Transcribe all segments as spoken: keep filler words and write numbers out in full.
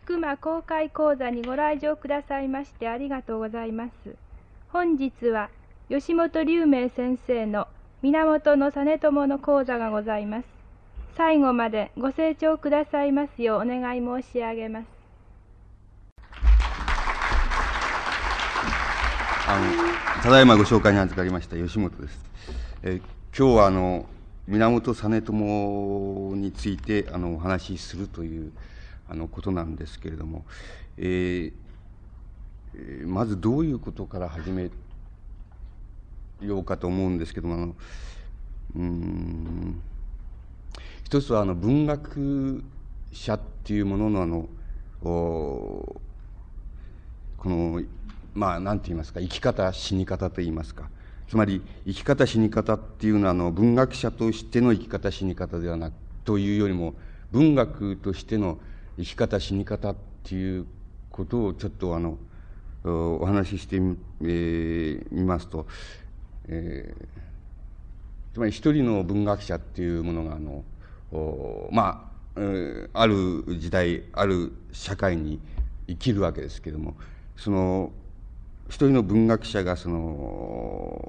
熊公開講座にご来場くださいましてありがとうございます。本日は吉本龍明先生の源実朝の講座がございます。最後までご清聴くださいますようお願い申し上げます。 あのただいまご紹介に預かりました吉本です。え今日はあの源実朝についてあのお話しするというあのことなんですけれども、えー、まずどういうことから始めようかと思うんですけども、あのうーん一つはあの文学者っていうもののあのこのまあ何て言いますか、生き方死に方と言いますか、つまり生き方死に方っていうのはあの文学者としての生き方死に方ではなくというよりも文学としての生き方死に方っていうことをちょっとあのお話ししてみ、えー、みますと、えー、つまり一人の文学者っていうものがあのまあ、えー、ある時代ある社会に生きるわけですけれども、その一人の文学者がその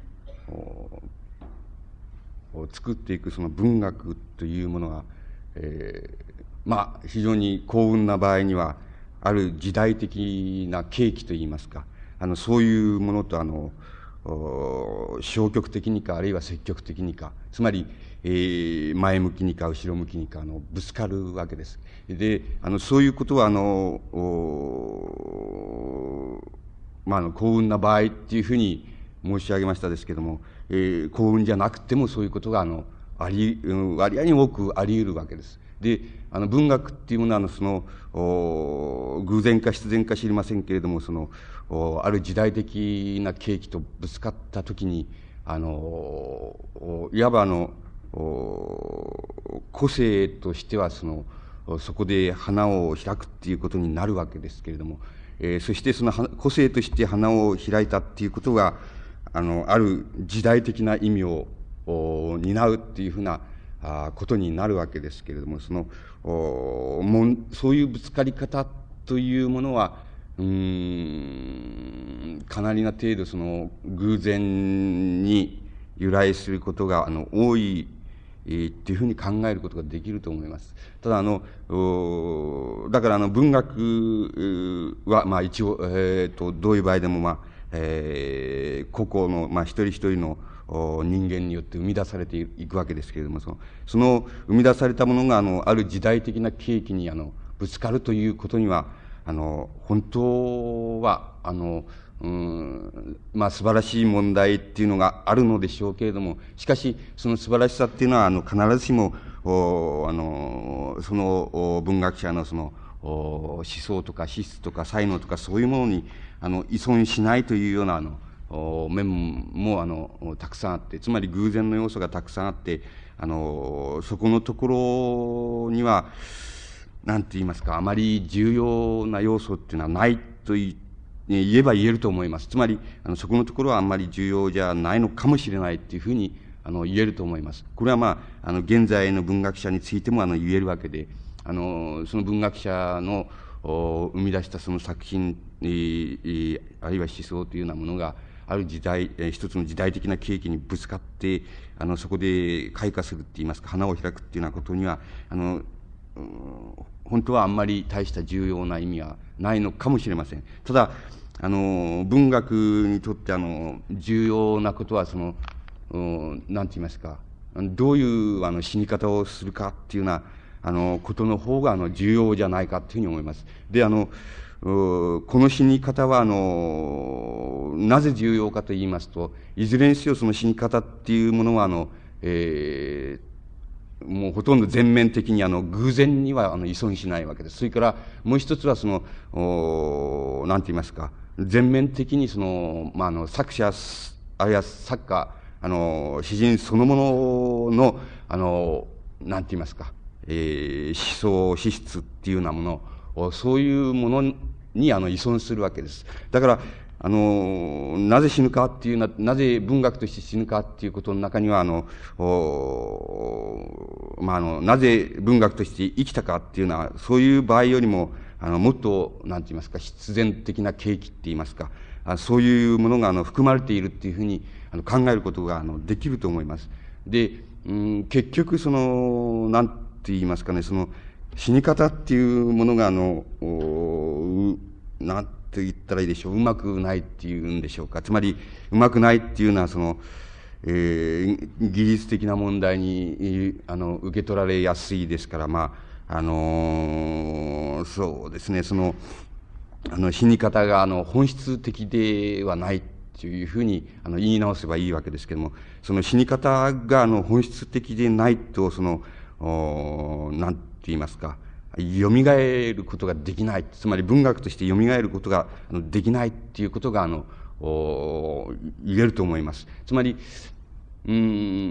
作っていくその文学というものが、えーまあ非常に幸運な場合にはある時代的な契機といいますか、あのそういうものとあの消極的にかあるいは積極的にか、つまり、えー、前向きにか後ろ向きにかあのぶつかるわけです。で、あのそういうことはあのまああの幸運な場合っていうふうに申し上げましたですけども、えー、幸運じゃなくてもそういうことがあのあり割合に多くあり得るわけです。で、あの文学っていうものはあのその偶然か必然か知りませんけれども、そのある時代的な契機とぶつかったときに、あのいわばあの個性としてはそのそこで花を開くっていうことになるわけですけれども、えー、そしてその個性として花を開いたっていうことがあのある時代的な意味を担うっていうふうなことになるわけですけれども、そのもそういうぶつかり方というものはうーんかなりな程度その偶然に由来することがあの多いっていうふうに考えることができると思います。ただあのだからあの文学はまあ一応、えー、とどういう場合でもまあ、えー、個々のまあ一人一人の人間によって生み出されていくわけですけれども、そのその生み出されたものがあのある時代的な契機にあのぶつかるということにはあの本当はあのうんまあ素晴らしい問題っていうのがあるのでしょうけれども、しかしその素晴らしさっていうのはあの必ずしもおあのその文学者のその思想とか資質とか才能とかそういうものにあの依存しないというようなあの面もあのたくさんあって、つまり偶然の要素がたくさんあって、あのそこのところには何て言いますか、あまり重要な要素っていうのはないと言えば言えると思います。つまりあのそこのところはあんまり重要じゃないのかもしれないっていうふうにあの言えると思います。これはまああの現在の文学者についてもあの言えるわけで、あのその文学者の生み出したその作品、えー、あるいは思想というようなものがある時代、えー、一つの時代的な契機にぶつかってあのそこで開花するっていいますか花を開くっていうようなことにはあの本当はあんまり大した重要な意味はないのかもしれません。ただあの文学にとってあの重要なことはその何て言いますか、どういうあの死に方をするかっていうようなあのことの方があの重要じゃないかというふうに思います。で、あのこの死に方はあのなぜ重要かと言いますと、いずれにせよその死に方っていうものはあの、えー、もうほとんど全面的にあの偶然にはあの依存しないわけです。それからもう一つはその何て言いますか、全面的にその、まあ、あの作者あるいは作家あの詩人そのもののあの何て言いますか、えー、思想資質っていうようなもの、そういうものにあの依存するわけです。だからあのなぜ死ぬかっていうな、なぜ文学として死ぬかっていうことの中にはあの、まあ、あのなぜ文学として生きたかっていうのはそういう場合よりもあの、もっと、なんて言いますか、必然的な景気って言いますか、あそういうものが、あの、含まれているっていうふうに、あの、考えることが、あの、できると思います。で、うん、結局、その、なんて言いますかね、その、死に方っていうものが、あの、なんて言ったらいいでしょう、うまくないっていうんでしょうか。つまり、うまくないっていうのは、その、えー、技術的な問題に、あの、受け取られやすいですから、まあ、あのー、そうですね、その、あの、死に方が、あの、本質的ではないというふうに、あの、言い直せばいいわけですけども、その死に方が、あの、本質的でないと、その、おなんて言いますか、蘇ることができない。つまり文学として蘇ることができないっていうことが、あの、言えると思います。つまり、うん、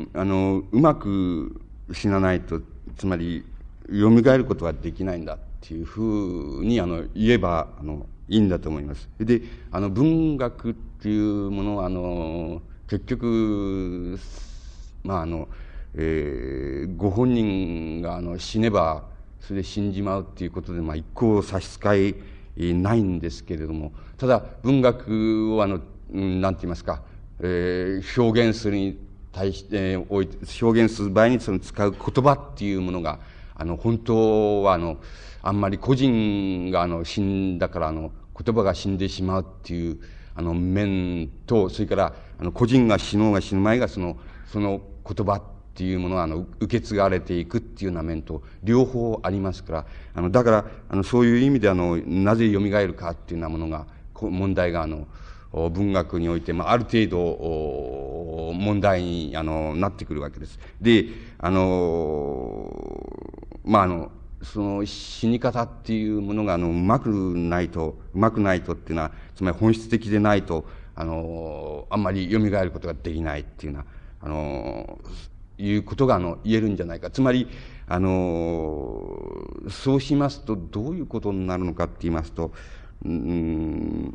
あの、うまく死なないと、つまり、蘇ることはできないんだっていうふうに、あの、言えば、あの、いいんだと思います。で、あの、文学っていうものは、あの、結局、まあ、あの、えー、ご本人が、あの、死ねば、それで死んじまうっていうことで、まあ、一向差し支えないんですけれども、ただ、文学を、あの、なんて言いますか、えー、表現するに対して、おいて、表現する場合にその使う言葉っていうものが、あの、本当は、あの、あんまり個人が、あの、死んだから、あの、言葉が死んでしまうっていう、あの、面と、それから、あの、個人が死のうが死ぬ前が、その、その言葉っていうものは、あの、受け継がれていくっていうような面と、両方ありますから、あの、だから、あの、そういう意味で、あの、なぜ蘇るかっていうようなものが、問題が、あの、文学において、まあ、ある程度、問題に、あの、なってくるわけです。で、あの、まあ、あの、その死に方っていうものが、あの、うまくないと、うまくないとっていうのは、つまり本質的でないと、あの、あんまり蘇ることができないっていうような、あの、いうことが、あの、言えるんじゃないか。つまり、あの、そうしますと、どういうことになるのかって言いますと、うん、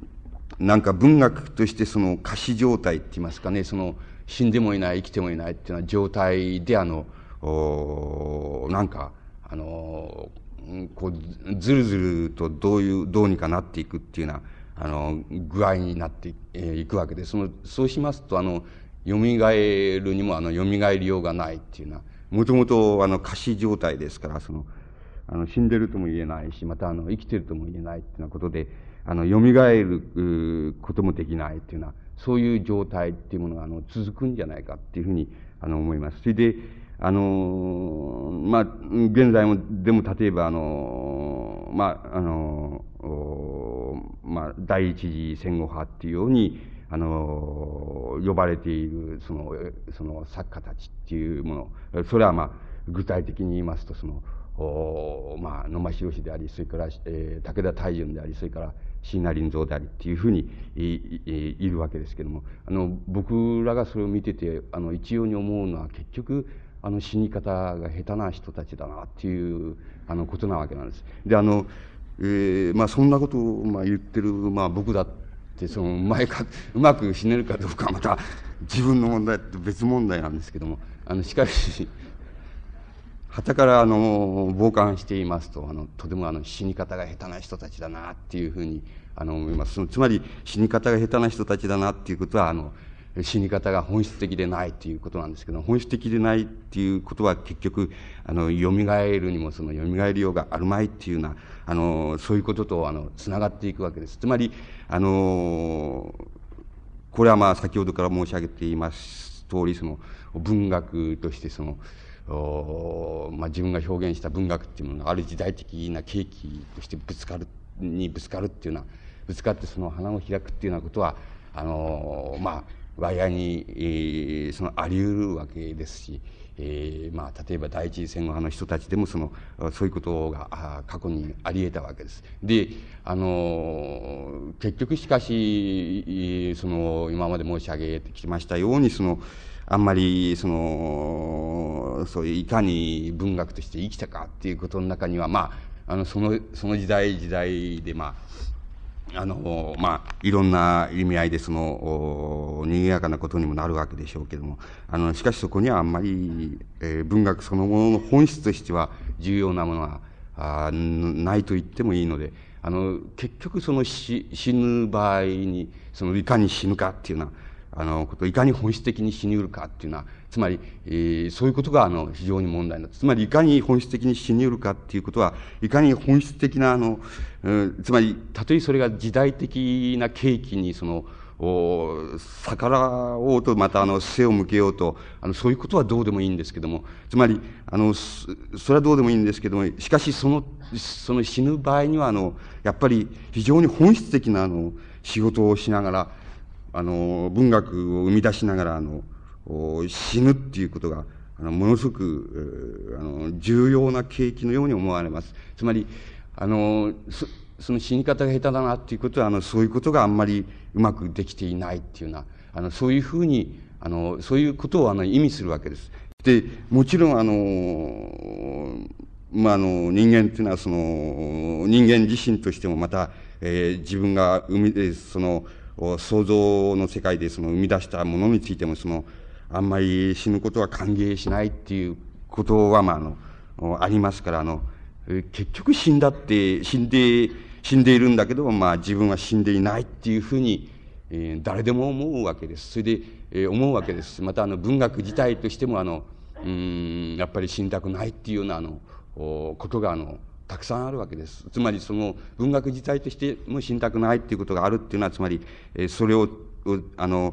なんか文学としてその仮死状態って言いますかね、その死んでもいない、生きてもいないっていうような状態で、あの、なんか、あの、こう、ずるずるとどういう、どうにかなっていくっていうような、あの、具合になっていくわけで、その、そうしますと、あの、蘇るにも、あの、蘇りようがないっていうような、もともと、あの、仮死状態ですから、その、あの、死んでるとも言えないし、また、あの、生きてるとも言えないっていうようなことで、あの、蘇ることもできないっていうような、そういう状態っていうものが、あの、続くんじゃないかっていうふうに、あの、思います。それで、あの、まあ、現在も、でも、例えば、あの、まあ、あの、まあ、第一次戦後派っていうように、あの、呼ばれている、その、その作家たちっていうもの、それは、まあ、具体的に言いますと、その、おまあ、野間弘であり、それから、えー、武田泰淳であり、それから椎名林蔵でありっていうふうに い, い, いるわけですけども、あの僕らがそれを見てて、あの一様に思うのは、結局あの死に方が下手な人たちだなっていうあのことなわけなんです。で、あの、えー、まあそんなことをまあ言ってる、まあ、僕だってそのうまいかうまく死ねるかどうかはまた自分の問題って別問題なんですけども、あのしかし傍からあの傍観していますと、あのとてもあの死に方が下手な人たちだなっていうふうにあの思います。そのつまり死に方が下手な人たちだなっていうことは、あの死に方が本質的でないということなんですけど、本質的でないっていうことは結局あの蘇るにもその蘇りようがあるまいっていうような、あのそういうこととあのつながっていくわけです。つまりあのこれはまあ先ほどから申し上げています通り、その文学としてそのお、まあ、自分が表現した文学っていうものがある時代的な契機としてぶつかるにぶつかるっていうような、ぶつかってその花を開くっていうようなことはあのまあ割合に、えー、そのあり得るわけですし、えー、まあ例えば第一次戦後派の人たちでもそのそういうことが過去にあり得たわけです。で、あの結局しかしその今まで申し上げてきましたように、そのあんまりそのそういういかに文学として生きたかっていうことの中には、まああのそのその時代時代でまああのまあいろんな意味合いでその賑やかなことにもなるわけでしょうけども、あのしかしそこにはあんまり、えー、文学そのものの本質としては重要なものはあないと言ってもいいので、あの結局その死ぬ場合にそのいかに死ぬかっていうようなあのこと、いかに本質的に死にうるかっていうのは、つまり、えー、そういうことがあの非常に問題なんです。つまりいかに本質的に死にうるかっていうことは、いかに本質的なあの、うん、つまりたとえそれが時代的な契機にその逆らおうと、またあの背を向けようと、あのそういうことはどうでもいいんですけども、つまりあのそれはどうでもいいんですけども、しかしそのその死ぬ場合にはあのやっぱり非常に本質的なあの仕事をしながら、あの文学を生み出しながらあの死ぬっていうことがあのものすごくあの重要な契機のように思われます。つまりあのそその死に方が下手だなっていうことは、あのそういうことがあんまりうまくできていないっていうような、あのそういうふうにあのそういうことをあの意味するわけです。でもちろんあのまあ、あの人間っていうのはその人間自身としてもまた、えー、自分が生みその想像の世界でその生み出したものについてもそのあんまり死ぬことは歓迎しないっていうことは、まあ、あのありますから、あの結局死んだって死んで死んでいるんだけど、まあ、自分は死んでいないっていうふうに、えー、誰でも思うわけです。それで、えー、思うわけです。またあの文学自体としてもあのうんやっぱり死にたくないっていうようなあのことがあのたくさんあるわけです。つまりその文学自体としても死にたくないっていうことがあるっていうのは、つまり、えー、それをあの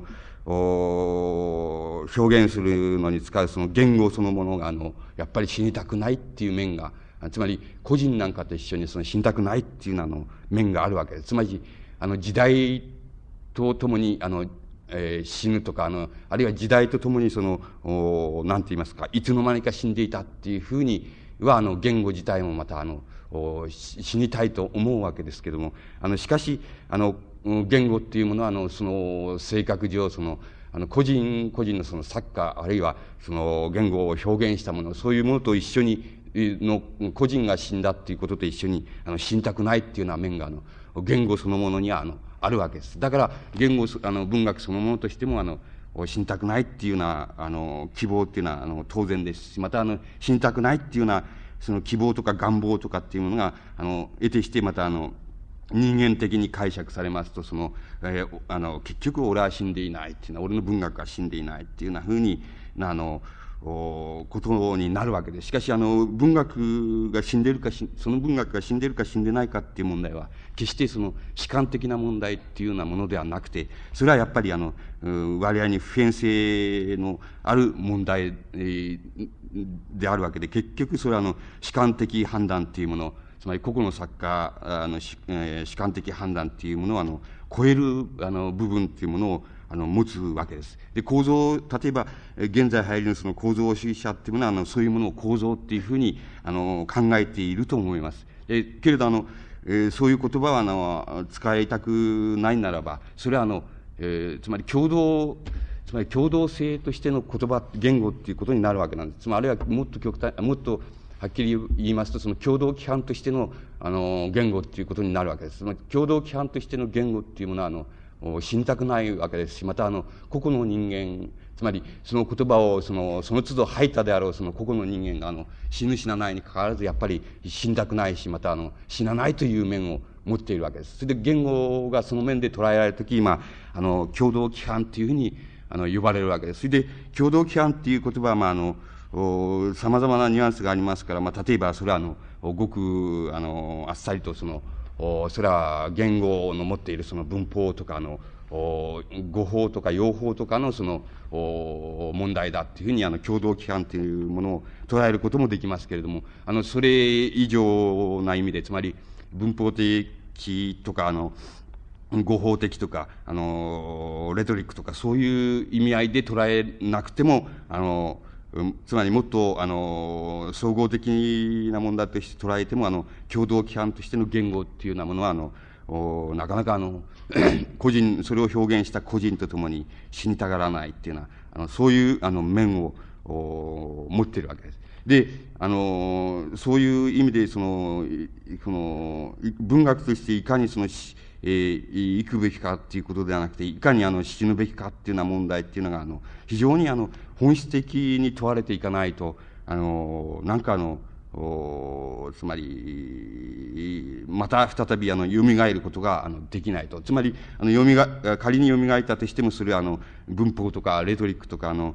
表現するのに使うその言語そのものがあのやっぱり死にたくないっていう面が、つまり個人なんかと一緒にその死にたくないっていうようなの面があるわけです。つまりあの時代とともにあの、えー、死ぬとか、あのあるいは時代とともにその何て言いますか、いつの間にか死んでいたっていうふうにはあの言語自体もまたあの死にたいと思うわけですけども、あのしかしあの言語っていうものはあのその性格上そのあの個人個人のその作家、あるいはその言語を表現したもの、そういうものと一緒にの個人が死んだっていうことと一緒にあの死にたくないっていうような面があの言語そのものにはあのあるわけです。だから言語あの文学そのものとしてもあの死にたくないっていうようなあの希望っていうのはあの当然ですし、またあの死にたくないっていうようなその希望とか願望とかっていうものがあの得てしてまたあの人間的に解釈されますと、その、えー、あの結局俺は死んでいないっていうのは、俺の文学は死んでいないっていうようなふうにあのことになるわけです。しかしあの文学が死んでいるか、その文学が死んでいるか死んでないかっていう問題は決してその主観的な問題っていうようなものではなくて、それはやっぱりあの割合に普遍性のある問題であるわけで、結局それはあの主観的判断っていうもの、つまり個々の作家の主、えー、主観的判断っていうものをあの超えるあの部分っていうものをあの持つわけです。で構造、例えば現在流行りのその構造主義者っていうものはあのそういうものを構造っていうふうにあの考えていると思います。えけれどあの、えー、そういう言葉はあの使いたくないならば、それはあの、えー、つまり共同つまり共同性としての言葉言語っていうことになるわけなんです。つまりあるいはもっと極端もっとはっきり言いますと、その共同規範としてのあの言語っていうことになるわけです。つまり共同規範としての言語っていうものはあの死にたくないわけですし、またあの個々の人間、つまりその言葉をそのその都度吐いたであろうその個々の人間があの死ぬ死なないにかかわらずやっぱり死にたくないし、またあの死なないという面を持っているわけです。それで言語がその面で捉えられるとき、今あの共同規範というふうにあの呼ばれるわけです。それで共同規範っていう言葉はまああのさまざまなニュアンスがありますから、まあ、例えばそれはあのごくあのあっさりとそのそれは言語の持っているその文法とかの語法とか用法とかのその問題だっていうふうにあの共同規範というものを捉えることもできますけれども、あのそれ以上な意味で、つまり文法的とかあの語法的とかあのレトリックとかそういう意味合いで捉えなくても、あのつまりもっとあの総合的な問題として捉えても、あの共同規範としての言語っていうようなものはあのなかなかあの個人それを表現した個人とともに死にたがらないっていうようなあのそういうあの面を持っているわけです。であのそういう意味でそのその文学としていかにそのえー、行くべきかっていうことではなくて、いかにあの死ぬべきかっていうような問題っていうのがあの非常にあの本質的に問われていかないと、あのなんかあのつまりまた再びあの蘇ることがあのできないと。つまりあのよみが仮に蘇ったとしても、それはあの文法とかレトリックとかあの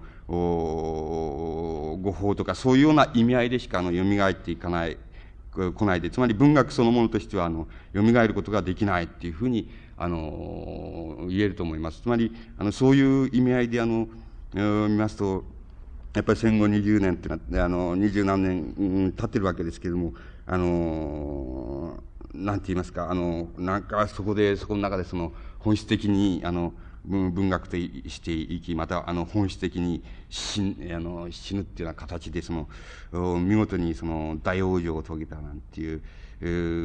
語法とかそういうような意味合いでしかあの蘇っていかない来ないで、つまり文学そのものとしてはあの蘇ることができないっていうふうにあの言えると思います。つまりあのそういう意味合いであの見ますと、やっぱり戦後にじゅうねんっていうのはあの二十何年、うん、経ってるわけですけれども、あのなんて言いますか、あのなんかそこでそこの中でその本質的にあの文学としていき、またあの本質的に死あの死ぬっていうような形でその見事にその大往生を遂げたなんていう、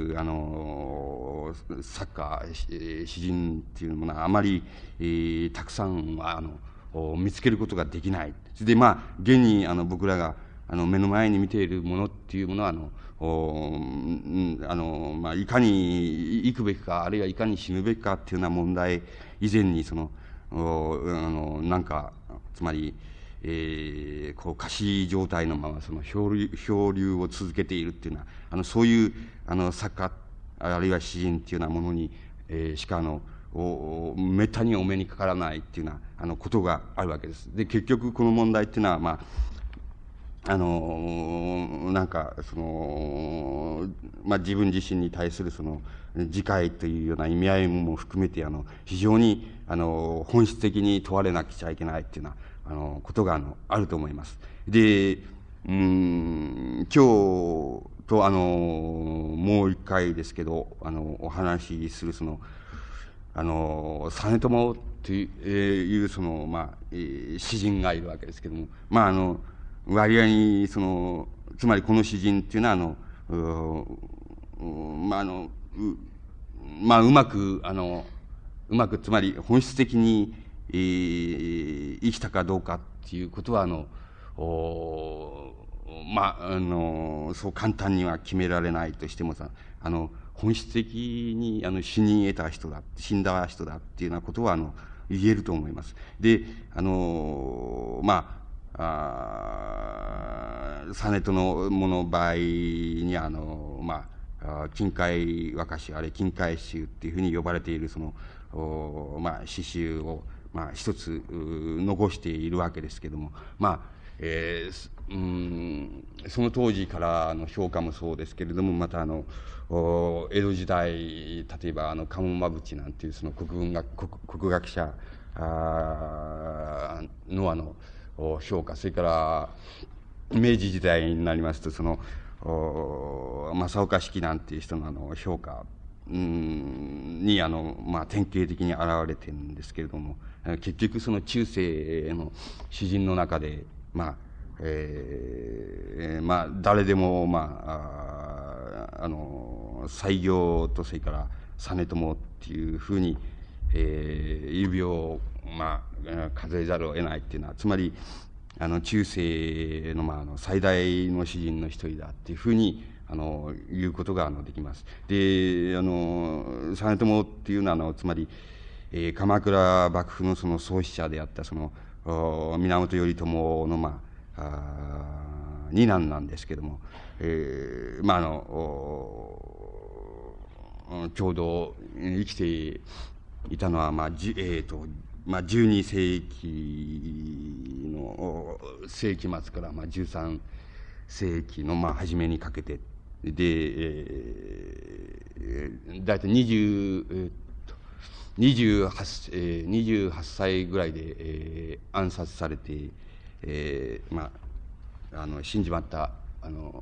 あの作家詩人っていうものはあまり、えー、たくさんはあの見つけることができない。それでまあ現にあの僕らがあの目の前に見ているものっていうものはあのあの、まあ、いかに生くべきか、あるいはいかに死ぬべきかっていうような問題以前にそのあのなんかつまり、えー、こう仮死状態のままその漂流漂流を続けているっていうのはあのそういうあの作家あるいは詩人っていうようなものに、えー、しかあのめったにお目にかからないっていうようなあのことがあるわけです。で結局この問題っていうのはまああのなんかその、まあ、自分自身に対するその自戒というような意味合いも含めてあの非常にあの本質的に問われなくちゃいけないっていうようなあのことがあのあると思います。で、うん今日とあのもう一回ですけどあのお話しするそのあの実朝というそのまあ、えー、詩人がいるわけですけども、まああの割合にそのつまりこの詩人っていうのはあのうまああのうまあうまくあのうまくつまり本質的に、えー、生きたかどうかっていうことはあのおまああのそう簡単には決められないとしてもさあの本質的にあの死に得た人だ死んだ人だっていうようなことはあの言えると思います。であのまああ実朝のもの場合にあのまあ近海和歌集あれ近海集っていうふうに呼ばれているそのまあ詩集をまあ一つ残しているわけですけども、まあえー、うんその当時からの評価もそうですけれども、またあの江戸時代例えばあの加茂真淵なんていうその国文学 国, 国学者のあの評価、それから明治時代になりますとその正岡子規なんていう人のあの評価にあの、まあ、典型的に現れてるんですけれども、結局その中世の詩人の中でまあえー、まあ誰でもまあ あ, あの西行とそれから実朝っていうふうに、えー、指をまあ数えざるを得ないっていうのはつまりあの中世のまああの最大の詩人の一人だっていうふうにあの言うことがあのできます。であの実朝っていうのはあのつまり、えー、鎌倉幕府のその創始者であったその源頼朝のまああ二男なんですけども、えー、まああのちょうど生きていたのはまあじ、えーとまあ、じゅうに世紀の世紀末からまあじゅうさん世紀のまあ初めにかけてで、えー、大体20、えー28, えー、にじゅうはっさいぐらいで、えー、暗殺されて、えー、まああの死んじまったあの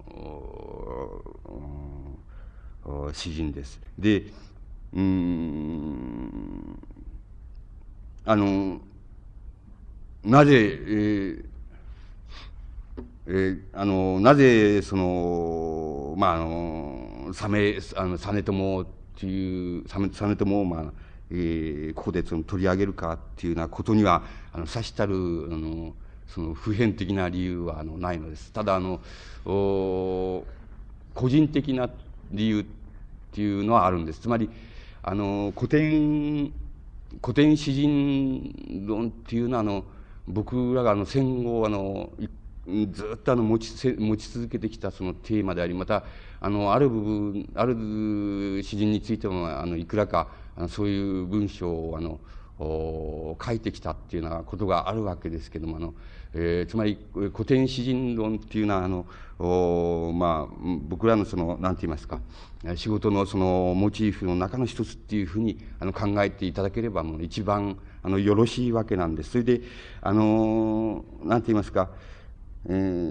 詩人です。でうーんあのなぜ、えーえー、あのなぜそのまああの実朝あの実朝っていう実朝をまあえー、ここでその取り上げるかっていうようなことにはあのさしたるあのその普遍的な理由はあのないのです。ただあの個人的な理由っていうのはあるんです。つまりあの古典古典詩人論っていうのはあの僕らがあの戦後あのずっとあの持ちせ持ち続けてきたそのテーマであり、またあのある部分ある詩人についてもあのいくらかあのそういう文章をあの書いてきたっていうようなことがあるわけですけども、あの、えー、つまり古典詩人論っていうのはあのまあ僕らのその何て言いますか、仕事のそのモチーフの中の一つっていうふうにあの考えていただければもう一番あのよろしいわけなんです。それであの何て言いますか、え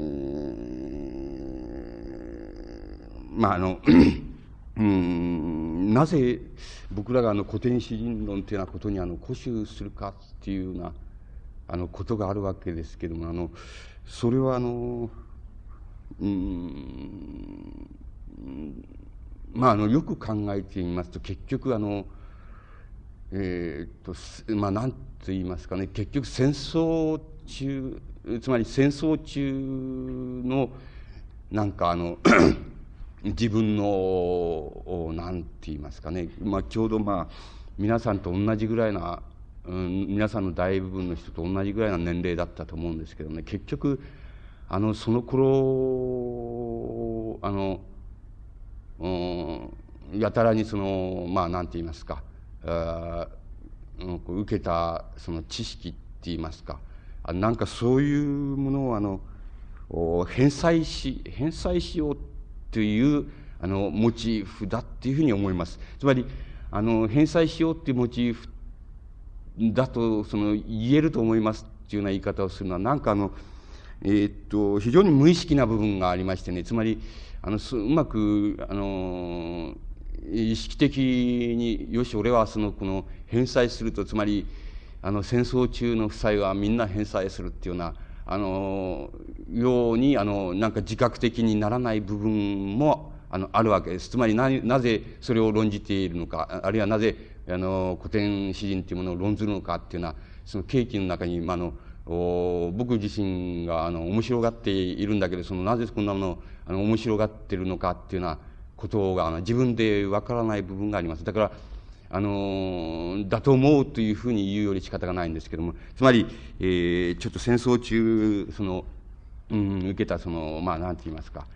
ー、まああのうんなぜ僕らがあの古典詩人論というようなことにあの固執するかっていうようなあのことがあるわけですけども、あのそれはあのうんまああのよく考えてみますと、結局あのえー、っとまあ何と言いますかね、結局戦争中、つまり戦争中のなんかあの自分の何て言いますかね、まあ、ちょうどまあ皆さんと同じぐらいな、うん、皆さんの大部分の人と同じぐらいな年齢だったと思うんですけどね、結局あのその頃あの、うん、やたらにそのまあ何て言いますか、あ受けたその知識って言いますか、なんかそういうものをあの返済し返済しようというあのモチーフだっていうふうに思います。つまりあの返済しようっていうモチーフだとその言えると思いますっていうような言い方をするのは、なんかあのえー、っと非常に無意識な部分がありましてね、つまりあのうまくあの意識的によし俺はそのこの返済すると、つまりあの戦争中の負債はみんな返済するっていうようなあのようにあのなんか自覚的にならない部分もあのあるわけです。つまり な, なぜそれを論じているのか、あるいはなぜあの古典詩人というものを論ずるのかっていうのは、その契機の中に、まあ、あの僕自身があの面白がっているんだけど、そのなぜこんなものをあの面白がっているのかっていうようなことがあの自分でわからない部分があります。だからあのだと思うというふうに言うより仕方がないんですけども、つまり、えー、ちょっと戦争中その、うん、受けたそのまあ何て言いますか、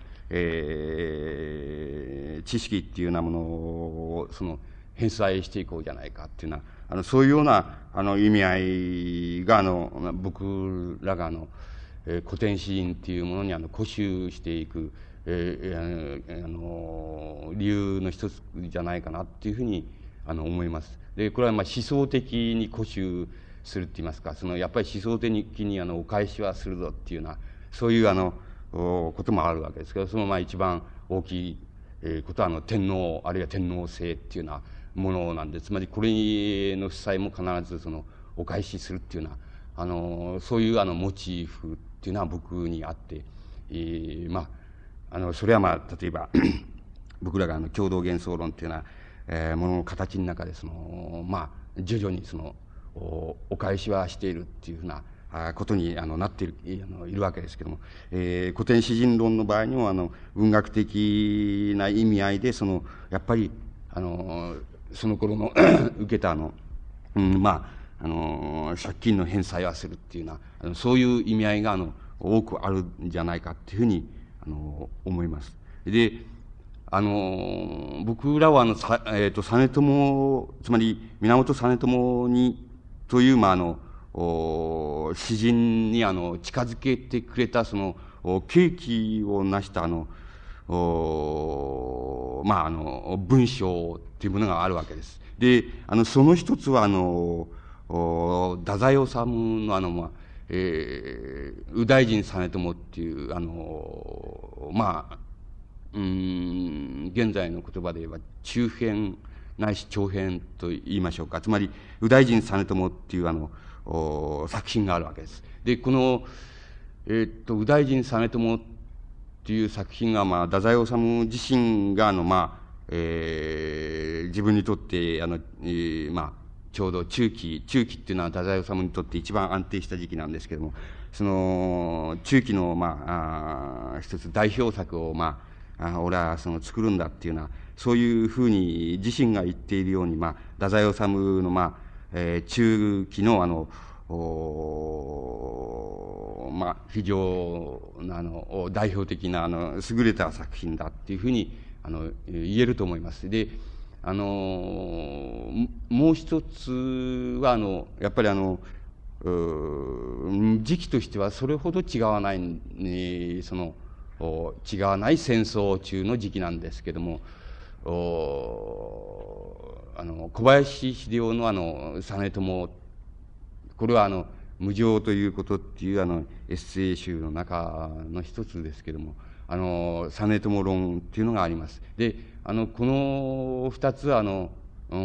えー、知識っていうようなものをその返済していこうじゃないかっていうような、あのそういうようなあの意味合いがあの僕らがあの、えー、古典詩人っていうものにあの固執していく、えー、あの理由の一つじゃないかなっていうふうにあの思います。でこれはまあ思想的に固執するって言いますか、そのやっぱり思想的にあのお返しはするぞっていうような、そういうあのこともあるわけですけど、そのまあ一番大きいことはあの天皇あるいは天皇制っていうようなものなんで、つまりこれの負債も必ずそのお返しするっていうようなあのそういうあのモチーフっていうのは僕にあって、えー、まああのそれはまあ例えば僕らがあの共同幻想論っていうような、えー、ものの形の中でそのまあ徐々にその お, お返しはしているっていうふうなことにあのなっているあのいるわけですけども、えー、古典詩人論の場合にもあの文学的な意味合いでそのやっぱりあのその頃の受けたあの、うん、まああの借金の返済はするっていうようなあのそういう意味合いがあの多くあるんじゃないかっていうふうにあの思います。であの僕らはあの、えー、と実朝つまり源実朝にというまああの詩人にあの近づけてくれたその契機を成したあのまああの文章っていうものがあるわけです。であのその一つはあの太宰治のあのまあえー、右大臣実朝っていうあのまあうん現在の言葉で言えば中編ないし長編と言いましょうか、つまり右大臣実朝っていうあの作品があるわけです。でこの、えー、っと右大臣実朝っていう作品が、まあ、太宰治自身があの、まあえー、自分にとってあの、えー、まあちょうど中期中期っていうのは太宰治にとって一番安定した時期なんですけども、その中期の、まあ、あ一つ代表作を、まあ、あ俺はその作るんだっていうようなそういうふうに自身が言っているように、まあ、太宰治の、まあえー、中期のあのまあ、非常あの代表的なあの優れた作品だっていうふうにあの言えると思います。で、あのもう一つはあのやっぱりあの時期としてはそれほど違わない、ね、その違わない戦争中の時期なんですけども、あの小林秀夫のあの実朝、これはあの無常ということっていうあのエッセイ集の中の一つですけども、あの実朝論っていうのがあります。で、あのこの二つはあの、うん、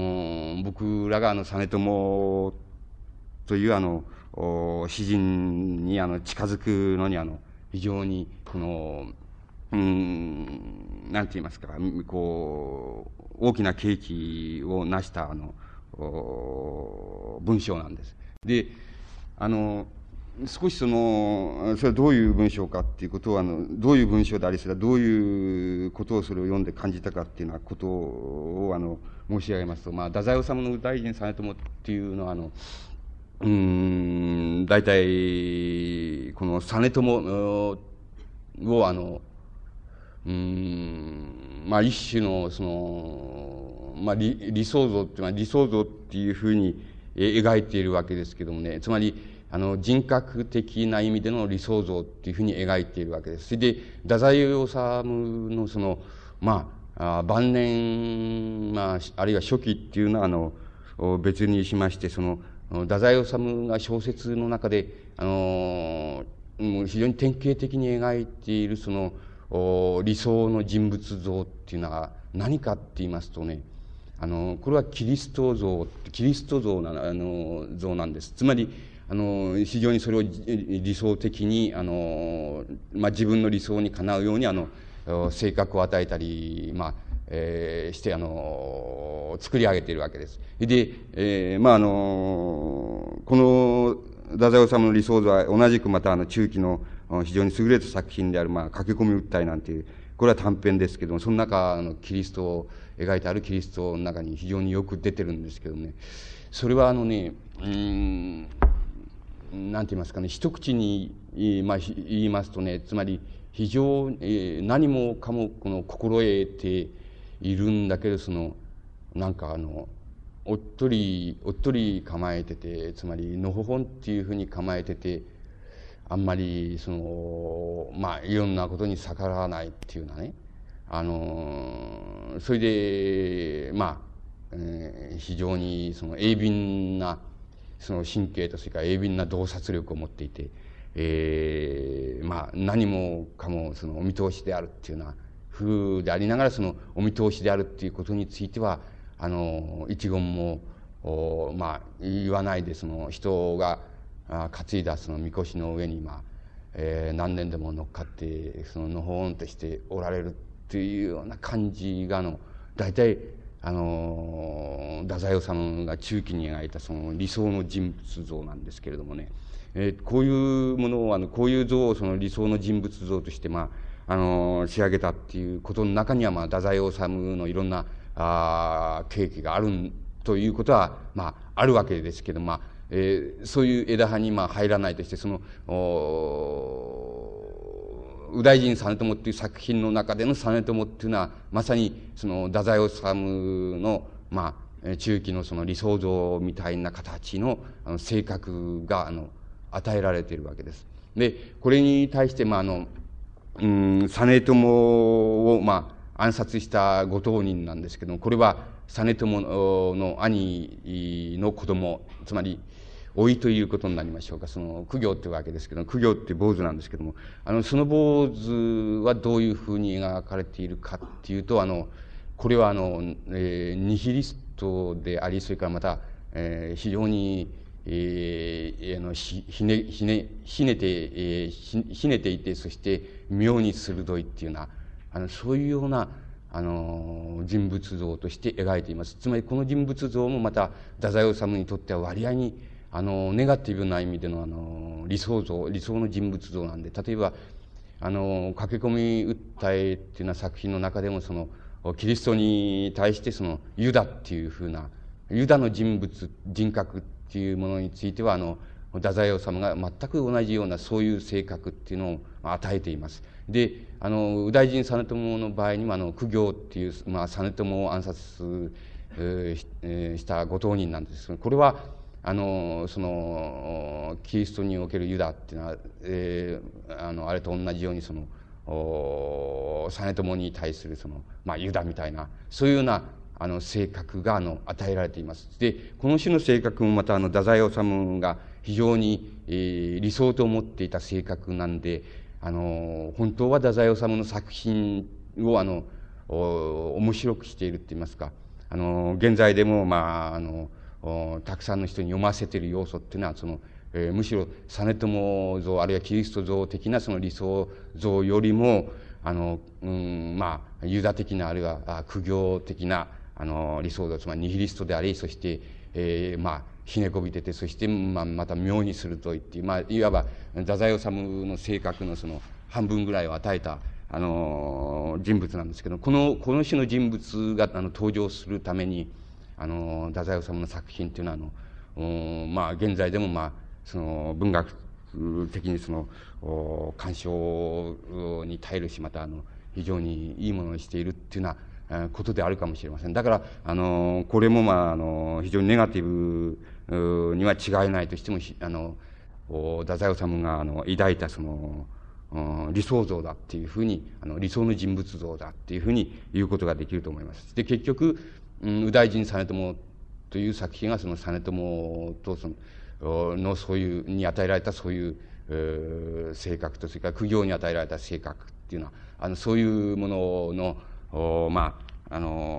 僕らがあの実朝というあの詩人にあの近づくのにあの非常にこのうんなんて言いますか、こう大きな契機を成したあの文章なんです。で、あの少しそのそれはどういう文章かっていうことをあのどういう文章でありすらどういうことをそれを読んで感じたかっていうようなことをあの申し上げますと、まあ、太宰治の右大臣実朝っていうのはあのうーん大体この実朝をあのうーんまあ一種のその、まあ、理, 理想像っていうのは理想像っていうふうに描いているわけですけどもね、つまりあの人格的な意味での理想像っていうふうに描いているわけです。それで太宰治のそのまあ晩年、まあ、あるいは初期っていうのはあの別にしまして、その太宰治が小説の中であの非常に典型的に描いているその理想の人物像っていうのは何かって言いますとね、あのこれはキリスト像キリスト像なあの像なんです。つまりあの非常にそれを理想的にあの、まあ、自分の理想にかなうようにあの性格を与えたり、まあえー、してあの作り上げているわけです。で、えー、まああのこの太宰治の理想像は同じくまたあの中期の非常に優れた作品である、まあ、駆け込み訴えなんていう、これは短編ですけども、その中のキリストを描いてあるキリストの中に非常によく出てるんですけどね、それはあのね、うーんなんて言いますかね、一口に、まあ、言いますとね、つまり非常に、えー、何もかもこの心得ているんだけど、そのなんかあのおっとりおっとり構えてて、つまりのほほんっていうふうに構えてて、あんまりそのまあいろんなことに逆らわないっていうようなね、あのそれでまあ、えー、非常にその鋭敏なその神経と、それから鋭敏な洞察力を持っていて、えー、まあ何もかもそのお見通しであるっていうような風でありながら、そのお見通しであるっていうことについてはあの一言もまあ言わないで、その人が担いだそのみこしの上に、まあえー、何年でも乗っかってそののほほんとしておられるっていうような感じがあの大体あの太宰治が中期に描いたその理想の人物像なんですけれどもね、えー、こういうものをあのこういう像をその理想の人物像として、まあ、あの仕上げたっていうことの中には、まあ、太宰治のいろんなあ契機があるということは、まあ、あるわけですけど、まあえー、そういう枝葉にまあ入らないとして、その右大臣実朝っていう作品の中での実朝っていうのはまさにその太宰治のまあ中期のその理想像みたいな形のあの性格があの与えられているわけです。でこれに対してまああのうん実朝をまあ暗殺したご当人なんですけども、これは実朝の兄の子供、つまり老いということになりましょうか。その公暁っていうわけですけども、公暁って坊主なんですけども、あのその坊主はどういうふうに描かれているかっていうと、あのこれはあの、えー、ニヒリストであり、それからまた、えー、非常に、えー、あのひひねひねひねて、えー、ひひねていて、そして妙に鋭いっていうような、あのそういうようなあの人物像として描いています。つまりこの人物像もまた太宰治にとっては割合にあのネガティブな意味でのあの理想像理想の人物像なんで、例えばあの駆け込み訴えっていうような作品の中でも、そのキリストに対してそのユダっていうふうなユダの人物人格っていうものについては、あの太宰治が全く同じようなそういう性格っていうのを与えています。で、あの右大臣実朝の場合にもあの苦行っていう、まあ、実朝を暗殺、えー、したご当人なんですが、これはあのそのキリストにおけるユダっていうのは、えー、あのあれと同じようにその実朝に対するその、まあ、ユダみたいなそういうようなあの性格があの与えられています。でこの種の性格もまたあの太宰治が非常に、えー、理想と思っていた性格なんで、あの本当は太宰治の作品をあの面白くしているって言いますか、あの現在でもまああのたくさんの人に読ませている要素っていうのはその、えー、むしろ実朝像あるいはキリスト像的なその理想像よりもあの、うん、まあユダ的なあるいは苦行的なあの理想像、つまりニヒリストであり、そして、えー、まあひねこびてて、そして、まあ、また妙にするといって、まあ、いわば太宰治の性格のその半分ぐらいを与えたあの人物なんですけど、このこの種の人物があの登場するためにあの太宰治の作品っていうのはあの、まあ、現在でも、まあ、その文学的にその鑑賞に耐えるし、またあの非常にいいものにしているっていうようなことであるかもしれません。だからあのこれも、まあ、あの非常にネガティブには違いないとしても、あの太宰治があの抱いたその理想像だっていうふうに、あの理想の人物像だっていうふうに言うことができると思います。で結局、うん、右大臣実朝という作品はその実朝とそののそういうに与えられたそういう、えー、性格と、それから苦行に与えられた性格っていうのは、あのそういうもののおまああ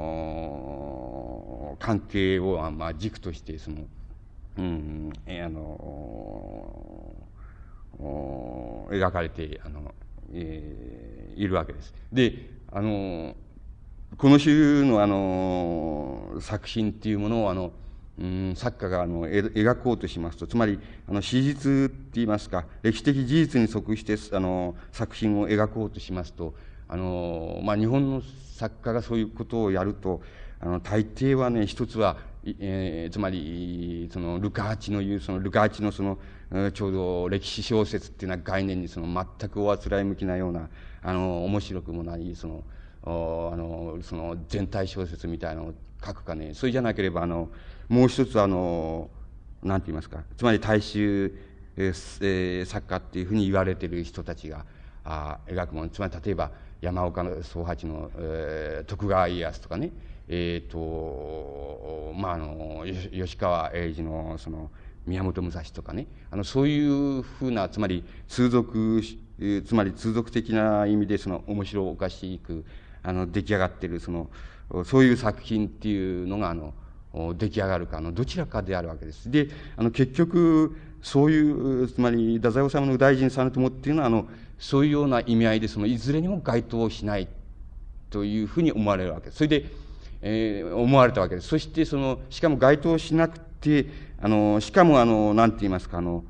のー、関係を、まあ、軸としてその、うんえー、あのー、描かれてあの、えー、いるわけです。で、あのー、この種の、あのー、作品っていうものをあの、うん、作家があの描こうとしますと、つまりあの史実って言いますか、歴史的事実に即してあの作品を描こうとしますと、あのまあ、日本の作家がそういうことをやると、あの大抵はね、一つは、えー、つまりそのルカーチの言うそのルカーチのそのちょうど歴史小説っていうような概念にその全くおあつらい向きなような、あの面白くもないそのあのその全体小説みたいなのを書くかね、それじゃなければあのもう一つあのなんて言いますか、つまり大衆、えー、作家っていうふうに言われている人たちがあ描くもの、つまり例えば山岡宗八の、えー、徳川家康とかね、えっ、ー、とまああの吉川英治のその宮本武蔵とかね、あのそういうふうな、つまり通俗、えー、つまり通俗的な意味でその面白おかしくあの出来上がっているそのそういう作品っていうのがあの出来上がるか、あのどちらかであるわけです。で、あの結局そういう、つまり太宰治の右大臣実朝っていうのはあのそういうような意味合いでそのいずれにも該当しないというふうに思われるわけです。それで、えー、思われたわけです。そしてそのしかも該当しなくて、あのしかもあのなんて言いますか、あの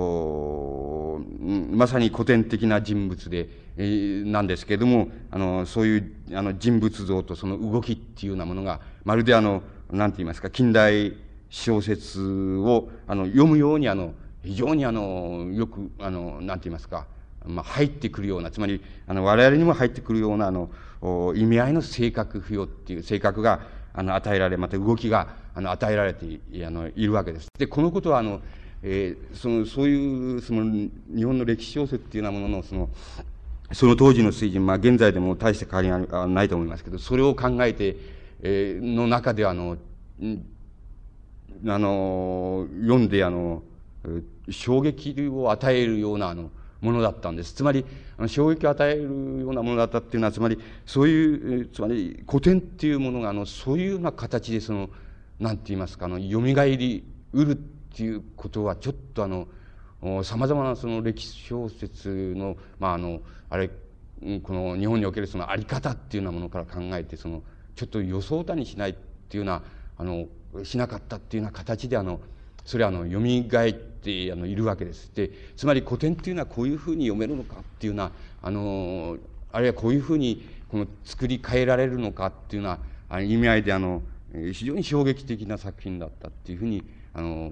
まさに古典的な人物で、えー、なんですけれども、あのそういうあの人物像とその動きっていうようなものがまるであのなんて言いますか、近代小説をあの読むようにあの非常にあのよくあのなんて言いますか、まあ、入ってくるような、つまりあの我々にも入ってくるようなあの意味合いの性格付与っていう性格があの与えられ、また動きがあの与えられて い, あのいるわけです。でこのことはあの、えー、そのそういうその日本の歴史小説っていうようなもののそのその当時の水準、まあ現在でも大して変わりはないと思いますけど、それを考えて、えー、の中であのあの読んであの衝撃を与えるようなあのものだったんです。つまりあの衝撃を与えるようなものだったっていうのは、つまりそういうつまり古典っていうものがあのそういうような形でそのなんて言いますか、あの蘇りうるっていうことはちょっとあのさまざまなその歴史小説のまああのあれこの日本におけるそのあり方っていうようなものから考えて、そのちょっと予想だにしないっていうようなあのしなかったっていうような形であのそれはあの蘇ってあのいるわけです。でつまり古典っていうのはこういうふうに読めるのかっていうような、あのあるいはこういうふうにこの作り変えられるのかっていうような意味合いであの非常に衝撃的な作品だったっていうふうにあの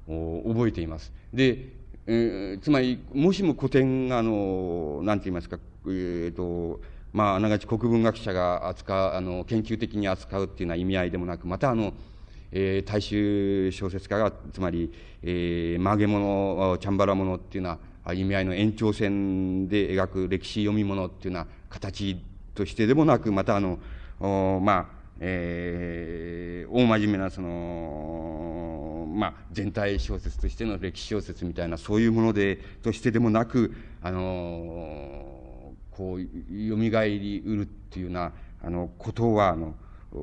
覚えています。で、えー、つまり、もしも古典が、あの、なんて言いますか、えっと、まあ、あながち国文学者が扱う、あの、研究的に扱うっていうような意味合いでもなく、また、あの、えー、大衆小説家が、つまり、えー、曲げ物、チャンバラ物っていうような意味合いの延長線で描く歴史読み物っていうような形としてでもなく、また、あの、まあ、えー、大真面目な、その、まあ、全体小説としての歴史小説みたいな、そういうもので、としてでもなく、あの、こう、蘇りうるっていうような、あの、ことは、あの、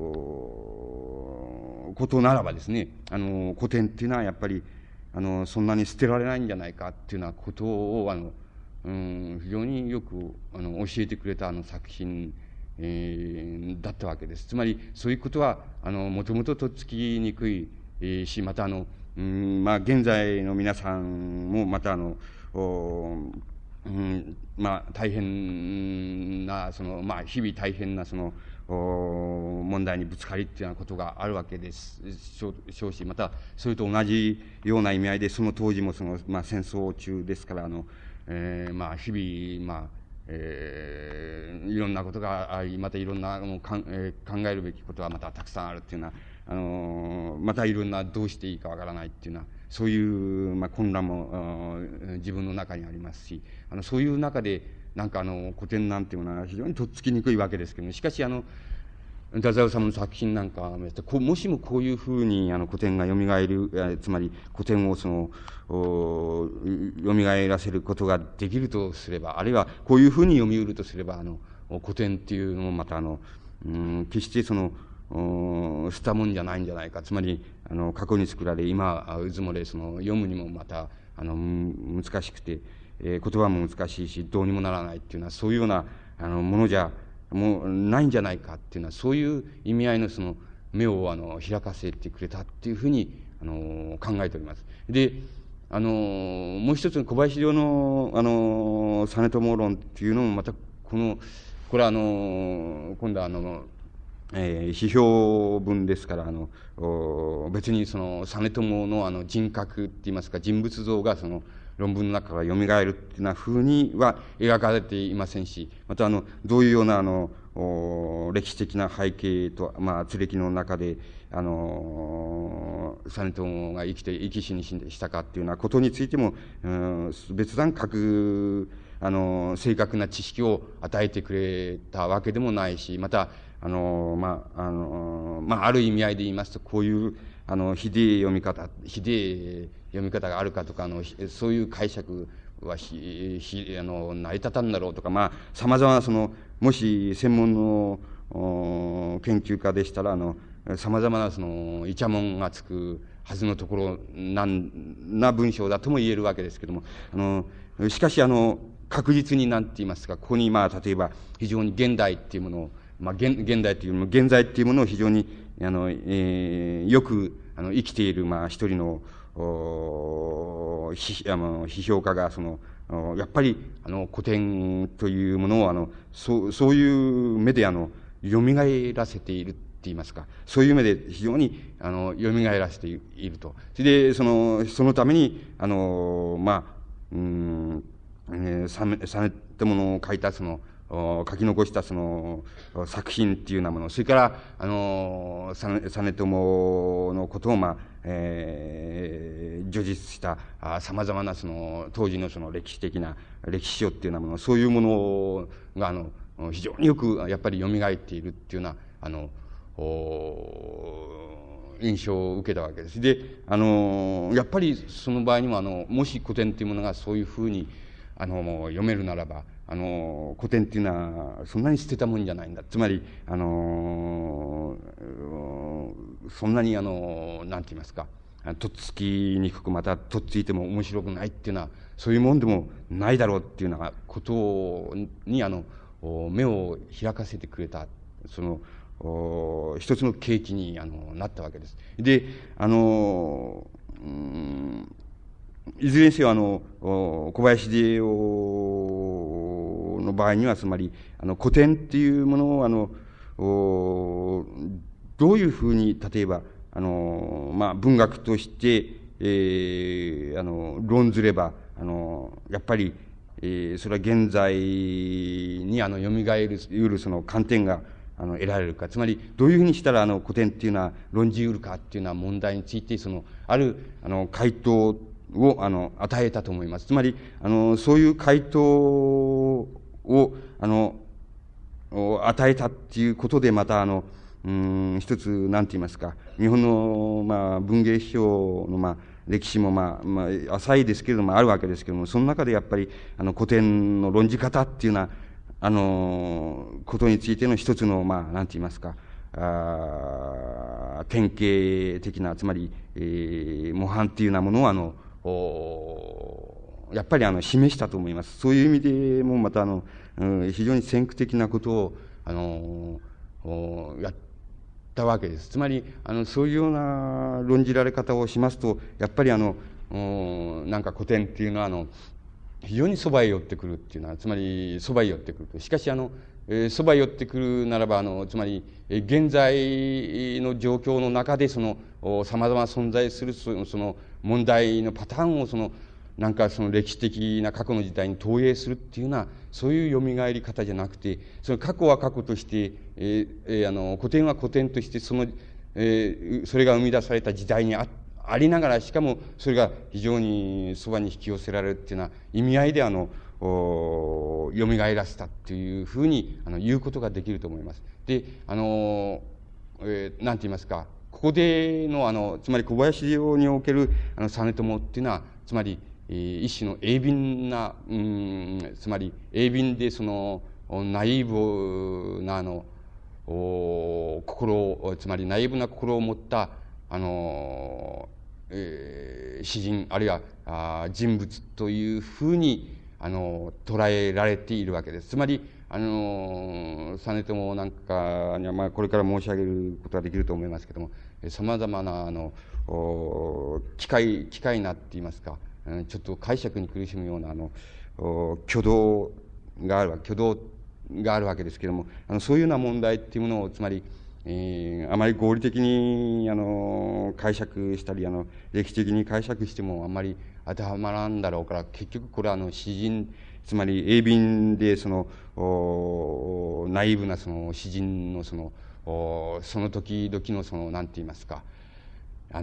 ことならばですね、あの、古典っていうのはやっぱり、あの、そんなに捨てられないんじゃないかっていうようなことを、あの、うん、非常によく、あの、教えてくれたあの作品、えー、だったわけです。つまり、そういうことは、あの、もともととっつきにくい、えー、し、またあの、うん、まあ、現在の皆さんも、またあの、うん、まあ、大変な、その、まあ、日々大変な、その、問題にぶつかりっていうようなことがあるわけですしょうし、また、それと同じような意味合いで、その当時もその、まあ、戦争中ですから、あの、えー、まあ、日々、まあ、えー、いろんなことがあり、またいろんなかん、えー、考えるべきことはまたたくさんあるっていうような、あのー、またいろんなどうしていいかわからないっていうような、そういう、まあ、混乱も自分の中にありますし、あのそういう中でなんかあの古典なんていうのは非常にとっつきにくいわけですけども、しかしあの太宰治の作品なんかもしもこういうふうにあの古典がよみがえる、つまり古典をそのよみがえらせることができるとすれば、あるいはこういうふうに読みうるとすれば、あの古典っていうのもまたあの、うん、決してその捨たもんじゃないんじゃないか。つまりあの過去に作られ今うずもれその読むにもまたあの難しくて、えー、言葉も難しいしどうにもならないっていうのはそういうようなあのものじゃもうないんじゃないかっていうのは、そういう意味合いのその目をあの開かせてくれたっていうふうにあの考えております。で、あのもう一つの小林陵のあの実朝論っていうのもまたこのこれはあの今度はあのえー、批評文ですから、あの別にその実朝のあの人格って言いますか人物像がその論文の中から蘇るっていうようなふうには描かれていませんし、またあのどういうようなあの歴史的な背景と、まあ、圧力の中であの実朝が生きて生き死にしたかっていうようなことについても、うん、別段各あの正確な知識を与えてくれたわけでもないし、またあのまああのまあある意味合いで言いますと、こういうあのひでえ読み方ひでえ読み方があるかとか、あのそういう解釈はひひあの成り立たんだろうとか、まあさまざまなそのもし専門の研究家でしたら、あのさまざまなそのイチャモンがつくはずのところなんな文章だとも言えるわけですけども、あのしかしあの確実に何て言いますか、ここにまあ例えば非常に現代っていうものを、まあ、現, 現代というよりも現在っていうものを非常にあの、えー、よくあの生きているまあ一人のひあの批評家がそのやっぱりあの古典というものをあのそうそういう目であの蘇らせているって言いますか、そういう目で非常にあの蘇らせていると。それでそのそのためにあのまあうんえー、実朝の書いたその書き残したその作品っていうようなもの、それからあの実朝のことをまあ、えー、叙述したさまざまなその当時のその歴史的な歴史書っていうようなもの、そういうものがあの非常によくやっぱり蘇っているっていうようなあの印象を受けたわけです。で、あのやっぱりその場合にもあのもし古典というものがそういうふうにあの読めるならば、あの古典っていうのはそんなに捨てたもんじゃないんだ。つまりあのそんなにあのなんて言いますか、とっつきにくく、またとっついても面白くないっていうのはそういうもんでもないだろうっていうようなことにあの目を開かせてくれた、その一つの契機にあのなったわけです。で、あのうんいずれにせよあの小林秀夫の場合には、つまりあの古典っていうものをあのどういうふうに例えばあの、まあ、文学として、 えー、あの論ずればあのやっぱり、えー、それは現在にあの蘇るうるその観点があの得られるか、つまりどういうふうにしたらあの古典っていうのは論じうるかっていうような問題について、そのあるあの回答をあの与えたと思います。つまりあのそういう回答をあの与えたっていうことで、またあのうん一つなんて言いますか、日本のまあ文芸批評のまあ歴史もまあまあ浅いですけれどもあるわけですけれども、その中でやっぱりあの古典の論じ方っていうようなあのことについての一つのまあなんて言いますか、あ典型的な、つまり、えー、模範っていうようなものをあのやっぱりあの示したと思います。そういう意味でもまたあの、うん、非常に先駆的なことをあのやったわけです。つまりあのそういうような論じられ方をしますと、やっぱりあのなんか古典っていうのはあの非常にそばへ寄ってくるっていうのは、つまりそばへ寄ってくると。しかしあのそばへ寄ってくるならば、あのつまり現在の状況の中でそのさまざま存在するその問題のパターンをそのなんかその歴史的な過去の時代に投影するっていうような、そういうよみがえり方じゃなくて、その過去は過去として、えー、あの古典は古典として、その、えー、それが生み出された時代にあありながら、しかもそれが非常にそばに引き寄せられるっていうような意味合いであのよみがえらせたっていうふうにあの言うことができると思います。で、あの、えー、なんて言いますか、ここでのあのつまり小林陵におけるあの実朝っていうのは、つまり一種の鋭敏な、うん、つまり鋭敏でそのナイーブなあの心を、つまりナイーブな心を持ったあの、えー、詩人あるいはあ人物というふうにあの捉えられているわけです。つまりあの実朝なんかには、まあ、これから申し上げることができると思いますけども、さまざまなあの機械機械なって言いますか、ちょっと解釈に苦しむようなあの挙動があるわ挙動があるわけですけれども、あのそういうような問題っていうものを、つまり、えー、あまり合理的にあの解釈したり、あの歴史的に解釈してもあんまり当てはまらんだろうから、結局これはあの詩人、つまり鋭敏でそのナイーブなその詩人のそのその時々のそのなんて言いますか、あ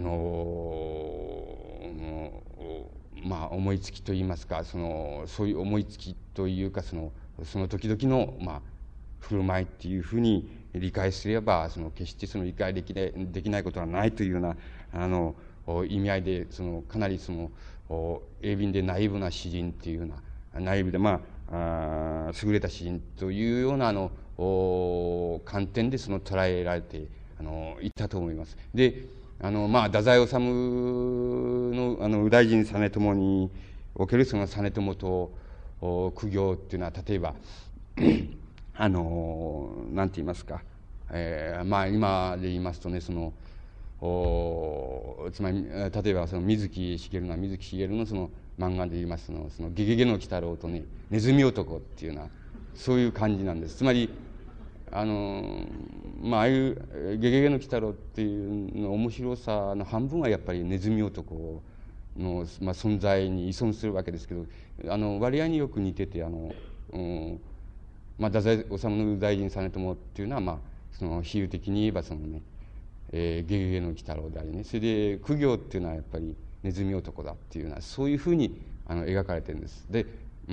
のまあ思いつきと言いますか、そのそういう思いつきというか、そのその時々のまあ振る舞いっていうふうに理解すれば、その決してその理解できないできないことはないというようなあの意味合いで、そのかなりその鋭敏でナイーブな詩人っていうような、ナイーブでまああ優れた詩人というようなあの観点でその捉えられてあのいったと思います。で、あのまあ太宰治のあの右大臣実朝におけるその実朝と苦行っていうのは、例えばあのなんて言いますか、えー、まあ今で言いますとね、そのおつまり例えばその水木しげるの水木しげるのその漫画で言いますのそのゲゲゲの鬼太郎とねネズミ男っていうような、そういう感じなんです。つまりあのまあああいうゲゲゲの鬼太郎っていうの面白さの半分はやっぱりネズミ男の、まあ、存在に依存するわけですけど、あの割合によく似てて、あの、うんまあ、太宰治の大臣実朝っていうのは、まあ、その比喩的に言えばそのね、えー、ゲゲゲの鬼太郎でありね、それで苦行っていうのはやっぱりネズミ男だっていうような、そういうふうにあの描かれてるんです。で、うん、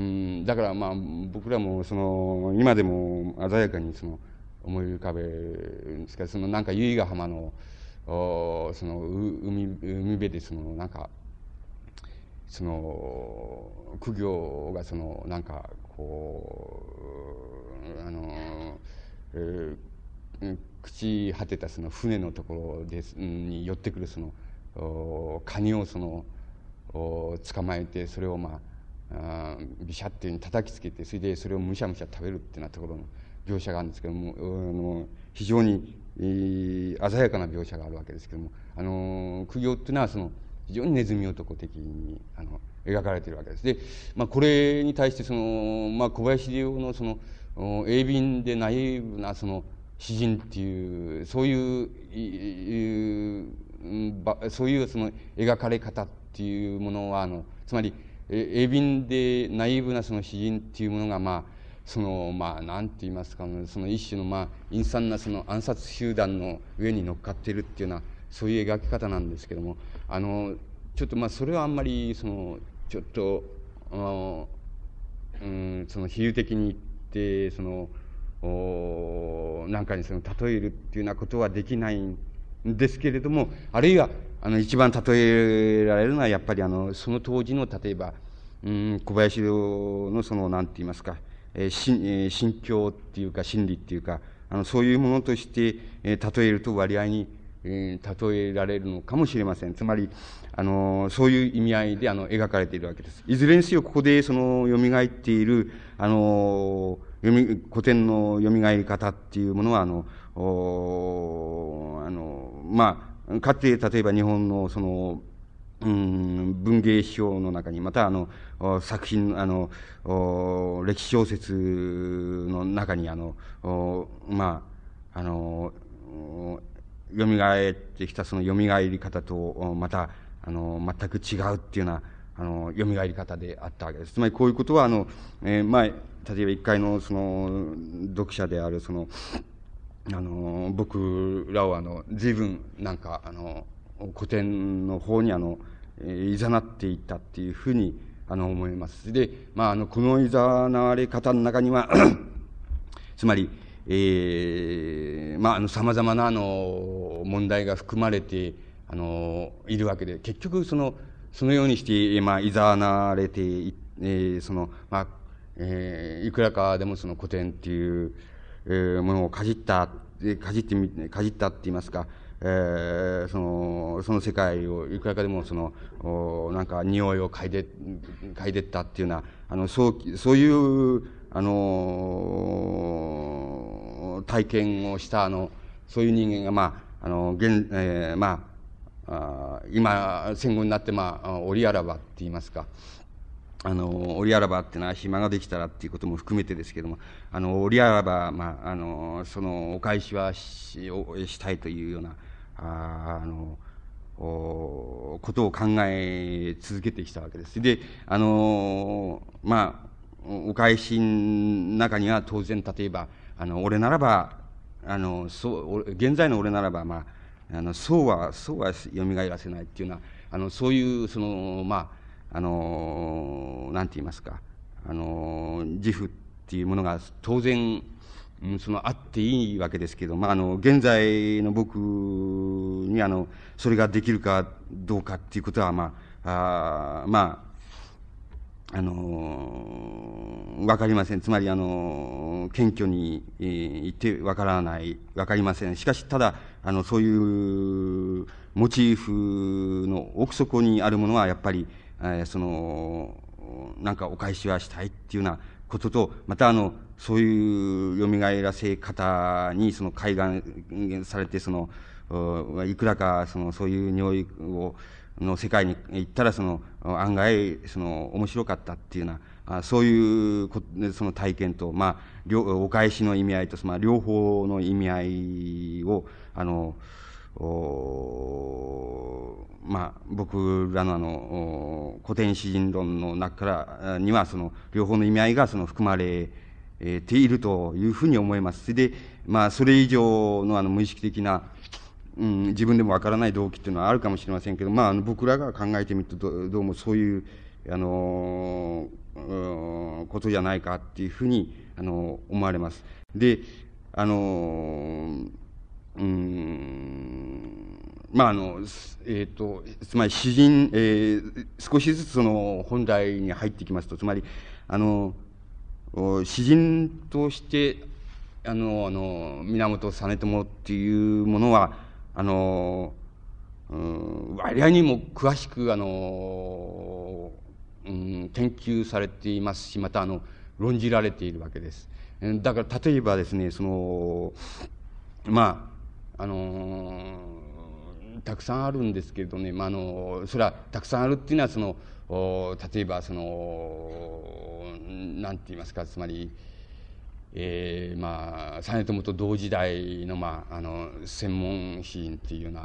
だからまあ僕らもその今でも鮮やかにその思い浮かべるんですけど、そのなんか由比ヶ浜のおその海海辺でそのなんかその苦行がそのなんかこうあの、えー、朽ち果てたその船のところですに寄ってくるそのカニをその捕まえて、それをまあビシャッていうふうに叩きつけて、それでそれをむしゃむしゃ食べるっていうようなところの描写があるんですけども、あの非常に、えー、鮮やかな描写があるわけですけども、あの苦行っていうのはその非常にネズミ男的にあの描かれているわけです。で、まあ、これに対してその、まあ、小林陵のその鋭敏でナイーブなその詩人っていうそういうばそういうその描かれ方っていうものはあのつまり鋭敏でナイーブなその詩人っていうものがまあそのまあ何て言いますか、その一種のまあ陰惨なその暗殺集団の上に乗っかっているっていうようなそういう描き方なんですけども、あのちょっとまあそれはあんまりそのちょっとあの、うん、その比喩的に言ってそのおなんかにその例えるっていうようなことはできないんですけれども、あるいはあの一番例えられるのはやっぱりあのその当時の例えば、うん、小林陵のその何て言いますか、えー心えー、心境っていうか心理っていうか、あのそういうものとして、えー、例えると割合に、えー、例えられるのかもしれません。つまりあのそういう意味合いであの描かれているわけです。いずれにせよここでその蘇っているあの古典の蘇り方っていうものはあのあのまあかつて例えば日本のそのうん文芸批評の中にまたあの作品あの歴史小説の中にあのまああの蘇ってきたその蘇り方とまたあの全く違うっていうようなあの蘇り方であったわけです。つまりこういうことはあの、えー、まあ例えば一回のその読者であるそのあの僕らをあの随分なんかあの古典の方にあのいざなっていったっていうふうにあの思います。で、まああのこのいざなわれ方の中にはつまり、えー、まああの様々なあの問題が含まれてあのいるわけで、結局そのそのようにしてまあいざなわれてい、えー、そのまあえー、いくらかでもその古典っていう、えー、ものをかじったかじってみかじったって言いますか、えー、そのその世界をいくらかでもそのおなんか匂いを嗅いで嗅いでったっていうようなあのそうそういうあの体験をしたあのそういう人間がまああの現、えー、まああ今戦後になってまあ折あらばって言いますか。あの折あらばっていうのは暇ができたらっていうことも含めてですけども、あの折あらば、まあ、あのそのお返しは し, したいというようなああのことを考え続けてきたわけです。であのまあお返しの中には当然例えばあの俺ならばあのそう現在の俺ならば、まあ、あのそうはそうは蘇らせないっていうようなあのそういうそのまああのなんて言いますか、あの自負っていうものが当然、うん、そのあっていいわけですけど、まあ、あの現在の僕にあのそれができるかどうかっていうことはまああまああの分かりません。つまりあの謙虚に、えー、言って分からない分かりません。しかしただあのそういうモチーフの奥底にあるものはやっぱりえー、そのなんかお返しはしたいっていうようなことと、またあのそういう蘇らせ方にその開眼されてそのいくらかそのそういう匂いをの世界に行ったらその案外その面白かったっていうようなそういうその体験と、まあ、お返しの意味合いと、まあ、両方の意味合いをあのおまあ僕らのあの古典詩人論の中からにはその両方の意味合いがその含まれているというふうに思います。でまあそれ以上のあの無意識的な、うん、自分でもわからない動機っていうのはあるかもしれませんけど、まあ、あの僕らが考えてみると ど, どうもそういうあのことじゃないかっていうふうにあの思われます。であのうーんまああのえー、とつまり詩人、えー、少しずつその本題に入ってきますと、つまりあの詩人としてあのあの源実朝っていうものはあの、うん、割合にも詳しくあの、うん、研究されていますし、またあの論じられているわけです。だから例えばですね、そのまああのたくさんあるんですけれどね、まあ、あのそれはたくさんあるっていうのはその例えばそのなんて言いますか、つまり、えー、まあ実朝と同時代の、まあ、あの専門詩人っていうような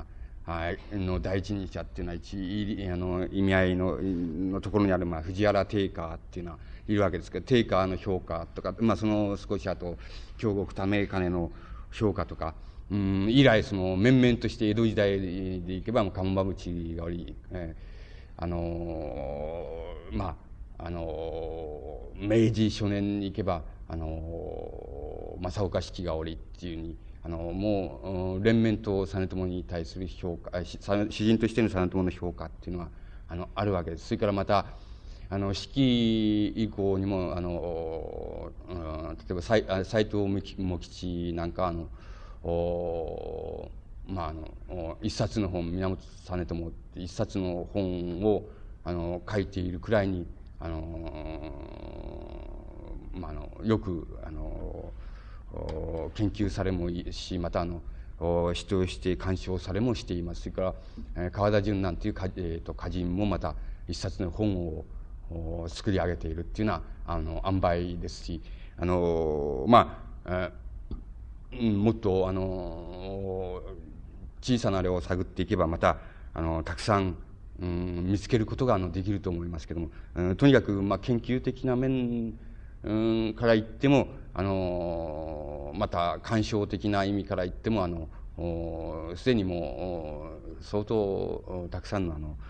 の第一人者っていうのは一あの意味合いののところにある、まあ、藤原定家っていうのはいるわけですけど、定家の評価とか、まあ、その少しあと京極為金の評価とか、うん、以来その面々として江戸時代でいけば鴨場淵がおり、えー、あのー、まああのー、明治初年に行けばあのー、正岡子規がおりっていうふうに、あのもう連綿と実朝に対する評価、詩人としての実朝の評価っていうのはあのあるわけです。それからまたあの子規以降にもあの、うん、例えば斎藤茂吉なんかあのおまああの一冊の本、源実朝って一冊の本をあの書いているくらいにあの、まあ、あのよくあの研究されもいいし、またあの主張して鑑賞されもしています。それから、えー、川田純なんていう歌、えー、と歌人もまた一冊の本を作り上げているっていうのはあの塩梅ですし、あのまあ、えー、もっとあの小さな量を探っていけばまたあのたくさん、うん、見つけることがあのできると思いますけども、うん、とにかく、まあ、研究的な面、うん、から言ってもあのまた鑑賞的な意味から言ってもあのすでにもう相当たくさんのあの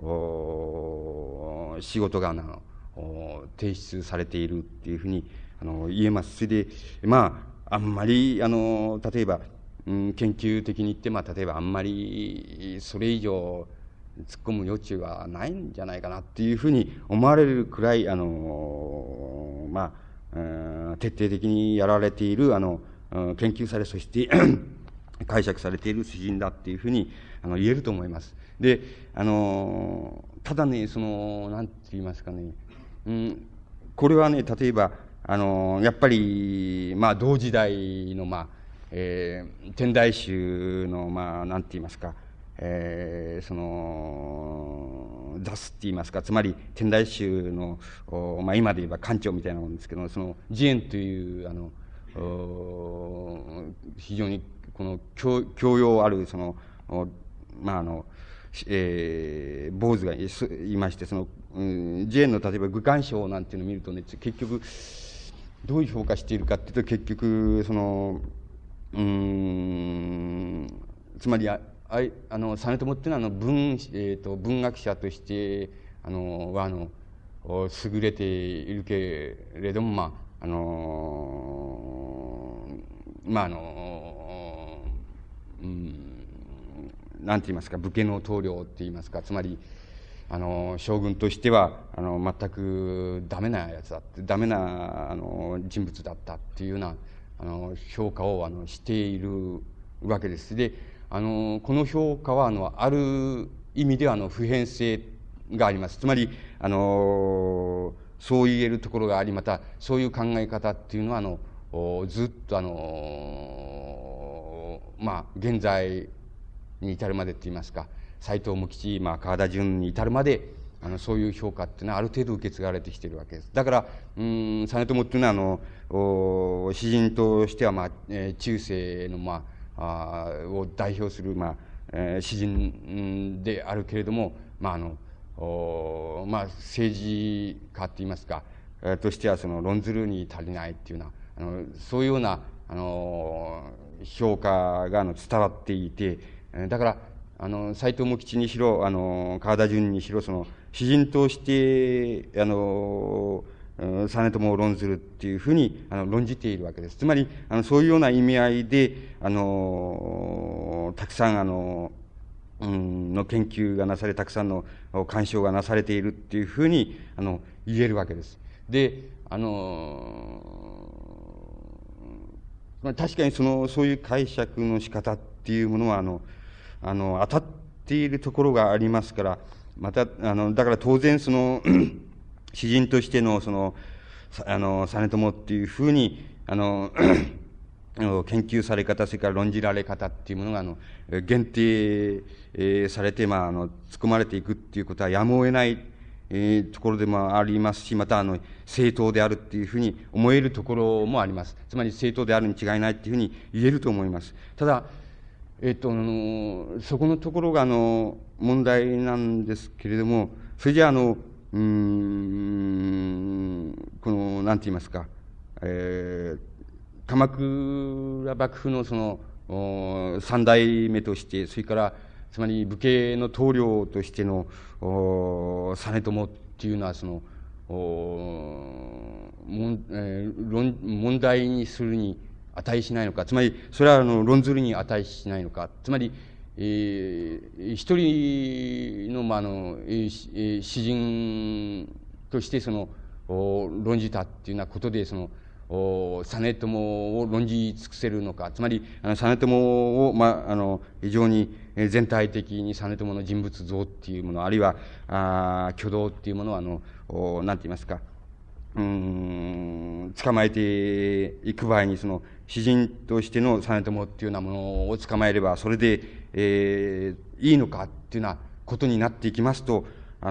仕事があの提出されているっていうふうにあの言えます。それでまああんまりあの例えば、うん、研究的に言って、まあ、例えばあんまりそれ以上突っ込む余地はないんじゃないかなっていうふうに思われるくらいあのまあ徹底的にやられているあの研究され、そして解釈されている詩人だっていうふうにあの言えると思います。であのただね、そのなんて言いますかね、うん、これはね例えばあのやっぱりまあ同時代のまあ、えー、天台宗のまあなんて言いますか、えー、その出すって言いますか、つまり天台宗の、まあ、今で言えば館長みたいなもんですけど、その慈円というあの非常にこの 教, 教養あるそのまああの、えー、坊主がいまして、その、うん、慈円の例えば愚官賞なんていうのを見るとね、結局どういう評価しているかっていうと、結局そのうーんつまりああいあの実朝っていうのはあの 文,、えー、と文学者としてあのはあの優れているけれども、まああのまああのうんなんて言いますか、武家の棟梁って言いますか、つまりあの将軍としてはあの全くダメなやつだって、ダメなあの人物だったっていうようなあの評価をあのしているわけです。であのこの評価はあのある意味ではあの普遍性があります。つまりあのそう言えるところがあり、またそういう考え方っていうのはあのずっとあのまあ現在に至るまでって言いますか、斎藤茂吉、まあ、川田純に至るまであのそういう評価っていうのはある程度受け継がれてきているわけです。だからうん実朝っていうのはあの詩人としては、まあえー、中世の、まあ、あを代表する、まあえー、詩人であるけれども、まああのまあ、政治家って言いますか、えー、としてはその論ずるに足りないっていうようなあのそういうようなあの評価があの伝わっていて、だからあの斎藤茂吉にしろあの川田純にしろ、その詩人としてあの実朝を論ずるっていうふうにあの論じているわけです。つまりあのそういうような意味合いであのたくさんあの、うん、の研究がなされ、たくさんの鑑賞がなされているっていうふうにあの言えるわけです。であの確かにそのそういう解釈の仕方っていうものはあのあの当たっているところがありますから、またあのだから当然その詩人としてのそのあの実朝っていうふうにあの研究され方、それから論じられ方っていうものがあの限定、えー、されて、まあ、あの突っ込まれていくっていうことはやむを得ない、えー、ところでもありますし、またあの正当であるっていうふうに思えるところもあります。つまり正当であるに違いないっていうふうに言えると思います。ただえっと、あの、そこのところが、あの、問題なんですけれども、それじゃあ、あの、うーん、この、なんて言いますか、えー、鎌倉幕府のその、三代目として、それから、つまり武家の棟梁としての、実朝っていうのは、その、もん、えー、論、問題にするに値しないのか、つまり、それはあの論ずるに値しないのか、つまり、えー、一人の、まあ、あの、えー、詩人としてその、論じたっていうようなことで、その、実朝を論じ尽くせるのか、つまり、あの、実朝を、まあ、あの、非常に全体的に実朝の人物像っていうもの、あるいは、あ挙動っていうものは、あの、なんて言いますか、うーん、捕まえていく場合に、その、詩人としての実朝っていうようなものを捕まえれば、それで、えー、いいのかっていうようなことになっていきますと、あ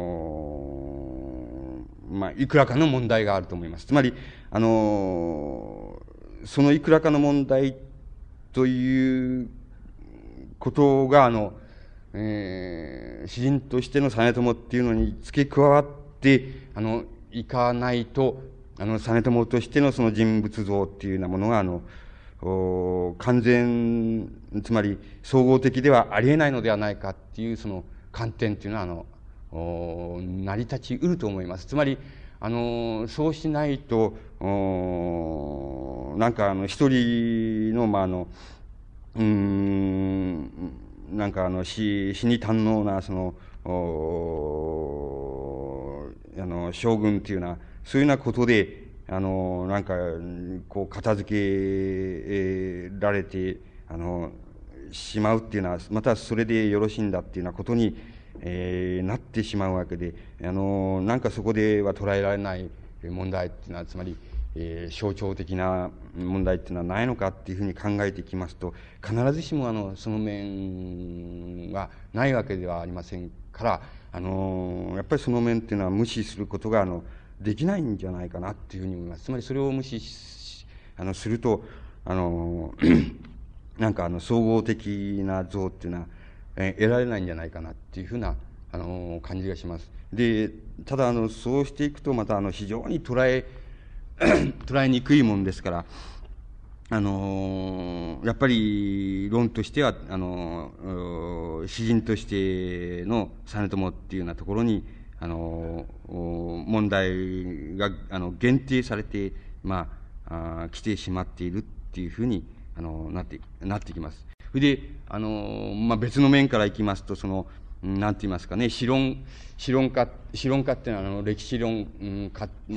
のー、まあ、いくらかの問題があると思います。つまり、あのー、そのいくらかの問題ということが、あの、えー、詩人としての実朝っていうのに付け加わって、あの、いかないと、あの、実朝としてのその人物像っていうようなものが、あの、完全、つまり総合的ではありえないのではないかっていうその観点っていうのは、あの、成り立ちうると思います。つまり、あの、そうしないと、なんかあの、一人の、まあ、あの、うーん、なんかあの、死、死に堪能な、その、あの、将軍っていうような、そういうようなことで、あの、なんか、こう、片付けられて、あの、しまうっていうのは、またそれでよろしいんだっていうようなことに、えー、なってしまうわけで、あの、なんかそこでは捉えられない問題っていうのは、つまり、えー、象徴的な問題っていうのはないのかっていうふうに考えていきますと、必ずしもあの、その面はないわけではありませんから、あの、やっぱりその面っていうのは無視することが、あの、できないんじゃないかなっていうふうに思います。つまりそれを無視し、あの、すると、あの、なんかあの、総合的な像っていうのは、えー、得られないんじゃないかなっていうふうな、あの、感じがします。で、ただあの、そうしていくとまたあの、非常に捉え、捉えにくいもんですから、あのやっぱり論としてはあの詩人としての実朝っていうようなところにあの問題があの限定されてまあ来てしまっているっていうふうにあのなってなってきます。それであの、まあ、別の面からいきますとそのなんて言いますかね、史論、史論家、史論家っていうのは、あの、歴史論家、うん、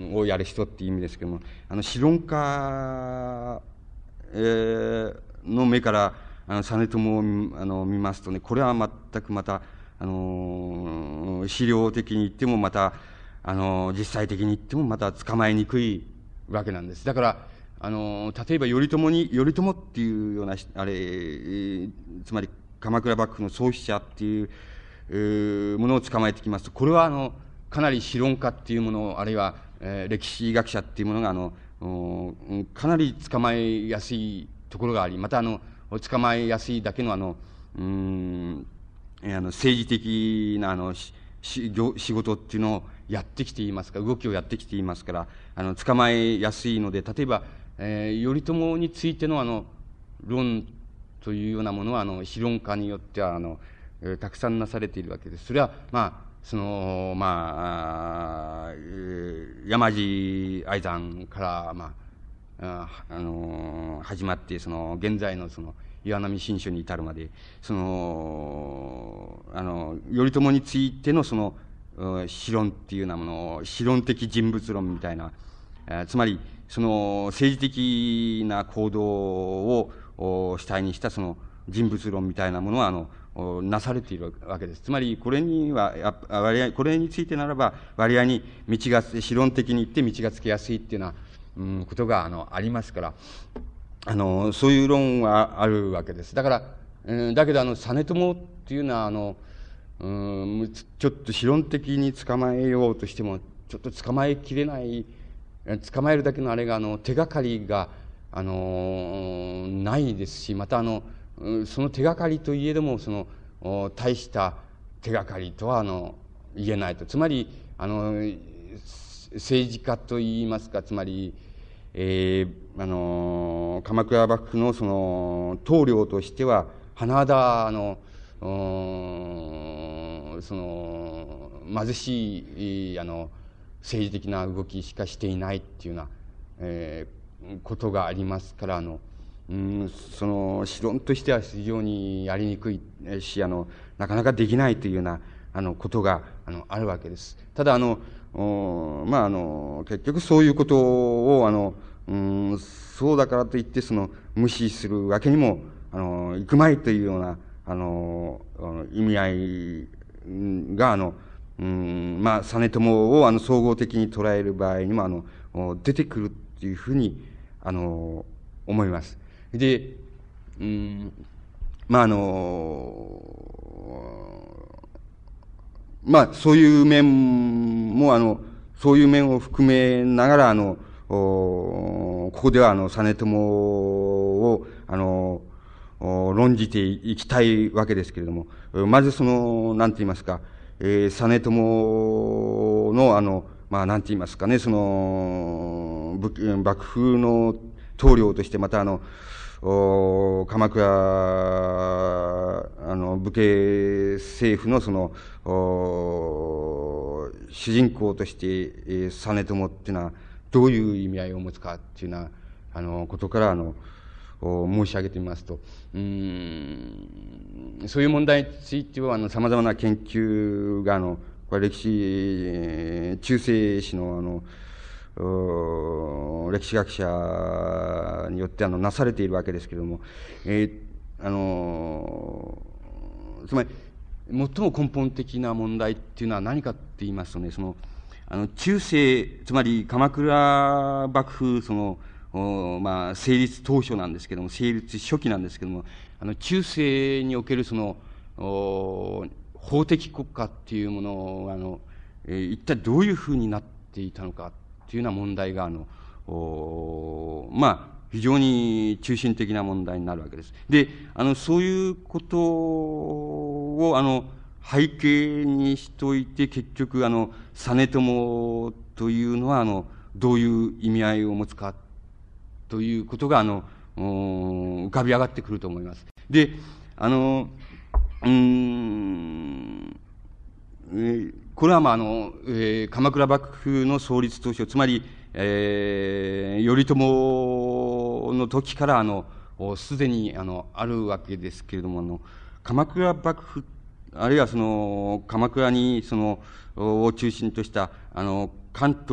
をやる人っていう意味ですけども、あの、史論家、えー、の目から、あの、実朝をあの見ますとね、これは全くまた、あの、資料的に言ってもまた、あの、実際的に言ってもまた捕まえにくいわけなんです。だから、あの、例えば頼朝に、頼朝っていうような、あれ、えー、つまり、鎌倉幕府の創始者っていう、えー、ものを捕まえてきますと、これはあの、かなり史論家っていうもの、あるいは、えー、歴史学者っていうものが、あの、かなり捕まえやすいところがあり、またあの、捕まえやすいだけのあの、うん、あの政治的なあの、し仕事っていうのをやってきていますから、動きをやってきていますから、あの、捕まえやすいので、例えば、えー、頼朝についてのあの、論というようなものは、あの、史論家によっては、あの、えー、たくさんなされているわけです。それは、まあ、その、まあ、あ山地愛山から、まあ、あ、あのー、始まって、その、現在のその、岩波新書に至るまで、その、あの、頼朝についてのその、史論っていうようなものを、史論的人物論みたいな、えつまり、その、政治的な行動を主体にしたその、人物論みたいなものは、あの、なされているわけです。つまり、これには、割合、これについてならば、割合に道が、史論的に言って道がつけやすいっていうような、うん、ことが、あの、ありますから、あの、そういう論はあるわけです。だから、うん、だけど、あの、実朝っていうのは、あの、うん、ちょっと史論的に捕まえようとしても、ちょっと捕まえきれない、捕まえるだけのあれが、あの、手がかりが、あの、ないですし、また、あの、 その手がかりといえども、その、大した手がかりとは、あの、言えないと。つまり、あの、政治家といいますか、つまり、えー、あの、鎌倉幕府のその、棟梁としては、甚だ、あの、その、貧しい、あの、政治的な動きしかしていないっていうような、えー、ことがありますから、あの、うん、その、司論としては非常にやりにくいし、あの、なかなかできないというような、あの、ことが、あの、あるわけです。ただ、あの、まあ、あの、結局そういうことを、あの、うん、そうだからといって、その、無視するわけにも、あの、いくまいというような、あの、意味合いが、あの、うん、まあ、実朝を、あの、総合的に捉える場合にも、あの、出てくるっていうふうに、あの、思います。で、うん、まあ、あの、まあ、そういう面も、あの、そういう面を含めながら、あの、ここでは、あの、実朝を、あの、論じていきたいわけですけれども、まずその、なんて言いますか、えー、実朝の、あの、まあ、なんて言いますかね、その、幕府の棟梁として、またあの、鎌倉、あの、武家政府のその、主人公として、えー、実朝っていうのは、どういう意味合いを持つかっていうような、あの、ことから、あの、申し上げてみますと、うーん、そういう問題については、あの、様々な研究が、あの、これ歴史、中世史の、あの、歴史学者によってあのなされているわけですけれども、えー、あのつまり最も根本的な問題っていうのは何かって言いますとね、そのあの中世、つまり鎌倉幕府そのまあ成立当初なんですけども、成立初期なんですけども、あの中世におけるその法的国家っていうものがあの、えー、一体どういうふうになっていたのかというような問題があのまあ非常に中心的な問題になるわけです。で、あのそういうことをあの背景にしておいて、結局あの実朝というのはあのどういう意味合いを持つかということがあの浮かび上がってくると思います。で、あのうーんこれはまああの、えー、鎌倉幕府の創立当初、つまり、えー、頼朝の時からあのすでにあのあるわけですけれども、あの鎌倉幕府あるいはその鎌倉にそのを中心としたあの関東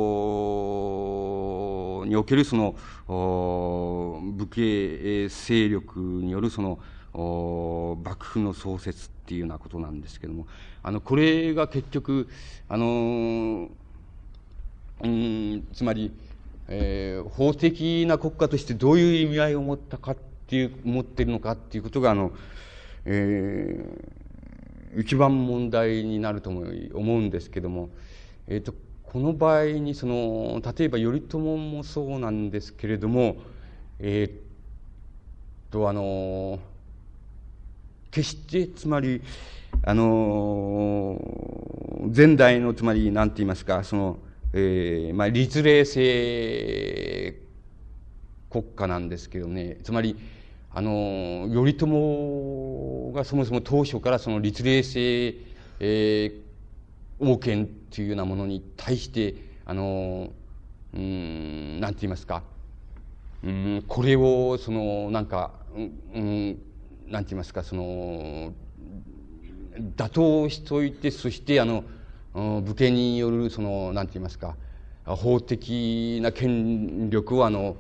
におけるその武家勢力によるその幕府の創設っていうようなことなんですけれども、あのこれが結局あのうんつまり、えー、法的な国家としてどういう意味合いを持ったかっていう持っているのかっていうことがあの、えー、一番問題になると思うんですけども、えーとこの場合にその例えば頼朝もそうなんですけれども、えー、っとあの決してつまりあの前代のつまり何て言いますか、その、えー、まあ律令制国家なんですけどね、つまりあの頼朝がそもそも当初からその律令制、えー王権というようなものに対してあのうんなんて言いますか、うんこれをそのなんかうんなんて言いますか、その打倒しといて、そしてあの武家によるそのなんて言いますか、法的な権力をあの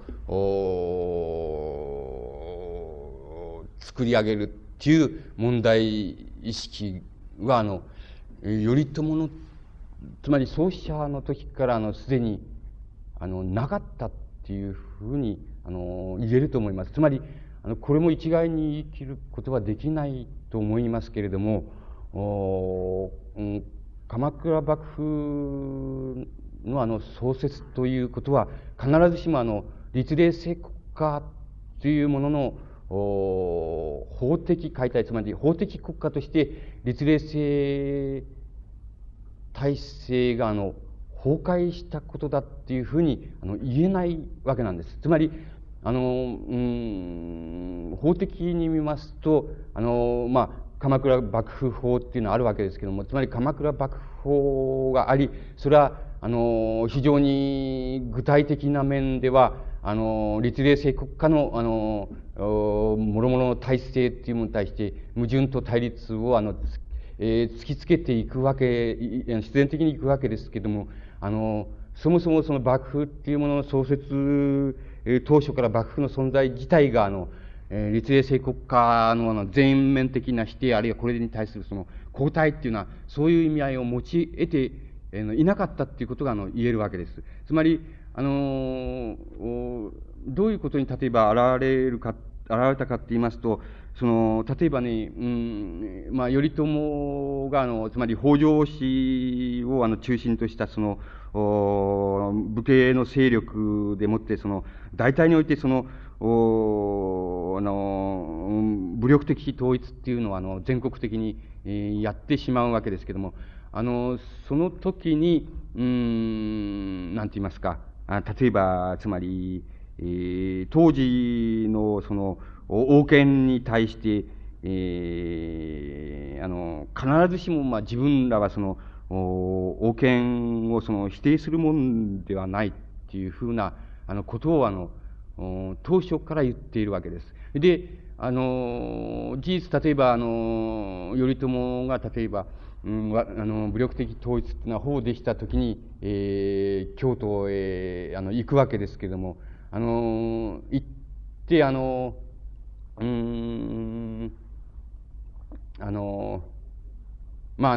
作り上げるっていう問題意識はあの頼朝のつまり創始者の時からあのすでにあのなかったっていうふうにあの言えると思います。つまりあのこれも一概に言い切ることはできないと思いますけれども、お、うん、鎌倉幕府のあの創設ということは必ずしもあの律令制国家というものの法的解体、つまり法的国家として立例制体制があの崩壊したことだっていうふうにあの言えないわけなんです。つまりあの、うん、法的に見ますと、あの、まあ、鎌倉幕府法っていうのはあるわけですけども、つまり鎌倉幕府法があり、それは、あの、非常に具体的な面では、あの、立例制国家の、あの、もろもろの体制っていうものに対して、矛盾と対立を、あの、えー、突きつけていくわけ、必然的にいくわけですけども、あの、そもそもその幕府っていうものの創設、当初から幕府の存在自体が、あの、えー、立例制国家のあの全面的な否定、あるいはこれに対するその後退っていうのは、そういう意味合いを持ち得て、えー、いなかったっていうことがあの言えるわけです。つまり、あのー、どういうことに例えば現れるか、現れたかって言いますと、その、例えばね、うん、まあ、頼朝が、あの、つまり北条氏をあの中心としたその、武家の勢力でもって、その、大体においてその、おあの、武力的統一っていうのは、あの、全国的に、えー、やってしまうわけですけども、あの、その時に、うん、なんて言いますか、あ例えば、つまり、えー、当時のその、王権に対して、えー、あの、必ずしも、まあ、自分らはその、王権をその否定するもんではないっていうふうな、あの、ことを、あの、当初から言っているわけです。で、あの、事実、例えば、あの、頼朝が、例えば、うん、あの、武力的統一というのは、法でしたときに、えー、京都へ、あの、行くわけですけれども、あの、行って、あの、うーん、あの、まあ、あ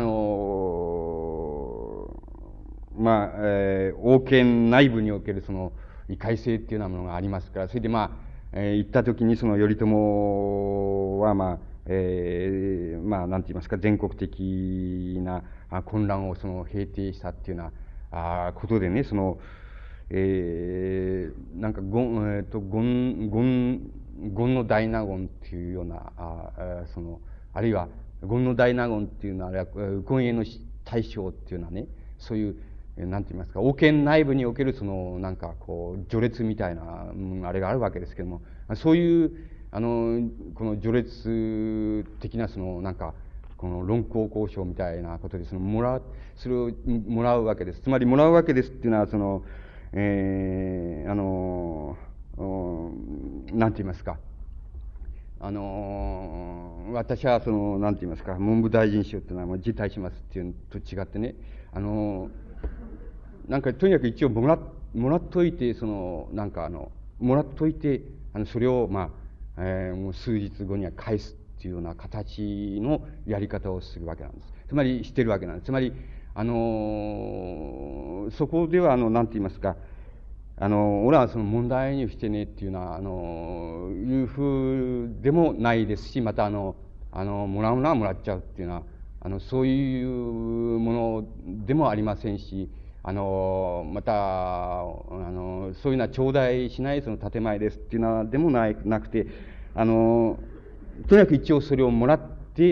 の、まあ、えー、王権内部におけるその、異界性っていうようなものがありますから、それでまあ、えー、行ったときにその頼朝はまあ、えー、まあ、なんて言いますか、全国的な混乱をその、平定したっていうような、あことでね、その、えー、なんか、ゴン、えっ、ー、と、ゴン、ゴン、ゴンの大納言っていうような、あその、あるいは、ゴンの大納言っていうのは、あれは、右近衛の大将っていうのはね、そういう、なんて言いますか、王権内部におけるその、なんかこう、序列みたいな、うん、あれがあるわけですけども、そういう、あの、この序列的なその、なんか、この論功交渉みたいなことで、その、もらう、それをもらうわけです。つまり、もらうわけですっていうのは、その、えー、あの、なんて言いますか、あの、私はその、なんて言いますか、文部大臣賞っていうのはもう辞退しますっていうのと違ってね、あの、なんかとにかく一応もら、もらっといて、その、なんかあの、もらっといて、あの、それを、まあ、えー、もう数日後には返すっていうような形のやり方をするわけなんです。つまり、してるわけなんです。つまり、あの、そこでは、あの、なんて言いますか、あの、俺はその問題にしてねっていうのは、あの、いうふうでもないですし、またあの、あの、もらうのはもらっちゃうっていうのは、あの、そういうものでもありませんし、あの、また、あの、そういうのは頂戴しないその建前ですっていうのはでもない、なくて、あの、とにかく一応それをもらって、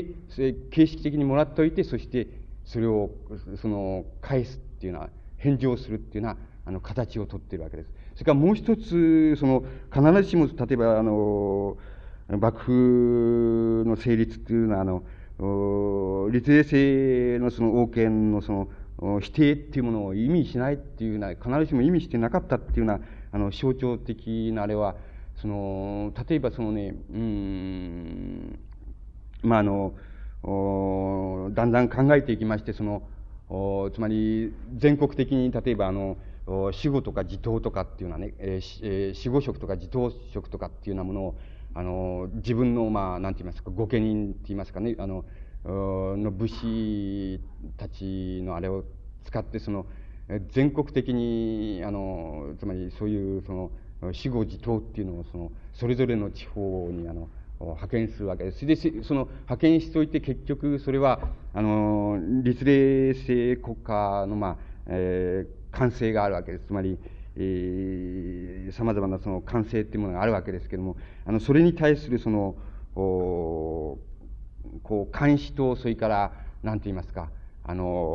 形式的にもらっておいて、そしてそれを、その、返すっていうのは、返上するっていうのは、あの、形をとっているわけです。それからもう一つ、その、必ずしも、例えば、あの、幕府の成立というのは、あの、立例制のその王権のその、否定っていうものを意味しないっていうのは、必ずしも意味してなかったっていうような、あの、象徴的なあれは、その、例えばそのね、うん、まあ、あの、だんだん考えていきまして、その、つまり、全国的に、例えば、あの、死後とか地頭とかっていうのはね、えー、死後職とか地頭職とかっていうようなものを、あの、自分の、まあ、なんて言いますか、御家人って言いますかね、あの、の武士たちのあれを使って、その、全国的に、あの、つまりそういう、その、死後地頭っていうのを、その、それぞれの地方に、あの、派遣するわけです。で、その派遣しておいて結局それは、あの、立例制国家の、まあ、えー、完成があるわけです。つまり、 えー、様々なその感性っていうものがあるわけですけれども、あの、それに対するその、おこう、監視と、それから、なんて言いますか、あ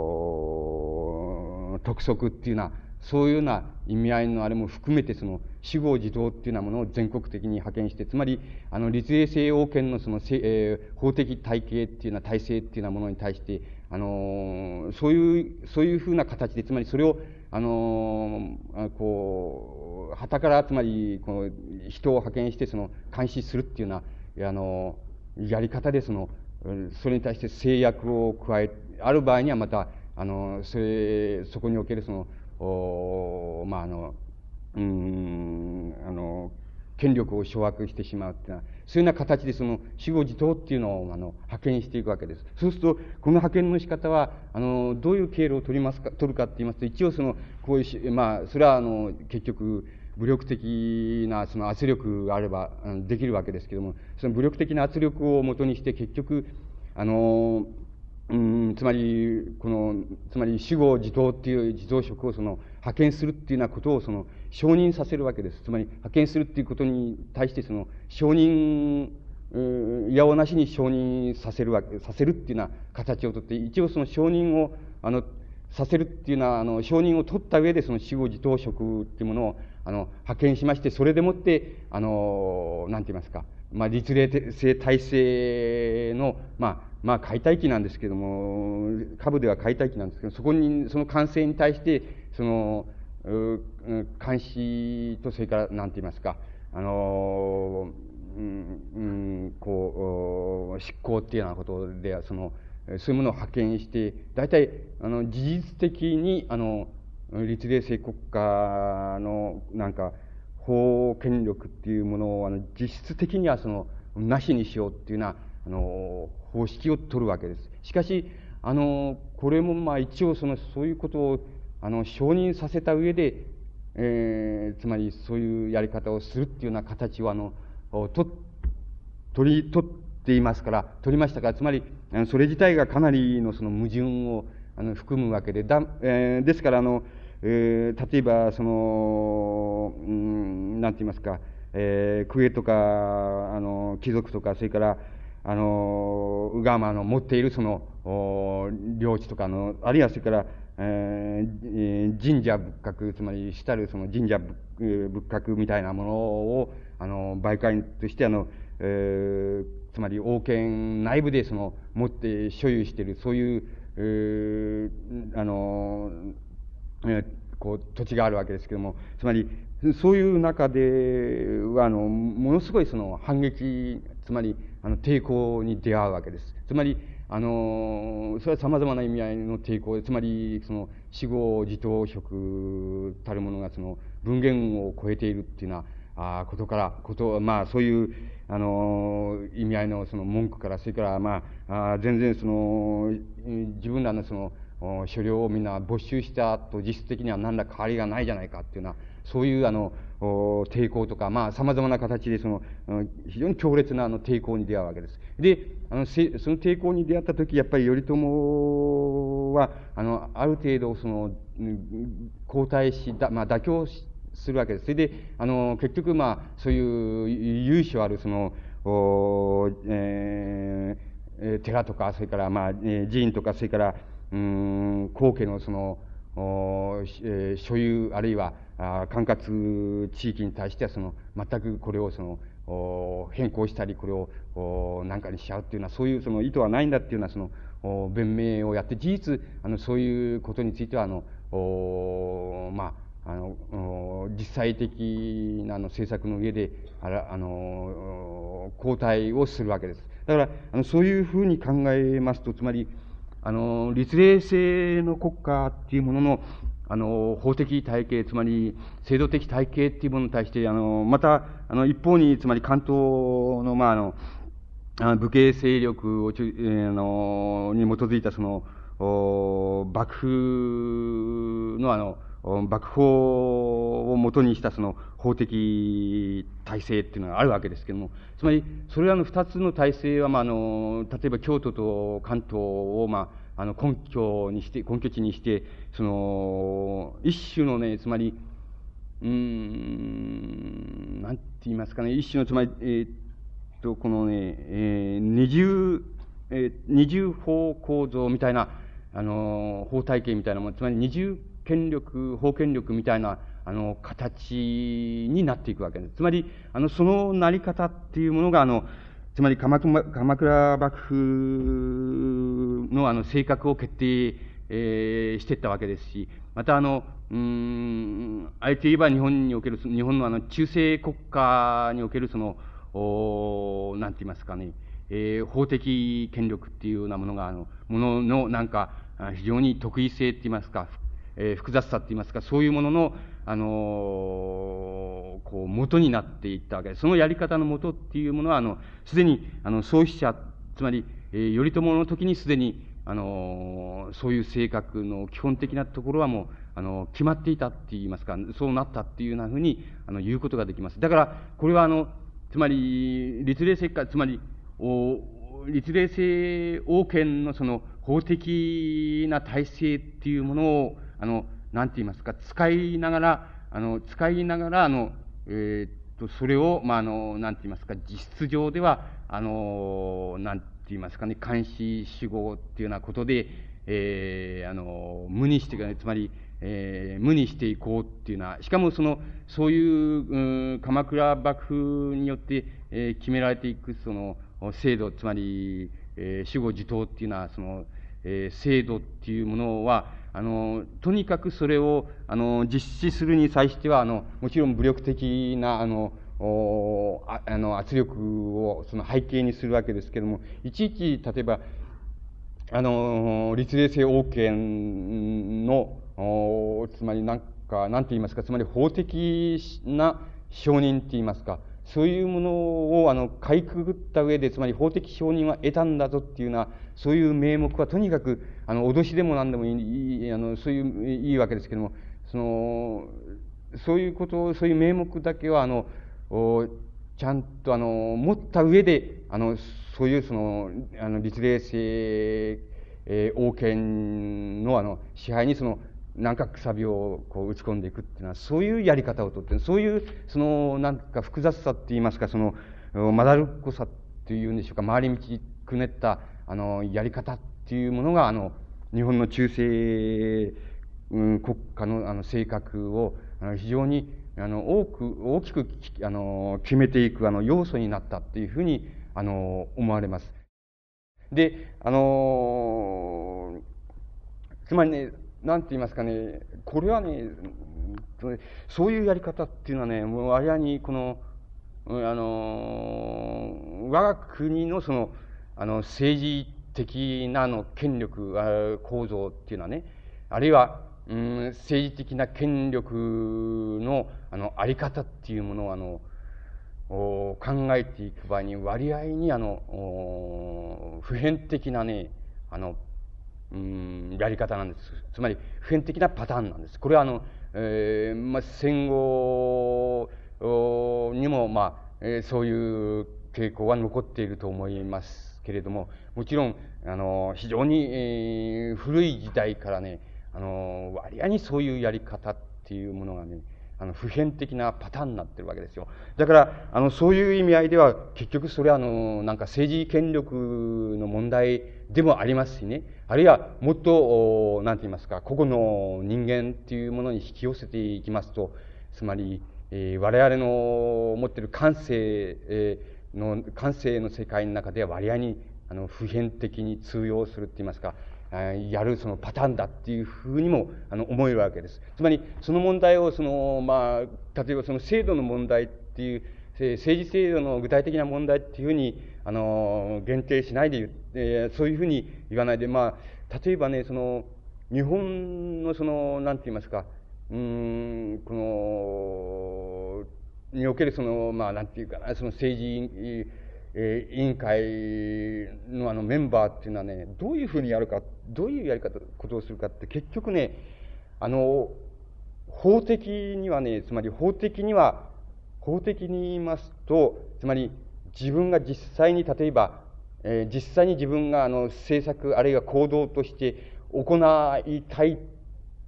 の、督促っていうような、そういうような意味合いのあれも含めて、その、私語自動っていうようなものを全国的に派遣して、つまり、あの、立例性王権のその、えー、法的体系っていうような体制っていうようなものに対して、あの、そういう、そういうふうな形で、つまりそれを、あの、こう、旗から、つまり、この、人を派遣して、その、監視するっていうような、あの、やり方で、その、それに対して制約を加え、ある場合にはまた、あの、それ、そこにおけるその、おまあ、あの、うん、あの、権力を掌握してしまうっていうのは、そういうような形でその、私語自答っていうのを、あの、派遣していくわけです。そうすると、この派遣の仕方は、あの、どういう経路を取りますか、取るかって言いますと、一応その、こういうし、まあ、それはあの、結局、武力的なその圧力があればできるわけですけれども、その武力的な圧力をもとにして結局、あの、うん、つまり、この、つまり、守護自動っていう自動職をその、派遣するっていうようなことをその、承認させるわけです。つまり、派遣するっていうことに対してその、承認、いやおなしに承認させるわけ、させるっていうような形をとって、一応その承認を、あの、させるっていうのは、あの、承認を取った上で、その死後自答職っていうものを、あの、派遣しまして、それでもって、あの、なんて言いますか、まあ、立例性体制の、まあ、まあ、解体期なんですけども、下部では解体期なんですけど、そこに、その完成に対して、その、監視と、それから、なんて言いますか、あの、うん、うん、こう、執行っていうようなことで、その、そういうものを派遣して、大体、あの、事実的に、あの、立例性国家の、なんか、法権力っていうものを、あの、実質的には、その、なしにしようっていうような、あの、方式を取るわけです。しかし、あの、これも、まあ、一応、その、そういうことを、あの、承認させた上で、えー、つまり、そういうやり方をするっていうような形を、あの、と、取り、取っていますから、取りましたから、つまり、それ自体がかなりのその矛盾をあの含むわけで、だ、えー、ですから、あの、えー、例えば、その、うん、なんて言いますか、えー、クエとか、あの、貴族とか、それから、あの、が、まあ、あの、持っているその、領地とかの、あるいはそれから、えー、神社仏閣、つまり、主たるその神社仏閣みたいなものを、あの、媒介として、あの、えー、つまり王権内部でその持って所有しているそういう、えー、あの、えー、こう土地があるわけですけども、つまりそういう中ではあのものすごいその反撃、つまりあの抵抗に出会うわけです。つまりあのそれは様々な意味合いの抵抗で、つまりその死後自答職たるものがその分限を超えているっていうようなあことから、こと、まあそういう、あの、意味合いのその文句から、それから、まあ、あ全然その、自分らのその、所領をみんな没収したと実質的には何ら変わりがないじゃないかっていうような、そういうあの、抵抗とか、まあ様々な形でその、非常に強烈なあの抵抗に出会うわけです。で、あの、その抵抗に出会ったとき、やっぱり頼朝は、あの、ある程度その、後退し、だまあ妥協し、するわけです。それで、あの、結局、まあ、そういう由緒ある、その、おえー、寺とか、それから、まあ、寺院とか、それから、うん、皇家のその、おえー、所有、あるいは、あ管轄地域に対しては、その、全くこれを、その、お変更したり、これを、お何かにしちゃうっていうのは、そういう、その、意図はないんだっていうような、その、お弁明をやって、事実、あの、そういうことについては、あの、おまあ、あの、実際的なあの政策の上で、あら、あの、交代をするわけです。だから、あの、そういうふうに考えますと、つまり、あの、立例性の国家っていうものの、あの、法的体系、つまり、制度的体系っていうものに対して、あの、また、あの、一方に、つまり関東の、まあ、あの、武家勢力をち、えー、の、に基づいた、その、幕府の、あの、幕法をもとにしたその法的体制っていうのがあるわけですけれども、つまりそれらの二つの体制は、まあ、あの例えば京都と関東を、まあ、あの根拠にして根拠地にして、その一種のね、つまりうーん、なんて言いますかね、一種の、つまり、えー、っと、このね、えー、二重、えー、二重法構造みたいな、あの、法体系みたいなもの、つまり二重権力、法権力みたいな、あの、形になっていくわけです。つまり、あの、そのなり方っていうものが、あの、つまり鎌倉、鎌倉幕府のあの性格を決定、えー、していったわけですし、またあの、うーん、あえて言えば日本における、日本のあの中世国家におけるその、おなんて言いますかね、えー、法的権力っていうようなものが、あの、もののなんか、非常に特異性って言いますか、えー、複雑さって言いますか、そういうものの、あのー、こう、元になっていったわけです。そのやり方の元っていうものは、あの、すでに、あの、創始者、つまり、えー、頼朝の時にすでに、あのー、そういう性格の基本的なところはもう、あの、決まっていたって言いますか、そうなったっていうようなふうに、あの、言うことができます。だから、これはあの、つまり、律令政化、つまり、お律令制王権のその法的な体制っていうものを、あの、なんて言いますか、使いながら、あの、使いながら、あの、えー、っと、それを、まあ、あの、なんて言いますか、実質上では、あの、なんて言いますかね、監視守護っていうようなことで、えー、あの、無にしていかない、つまり、えー、無にしていこうっていうのは、しかもその、そういう、うん、鎌倉幕府によって、えー、決められていく、その、制度、つまり、えー、守護自党っていうのは、その、えー、制度っていうものは、あの、とにかくそれを、あの、実施するに際しては、あの、もちろん武力的な、あの、おああの圧力をその背景にするわけですけれども、いちいち、例えば、あの、律令制王権の、おつまりなんか、なんて言いますか、つまり法的な承認って言いますか、そういうものを、あの、かいくぐった上で、つまり法的承認は得たんだぞっていうような、そういう名目はとにかく、あの、脅しでも何でもいい、いいあの、そういう、いいわけですけども、その、そういうことを、そういう名目だけは、あの、おちゃんと、あの、持った上で、あの、そういう、その、あの、律令制、えー、王権の、あの、支配に、その、なんかくさびをこう打ち込んでいくっていうのは、そういうやり方をとって、そういう、その、なんか複雑さって言いますか、その、まだるっこさっていうんでしょうか、回り道くねった、あの、やり方っていうものが、あの、日本の中世、うん、国家の、あの、性格を、あの非常に、あの、多く、大きく、あの、決めていく、あの、要素になったっていうふうに、あの、思われます。で、あの、つまりね、なんて言いますかね、これはね、そういうやり方っていうのはね、もう割合にこの、あの、我が国のその、あの、政治的なあの権力構造っていうのはね、あるいは、うん、政治的な権力のあのあり方っていうものをあの考えていく場合に割合にあの普遍的なね、あのうん、やり方なんです。つまり普遍的なパターンなんです。これはあの、えーまあ、戦後にも、まあえー、そういう傾向は残っていると思いますけれども、もちろんあの非常に、えー、古い時代からね、あの割合にそういうやり方っていうものがね、あの普遍的なパターンになってるわけですよ。だからあのそういう意味合いでは結局それはあのなんか政治権力の問題でもありますしね、あるいはもっと何て言いますか、個々の人間っていうものに引き寄せていきますと、つまり、えー、我々の持っている感性、えー、の感性の世界の中では割合にあの普遍的に通用するって言いますか、やるそのパターンだっていうふうにもあの思えるわけです。つまりその問題をその、まあ、例えばその制度の問題っていう政治制度の具体的な問題っていうふうにあの限定しないで、えー、そういうふうに言わないで、まあ、例えばね、その日本のそのなんて言いますか、うーんこのにおけるそのまあなんていうかな、その政治えー、委員会のあのメンバーっていうのはね、どういうふうにやるか、どういうやり方、ことをするかって結局ね、あの、法的にはね、つまり法的には、法的に言いますと、つまり自分が実際に例えば、えー、実際に自分があの政策あるいは行動として行いたい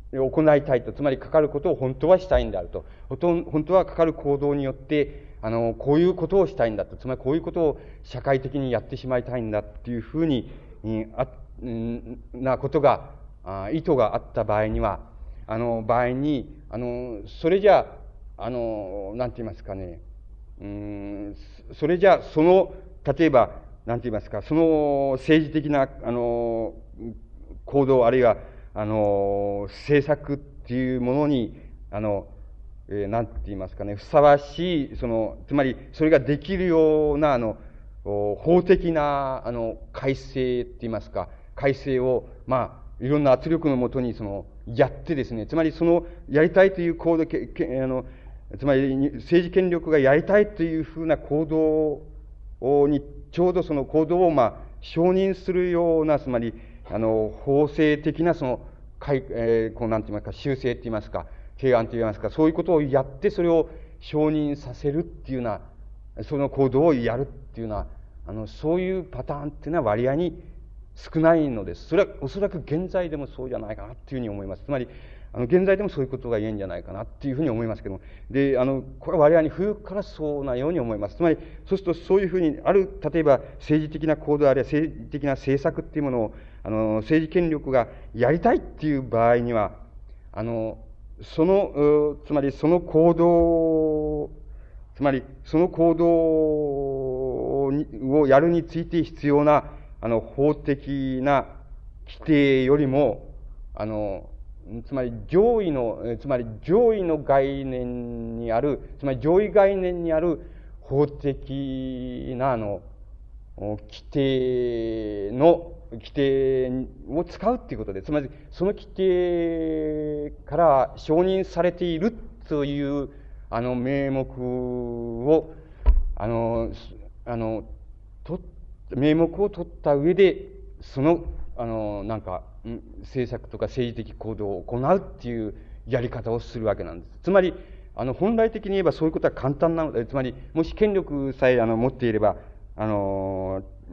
行いたいと、つまりかかることを本当はしたいんであると。本当はかかる行動によって、あの、こういうことをしたいんだと。つまりこういうことを社会的にやってしまいたいんだっていうふうに、あ、なことが、あ意図があった場合には、あの、場合に、あの、それじゃあ、あの、なんて言いますかね、うん、それじゃあ、その、例えば、なんて言いますか、その政治的な、あの、行動、あるいは、あの、政策っていうものに、あの、えー、なんて言いますかね、ふさわしい、その、つまり、それができるような、あの、法的な、あの、改正って言いますか、改正を、まあ、いろんな圧力のもとに、その、やってですね、つまり、その、やりたいという行動、けけあの、つまり、政治権力がやりたいというふうな行動に、ちょうどその行動を、まあ、承認するような、つまり、あの、法制的な、その、改、えー、こう、なんて言いますか、修正って言いますか、提案と言いますか、そういうことをやって、それを承認させるっていうような、その行動をやるっていうような、あの、そういうパターンっていうのは割合に少ないのです。それはおそらく現在でもそうじゃないかなっていうふうに思います。つまり、あの、現在でもそういうことが言えんじゃないかなっていうふうに思いますけども。で、あの、これは割合に古くからそうなように思います。つまり、そうするとそういうふうに、ある、例えば政治的な行動あるいは政治的な政策っていうものを、あの、政治権力がやりたいっていう場合には、あの、その、つまりその行動、つまりその行動をやるについて必要な、あの、法的な規定よりも、あの、つまり上位の、つまり上位の概念にある、つまり上位概念にある法的な、あの、規定の、規定を使うっていうことで、つまりその規定から承認されているという、あの、名目を、あの、あの、と、名目を取った上で、その、あの、なんか、政策とか政治的行動を行うっていうやり方をするわけなんです。つまり、あの、本来的に言えばそういうことは簡単なので、つまり、もし権力さえ、あの、持っていれば、あの、うん、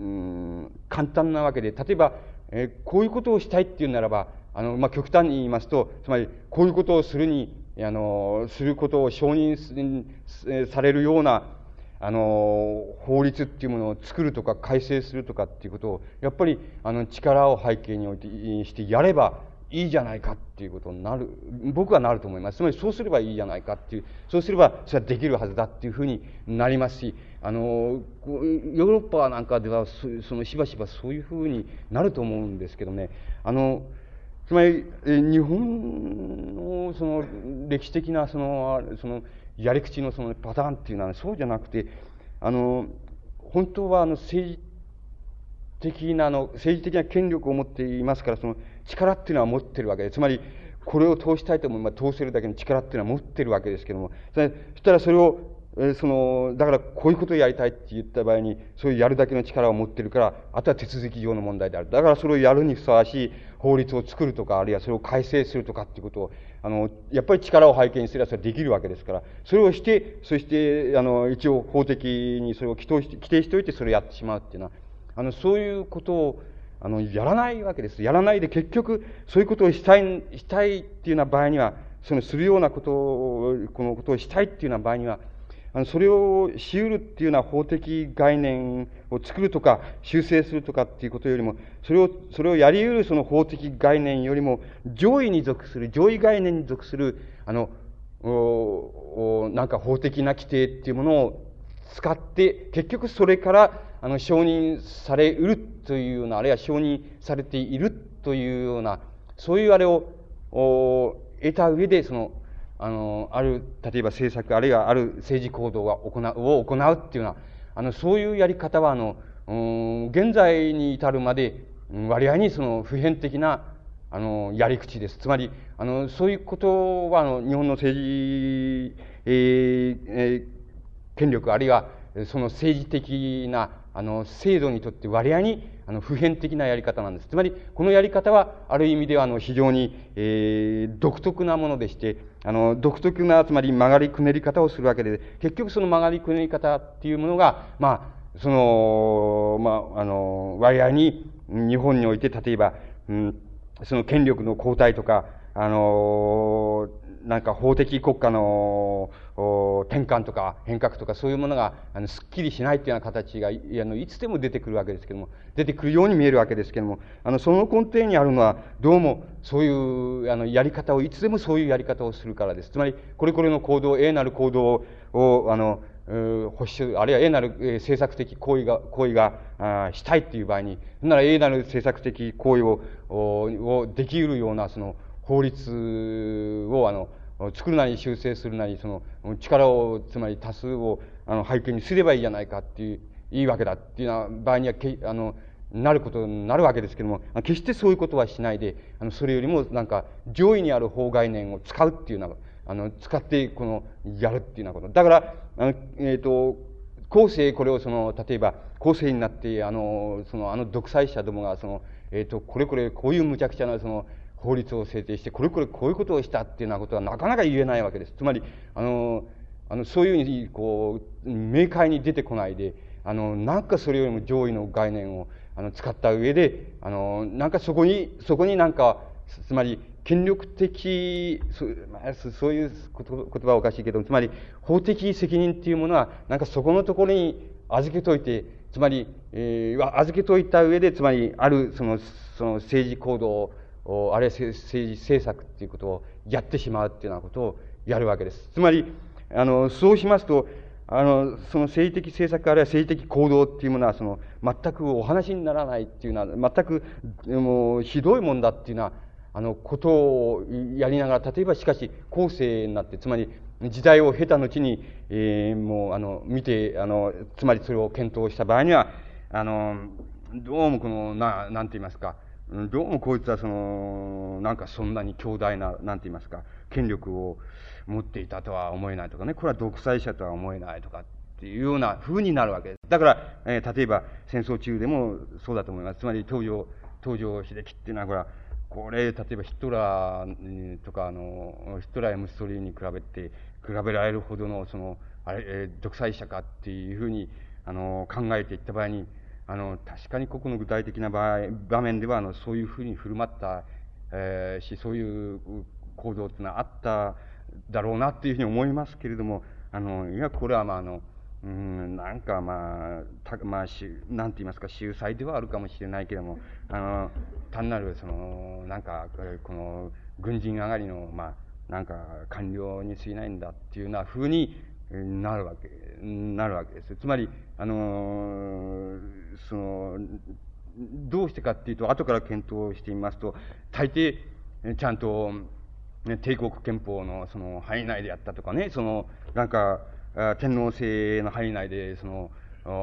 簡単なわけで、例えば、えー、こういうことをしたいっていうならば、あの、まあ、極端に言いますと、つまり、こういうことをするに、あの、することを承認されるような、あの、法律っていうものを作るとか改正するとかっていうことを、やっぱり、あの、力を背景に置いて、してやればいいじゃないかっていうことになる、僕はなると思います。つまり、そうすればいいじゃないかっていう、そうすれば、それはできるはずだっていうふうになりますし、あの、ヨーロッパなんかでは、その、しばしばそういうふうになると思うんですけどね、あの、つまり、日本の、その、歴史的な、その、その、やり口のそのパターンっていうのはそうじゃなくて、あの、本当はあの政治的な、あの、政治的な権力を持っていますから、その力っていうのは持ってるわけで、つまり、これを通したいと思えば通せるだけの力っていうのは持ってるわけですけども、そしたらそれを、えその、だからこういうことをやりたいって言った場合に、そういうやるだけの力を持ってるから、あとは手続き上の問題である。だからそれをやるにふさわしい法律を作るとか、あるいはそれを改正するとかっていうことを、あの、やっぱり力を背景にすればそれはできるわけですから、それをして、そして、あの、一応法的にそれを規定して、規定しておいてそれをやってしまうっていうのは、あの、そういうことを、あの、やらないわけです。やらないで結局、そういうことをしたい、したいっていうような場合には、そのするようなことを、このことをしたいっていうような場合には、あの、それをし得るっていうような法的概念を作るとか、修正するとかっていうことよりも、それを、それをやり得るその法的概念よりも、上位に属する、上位概念に属する、あの、おなんか法的な規定っていうものを使って、結局それから、あの、承認されうるというような、あるいは承認されているというような、そういうあれを、お得た上で、その、あの、ある、例えば政策、あるいはある政治行動が行う、を行うっていうような、あの、そういうやり方は、あの、うん、現在に至るまで、割合にその普遍的な、あの、やり口です。つまり、あの、そういうことは、あの、日本の政治、えーえー、権力、あるいは、その政治的な、あの、制度にとって割合に、あの、普遍的なやり方なんです。つまり、このやり方は、ある意味では、あの、非常に、えー、独特なものでして、あの、独特な、つまり曲がりくねり方をするわけで、結局その曲がりくねり方っていうものが、まあ、その、まあ、あの、割合に、日本において、例えば、うん、その権力の交代とか、 あの、なんか法的国家の転換とか変革とかそういうものが、あの、すっきりしないというような形が、いあの、いつでも出てくるわけですけども、出てくるように見えるわけですけども、あの、その根底にあるのは、どうも、そういう、あの、やり方を、いつでもそういうやり方をするからです。つまり、これこれの行動、A なる行動を、あの、保守、あるいは A なる、えー、政策的行為が、行為が、あしたいっていう場合に、なら A なる政策的行為を、をできるような、その、法律を、あの、作るなり修正するなり、その、力を、つまり多数を、あの、背景にすればいいじゃないかっていう、いいわけだっていうような場合には、け、あの、なることになるわけですけども、決してそういうことはしないで、あの、それよりも、なんか、上位にある法概念を使うっていうような、あの、使って、この、やるっていうようなこと。だから、あの、えっと、後世これをその、例えば、後世になって、あの、その、あの独裁者どもが、その、えっと、これこれ、こういう無茶苦茶な、その、法律を制定して、これこれこういうことをしたっていうようなことはなかなか言えないわけです。つまり、あの、あの、そういうふうに、こう、明快に出てこないで、あの、なんかそれよりも上位の概念を、あの、使った上で、あの、なんかそこに、そこになんか、つまり、権力的、そ, そういう言葉はおかしいけど、つまり法的責任っていうものは、なんかそこのところに預けといて、つまり、えー、預けといた上で、つまり、あるその、その政治行動を、あるいは政治政策っていうことをやってしまうっていうようなことをやるわけです。つまり、あの、そうしますと、あの、その政治的政策あるいは政治的行動っていうものは、その、全くお話にならないっていうのは、全く、もう、ひどいもんだっていうのは、あの、ことをやりながら、例えばしかし、後世になって、つまり、時代を経た後に、えー、もう、あの、見て、あの、つまりそれを検討した場合には、あの、どうもこの、な、なんて言いますか、どうもこいつはその、なんかそんなに強大な、なんて言いますか、権力を持っていたとは思えないとかね、これは独裁者とは思えないとかっていうような風になるわけです。だから、えー、例えば戦争中でもそうだと思います。つまり東条、東条英機っていうのは、これは、これ、例えばヒトラーとか、あの、ヒトラーやムッソリーニに比べて、比べられるほどの、その、あれ、えー、独裁者かっていうふうに、あの、考えていった場合に、あの、確かに個々の具体的な場合、場面では、あの、そういうふうに振る舞った、えー、し、そういう行動っていうのはあっただろうなっていうふうに思いますけれども、あの、いや、これはまあ、あの、うん、なんかまあ、たまあ、しなんて言いますか、秀才ではあるかもしれないけれども、あの、単なる、その、なんか、この、軍人上がりの、まあ、なんか、官僚に過ぎないんだっていうような風になるわけ、なるわけです。つまり、あの、その、どうしてかっていうと、後から検討してみますと、大抵、ちゃんと、帝国憲法のその範囲内でやったとかね、その、なんか、天皇制の範囲内で、その、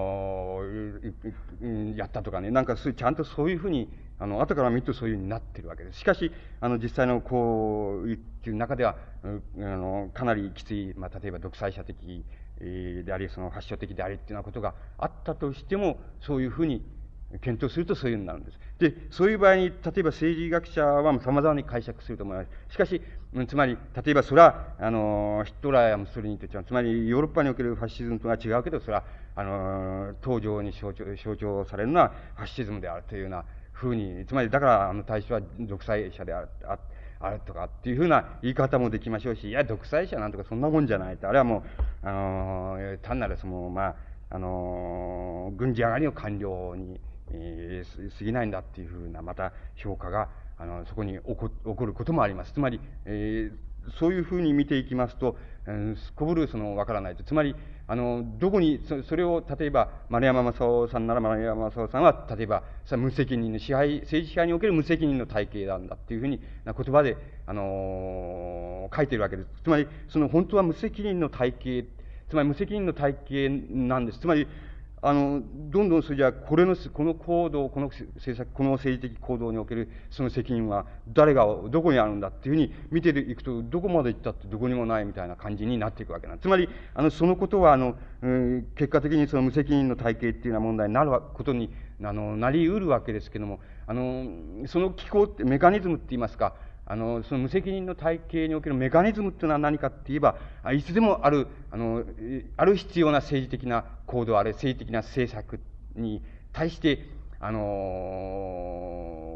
やったとかね、なんかちゃんとそういうふうに、あの、後から見るとそういうふうになってるわけです。しかし、あの、実際のこう、っていう中では、あの、かなりきつい、まあ、例えば独裁者的であり、その発祥的でありっていうようなことがあったとしても、そういうふうに検討するとそういうふうになるんです。で、そういう場合に、例えば政治学者は様々に解釈すると思います。しかし、つまり、例えばそれは、あの、ヒトラーやムッソリーニと違う、つまりヨーロッパにおけるファシズムとは違うけど、それは、あの、東条に象徴、象徴されるのはファシズムであるというようなふうに、つまり、だから、あの、対象は独裁者である、ああるとかっていうふうな言い方もできましょうし、いや、独裁者なんとかそんなもんじゃないと。あれはもう、あの、単なるその、まあ、あの、軍事上がりの官僚に、えー、過ぎないんだっていうふうな、また評価が、あの、そこに起こ、起こることもあります。つまり、えー、そういうふうに見ていきますと、うん、すこぶるその、わからないと。つまり、あの、どこに、そそれを、例えば、丸山正夫さんなら丸山正夫さんは、例えば、無責任の支配、政治支配における無責任の体系なんだっていうふうにな言葉で、あのー、書いているわけです。つまり、その本当は無責任の体系、つまり無責任の体系なんです。つまり、あの、どんどんそれじゃこれの、この行動、この政策、この政治的行動におけるその責任は誰が、どこにあるんだっていうふうに見ていくと、どこまで行ったってどこにもないみたいな感じになっていくわけなんです。つまり、あの、そのことは、あの、うん、結果的にその無責任の体系っていうような問題になることに、あの、なり得るわけですけども、あの、その機構って、メカニズムって言いますか、あの、その無責任の体系におけるメカニズムっていうのは何かって言えば、いつでもある、あの、ある必要な政治的な行動、ある政治的な政策に対して、あの、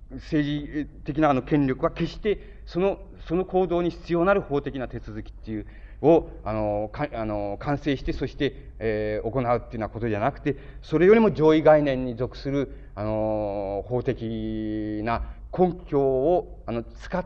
政治的なあの権力は決してその、その行動に必要なる法的な手続きっていう、を、あの、か、あの、完成して、そして、えー、行うっていうようなことじゃなくて、それよりも上位概念に属する、あの、法的な根拠を、あの、使って、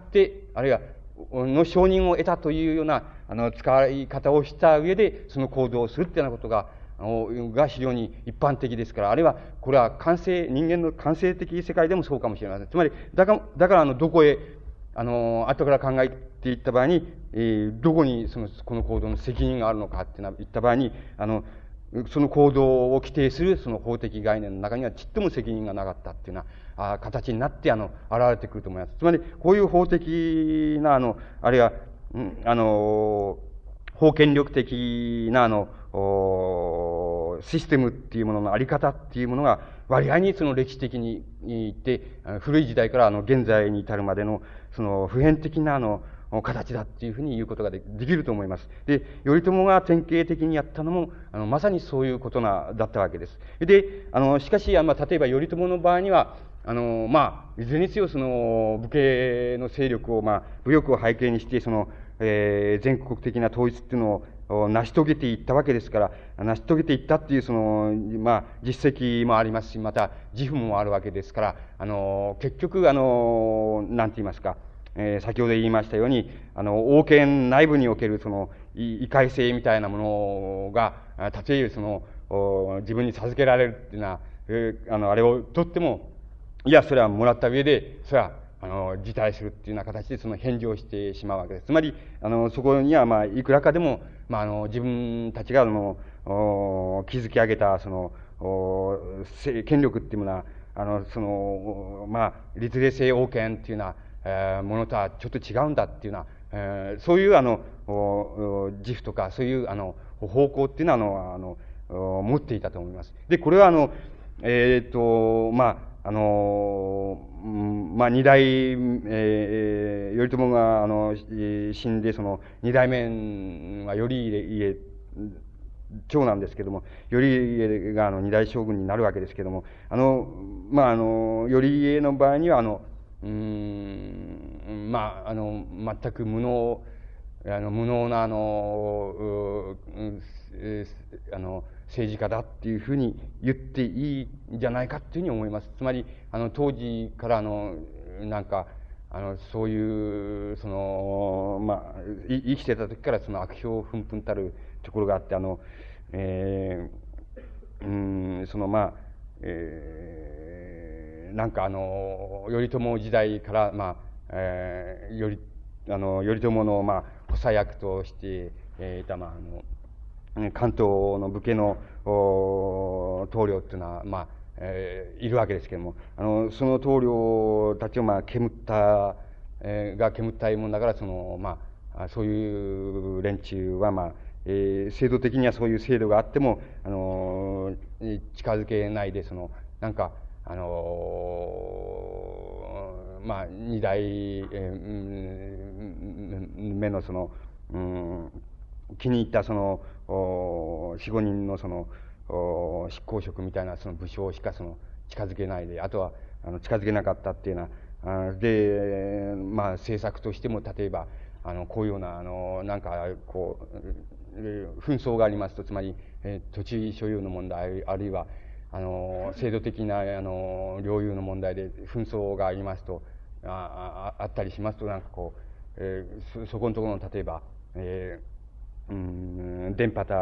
あるいは、の承認を得たというような、あの、使い方をした上で、その行動をするっていうようなことが、あの、が非常に一般的ですから、あるいは、これは感性、人間の感性的世界でもそうかもしれません。つまり、だから、だから、あの、どこへ、あの、後から考えていった場合に、えー、どこにその、この行動の責任があるのかって言った場合に、あの、その行動を規定するその法的概念の中にはちっとも責任がなかったっていうような、あ形になって、あの、現れてくると思います。つまり、こういう法的な、あの、あるいは、うん、あの、法権力的な、あの、システムっていうもののあり方っていうものが、割合にその歴史的に言って、古い時代からあの現在に至るまでの、その普遍的なあの、形だっていうふうに言うことができると思います。で、頼朝が典型的にやったのも、あの、まさにそういうことな、だったわけです。で、あの、しかし、まあ、例えば頼朝の場合には、あの、まあ、いずれにせよその、武家の勢力を、まあ、武力を背景にして、その、えー、全国的な統一っていうのを成し遂げていったわけですから、成し遂げていったっていう、その、まあ、実績もありますし、また、自負もあるわけですから、あの、結局、あの、なんて言いますか、えー、先ほど言いましたように、あの、王権内部におけるその、異界性みたいなものが、例えばその、自分に授けられるっていうのは、えー、あの、あれをとっても、いや、それはもらった上で、それは、あの、辞退するっていうような形でその返事をしてしまうわけです。つまり、あの、そこには、まあ、いくらかでも、まあ、あの、自分たちが、あの、築き上げた、その、権力っていうものは、あの、その、まあ、立例性王権っていうような、えー、ものとはちょっと違うんだっていうような、えー、そういうあの、自負とか、そういうあの、方向っていうのは、あの、あの、持っていたと思います。で、これはあの、えっと、まあ、あの、まあ、二代、えー、頼朝が、あの、死んで、その、二代目は頼家、長なんですけども、頼家があの二代将軍になるわけですけども、あの、まあ、あの、頼家の場合には、あの、うーん、まあ、あの、全く無能、あの、無能な、あの、あの、政治家だっていうふうに言っていいんじゃないかっていうふうに思います。つまり、あの、当時から、あの、なんか、あの、そういう、その、まあ、生きてた時からその悪評ふんふんたるところがあって、あの、えー、うん、その、まあ、えー、なんかあの、頼朝時代から、まあ、えー、より、あの、頼朝の、まあ、補佐役としていた、まあ、あの、関東の武家の棟梁っていうのは、まあ、えー、いるわけですけれども、あの、その棟梁たちを、まあ、煙った、えー、が煙ったいもんだから、その、まあ、そういう連中は、まあ、えー、制度的にはそういう制度があっても、あのー、近づけないで、その、なんか、あのー、まあ、二代、えー、目のその、うん、気に入ったその、四五人のその、執行職みたいなその武将しかその近づけないで、あとはあの近づけなかったっていうのは、で、まあ、政策としても例えば、あの、こういうような、あの、なんか、こう、紛争がありますと、つまり、えー、土地所有の問題、あるいは、あの、制度的な、あの、領有の問題で紛争がありますと、あ、あ、あったりしますと、なんかこう、えー、そ、そこのところの、例えば、えー、うん、電波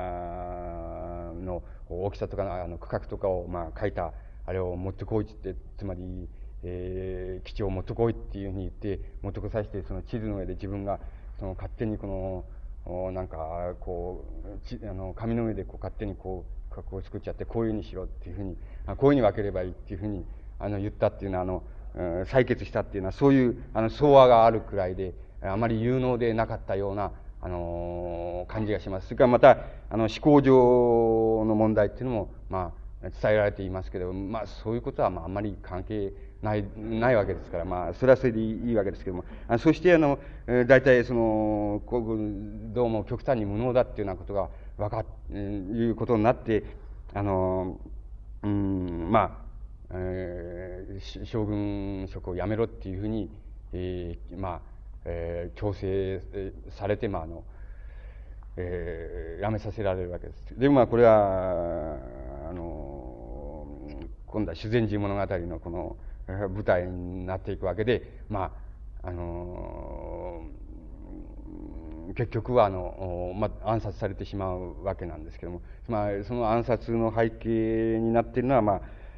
の大きさとか、あの、区画とかを、まあ、書いた、あれを持ってこいって言って、つまり、えー、基地を持ってこいっていうふうに言って、持ってこさせて、その地図の上で自分が、その勝手にこの、なんか、こう、ちあの、紙の上でこう勝手にこう、格好を作っちゃって、こういうふうにしろっていうふうに、こういうふうに分ければいいっていうふうに、あの、言ったっていうのは、あの、採決したっていうのは、そういう、あの、相和があるくらいで、あまり有能でなかったような、あの、感じがします。それからまた、あの、思考上の問題っていうのも、まあ、伝えられていますけど、まあ、そういうことは、まあ、あんまり関係ない、ないわけですから、まあ、それはそれでいいわけですけども、あそして、あの、大体、その、どうも極端に無能だっていうようなことが分かっ、いうことになって、あの、うん、まあ、 えー、将軍職を辞めろっていうふうに、えー、まあ、えー、強制されて、まあ、あの、えー、辞めさせられるわけです。で、まあ、これは、あの、今度は修善寺物語のこの舞台になっていくわけで、まあ、あの、結局はあの、まあ、暗殺されてしまうわけなんですけども、まあ、その暗殺の背景になっているのは、まあ、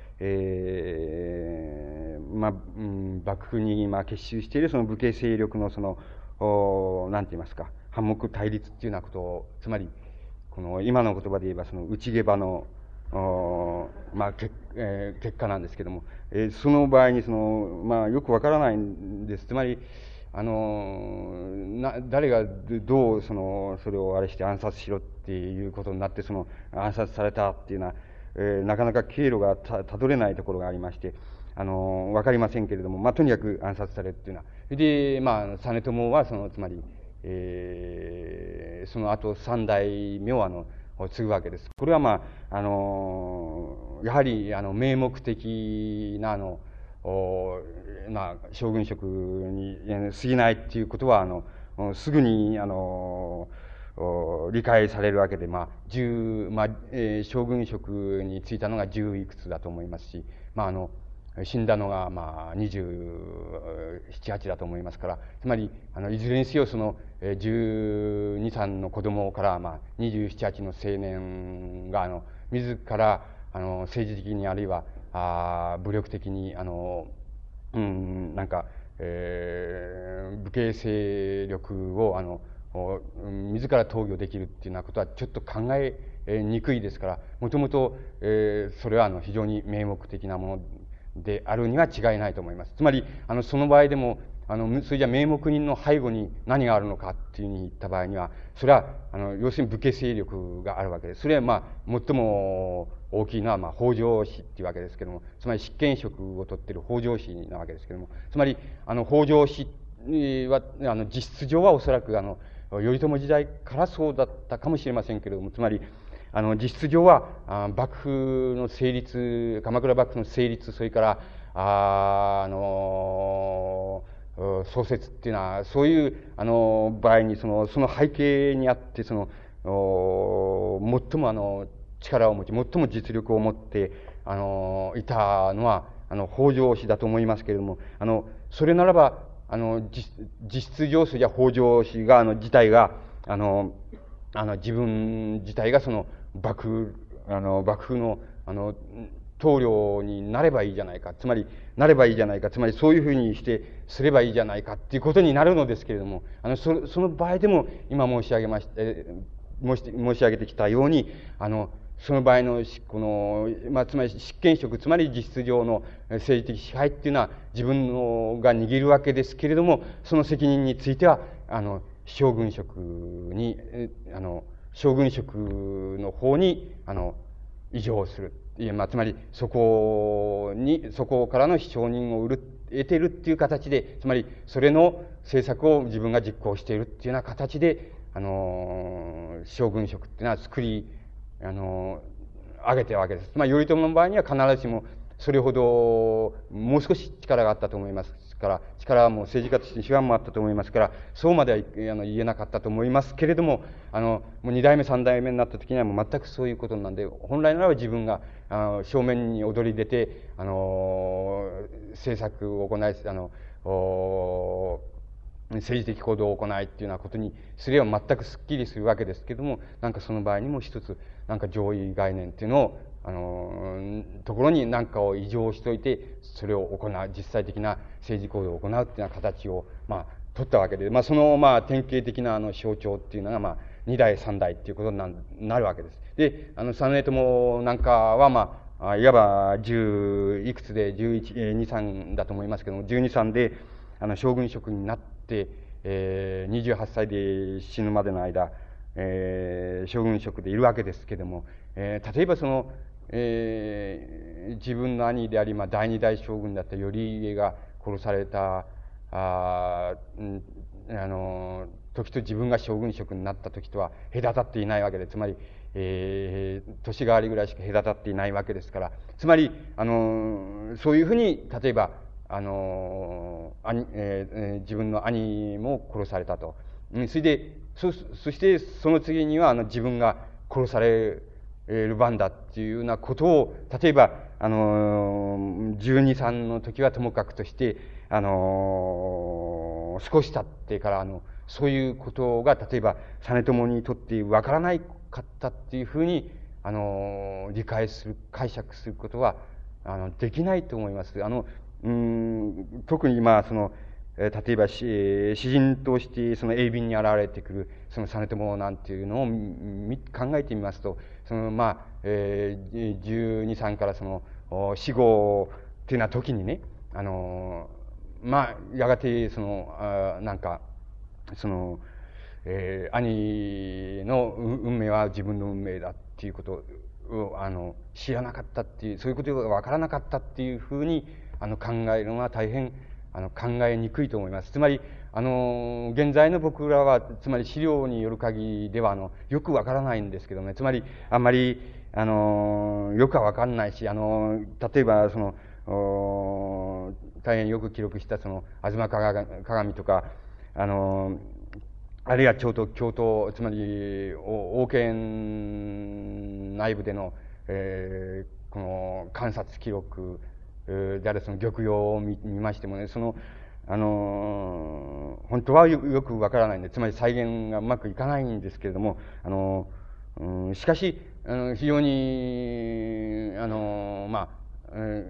えー、まあ、うん、幕府にまあ結集しているその武家勢力のその、おなんて言いますか、反目対立っていうようなことを、つまり、この今の言葉で言えばその内下場の、おまあ、結、えー、結果なんですけども、えー、その場合にその、まあ、よくわからないんです。つまり、あのな誰がどうそのそれをあれして暗殺しろっていうことになってその暗殺されたっていうのは、えー、なかなか経路がたたどれないところがありまして、あのわかりませんけれども、まあ、とにかく暗殺されるっていうのは、で、まあ、実朝はそのつまり、えー、その後三代目をあの継ぐわけです。これはまああのやはりあの名目的なあのおまあ、将軍職に過ぎないっていうことは、あの、すぐに、あの、理解されるわけで、まあ、十、まあ、えー、将軍職に就いたのが十いくつだと思いますし、まあ、あの、死んだのが、まあ、二十七、八だと思いますから、つまり、あの、いずれにせよ、その、十二、三の子供から、まあ、二十七、八の青年が、あの、自ら、あの、政治的にあるいは、あ武力的に、あの、うん、なんか、えー、武家勢力を、あの、自ら投与できるっていうようなことはちょっと考えにくいですから、もともと、えー、それはあの非常に名目的なものであるには違いないと思います。つまり、あの、その場合でも、あの、それじゃ名目人の背後に何があるのかっていうふうに言った場合には、それは、あの、要するに武家勢力があるわけです。それは、まあ、最も大きいのは、まあ、北条氏っていうわけですけども、つまり執権職を取っている北条氏なわけですけども、つまり、あの、北条氏は、あの、実質上はおそらく、あの、頼朝時代からそうだったかもしれませんけれども、つまり、あの、実質上は、あ幕府の成立、鎌倉幕府の成立、それから、あ、あの、創設っていうのは、そういう、あの、場合に、その、その背景にあって、その、最もあの、力を持ち、最も実力を持って、あの、いたのは、あの、北条氏だと思いますけれども、あの、それならば、あの、実質上、それじゃ北条氏が、あの、自体が、あの、あの、自分自体がその、幕府、あの、幕府の、あの、棟梁になればいいじゃないか。つまり、なればいいじゃないか。つまり、そういうふうにして、すればいいじゃないかっていうことになるのですけれども、あの、そその場合でも、今申し上げまし、え申し、申し上げてきたように、あの、その場合の、この、まあ、つまり執権職、つまり実質上の政治的支配っていうのは自分のが握るわけですけれども、その責任については、あの、将軍職に、あの、将軍職の方に、あの、移譲する。いや、まあ、つまり、そこに、そこからの承認を得る、得ているっていう形で、つまり、それの政策を自分が実行しているっていうような形で、あの、将軍職っていうのは作り、あの、上げてるわけです。まあ、頼朝の場合には必ずしも、それほど、もう少し力があったと思いますから、力はもう政治家として手腕もあったと思いますから、そうまではあの言えなかったと思いますけれども、あの、もう二代目、三代目になった時にはもう全くそういうことなんで、本来ならば自分が、あの、正面に躍り出て、あの、政策を行い、あの、お政治的行動を行いっていうようなことにすれば全くすっきりするわけですけども、なんかその場合にも一つ、なんか上位概念っていうのを、あの、ところに何かを異常しといて、それを行う、実際的な政治行動を行うっていうような形を、まあ、取ったわけで、まあ、その、まあ、典型的なあの象徴っていうのが、まあ、二代、三代っていうことにななるわけです。で、あの、実朝なんかは、まあ、いわば十いくつで、十一、二、三だと思いますけども、十二、三で、あの、将軍職になって、えー、にじゅうはっさいで死ぬまでの間、えー、将軍職でいるわけですけども、えー、例えばその、えー、自分の兄であり、まあ、第二代将軍だった頼家が殺された、あ、うん、あの、 時と自分が将軍職になった時とは隔たっていないわけで、つまり、えー、年替わりぐらいしか隔たっていないわけですから、つまり、あの、そういうふうに、例えば、あの、兄、えー、自分の兄も殺されたと。それで、そ、そしてその次には、あの、自分が殺される番だっていうようなことを、例えば、あの、じゅうに、さんの時はともかくとして、あの、少し経ってから、あの、そういうことが、例えば、実朝にとってわからないかったっていうふうに、あの、理解する、解釈することは、あの、できないと思います。あの、うん、特に今、その、えー、例えば、詩人として、その、鋭敏に現れてくる、その、実朝なんていうのをみ考えてみますと、その、まあ、えー、じゅうに、さんからその、死後っていうような時にね、あの、まあ、やがて、その、あなんか、その、えー、兄の運命は自分の運命だっていうことを、あの、知らなかったっていう、そういうことがわからなかったっていうふうに、あの、考えるのは大変、あの、考えにくいと思います。つまり、あの、現在の僕らは、つまり資料による限りでは、あの、よくわからないんですけどね、つまり、あんまり、あの、よくはわかんないし、あの、例えば、その、大変よく記録した、その、吾妻鏡とか、あの、あるいは京都、京都、つまり、王権内部での、えー、この観察記録であるその玉葉を見ましてもね、その、あの、本当は よ, よくわからないんで、つまり再現がうまくいかないんですけれども、あの、うん、しかし、あの非常に、あの、まあ、うん、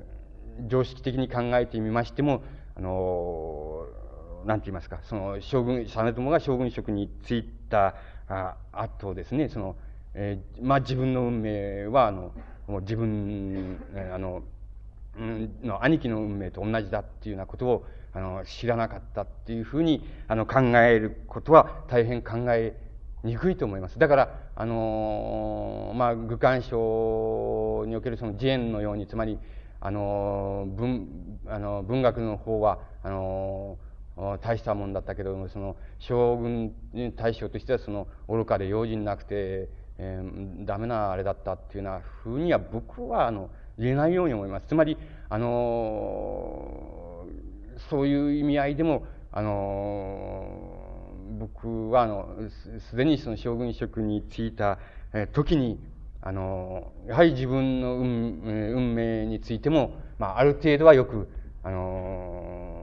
常識的に考えてみましても、あの、なんて言いますか、その将軍、実朝が将軍職に就いたあ後ですね、その、えー、まあ自分の運命は、あの、もう自分、あの、の兄貴の運命と同じだっていうようなことを、あの、知らなかったっていうふうに、あの、考えることは大変考えにくいと思います。だから、あの、まあ、愚官書におけるその自演のように、つまり、あの、文、あの、文学の方は、あの、大したもんだったけども、その将軍大将としてはその愚かで用心なくて、えー、ダメなあれだったっていうようなふうには僕はあの言えないように思います。つまりあのそういう意味合いでもあの僕はあのすでにその将軍職に就いた時にあのやはり自分の 運, 運命についても、まあ、ある程度はよくあの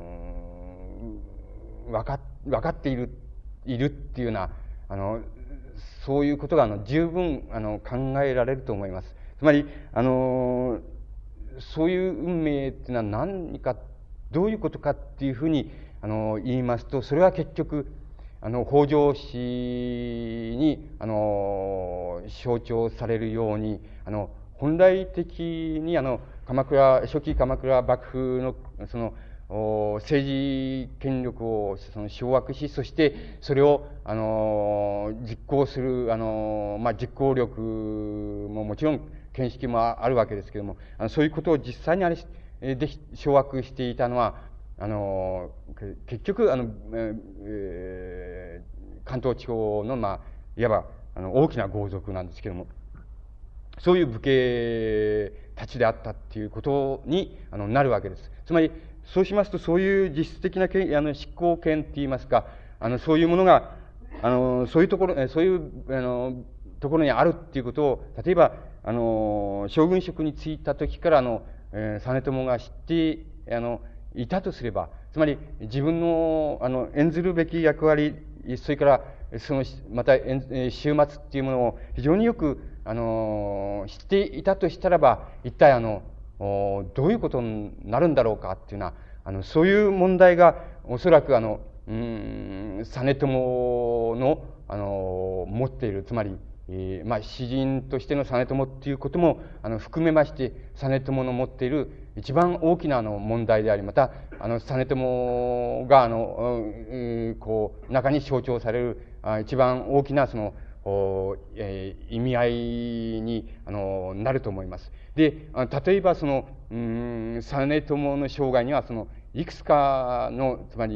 分か分かっているいるっていうようなあのそういうことがあの十分あの考えられると思います。つまりあのそういう運命っていうのは何かどういうことかっていうふうにあの言いますと、それは結局あの北条氏にあの象徴されるように、あの本来的にあの鎌倉初期鎌倉幕府のその政治権力をその掌握し、そしてそれをあの実行するあの、まあ、実行力ももちろん見識もあるわけですけれども、あのそういうことを実際にあれで掌握していたのはあの結局あの、えー、関東地方の、まあ、いわばあの大きな豪族なんですけれども、そういう武家たちであったっていうことにあのなるわけです。つまりそうしますと、そういう実質的な権あの執行権って言いますか、あのそういうものがあのそういうところそういうあのところにあるっていうことを、例えばあの将軍職に就いた時からあの、えー、実朝が知ってあのいたとすれば、つまり自分のあの演ずるべき役割、それからそのまた終末っていうものを非常によくあの知っていたとしたらば、一体あのどういうことになるんだろうかっていうのは、あのそういう問題がおそらくあのうん実朝のあの持っている、つまり、えー、まあ詩人としての実朝っていうこともあの含めまして、実朝の持っている一番大きなあの問題であり、またあの実朝があの、うん、こう中に象徴されるあ一番大きなそのえー、意味合いにあのなると思います。で、例えばそのうん実朝の生涯にはそのいくつかの、つまり、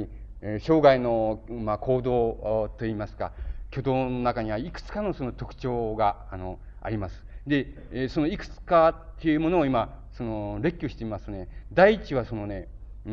えー、生涯の、まあ、行動といいますか、挙動の中にはいくつかのその特徴が、あの、あります。で、えー、そのいくつかっていうものを今、その、列挙してみますね。第一はそのね、うー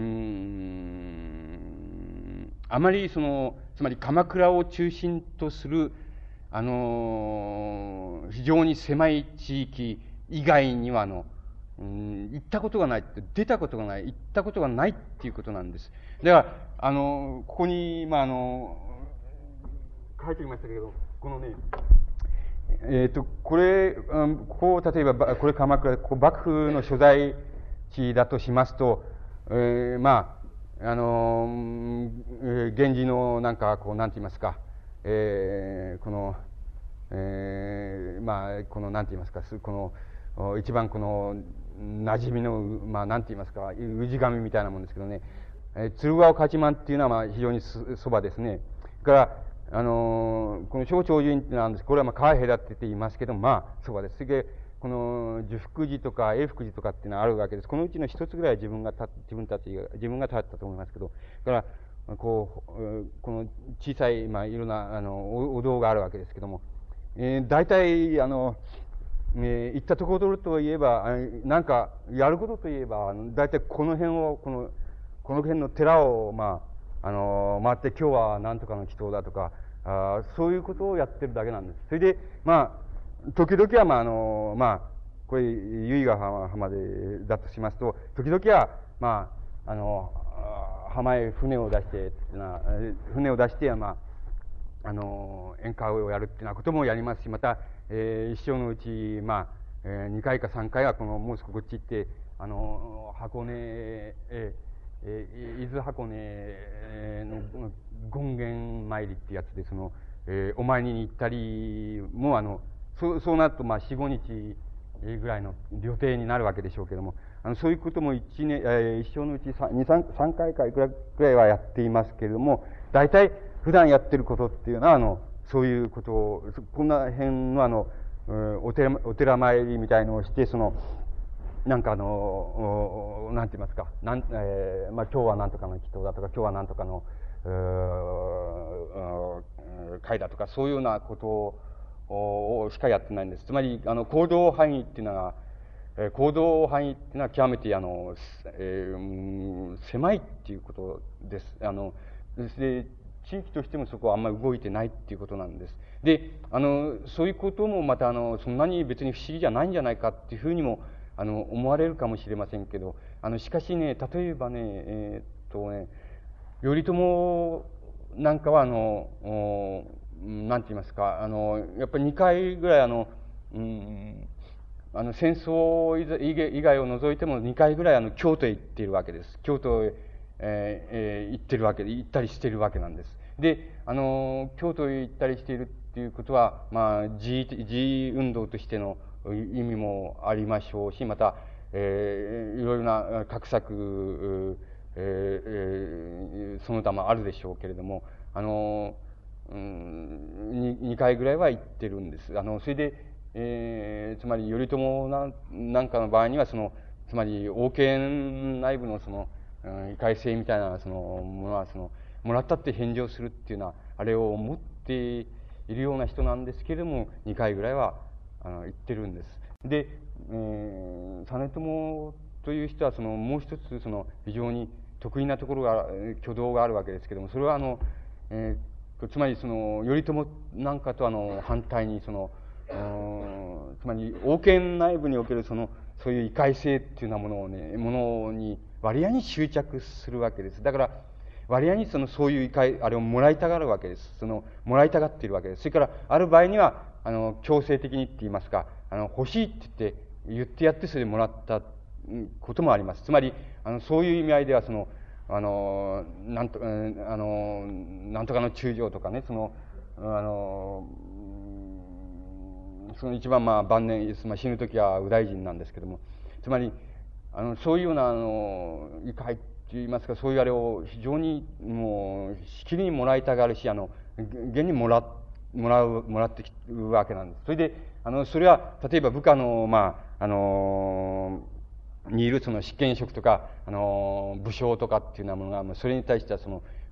ん、あまりその、つまり鎌倉を中心とする、あの、非常に狭い地域以外には、あの、うん、行ったことがないって、出たことがない、行ったことがないっていうことなんです。だから、あの、ここに、まあ、あの、書いてきましたけど、このね、えっ、ー、と、これ、うん、ここ、例えば、これ鎌倉、ここ幕府の所在地だとしますと、えー、まあ、あの、えー、源氏のなんか、こう、なんて言いますか、えー、この、えー、まあ、この、なんて言いますか、この、一番この、馴染みの、まあ、なんて言いますか、氏神みたいなもんですけどね、えー、鶴岡八幡っていうのは、まあ、非常にそばですね。それから、あのー、この小長寿院っていうのは、これはまあ川隔てて言いますけど、まあ、そばです。それで、この、寿福寺とか永福寺とかっていうのはあるわけです。このうちの一つぐらい自分がた、自分たちが、自分が立ったと思いますけど、だから、こう、この小さい、まあ、いろんな、あの、お、お堂があるわけですけども、えー、大体、あの、えー、行ったところといえば、なんか、やることといえば、大体この辺を、この、この辺の寺を、まあ、あの、回って今日は何とかの祈祷だとか、あそういうことをやってるだけなんです。それで、まあ、時々は、まあ、あの、まあ、これ、由比ヶ浜で、だとしますと、時々は、まあ、あの、浜へ船を出して、船を出して、まあ、あの、宴会をやるっていうようなこともやりますし、また、えー、一生のうち、まあ、えー、にかいかさんかいは、この、もう少しこっち行って、あの、箱根へ、えー、伊豆箱根の権現参りってやつで、その、えー、お参りに行ったりも、あの、そう、そうなると、まあ、四五日ぐらいの旅程になるわけでしょうけども、あの、そういうことも一年、えー、一生のうちに、三、三回かいくらいくらいはやっていますけれども、大体、普段やってることっていうのは、あの、そういうことを、こんな辺の、あの、お寺、お寺参りみたいのをして、その、なんかあの、なんて言いますか、なん、えー、まあ今日はなんとかの祈祷だとか、今日はなんとかの、会だとか、そういうようなことをしかやってないんです。つまり、あの、行動範囲っていうのは、えー、行動範囲っていうのは極めて、あの、えー、狭いっていうことです。あの、で、地域としてもそこはあんまり動いてないっていうことなんです。で、あの、そういうこともまた、あの、そんなに別に不思議じゃないんじゃないかっていうふうにも、あの、思われるかもしれませんけど、あの、しかしね、例えばね、えー、っとね、頼朝なんかは、あの、なんて言いますか、あの、やっぱりにかいぐらい、あの、うん、あの、戦争以外を除いてもにかいぐらい、あの、京都へ行っているわけです。京都へ、えーえー、行ってるわけで、行ったりしているわけなんです。で、あの、京都へ行ったりしているっていうことは、まあ、自治運動としての意味もありましょうし、また、えー、いろいろな画策、えーえー、その他もあるでしょうけれども、あの、うん、にかいぐらいは行ってるんです。あの、それで、えー、つまり頼朝なんなんかの場合には、その、つまり王権内部のその、異界性みたいなそのものは、その、もらったって返上するっていうのは、あれを持っているような人なんですけれども、にかいぐらいは、あの、言ってるんです。で、えー、実朝という人は、その、もう一つ、その、非常に得意なところが、挙動があるわけですけども、それは、あの、えー、つまり、その、頼朝なんかと、あの、反対に、その、つまり、王権内部における、その、そういう異界性っていうようなものをね、ものに、割合に執着するわけです。だから、割合にその、そういう異界、あれをもらいたがるわけです。その、もらいたがっているわけです。それから、ある場合には、あの、強制的にって言いますか、あの、欲しいって言って、言ってやってそれでもらったこともあります。つまり、あの、そういう意味合いでは、その、あの、なんと、あの、なんとかの中将とかね、その、あの、その一番まあ晩年、まあ、死ぬ時は右大臣なんですけども、つまり、あの、そういうような、あの、異界って言いますか、そういうあれを非常にもう、しきりにもらいたがるし、あの、現にもら、もらう、もらってきるわけなんです。それで、あの、それは、例えば部下の、まあ、あの、にいるその執権職とか、あの、武将とかっていうようなものが、それに対してはその、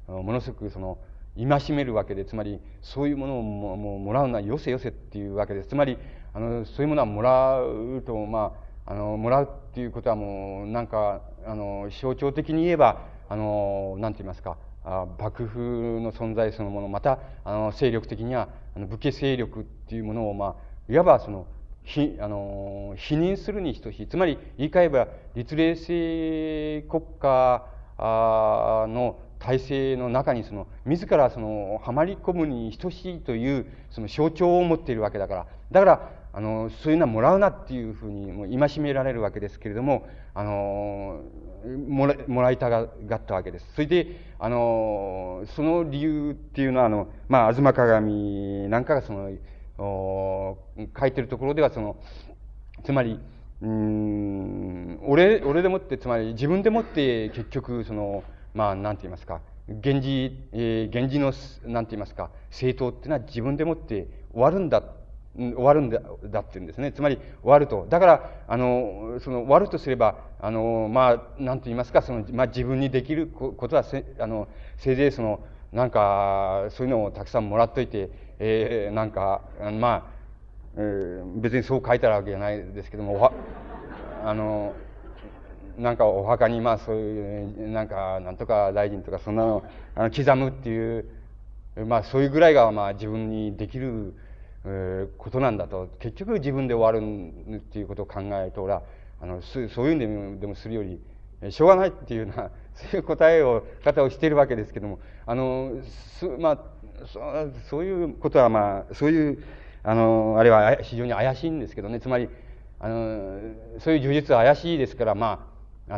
ものすごくその戒めるわけで、つまりそういうものをももうもらうのはよせよせっていうわけです。つまりあのそういうものはもらうと、まああのもらうっていうことはもうなんかあの象徴的に言えばあのなんて言いますか、あ幕府の存在そのもの、またあの勢力的にはあの武家勢力っていうものを、まあいわばそのひあの否認するに等しい。つまり言い換えれば立例制国家の体制の中にその自らそのはまり込むに等しいというその象徴を持っているわけだから、だからあのそういうのはもらうなっていうふうにもう戒められるわけですけれども、あのもらもらいたがったわけです。それであのその理由っていうのはあのまあ東鏡なんかがその書いてるところではそのつまりうーん俺俺でもってつまり自分でもって結局そのまあなんて言いますか源氏、えー、源氏のなんて言いますか政党っていうのは自分でもって終わるんだ終わるんだだって言うんですね。つまり終わると。だからあのその終わるとすればあのまあなんと言いますかそのまあ自分にできることはせあのせいぜいそのなんかそういうのをたくさんもらっといて、えー、なんかまあ、えー、別にそう書いてあるわけじゃないですけども、あのなんかお墓にまあそういうなんかなんとか大臣とかそんなのあの刻むっていうまあそういうぐらいがまあ自分にできることなんだと、結局自分で終わるっていうことを考えると、俺はあのそういうんでもでもするよりしょうがないっていうようなそういう答えを方をしているわけですけども、あのまあそそういうことはまあそういうあのあれは非常に怪しいんですけどね。つまりあのそういう呪術は怪しいですから、まああ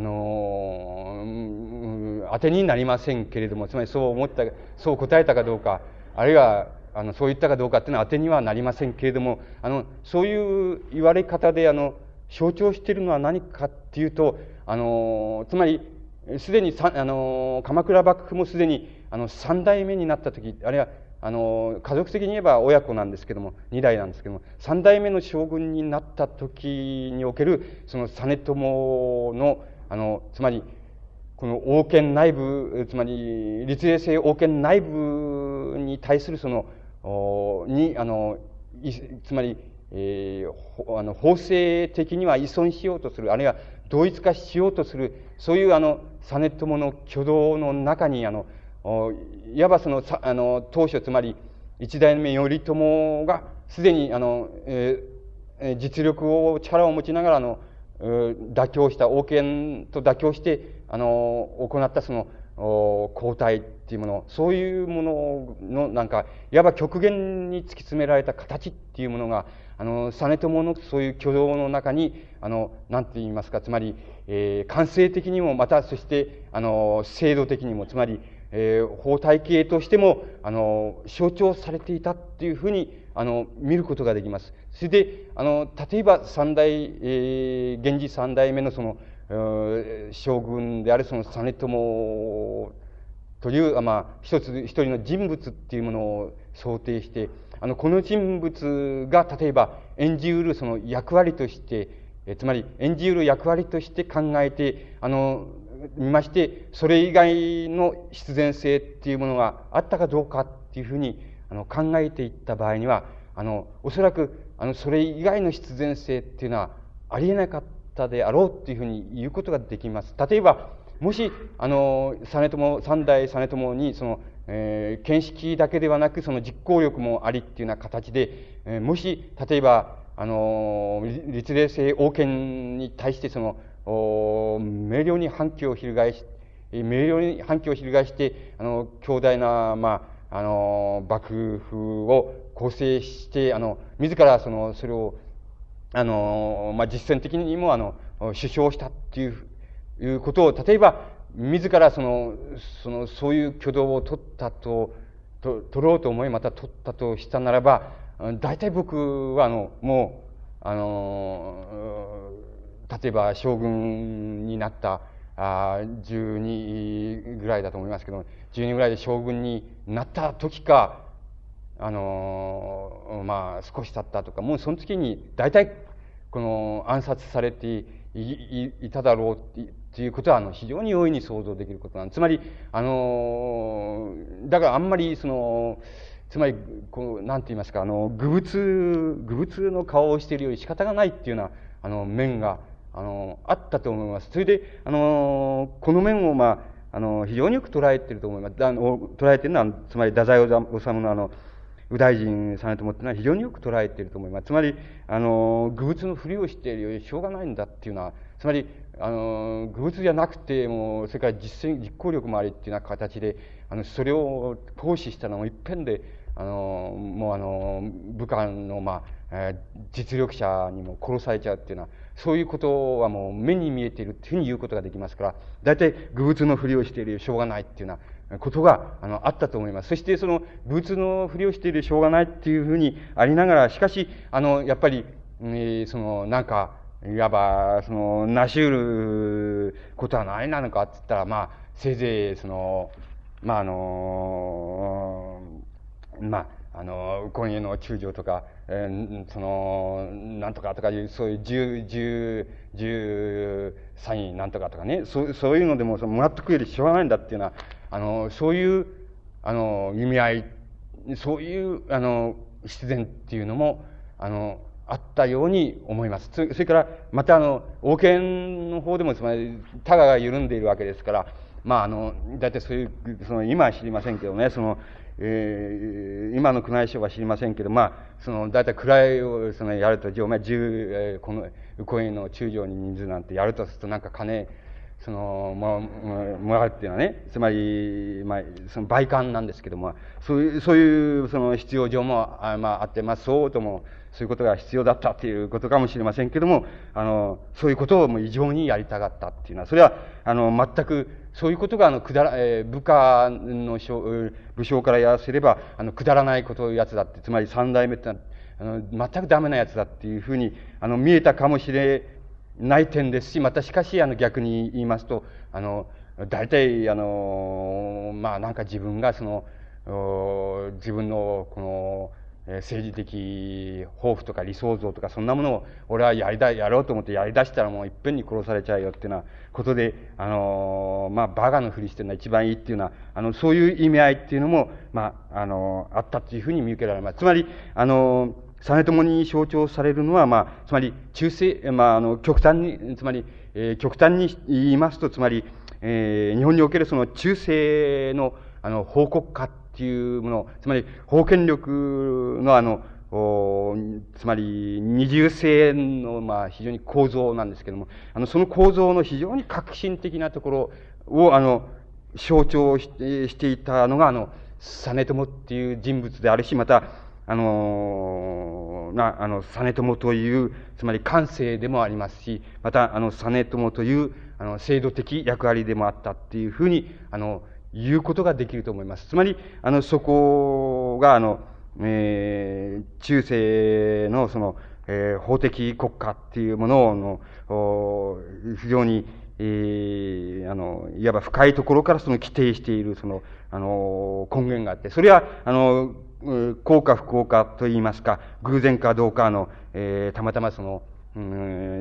の当てになりませんけれども、つまりそう思ったそう答えたかどうか、あるいはあのそう言ったかどうかっていうのは当てにはなりませんけれども、あのそういう言われ方であの象徴しているのは何かっていうと、あのつまりすでにさあの鎌倉幕府もすでにあの三代目になった時、あるいはあの家族的に言えば親子なんですけども二代なんですけども、三代目の将軍になった時におけるその実朝のあのつまりこの王権内部、つまり立例制王権内部に対するそのにあのつまり、えー、あの法制的には依存しようとする、あるいは同一化しようとする、そういうあの実朝の挙動の中にあのいわばそのあの当初つまり一代目頼朝がすでにあの、えー、実力を力を持ちながらの妥協した王権と妥協してあの行ったその交代っていうもの、そういうもののなんかいわば極限に突き詰められた形っていうものがあの実朝のそういう挙動の中にあの何て言いますか、つまり、えー、感性的にもまたそしてあの制度的にもつまり、えー、法体系としてもあの象徴されていたっていうふうにあの見ることができます。それであの例えば三代、えー、源氏三代目のその将軍であるその実朝というまあ一つ一人の人物っていうものを想定して、あのこの人物が例えば演じうるその役割として、えつまり演じうる役割として考えてあの見まして、それ以外の必然性っていうものがあったかどうかっていうふうにあの考えていった場合には、あのおそらくあのそれ以外の必然性っていうのはありえなかったであろうっていうふうに言うことができます。例えばもしあの実朝三代実朝にその、えー、見識だけではなくその実行力もありっていうような形で、えー、もし例えばあの立例制王権に対してその明瞭に反旗を翻し明瞭に反旗を翻してあの強大なまああの幕府を構成してあの自らそのそれをあの、まあ、実践的にもあの首相したっていういうことを例えば自らそのそのそういう挙動を取ったとと取ろうと思いまた取ったとしたならば、大体僕はあのもうあの例えば将軍になったあじゅうにぐらいだと思いますけど、じゅうにぐらいで将軍になった時かあのまあ少し経ったとか、もうその時に大体この暗殺されていいいただろうっていうことはあの非常に容易に想像できることなんです。つまりあのだからあんまりその、つまり、こう、なんて言いますか、あの、愚物、愚物の顔をしているより仕方がないっていうような、あの、面が、あの、あったと思います。それで、あの、この面を、まあ、あの、非常によく捉えていると思います。あの、捉えているのは、つまり、太宰治のあの、右大臣実朝っていうのは非常によく捉えていると思います。つまり、あの、愚物のふりをしているよりしょうがないんだっていうのは、つまり、あの、愚物じゃなくて、もう、それから実践、実行力もありっていうような形で、あの、それを行使したのも一遍で、あの、もうあの、部下の、まあ、えー、実力者にも殺されちゃうっていうのは、そういうことはもう目に見えているっていうふうに言うことができますから、大体愚物のふりをしているよりしょうがないっていうようなことが、あの、あったと思います。そしてその愚物のふりをしているよりしょうがないっていうふうにありながら、しかし、あの、やっぱり、えー、その、なんか、いわば、その、なし得ることはないなのかって言ったら、まあ、せいぜい、その、まあ、あの、まあ、あの、今夜の中将とか、えー、その、なんとかとかいう、そういう十、十、十三位なんとかとかね、そう、そういうのでも、その、もらってくるよりしょうがないんだっていうのは、あの、そういう、あの、意味合い、そういう、あの、必然っていうのも、あの、あったように思います。それから、またあの、王権の方でも、つまり、多賀が緩んでいるわけですから、まあ、あの、だいたいそういう、その、今は知りませんけどね、その、えー、今の宮内省は知りませんけど、まあ、その、だいたい位を、その、やると、お前、十、えー、この、右近院の中将に人数なんてやるとすると、なんか金、その、も、もらうっていうのはね、つまり、まあ、その、倍官なんですけども、そういう、そういう、その、必要上も、あまあ、あって、まあ、そうとも、そういうことが必要だったっていうことかもしれませんけども、あの、そういうことをもう異常にやりたかったっていうのは、それは、あの、全く、そういうことが、あの、くだら、えー、部下の武将からやらせれば、あの、くだらないことをやつだって、つまり三代目ってのは、あの、全くダメなやつだっていうふうに、あの、見えたかもしれない点ですし、またしかし、あの、逆に言いますと、あの、大体、あの、まあ、なんか自分が、その、自分の、この、政治的抱負とか理想像とかそんなものを俺はやりだ、やろうと思ってやり出したらもういっぺんに殺されちゃうよっていうようなことで、あの、まあ、バカのふりしてるのは一番いいっていうような、あの、そういう意味合いっていうのも、まあ、あの、あったっていうふうに見受けられます。つまり、あの、実朝に象徴されるのは、まあ、つまり、中世、まあ、あの、極端に、つまり、えー、極端に言いますと、つまり、えー、日本におけるその中世の、あの、報国家っていうもの、つまり、封建力のあの、つまり、二重性の、まあ、非常に構造なんですけども、あの、その構造の非常に革新的なところを、あの、象徴して、していたのが、あの、実朝っていう人物であるし、また、あの、な、あの、実朝という、つまり感性でもありますし、また、あの、実朝という、あの、制度的役割でもあったっていうふうに、あの、言うことができると思います。つまり、あの、そこが、あの、えー、中世の、その、えー、法的国家っていうものの、非常に、えー、あの、いわば深いところからその規定している、その、あの、根源があって、それは、あの、幸か不幸かと言いますか、偶然かどうかの、えー、たまたまその、うん、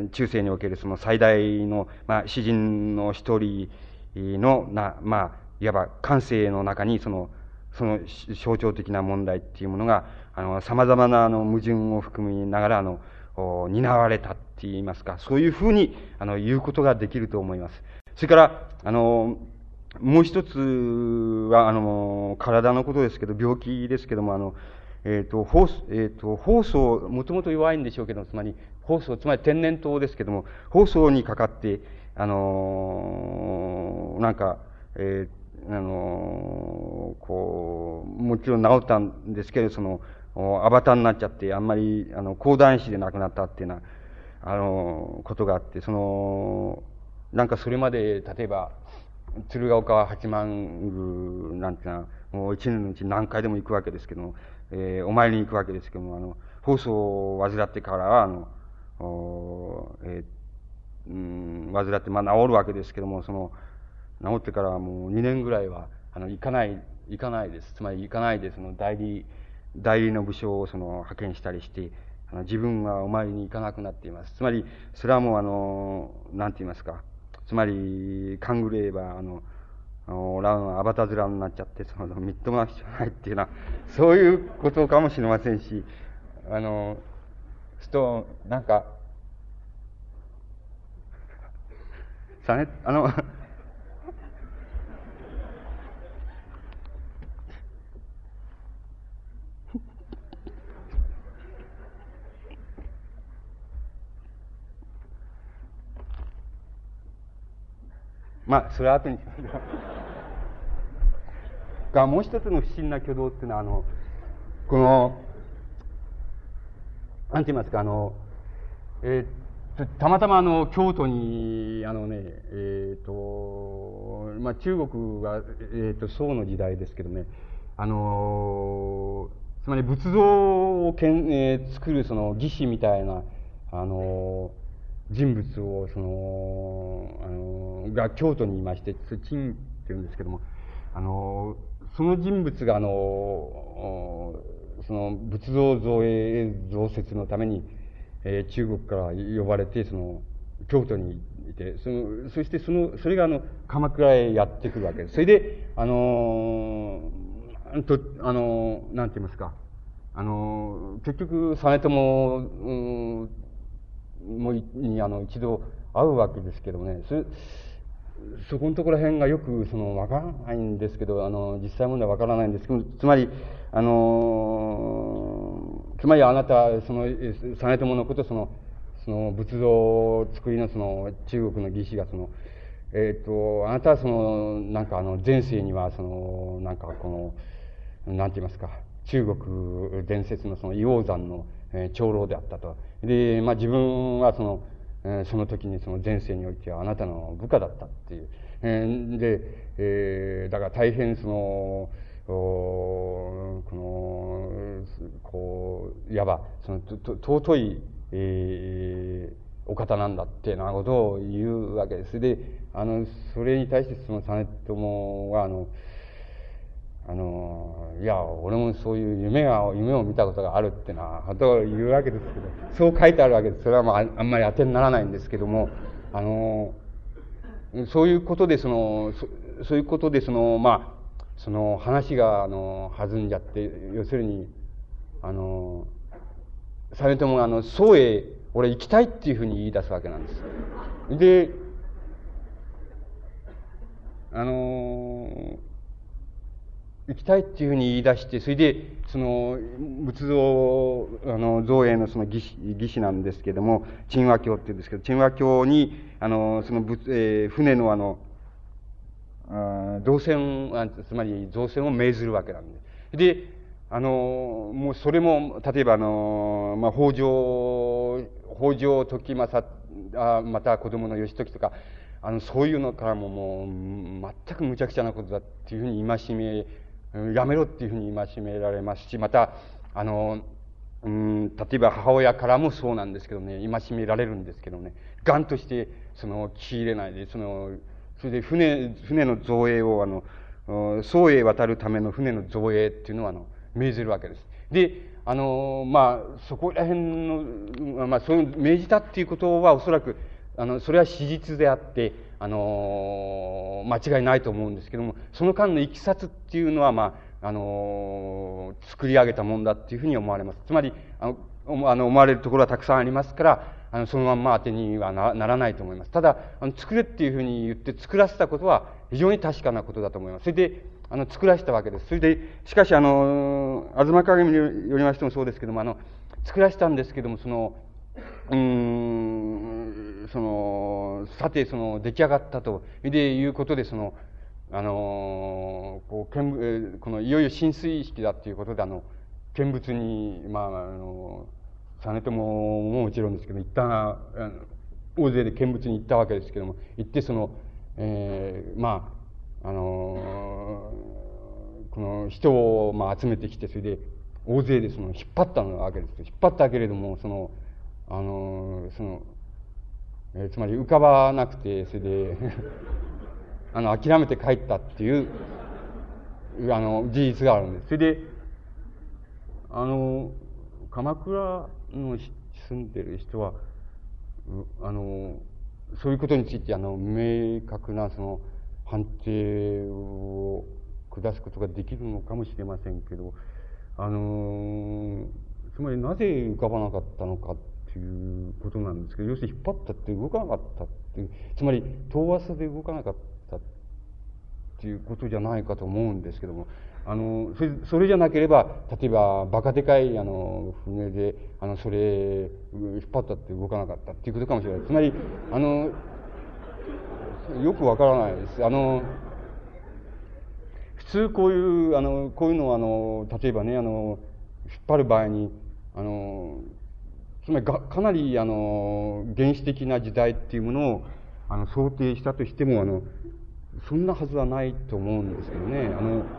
中世におけるその最大の、まあ、詩人の一人の、な、まあ、いわば感性の中にその、その象徴的な問題っていうものが、あの、様々なあの矛盾を含みながら、あの、担われたって言いますか、そういうふうに、あの、言うことができると思います。それから、あの、もう一つは、あの、体のことですけど、病気ですけども、あの、えっ、ー、と、放送、えっ、ー、と、放送、もともと弱いんでしょうけど、つまり、放送、つまり天然痘ですけども、放送にかかって、あの、なんか、えー、あの、こう、もちろん治ったんですけど、その、アバターになっちゃって、あんまり、あの、講談師で亡くなったっていうような、あの、ことがあって、その、なんかそれまで、例えば、鶴岡八幡宮なんていうのは、もう一年のうち何回でも行くわけですけども、えー、お参りに行くわけですけども、あの、放送を患ってからは、あの、えー、うん、患って、まあ治るわけですけども、その、治ってからはもうにねんぐらいは、あの、行かない、行かないです。つまり行かないで、その代理、代理の武将をその派遣したりして、あの自分はお参りに行かなくなっています。つまり、それはもうあの、なんて言いますか、つまり、勘ぐれば、あの、 あの、ランはアバタ面になっちゃって、その、みっともなくちゃないっていうのは、そういうことかもしれませんし、あの、すと、なんか、さね、あの、まあ、それは後に。が、もう一つの不審な挙動っていうのは、あの、この、なんて言いますか、あの、えー、たまたまあの、京都に、あのね、えっ、ー、と、まあ、中国は、えっ、ー、と、宋の時代ですけどね、あの、つまり仏像をけん、えー、作るその技師みたいな、あの、人物を、その、あの、が京都にいまして、陳って言うんですけども、あの、その人物が、あの、その仏像造営増設のために、えー、中国から呼ばれて、その、京都にいて、その、そしてその、それがあの、鎌倉へやってくるわけです。それで、あの、と、あの、なんて言いますか、あの、結局、実朝、うん、もにあの一度会うわけですけどね、そそこのところら辺がよくその分からないんですけど、あの実際問題は分からないんですけど、つまりあのつまりあなたその実朝のことそのその仏像作りのその中国の技師がそのえっ、ー、とあなたはそのなんかあの前世にはそのなんかこのなんて言いますか、中国伝説のその硫黄山の長老であったと。で、まあ自分はその、えー、その時にその前世においてはあなたの部下だったっていう。えー、で、えー、だから大変その、この、こう、いわば、その、と、尊い、えー、お方なんだっていうようなことを言うわけです。で、あの、それに対してその実朝は、あの、あの、いや、俺もそういう夢が、夢を見たことがあるってのは、と言うわけですけど、そう書いてあるわけです。それはまあ、あんまり当てにならないんですけども、あの、そういうことで、その、そそういうことで、その、まあ、その話が、あの、弾んじゃって、要するに、あの、実朝が、あの、宋へ、俺行きたいっていうふうに言い出すわけなんです。で、あの、行きたいっていうふうに言い出して、それで、その、仏像、あの、造営のその義士、義士なんですけども、陳和教って言うんですけど、陳和教に、あの、その仏、えー、船のあの、あ造船、つまり造船を命ずるわけなんです。で、あの、もうそれも、例えばあの、まあ、北条、北条時政、あまた子供の義時とか、あの、そういうのからももう、全く無茶苦茶なことだっていうふうに戒め、やめろっていうふうに戒められますし、また、あの、うん、例えば母親からもそうなんですけどね、戒められるんですけどね、ガンとして、その、聞き入れないで、その、それで船、船の造営を、あの、宋へ渡るための船の造営っていうのは、あの、命ずるわけです。で、あの、まあ、そこら辺の、まあ、そういう命じたっていうことは、おそらく、あの、それは史実であって、あの、間違いないと思うんですけども、その間のいきさつっていうのは、まあ、あの、作り上げたもんだっていうふうに思われます。つまり、あの、あの思われるところはたくさんありますから、あの、そのまんま当てにはなならないと思います。ただ、あの、作れっていうふうに言って作らせたことは非常に確かなことだと思います。それで、あの、作らせたわけです。それで、しかし、あの、吾妻鏡によりましてもそうですけども、あの、作らせたんですけども、その、うーん、その、さて、その、出来上がったと、で、いうことで、その、あの、こう、見物、この、いよいよ浸水式だっていうことで、あの、見物に、まあ、あの、実朝ももちろんですけど、一旦、大勢で見物に行ったわけですけども、行って、その、えー、まあ、あの、この人を、まあ、集めてきて、それで、大勢でその、引っ張ったわけです。引っ張ったけれども、その、あの、その、えー、つまり浮かばなくて、それで、あの、諦めて帰ったっていう、あの、事実があるんです。それで、あの、鎌倉の住んでる人は、あの、そういうことについて、あの、明確な、その、 判定を下すことができるのかもしれませんけど、あのつまりなぜ浮かばなかったのかっていうことなんですけど、要するに引っ張ったって動かなかったっていう、つまり遠浅で動かなかったっていうことじゃないかと思うんですけども、あのそれそれじゃなければ、例えばバカでかいあの船であのそれ引っ張ったって動かなかったっていうことかもしれない。つまりあのよくわからないです。あの普通こういうあのこういうのはあの例えばね、あの引っ張る場合にあのつまりがかなりあの原始的な時代っていうものをあの想定したとしても、あのそんなはずはないと思うんですけどね。あの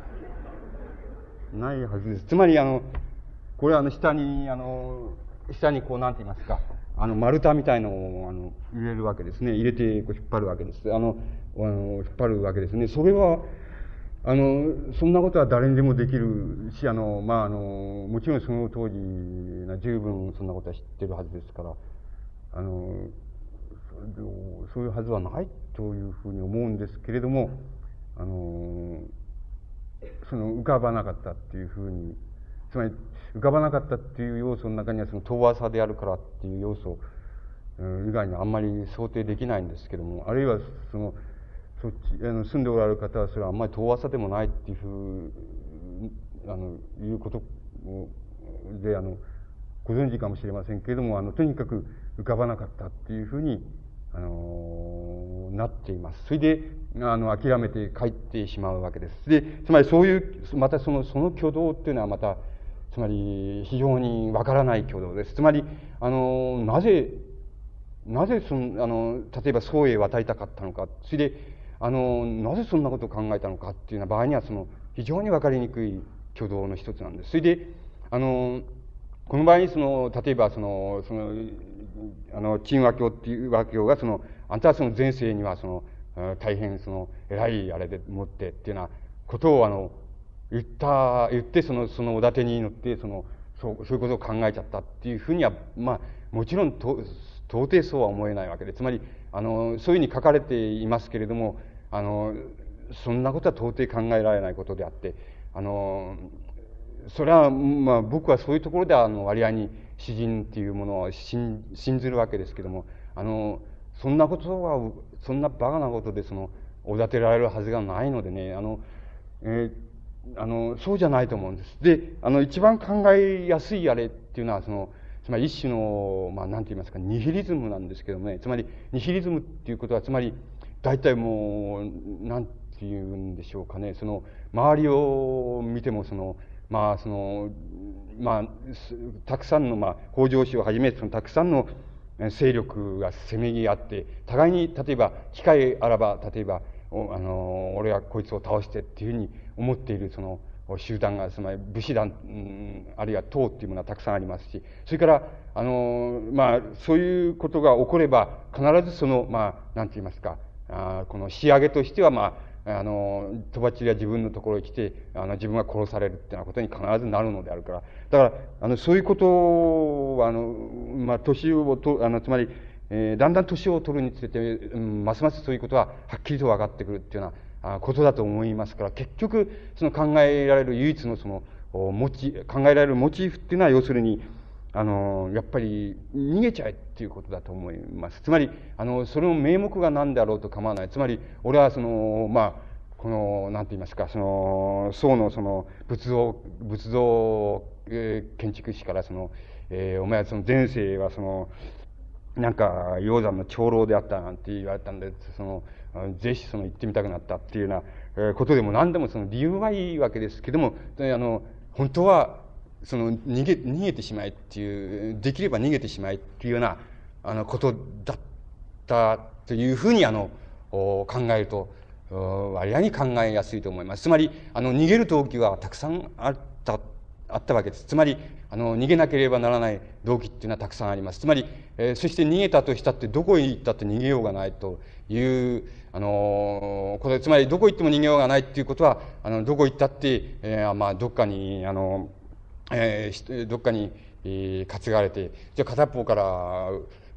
ないはずです。つまりあのこれはあの下にあの下にこうなんて言いますか、あの丸太みたいのをあの入れるわけですね。入れてこう引っ張るわけです。あのあの引っ張るわけですね。それはあのそんなことは誰にでもできるし、あのまああのもちろんその当時な十分そんなことは知ってるはずですから、あのそういうはずはないというふうに思うんですけれども、あのその浮かばなかったっていうふうに、つまり浮かばなかったっていう要素の中にはその遠浅であるからっていう要素以外にあんまり想定できないんですけども、あるいはそのそっちあの住んでおられる方はそれはあんまり遠浅でもないっていうふうあのいうことであのご存知かもしれませんけれども、あのとにかく浮かばなかったっていうふうにあのなっています。それであの諦めて帰ってしまうわけです。でつまりそういうまたそのその挙動っていうのはまたつまり非常にわからない挙動です。つまりあのなぜなぜそのあの例えば宋へ渡りたかったのか、それであのなぜそんなことを考えたのかっていうような場合には、その非常に分かりにくい挙動の一つなんです。それであのこの場合にその例えばそのそのあの陳和教っていう和教がそのあんたはその前世にはその大変その偉いあれでもってっていうようなことをあの言った言ってそのそのおだてに乗ってそのそうそういうことを考えちゃったっていうふうにはまあもちろんと到底そうは思えないわけで、つまりあのそういうふうに書かれていますけれども、あのそんなことは到底考えられないことであって、あのそれはまあ僕はそういうところではあの割合に詩人っていうものを信信ずるわけですけども、あのそんなことはそんなバカなことでそのおだてられるはずがないのでね、あの、えー、あのそうじゃないと思うんです。であの一番考えやすいあれっていうのはそのつまり一種の、まあ、なんて言いますか、ニヒリズムなんですけどもね、つまりニヒリズムっていうことはつまり大体もうなんて言うんでしょうかね、その周りを見てもそのまあそのまあたくさんのまあ北条氏をはじめそのたくさんの勢力がせめぎ合って互いに例えば機会あらば例えばおあの俺はこいつを倒してっていうふうに思っているその集団がつまり武士団、うん、あるいは党っていうものはたくさんありますし、それからあのまあそういうことが起これば必ずそのまあなんて言いますか、あこの仕上げとしてはまああのとばっちりは自分のところへ来てあの自分が殺されるっていうようなことに必ずなるのであるから、だからあのそういうことはあのまあ年をとあのつまり、えー、だんだん年を取るにつれて、うん、ますますそういうことははっきりと分かってくるっていうようなことだと思いますから、結局その考えられる唯一のそのモチ考えられるモチーフっていうのは要するにあのやっぱり逃げちゃえっていうことだと思います。つまりあのそれの名目が何であろうと構わない。つまり俺はそのまあこのなんて言いますか、その宋のその仏像仏像、えー、建築士からその、えー、お前はその前世はそのなんか鷹山の長老であったなんて言われたんで、そのぜひその行ってみたくなったっていうようなことでも何でもその理由はいいわけですけども、あの本当はその逃げ逃げてしまえっていう、できれば逃げてしまえっていうようなあのことだったというふうにあの考えると割合に考えやすいと思います。つまりあの逃げる動機はたくさんあったあったわけです。つまりあの逃げなければならない動機っていうのはたくさんあります。つまり、えー、そして逃げたとしたってどこへ行ったって逃げようがないというあのこれつまりどこ行っても逃げようがないっていうことはあのどこ行ったって、えー、まあどっかにあの、えー、どっかに、えー、担がれてじゃあ片っぽから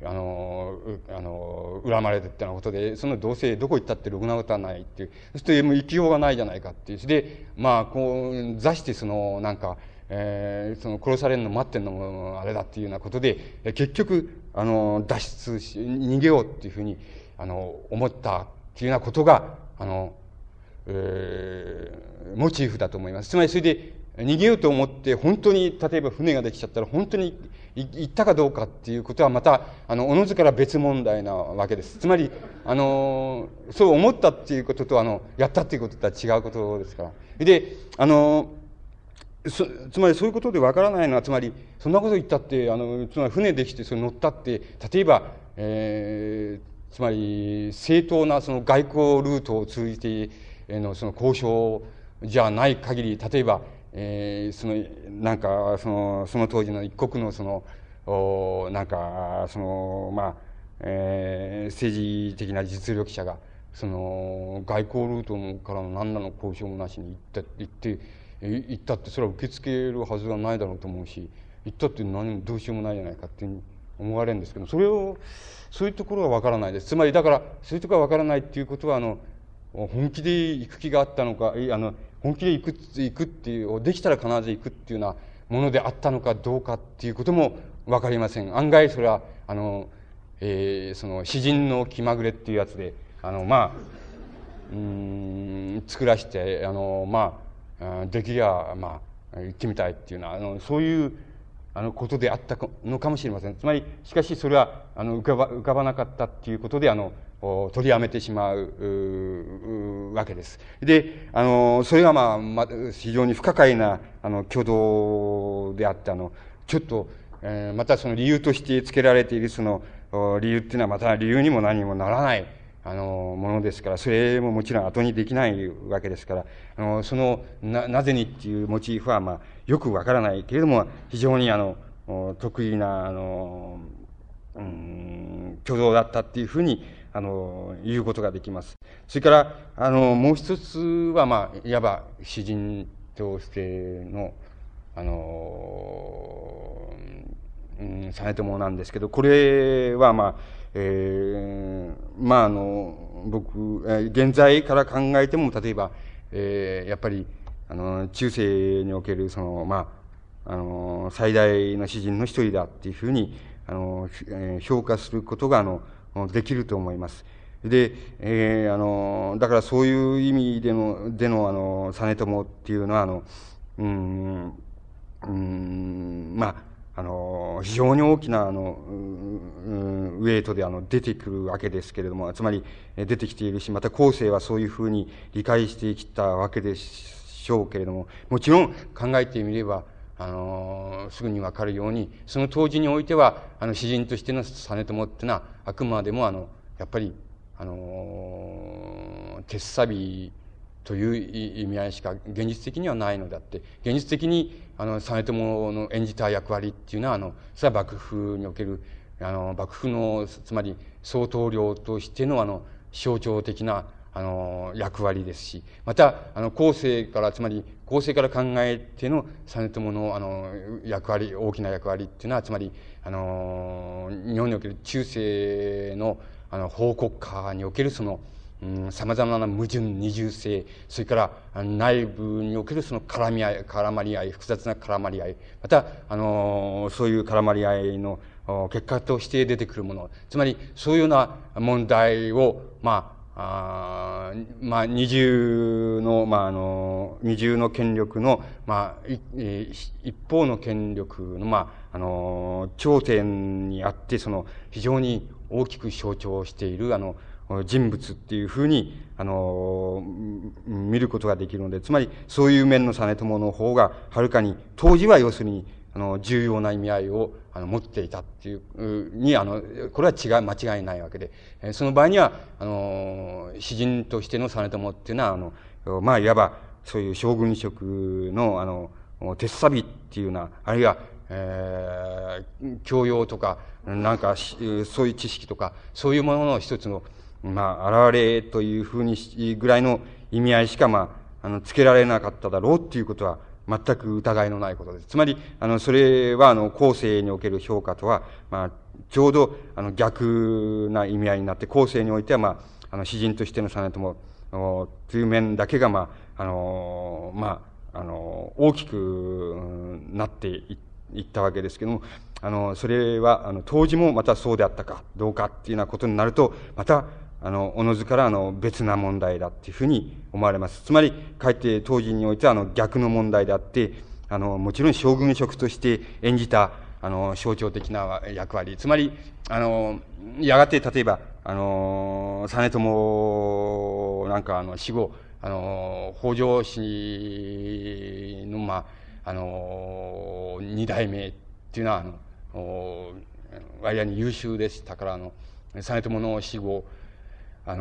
あの、あの、恨まれてってなことで、そのどうせどこ行ったってろくなことはないっていう。そしてもう生きようがないじゃないかっていう。で、まあ、こう、座してその、なんか、えー、その殺されるの待ってんのもあれだっていうようなことで、結局、あの、脱出し、逃げようっていうふうに、あの、思ったっていうようなことが、あの、えー、モチーフだと思います。つまりそれで逃げようと思って本当に例えば船ができちゃったら本当に行ったかどうかっていうことはまたあのおのずから別問題なわけです。つまりあのそう思ったっていうこととあのやったっていうこととは違うことですから。であのそつまりそういうことでわからないのはつまりそんなこと言ったってあのつまり船できてそれ乗ったって例えば、えー、つまり正当なその外交ルートを通じてのその交渉じゃない限り例えば、えー、そのなんかそのその当時の一国のそのおなんかそのまあ、えー、政治的な実力者がその外交ルートからの何らの交渉もなしに行って行って行ったってそれは受け付けるはずがないだろうと思うし行ったって何もどうしようもないじゃないかって思われるんですけどそれをそういうところは分からないです。つまりだからそういうところが分からないっていうことはあの本気で行く気があったのか、あの、本気で行く、行くっていう、できたら必ず行くっていうようなものであったのかどうかっていうこともわかりません。案外それは、あの、えー、その、詩人の気まぐれっていうやつで、あの、まあ、うーん、作らして、あの、まあ、できりゃ、まあ、行ってみたいっていうような、あの、そういう、あの、ことであったのかもしれません。つまり、しかしそれは、あの、浮かば、浮かばなかったっていうことで、あの、取りやめてしまうわけです。で、あの、それがまあ、ま、非常に不可解な、あの、挙動であって、あの、ちょっと、えー、またその理由として付けられているその理由っていうのはまた理由にも何にもならない、あの、ものですから、それももちろん後にできないわけですから、あの、その、な、なぜにっていうモチーフはまあ、よくわからないけれども、非常にあの、得意な、あの、うん、挙動だったっていうふうに、あの、言うことができます。それから、あの、もう一つは、まあ、いわば詩人としての、あの、うん、実朝なんですけど、これは、まあ、えー、まあ、あの、僕、現在から考えても、例えば、えー、やっぱり、あの、中世における、その、まあ、あの、最大の詩人の一人だっていうふうに、あの、えー、評価することが、あの、できると思います。で、えー、あの、だからそういう意味での、での、あの、実朝っていうのは、あの、うん、うん、まあ、あの、非常に大きな、あの、うん、ウェイトで、あの、出てくるわけですけれども、つまり、出てきているし、また後世はそういうふうに理解してきたわけでしょうけれども、もちろん考えてみれば、あのすぐにわかるようにその当時においてはあの詩人としての実朝っていうのはあくまでもあのやっぱりあの鉄サビという意味合いしか現実的にはないのであって現実的にあの実朝の演じた役割っていうのはあのそれは幕府におけるあの幕府のつまり総統領としてのあの象徴的なあの役割ですしまたあの後世からつまり後世から考えての実朝のあの役割大きな役割っていうのはつまりあの日本における中世のあの法国家におけるそのさまざまな矛盾二重性それから内部におけるその絡み合い絡まり合い複雑な絡まり合いまたあのそういう絡まり合いの結果として出てくるものつまりそういうような問題をまああまあ、二重の、まあ、あの、二重の権力の、まあ、一方の権力の、まあ、あの、頂点にあって、その、非常に大きく象徴している、あの、人物っていうふうに、あの、見ることができるので、つまり、そういう面の実朝の方が、はるかに、当時は要するに、あの、重要な意味合いを、あの、持っていたっていう、に、あの、これは違い、間違いないわけで、その場合には、あの、詩人としての実朝っていうのは、あの、まあ、いわば、そういう将軍職の、あの、鉄サビっていうような、あるいは、えー、教養とか、なんか、そういう知識とか、そういうものの一つの、まあ、現れというふうにぐらいの意味合いしか、まあの、つけられなかっただろうっていうことは、全く疑いのないことです。つまり、あの、それは、あの、後世における評価とは、まあ、ちょうど、あの、逆な意味合いになって、後世においては、まあ、あの、詩人としての実朝という面だけが、まあ、あの、まあ、あの、大きくなっていったわけですけども、あの、それは、あの、当時もまたそうであったか、どうかっていうようなことになると、また、あの、おのずからあの別な問題だっていうふうに思われます。つまり、かえって当時においてはあの逆の問題であって、あの、もちろん将軍職として演じた、あの、象徴的な役割。つまり、あの、やがて例えば、あの、実朝なんかあの死後、あの、北条氏の、まあ、あの、二代目っていうのは、あの、割合に優秀でしたから、あの、実朝の死後、あ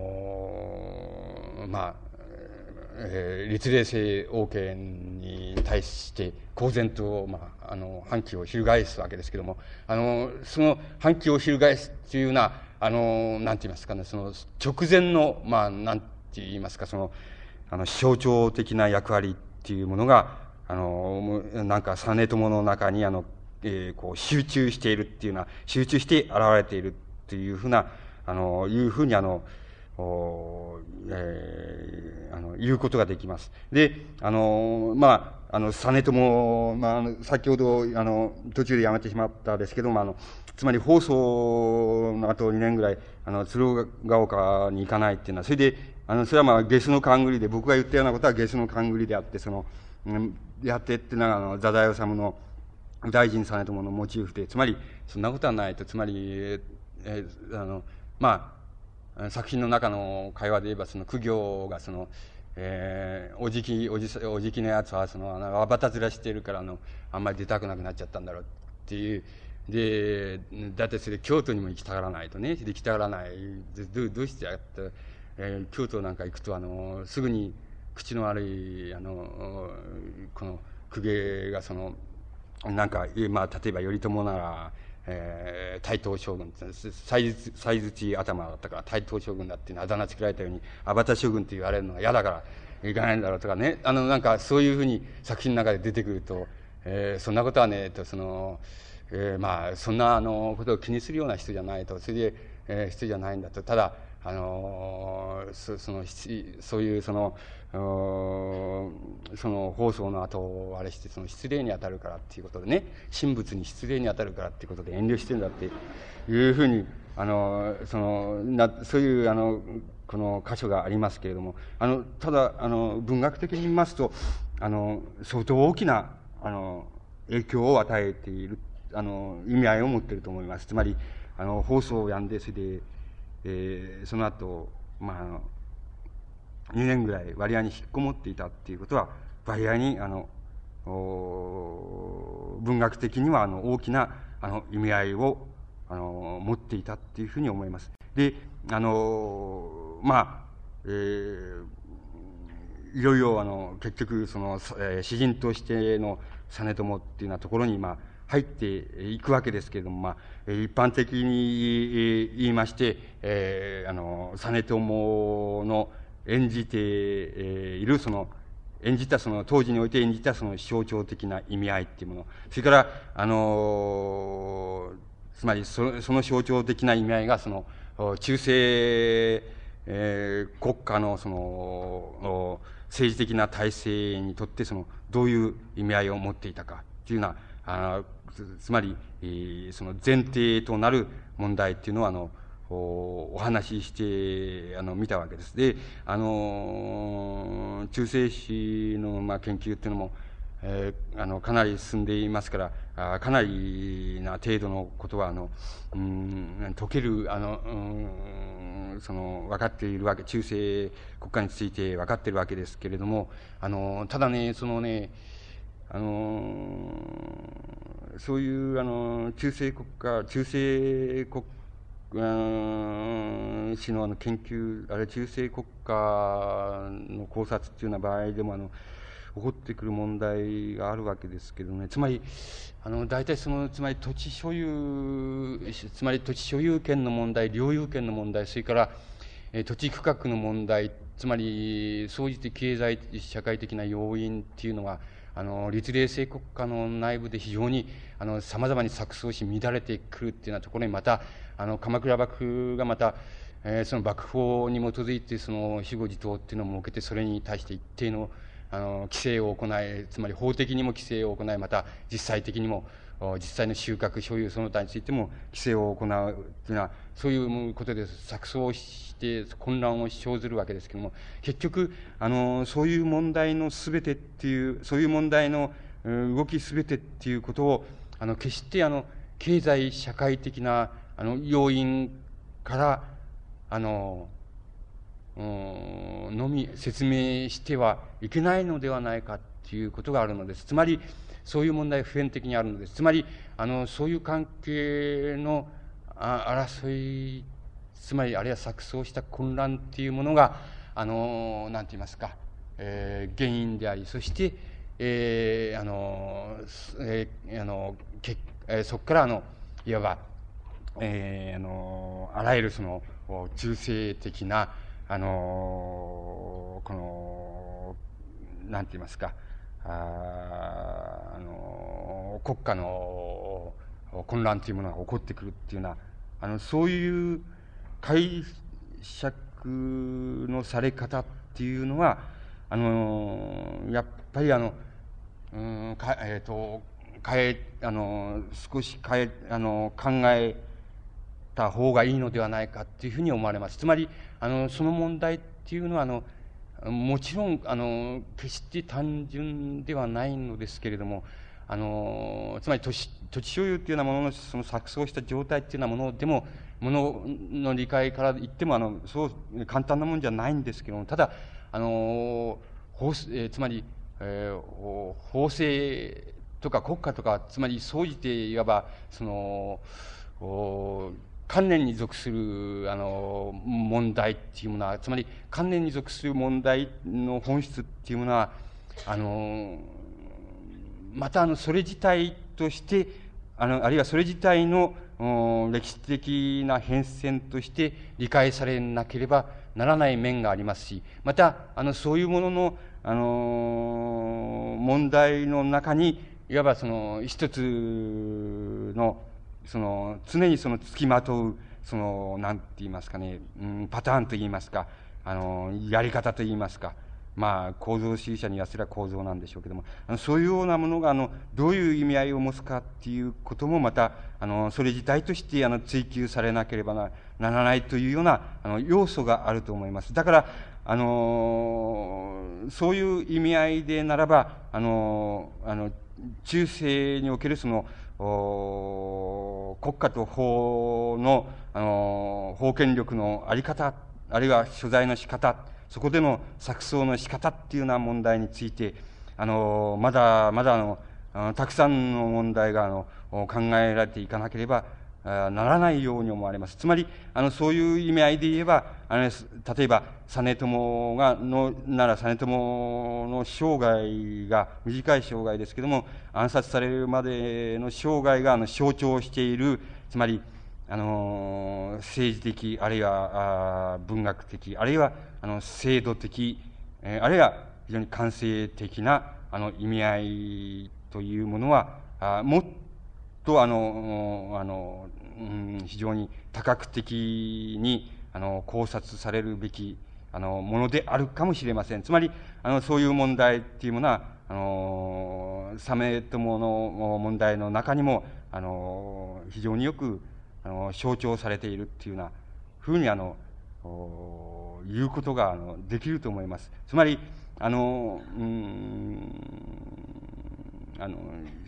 のまあ、えー、立礼制王権に対して公然と、まあ、あの反旗を翻すわけですけども、あのその反旗を翻すというような、あのなんて言いますかね、その直前の、まあ、なんて言いますか、そのあの象徴的な役割っていうものが、あのなんか実朝の中にあの、えー、こう集中しているっていうような、集中して現れているっていうふうな、あの、いうふうに、あの、おえー、あの、言うことができます。で、あの、まあ、あの、実朝、まあ、あの、先ほど、あの、途中でやめてしまったですけども、あの、つまり放送の後にねんぐらい、あの、鶴岡に行かないっていうのは、それで、あの、それはまあ、ゲスの勘繰りで、僕が言ったようなことはゲスの勘繰りであって、その、うん、やってっていうのは、あの、太宰治の大臣実朝のモチーフで、つまり、そんなことはないと、つまり、えー、あの、まあ、作品の中の会話で言えば、その苦行がその、えー、おじき、おじ、おじきのやつは、その、あの、あばたずらしているから、あの、あんまり出たくなくなっちゃったんだろうっていう。で、だってそれ京都にも行きたがらないとね、行きたがらない。ど, どうしてやって、えー、京都なんか行くと、あの、すぐに口の悪い、あの、この公家がその、なんか、まあ、例えば頼朝なら、えー、対東将軍って歳槌頭だったから対東将軍だっていうあだ名つけられたように、あばた将軍って言われるのが嫌だからいかないんだろうとかね、あのなんかそういうふうに作品の中で出てくると、えー、そんなことはねと、その、えー、まあそんなあのことを気にするような人じゃないと、それで、えー、人じゃないんだと、ただあのそそのそういうそのその放送の後をあれしてその失礼に当たるからっていうことでね、神仏に失礼に当たるからっていうことで遠慮してるんだっていうふうに、あのそのなそういうあのこの箇所がありますけれども、あのただあの文学的に見ますと、あの相当大きなあの影響を与えている、あの意味合いを持っていると思います。つまりあの放送をやんで、それで、えー、その後、まああのにねんぐらい割合に引っこもっていたっていうことは、割合にあの文学的にはあの大きなあの意味合いをあの持っていたっていうふうに思います。で、あのまあ、えー、いろいろあの結局その、えー、詩人としての実朝っていうようなところにまあ入っていくわけですけれども、まあ、一般的に言いまして、えー、あの実朝の演じているその演じたその当時において演じたその象徴的な意味合いっていうもの、それからあのつまりそその象徴的な意味合いがその中世、えー、国家のその政治的な体制にとってそのどういう意味合いを持っていたかっていうような、あつまりその前提となる問題っていうのはあのお話ししてあの見たわけです。で、あの中世史のまあ研究っていうのも、えー、あのかなり進んでいますから、あかなりな程度のことはあの、うん、解けるあの、うん、その分かっているわけ、中世国家について分かっているわけですけれども、あのただね、そのね、あのそういうあの中世国家、中世国家史のあの研究、あれ中世国家の考察っていうような場合でもあの起こってくる問題があるわけですけどね、つまりあの大体そのつまり土地所有、つまり土地所有権の問題、領有権の問題、それから、 え土地区画の問題、つまり、総じて経済、社会的な要因っていうのが、あの、立例制国家の内部で非常に、あの、様々に錯綜し乱れてくるっていうようなところに、また、あの、鎌倉幕府がまた、えー、その幕府法に基づいて、その、守護自党っていうのを設けて、それに対して一定の、あの、規制を行い、つまり法的にも規制を行い、また、実際的にも、実際の収穫、所有、その他についても規制を行うというのは、そういうことで錯綜して混乱を生ずるわけですけれども、結局、あの、そういう問題のすべてっていう、そういう問題の動きすべてっていうことを、あの、決してあの、経済、社会的な、あの、要因から、あの、のみ説明してはいけないのではないかっていうことがあるのです。つまり、そういう問題が普遍的にあるのです。つまり、あの、そういう関係のあ争い、つまり、あるいは錯綜した混乱っていうものが、あの、なんて言いますか、えー、原因であり、そして、えー、あの、えー、あの、けえー、そこから、あの、いわば、えー、あの、あらゆるその、中性的な、あの、この、なんて言いますか、ああの国家の混乱というものが起こってくるっていうような、あのそういう解釈のされ方っていうのは、あのやっぱりあの、うんかえっ、ー、と変えあの少し変えあの考えた方がいいのではないかっていうふうに思われます。つまりあのその問題っていうのはあのもちろん、あの、決して単純ではないのですけれども、あの、つまり土地、土地所有っていうようなものの、その錯綜した状態っていうようなものでも、ものの理解から言っても、あの、そう簡単なもんじゃないんですけども、ただ、あの、法、えー、つまり、えー、法制とか国家とか、つまり、総じていわば、その、観念に属する、あの、問題っていうものは、つまり、観念に属する問題の本質っていうものは、あの、また、あの、それ自体として、あの、あるいはそれ自体の、歴史的な変遷として理解されなければならない面がありますし、また、あの、そういうものの、あの、問題の中に、いわばその、一つの、その、常にその付きまとう、その、なんて言いますかね、うん、パターンと言いますか、あの、やり方と言いますか、まあ、構造主義者にやすら構造なんでしょうけども、あのそういうようなものが、あの、どういう意味合いを持つかっていうこともまた、あの、それ自体として、あの、追求されなければならないというような、あの、要素があると思います。だから、あの、そういう意味合いでならば、あの、あの、中世におけるその、国家と法の、あの、法権力のあり方、あるいは所在の仕方、そこでの錯綜の仕方っていうような問題について、あの、まだまだあの、あのたくさんの問題があの考えられていかなければならないように思われます。つまり、あの、そういう意味合いで言えば、あの、例えば、実朝が、の、なら、実朝の生涯が、短い生涯ですけども、暗殺されるまでの生涯が、あの、象徴している、つまり、あの、政治的、あるいは、あ文学的、あるいは、あの、制度的、えー、あるいは、非常に感性的な、あの、意味合いというものは、あもっと、あの、あの、うん、非常に多角的に、あの、考察されるべき、あの、ものであるかもしれません。つまり、あの、そういう問題っていうものは、あの、実朝の問題の中にも、あの、非常によく、あの、象徴されているっていうようなふうに、あの、いうことが、あの、できると思います。つまり、あの、うん、あの、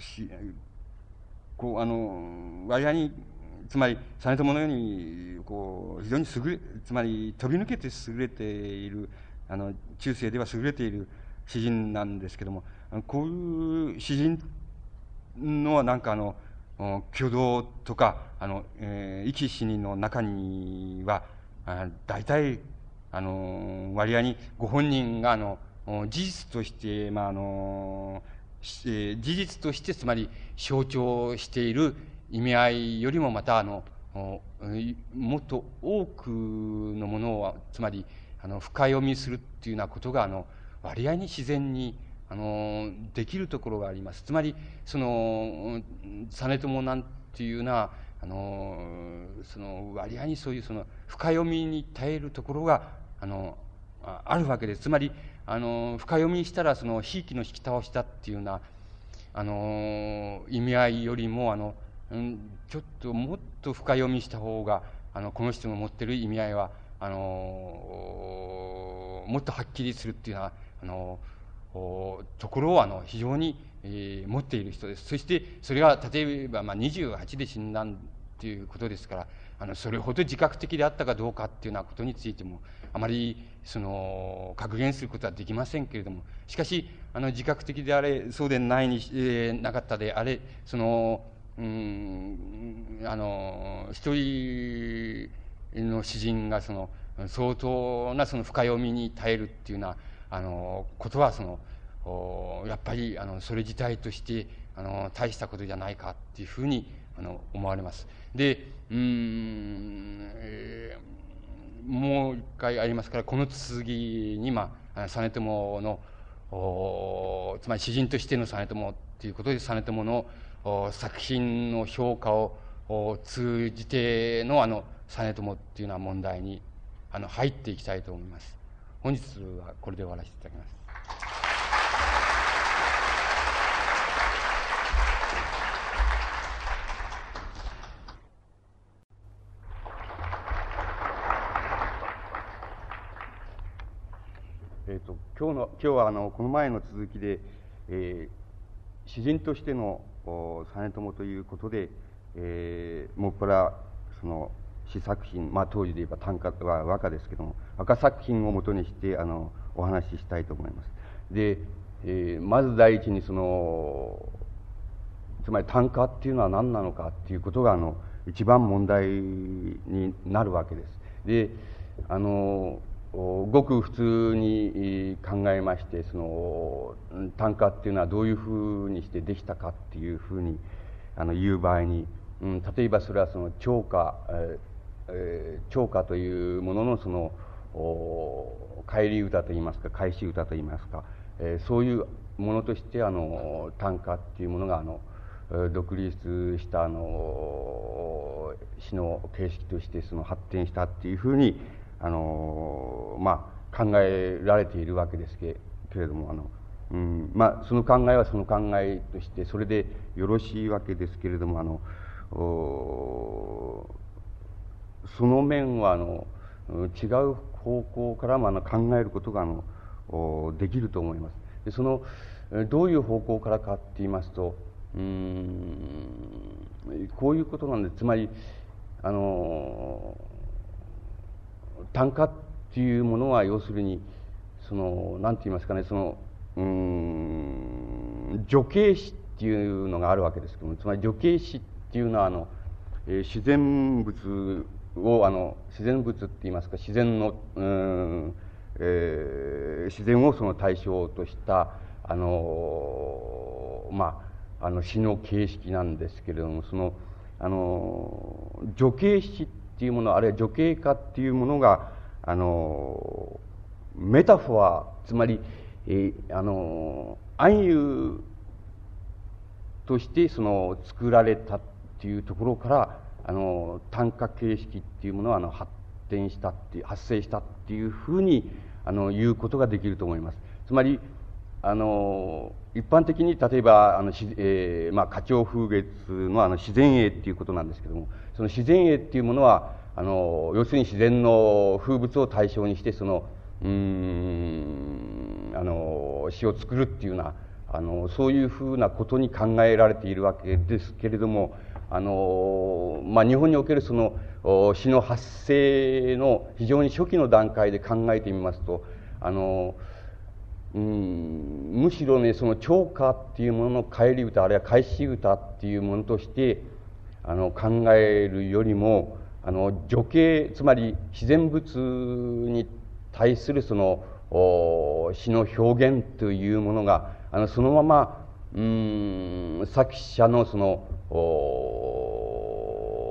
こう、あの、割合に、つまり、実朝のように、こう、非常に優れ、つまり、飛び抜けて優れている、あの、中世では優れている詩人なんですけども、こういう詩人のはなんかあの、挙動とか、あの、えー、一死人の中には、あ大体、あの、割合にご本人が、あの、事実として、まあ、あの、えー、事実として、つまり象徴している意味合いよりもまた、あの、 もっと多くのものをつまりあの深読みするっていうようなことがあの割合に自然にあのできるところがあります。つまりその実朝なんていうようなあのその割合にそういうその深読みに耐えるところがあのあるわけです。つまりあの深読みしたらそのひいきの引き倒したっていうようなあの意味合いよりもあの、うん、ちょっともっと深読みした方があのこの人の持ってる意味合いはあのもっとはっきりするっていうようなあのところをあの非常に、えー、持っている人です。そしてそれが例えば、まあ、にじゅうはちで死んだっていうことですから、あのそれほど自覚的であったかどうかっていうようなことについてもあまりその確言することはできませんけれども、しかしあの自覚的であれそうでないに、えー、なかったであれそのうんあの一人の詩人がその相当なその深読みに耐えるっていうようなあのことはそのやっぱりあのそれ自体としてあの大したことじゃないかっていうふうにあの思われます。でうーん、えー、もう一回ありますから、この次に、まあ、実朝のつまり詩人としての実朝っていうことで実朝の作品の評価を通じてのあの実朝っていうような問題にあの入っていきたいと思います。本日はこれで終わらせていただきます。 えーと、今日の今日はあのこの前の続きで、えー、詩人としての実朝ということで、えー、もっぱらその詩作品、まあ、当時で言えば短歌は和歌ですけども、和歌作品をもとにしてあのお話ししたいと思います。で、えー、まず第一にそのつまり短歌っていうのは何なのかっていうことがあの一番問題になるわけです。で、あのごく普通に考えまして、その短歌っていうのはどういうふうにしてできたかっていうふうにあの言う場合に、うん、例えばそれはその長歌、えー、長歌というもののその返り歌といいますか返し歌といいますか、えー、そういうものとしてあの短歌っていうものがあの独立したあの詩の形式としてその発展したっていうふうにあのまあ考えられているわけですけれども、あの、うんまあ、その考えはその考えとしてそれでよろしいわけですけれども、あのその面はあの違う方向からもあの考えることがあのできると思います。でそのどういう方向からかって言いますと、うーんこういうことなんです。つまりあの短歌っていうものは要するにその何て言いますかね、そのうーん助形詞っていうのがあるわけですけども、つまり助形詞っていうのはあの、えー、自然物をあの自然物って言いますか自然のうーん、えー、自然をその対象としたあのまああの詩の形式なんですけれども、そのあの助形詞っていうものあるいは助形歌っていうものがあのメタファーつまり、えー、あの暗喩としてその作られたっていうところからあの短歌形式っていうものはあの発展したっていう発生したっていうふうにあの言うことができると思います。つまりあの一般的に例えばあの、えーまあ、花鳥風月のあの自然詠っていうことなんですけども、その自然詠っていうものはあの要するに自然の風物を対象にしてそのうーんあの詩を作るっていうようなあのそういうふうなことに考えられているわけですけれども、あの、まあ、日本におけるその詩の発生の非常に初期の段階で考えてみますと、あのうんむしろねその長歌っていうものの返り歌あるいは返し歌っていうものとしてあの考えるよりもあの助形つまり自然物に対するその詩の表現というものがあのそのままうん作者のその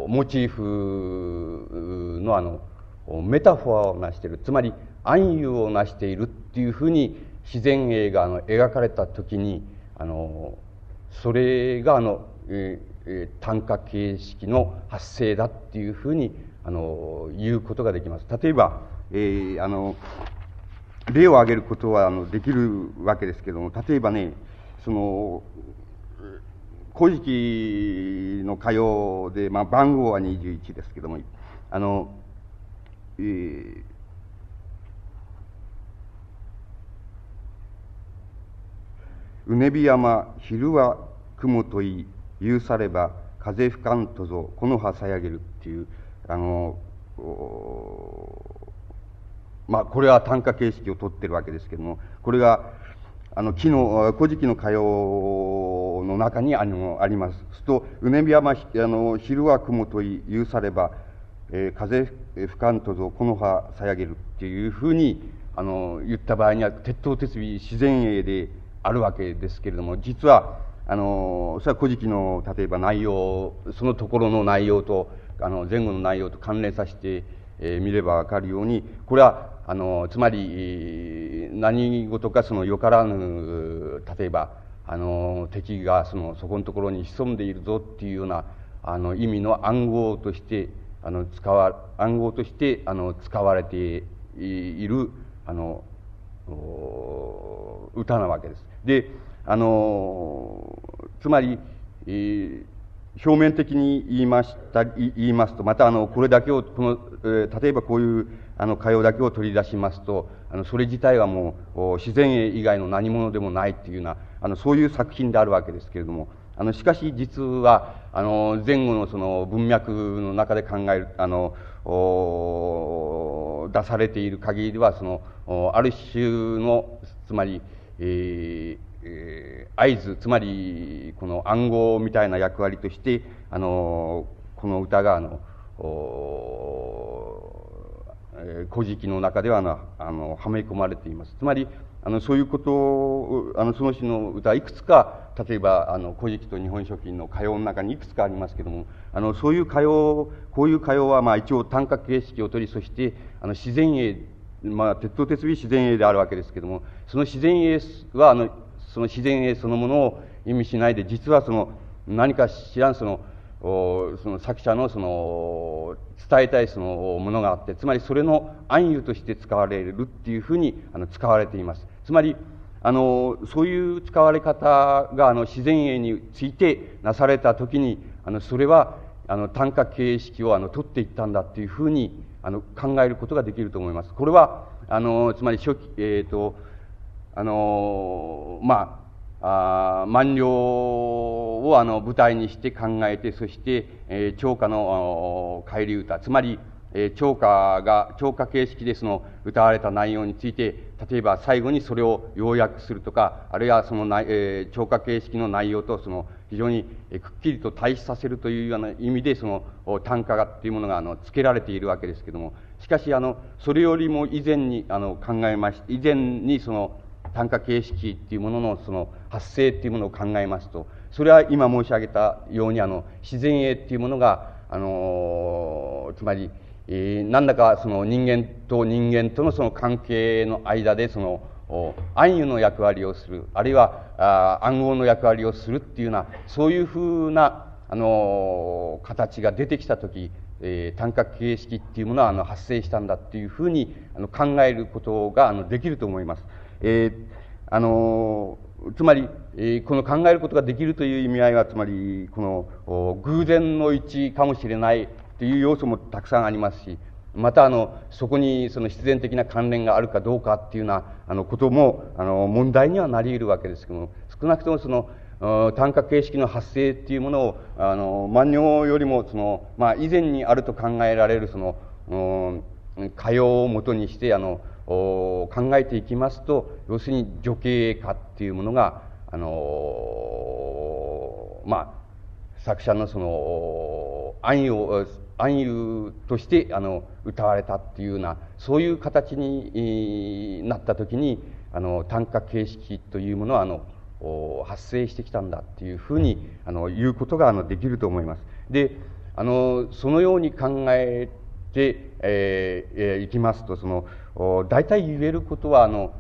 モチーフのあのメタファーをなしている、つまり暗喩をなしているっていうふうに自然映があの描かれた時に、あのそれがあの、えー、短歌形式の発生だっていうふうにあの言うことができます。例えば、えー、あの例を挙げることはあのできるわけですけれども、例えばね、その古事記の歌謡で、まあ、番号はにじゅういちですけども、あの、えー、うねび山昼は雲といい、夕されば風吹かんとぞこの葉さやげるっていう、あのまあこれは短歌形式をとってるわけですけども、これがあの木の古事記の歌謡の中にあのあります。するとうねび山あの昼は雲といい、夕されば、えー、風吹かんとぞこの葉さやげるっていうふうにあの言った場合には鉄頭鉄尾自然英であるわけですけれども、実はあのそれは古事記の例えば内容、そのところの内容とあの前後の内容と関連させて、えー、見ればわかるように、これはあのつまり何事かそのよからぬ、例えばあの敵がそのそこのところに潜んでいるぞっていうようなあの意味の暗号としてあの使わ暗号としてあの使われているあの歌なわけです。で、あのつまり、えー、表面的に言いました言いますと、またあのこれだけをこの、えー、例えばこういうあの歌謡だけを取り出しますと、あのそれ自体はもう自然英以外の何者でもないっていうようなあのそういう作品であるわけですけれども、あのしかし実はあの前後のその文脈の中で考えるあの出されている限りでは、そのある種のつまり、えーえー、合図、つまりこの暗号みたいな役割としてあのこの歌があの古事記の中ではあのあのはめ込まれています。つまりあのそういうことをあのその詩の歌はいくつか、例えばあの古事記と日本書紀の歌謡の中にいくつかありますけれども、あのそういう歌謡こういう歌謡はまあ一応短歌形式をとり、そしてあの自然英、まあ鉄頭鉄尾自然英であるわけですけれども、その自然英はあのその自然英そのものを意味しないで、実はその何か知らんそのその作者のその伝えたいそのものがあって、つまりそれの暗喩として使われるっていうふうにあの使われています。つまりあのそういう使われ方があの自然英についてなされたときに、あのそれはあの短歌形式をあの取っていったんだっていうふうにあの考えることができると思います。これはあのつまり初期えっ、ー、とあのまああ万両をあの舞台にして考えて、そして、えー、長歌の返り歌、つまり、えー、長歌が長歌形式でその歌われた内容について、例えば最後にそれを要約するとか、あるいはその、えー、長歌形式の内容とその非常にくっきりと対比させるというような意味でその短歌がっていうものがあの付けられているわけですけれども、しかしあのそれよりも以前にあの考えまし以前にその短歌形式っていうもののその発生っていうものを考えますと、それは今申し上げたようにあの自然英っていうものがあのつまり、えー、何だかその人間と人間とのその関係の間でその暗喩の役割をする、あるいはあ暗号の役割をするっていうような、そういうふうなあの形が出てきたとき、えー、短歌形式っていうものはあの発生したんだっていうふうにあの考えることがあのできると思います。えー、あのつまり、えー、この考えることができるという意味合いは、つまりこの偶然の一致かもしれないという要素もたくさんありますし、またあのそこにその必然的な関連があるかどうかっていうようなあのこともあの問題にはなり得るわけですけども、少なくともその短歌形式の発生っていうものをあの万葉よりもその、まあ、以前にあると考えられるその歌謡をもとにしてあの考えていきますと、要するに女系歌っていうものがあのまあ作者のその暗喩を暗喩としてあの歌われたっていうような、そういう形になったときにあの短歌形式というものはあの発生してきたんだっていうふうにあの言うことがあのできると思います。で、 あのそのように考えて、えーえー、いきますと、その大体言えることはあの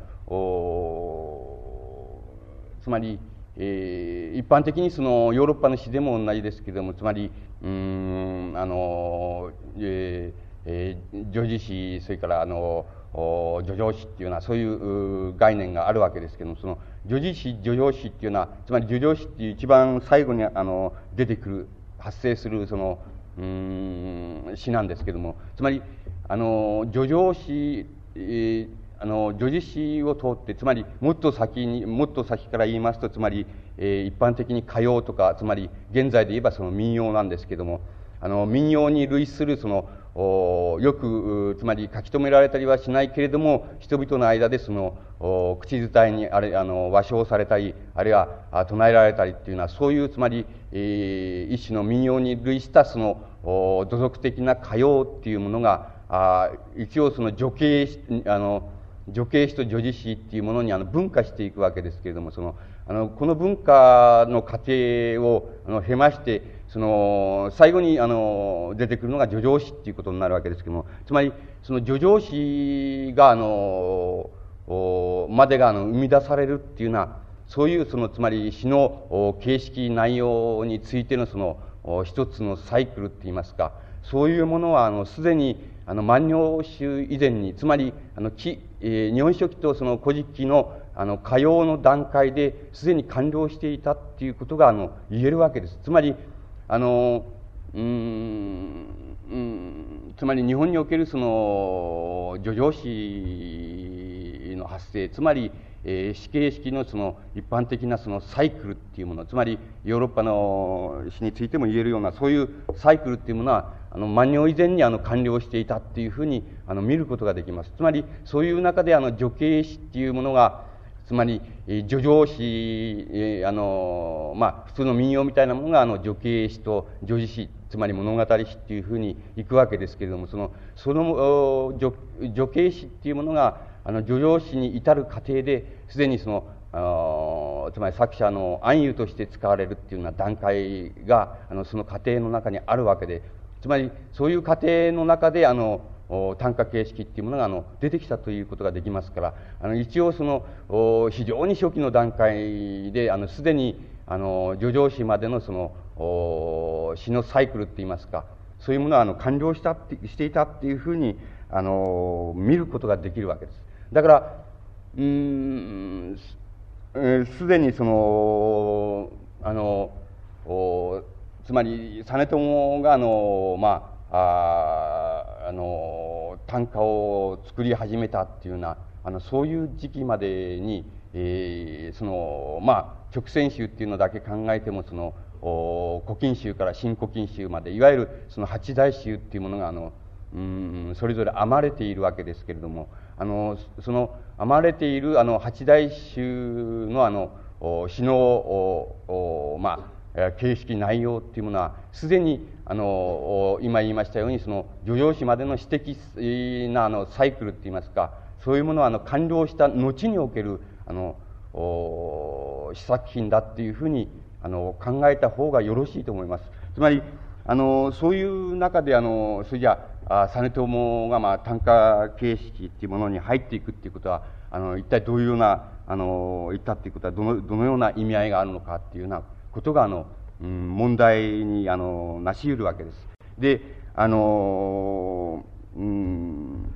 つまり、えー、一般的にそのヨーロッパの詩でも同じですけれども、つまりうーんあの、えーえー、叙事詩、それからあの叙情詩っていうようなそういう概念があるわけですけども、その叙事詩、叙情詩っていうのは、つまり叙情詩っていう一番最後にあの出てくる発生するそのうーん詩なんですけども、つまりあの叙情詩、えーあの叙事詩を通って、つまりもっと先にもっと先から言いますと、つまり、えー、一般的に歌謡とか、つまり現在で言えばその民謡なんですけども、あの民謡に類するそのよくつまり書き留められたりはしないけれども、人々の間でその口伝えにあれあの和唱されたり、あるいは唱えられたりっていうのは、そういうつまり、えー、一種の民謡に類したその土俗的な歌謡っていうものが、あ一応その女系あの女系詩と叙事詩っていうものにあの分化していくわけですけれども、そのあのこの文化の過程をあの経まして、その最後にあの出てくるのが叙情詩っていうことになるわけですけども、つまりその叙情詩があのまでがあの生み出されるっていうような、そういうそのつまり詩の形式内容についてのその一つのサイクルっていいますか、そういうものはあのすでにあの万葉集以前に、つまりあのき、えー、日本書紀とその古事記のあの歌謡の段階ですでに完了していたっていうことがあの言えるわけです。つまりあのうーんうんつまり日本におけるその叙情詩の発生、つまりえー、詩形式のその一般的なそのサイクルっていうもの、つまりヨーロッパの詩についても言えるようなそういうサイクルっていうものはあの万葉以前にあの完了していたっていうふうにあの見ることができます。つまりそういう中であの叙形詩っていうものが、つまり叙情詩、えー、あのまあ普通の民謡みたいなものがあの叙形詩と叙事詩、つまり物語詩っていうふうにいくわけですけれども、そのその叙叙形詩っていうものがあの叙情詩に至る過程ですでにそのあつまり作者の暗喩として使われるっていうような段階があのその過程の中にあるわけで、つまりそういう過程の中であの短歌形式っていうものがあの出てきたということができますから、あの一応その非常に初期の段階であのすでにあの叙情詩までのその詩のサイクルっていいますか、そういうものはあの完了したってしていたっていうふうにあの見ることができるわけです。だからうーんすで、えー、にそのあのつまり実朝があのまあああの短歌を作り始めたっていうようなあのそういう時期までに、えー、そのまあ直線集っていうのだけ考えても、その古今集から新古今集までいわゆるその八大集っていうものがあのうんそれぞれ編まれているわけですけれども、あのその編まれているあの八大集のあの詩のまあ形式内容っていうものはすでにあの今言いましたように、その叙情詩までの詩的なあのサイクルっていいますか、そういうものはあの完了した後におけるあの詩作品だっていうふうにあの考えた方がよろしいと思います。つまりあのそういう中であのそれじゃあ実朝がまあ短歌形式っていうものに入っていくっていうことは、あの一体どういうようなあのいったっていうことはどのどのような意味合いがあるのかっていうようなことがあの、うん、問題にあのなし得るわけです。で、あのうん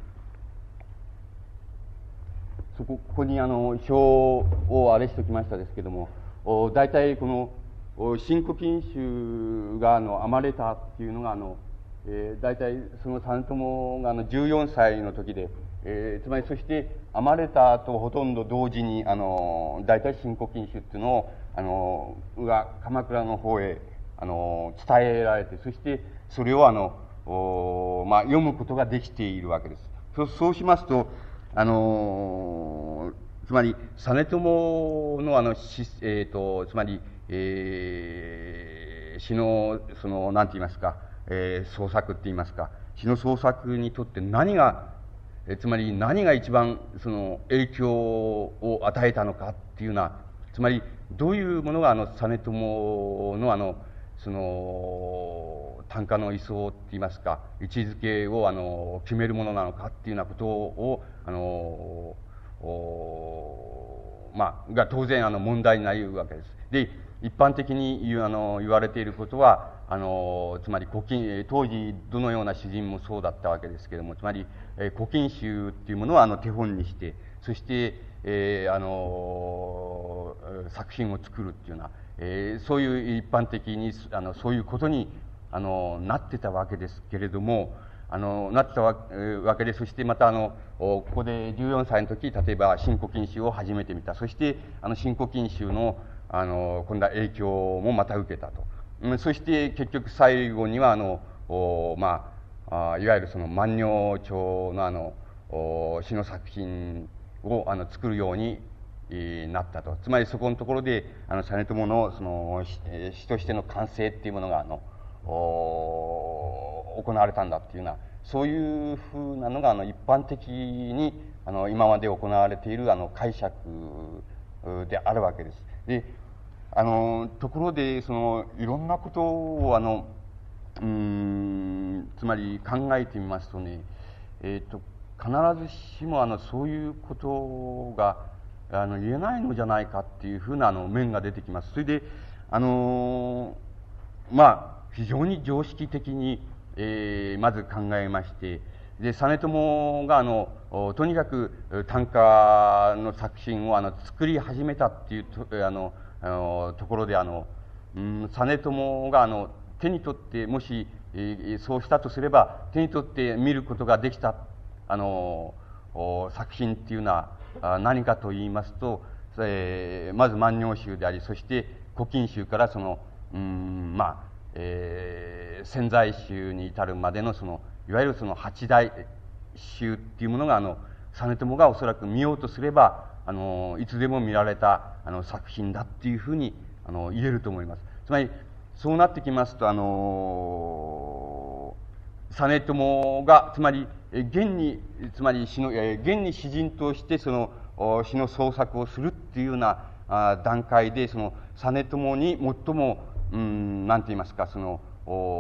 そこここにあの表をあれしておきましたですけども、大体この新古今集があの編まれたっていうのがあの、えー、大体その実朝があのじゅうよんさいの時で、えー、つまりそして編まれたとほとんど同時にあの大体新古今集っていうのをあのが鎌倉の方へあの伝えられて、そしてそれをあの、まあ、読むことができているわけです。そそうしますとあのつまり実朝のあの、えー、とつまりえー、詩のその何て言いますか、えー、創作って言いますか、詩の創作にとって何が、えー、つまり何が一番その影響を与えたのかっていうような、つまりどういうものがあの実朝のあのその単価の位相って言いますか、位置づけをあの決めるものなのかっていうようなことをあのまあが当然あの問題になりうるわけです。で、一般的に言うあの言われていることは、あのつまり古今当時どのような詩人もそうだったわけですけれども、つまり、えー、古今集っていうものをあの手本にして、そして、えー、あの作品を作るっていうような、えー、そういう一般的にあのそういうことにあのなってたわけですけれども、あのなってたわけで、そしてまたあのここでじゅうよんさいの時、例えば新古今集を初めて見た。そしてあの新古今集のあの今度は影響もまた受けたと。うん、そして結局最後にはあのまああいわゆるその万葉帳のあの詩の作品をあの作るようになったと。つまりそこのところであの実朝のその詩としての完成っていうものがあの行われたんだっていうような、そういうふうなのがあの一般的にあの今まで行われているあの解釈であるわけです。で、あのところでそのいろんなことをあのうーんつまり考えてみますとね、えっと必ずしもあのそういうことがあの言えないのじゃないかっていうふうなあの面が出てきます。それであのまあ非常に常識的に、えー、まず考えまして、で実朝があのとにかく短歌の作品をあの作り始めたっていうとあのあのところであの、うん、実朝があの手に取ってもし、えー、そうしたとすれば手に取って見ることができたあの作品っていうのは何かと言いますと、えー、まず万葉集であり、そして古今集からそのうんまあ、えー、潜在集に至るまでのそのいわゆるその八大集っていうものがあの実朝がおそらく見ようとすればあのいつでも見られたあの作品だっていうふうにあの言えると思います。つまりそうなってきますと、あの実朝がつまり現につまり詩の現に詩人としてその詩の創作をするっていうようなあ段階で、その実朝に最もうんなんて言いますか、その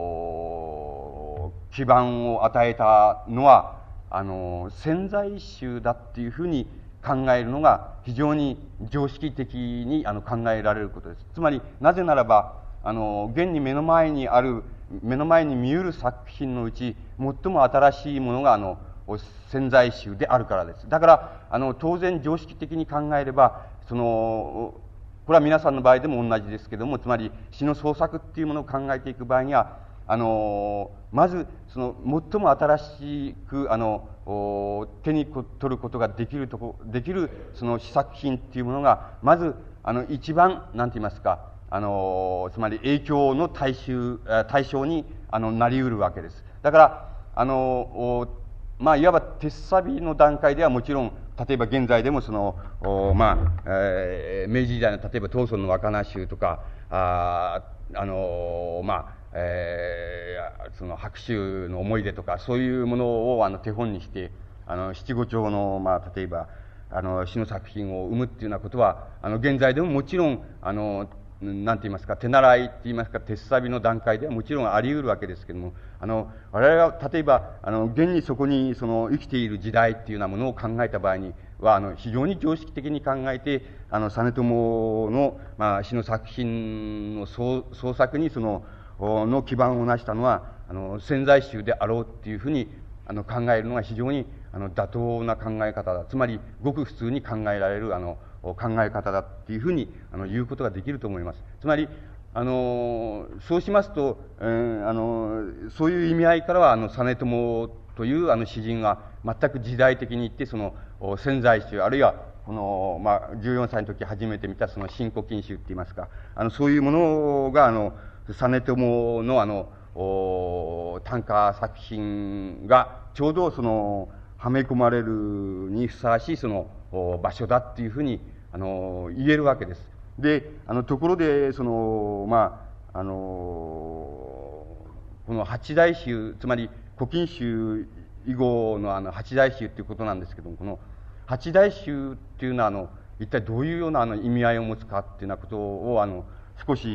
基盤を与えたのはあの潜在集だっていうふうに考えるのが非常に常識的にあの考えられることです。つまりなぜならばあの現に目の前にある目の前に見うる作品のうち最も新しいものがあの潜在集であるからです。だからあの当然常識的に考えればそのこれは皆さんの場合でも同じですけども、つまり詩の創作っていうものを考えていく場合にはあのまずその最も新しくあの手に取ることができるとこできるその詩作品っていうものがまずあの一番なんて言いますか、あのつまり影響の対象対象にあのなりうるわけです。だからあのまあいわば鉄サビの段階ではもちろん例えば現在でもそのまあ、えー、明治時代の例えば東村の若菜集とかああのまあえー、その白秋の思い出とかそういうものをあの手本にしてあの七五調のまあ例えばあの詩の作品を生むっていうようなことはあの現在でももちろんあのなんて言いますか手習いって言いますか鉄サビの段階ではもちろんあり得るわけですけれども、あの我々が例えばあの現にそこにその生きている時代っていうようなものを考えた場合にはあの非常に常識的に考えてあの実朝の、まあ、詩の作品の創創作にそのの基盤を成したのはあの潜在集であろうっていうふうにあの考えるのが非常にあの妥当な考え方だ。つまりごく普通に考えられるあの考え方だっていうふうにあの言うことができると思います。つまりあのそうしますと、えー、あのそういう意味合いからはあの実朝というあの詩人は全く時代的に言ってその潜在集あるいはこの、まあ、じゅうよんさいの時初めて見たその新古今集って言いますか、あのそういうものがあの実朝のあの短歌作品がちょうどそのはめ込まれるにふさわしいその場所だっていうふうにあの言えるわけです。で、あのところでそのまああのこの八大集、つまり古今集以後のあの八大集っていうことなんですけども、この八大集っていうのはあの一体どういうようなあの意味合いを持つかっていうようなことをあの少し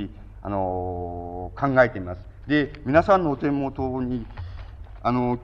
あの、考えてみます。で、皆さんのお手元に、あの、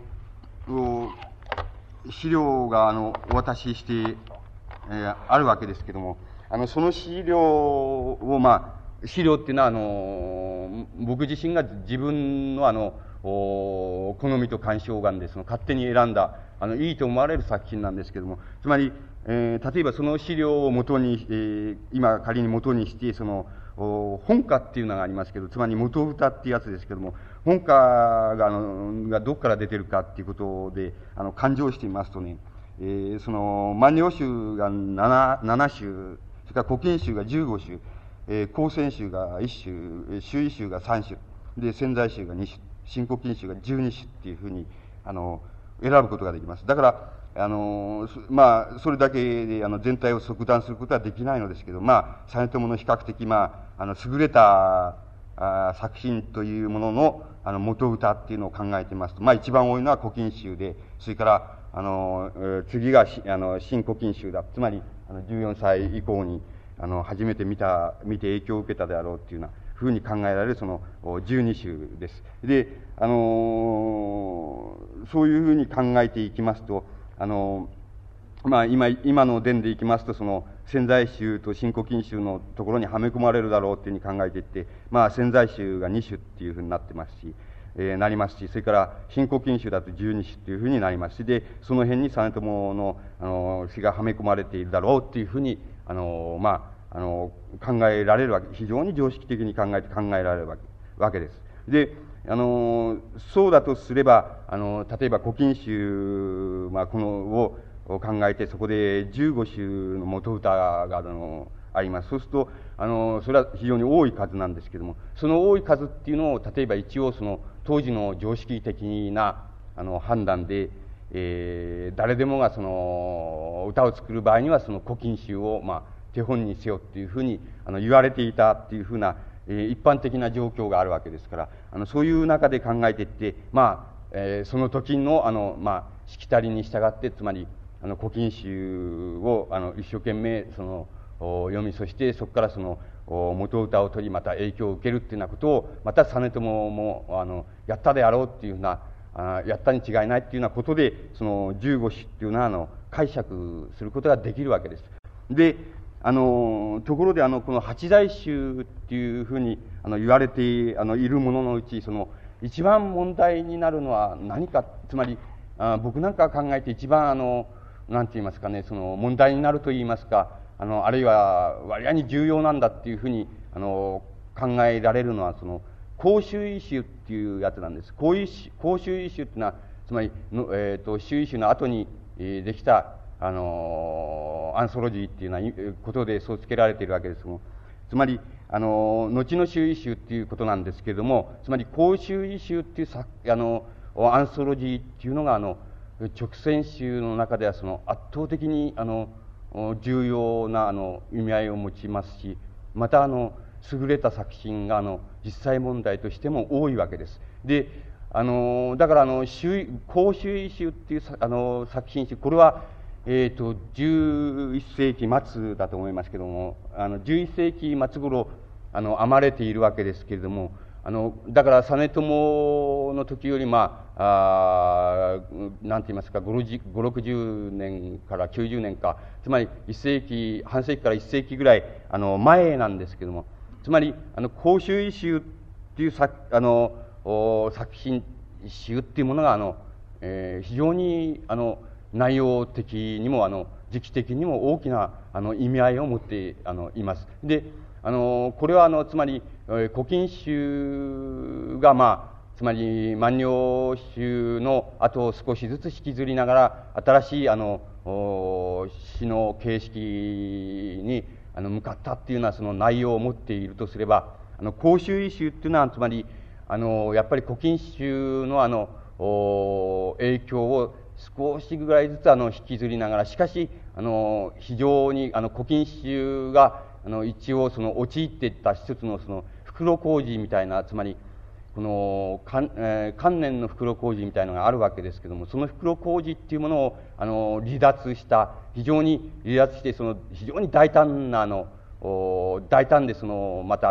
資料が、あの、お渡しして、えー、あるわけですけども、あの、その資料を、まあ、資料っていうのは、あの、僕自身が自分の、あの、好みと干渉眼で、その勝手に選んだ、あの、いいと思われる作品なんですけども、つまり、えー、例えばその資料を元に、えー、今仮に元にして、その、本歌っていうのがありますけど、つまり元歌っていうやつですけども、本歌が、あの、がどこから出てるかっていうことで、あの、勘定してみますとね、えー、その、万葉集がなな、なな集、それから古今集がじゅうご集、えー、高専集がいっ集、周囲集がさん集、で、潜在集がに集、新古今集がじゅうに種っていうふうに、あの、選ぶことができます。だから、あの、まあ、それだけで、あの、全体を即断することはできないのですけど、まあ、実朝の比較的、まあ、あの、優れた、あ作品というものの、あの、元歌っていうのを考えてみますと、まあ、一番多いのは古今集で、それから、あの、えー、次が、あの、新古今集だ。つまり、あの、じゅうよんさい以降に、あの、初めて見た、見て影響を受けたであろうっていうような、ふうに考えられるそのじゅうに種です。で、あのー、そういうふうに考えていきますと、あのー、まあ今、今の伝でいきますと、その潜在集と新古今集のところにはめ込まれるだろうっていうふうに考えていって、まあ潜在集がに種っていうふうになってますし、えー、なりますし、それから新古今集だとじゅうに種っていうふうになりますし、で、その辺に実朝の、あのー、詩がはめ込まれているだろうっていうふうに、あのー、まあ、あの、考えられるわけ、非常に常識的に考えて考えられるわけ、わけです。で、あの、そうだとすれば、あの、例えば古今集、まあ、この、を考えて、そこでじゅうご種の元歌が、あの、あります。そうすると、あの、それは非常に多い数なんですけども、その多い数っていうのを、例えば一応その、当時の常識的な、あの、判断で、えー、誰でもがその、歌を作る場合には、その古今集を、まあ、手本にせよっていうふうにあの言われていたっていうふうな、えー、一般的な状況があるわけですから、あのそういう中で考えていって、まあ、えー、その時のあの、まあ、しきたりに従って、つまりあの古今集をあの一生懸命その読み、そしてそこからその元歌を取り、また影響を受けるっていうようなことを、また実朝もあのやったであろうっていうふうな、あやったに違いないっていうようなことで、そのじゅうご種っていうのはあの解釈することができるわけです。で、あの、ところで、あの、この八大衆っていうふうに、あの、言われて、あの、いるもののうち、その、一番問題になるのは何か、つまり、あ僕なんか考えて一番、あの、なんて言いますかね、その、問題になると言いますか、あの、あるいは、割合に重要なんだっていうふうに、あの、考えられるのは、その、公衆異種っていうやつなんです。公衆異種っていうのは、つまりの、えっと、周囲種の後に、えー、できた、あのアンソロジーっていうようなことでそう付けられているわけですけども、つまりあの後の周囲集っていうことなんですけれども、つまり公衆異集っていうあのアンソロジーっていうのがあの直線集の中ではその圧倒的にあの重要なあの意味合いを持ちますし、またあの優れた作品があの実際問題としても多いわけです。で、あのだからあの公衆異集っていうあの作品集、これはえーと、じゅういっ世紀末だと思いますけども、あのじゅういっ世紀末頃あの編まれているわけですけれども、あのだから実朝の時よりまあ、あなんて言いますか、ご、ろくじゅうねんからきゅうじゅうねんか、つまりいっ世紀、半世紀からいっ世紀ぐらいあの前なんですけども、つまりあの公衆異集っていう作あの作品集っていうものがあの、えー、非常にあの内容的にもあの時期的にも大きなあの意味合いを持ってあのいます。で、あのこれはあのつまり古今集がまあつまり万葉集の後を少しずつ引きずりながら新しいあの詩の形式にあの向かったっていうようなその内容を持っているとすれば、あの公衆異集っていうのはつまりあのやっぱり古今集のあの影響を少しぐらいずつあの引きずりながら、しかしあの非常にあの古今集があの一応その陥っていった一つのその袋小路みたいな、つまりこの観、えー、観念の袋小路みたいなのがあるわけですけども、その袋小路っていうものをあの離脱した非常に離脱してその非常に大胆なあの大胆でそのまたあの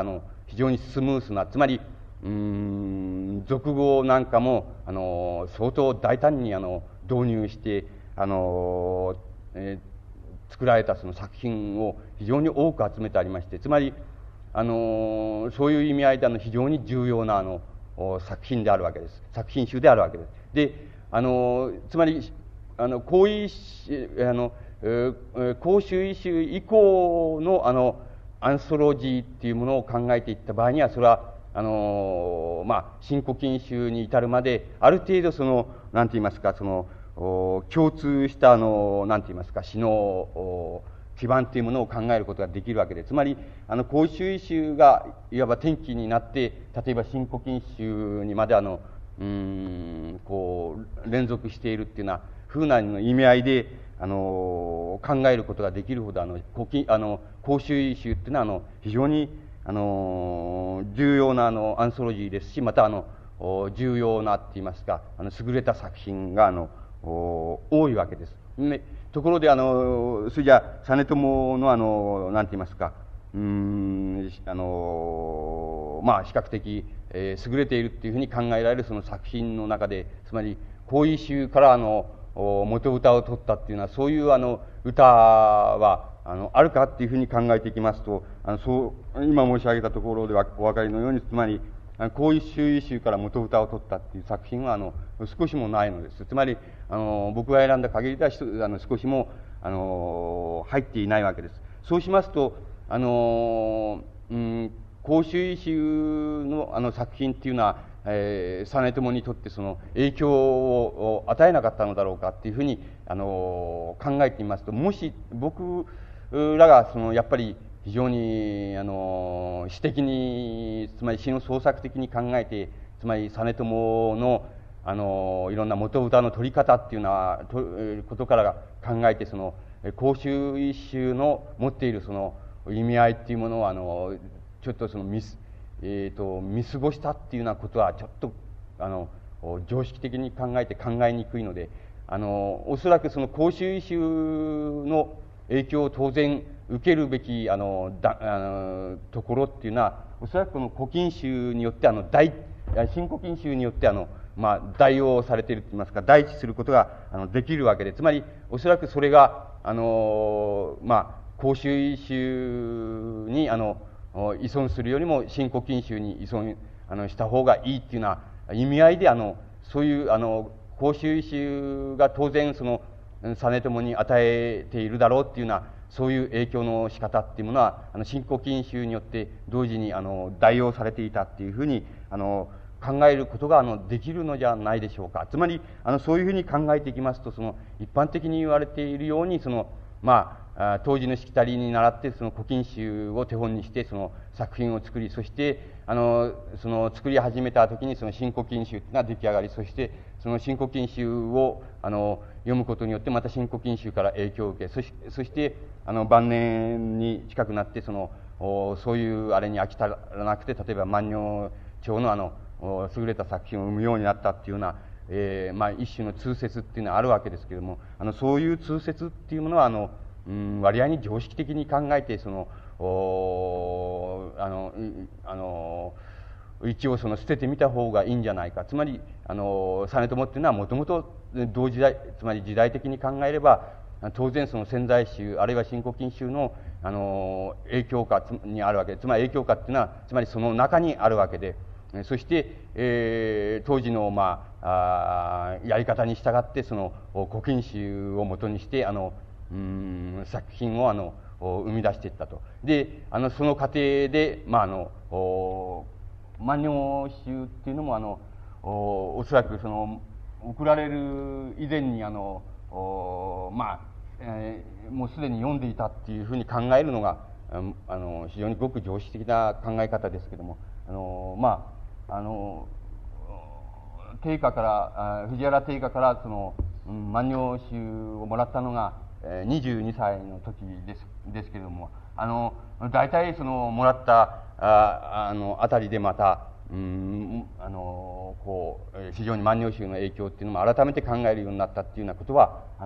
非常にスムースな、つまり、うーん、俗語なんかも、あの、相当大胆に、あの、導入して、あの、えー、作られたその作品を非常に多く集めてありまして、つまり、あの、そういう意味合いで、あの、非常に重要な、あの、作品であるわけです。作品集であるわけです。で、あの、つまり、あの、こういう、あの、公衆異集以降の、あの、アンソロジーっていうものを考えていった場合には、それは、あの、まあ、新古今集に至るまで、ある程度その、なんて言いますか、その、共通した、あの、なんて言いますか、詩の基盤というものを考えることができるわけで、つまり、あの、公衆異集が、いわば転機になって、例えば新古今集にまで、あの、うーん、こう、連続しているっていうような、風な意味合いで、あの、考えることができるほど、あの、あの公衆異集っていうのは、あの、非常に、あの、重要な、あの、アンソロジーですし、また、あの、重要なって言いますか、あの、優れた作品が、あの、多いわけです。ね、ところで、あの、それじゃあ、実朝の、あの、なんて言いますか、うーん、あの、まあ、比較的、えー、優れているっていうふうに考えられるその作品の中で、つまり、こういう詩から、あの、元歌を取ったっていうのは、そういうあの歌はあのあるかっていうふうに考えていきますと、あのそう今申し上げたところではお分かりのように、つまりこういう詩一首から元歌を取ったっていう作品はあの少しもないのです。つまりあの僕が選んだ限りではあの少しもあの入っていないわけです。そうしますと、あの、うん、公衆異臭のあの作品っていうのは、えー、実朝にとってその影響を与えなかったのだろうかっていうふうに、あの考えてみますと、もし僕らがそのやっぱり非常にあの詩的に、つまり詩の創作的に考えて、つまり実朝のあのいろんな元歌の取り方っていうのはとことから考えて、その公衆異臭の持っているその意味合いっていうものをあのちょっとそのミスえーと、見過ごしたっていうようなことはちょっとあの常識的に考えて考えにくいので、あのおそらくその公衆異臭の影響を当然受けるべきあのだあのところっていうのは、おそらくこの古今集によってあの大新古今集によってあの、まあ、代用されているといいますか、代致することがあのできるわけで、つまりおそらくそれがあの、まあ、公衆異臭にあの依存するよりも新古今集に依存あのした方がいいっていうような意味合いで、あのそういうあの公衆異臭が当然その実朝に与えているだろうっていうような、そういう影響の仕方っていうものはあの新古今集によって同時にあの代用されていたっていうふうにあの考えることがあのできるのじゃないでしょうか。つまりあのそういうふうに考えていきますと、その一般的に言われているように、そのまあ当時のしきたりに倣ってその古今集を手本にしてその作品を作り、そしてあのその作り始めた時にその新古今集が出来上がり、そしてその新古今集をあの読むことによってまた新古今集から影響を受け、そしそしてあの晩年に近くなってそのそういうあれに飽き足らなくて、例えば万葉帳のあの優れた作品を生むようになったっていうような、えー、まあ一種の通説っていうのはあるわけですけれども、あのそういう通説っていうものはあのうん、割合に常識的に考えて、そのおあのあの一応その捨ててみた方がいいんじゃないか。つまりあの実朝っていうのはもともと同時代、つまり時代的に考えれば当然その宣在集あるいは新古今集のあの影響下にあるわけで、つまり影響下っていうのはつまりその中にあるわけで、そして、えー、当時の、まあ、あやり方に従ってその古今集をもとにしてあのうん作品をあの生み出していったと。であのその過程で、まあ、あの万葉集っていうのもあの お, おそらくその送られる以前にあのまあ、えー、もうすでに読んでいたっていうふうに考えるのがあの非常にごく常識的な考え方ですけども、あのまああの定家から藤原定家からその、うん、万葉集をもらったのがにじゅうにさいの時ですですけれども、あの大体そのもらったああのあたりでまたうんあのこう非常に万葉集の影響っていうのも改めて考えるようになったっていうようなことはあの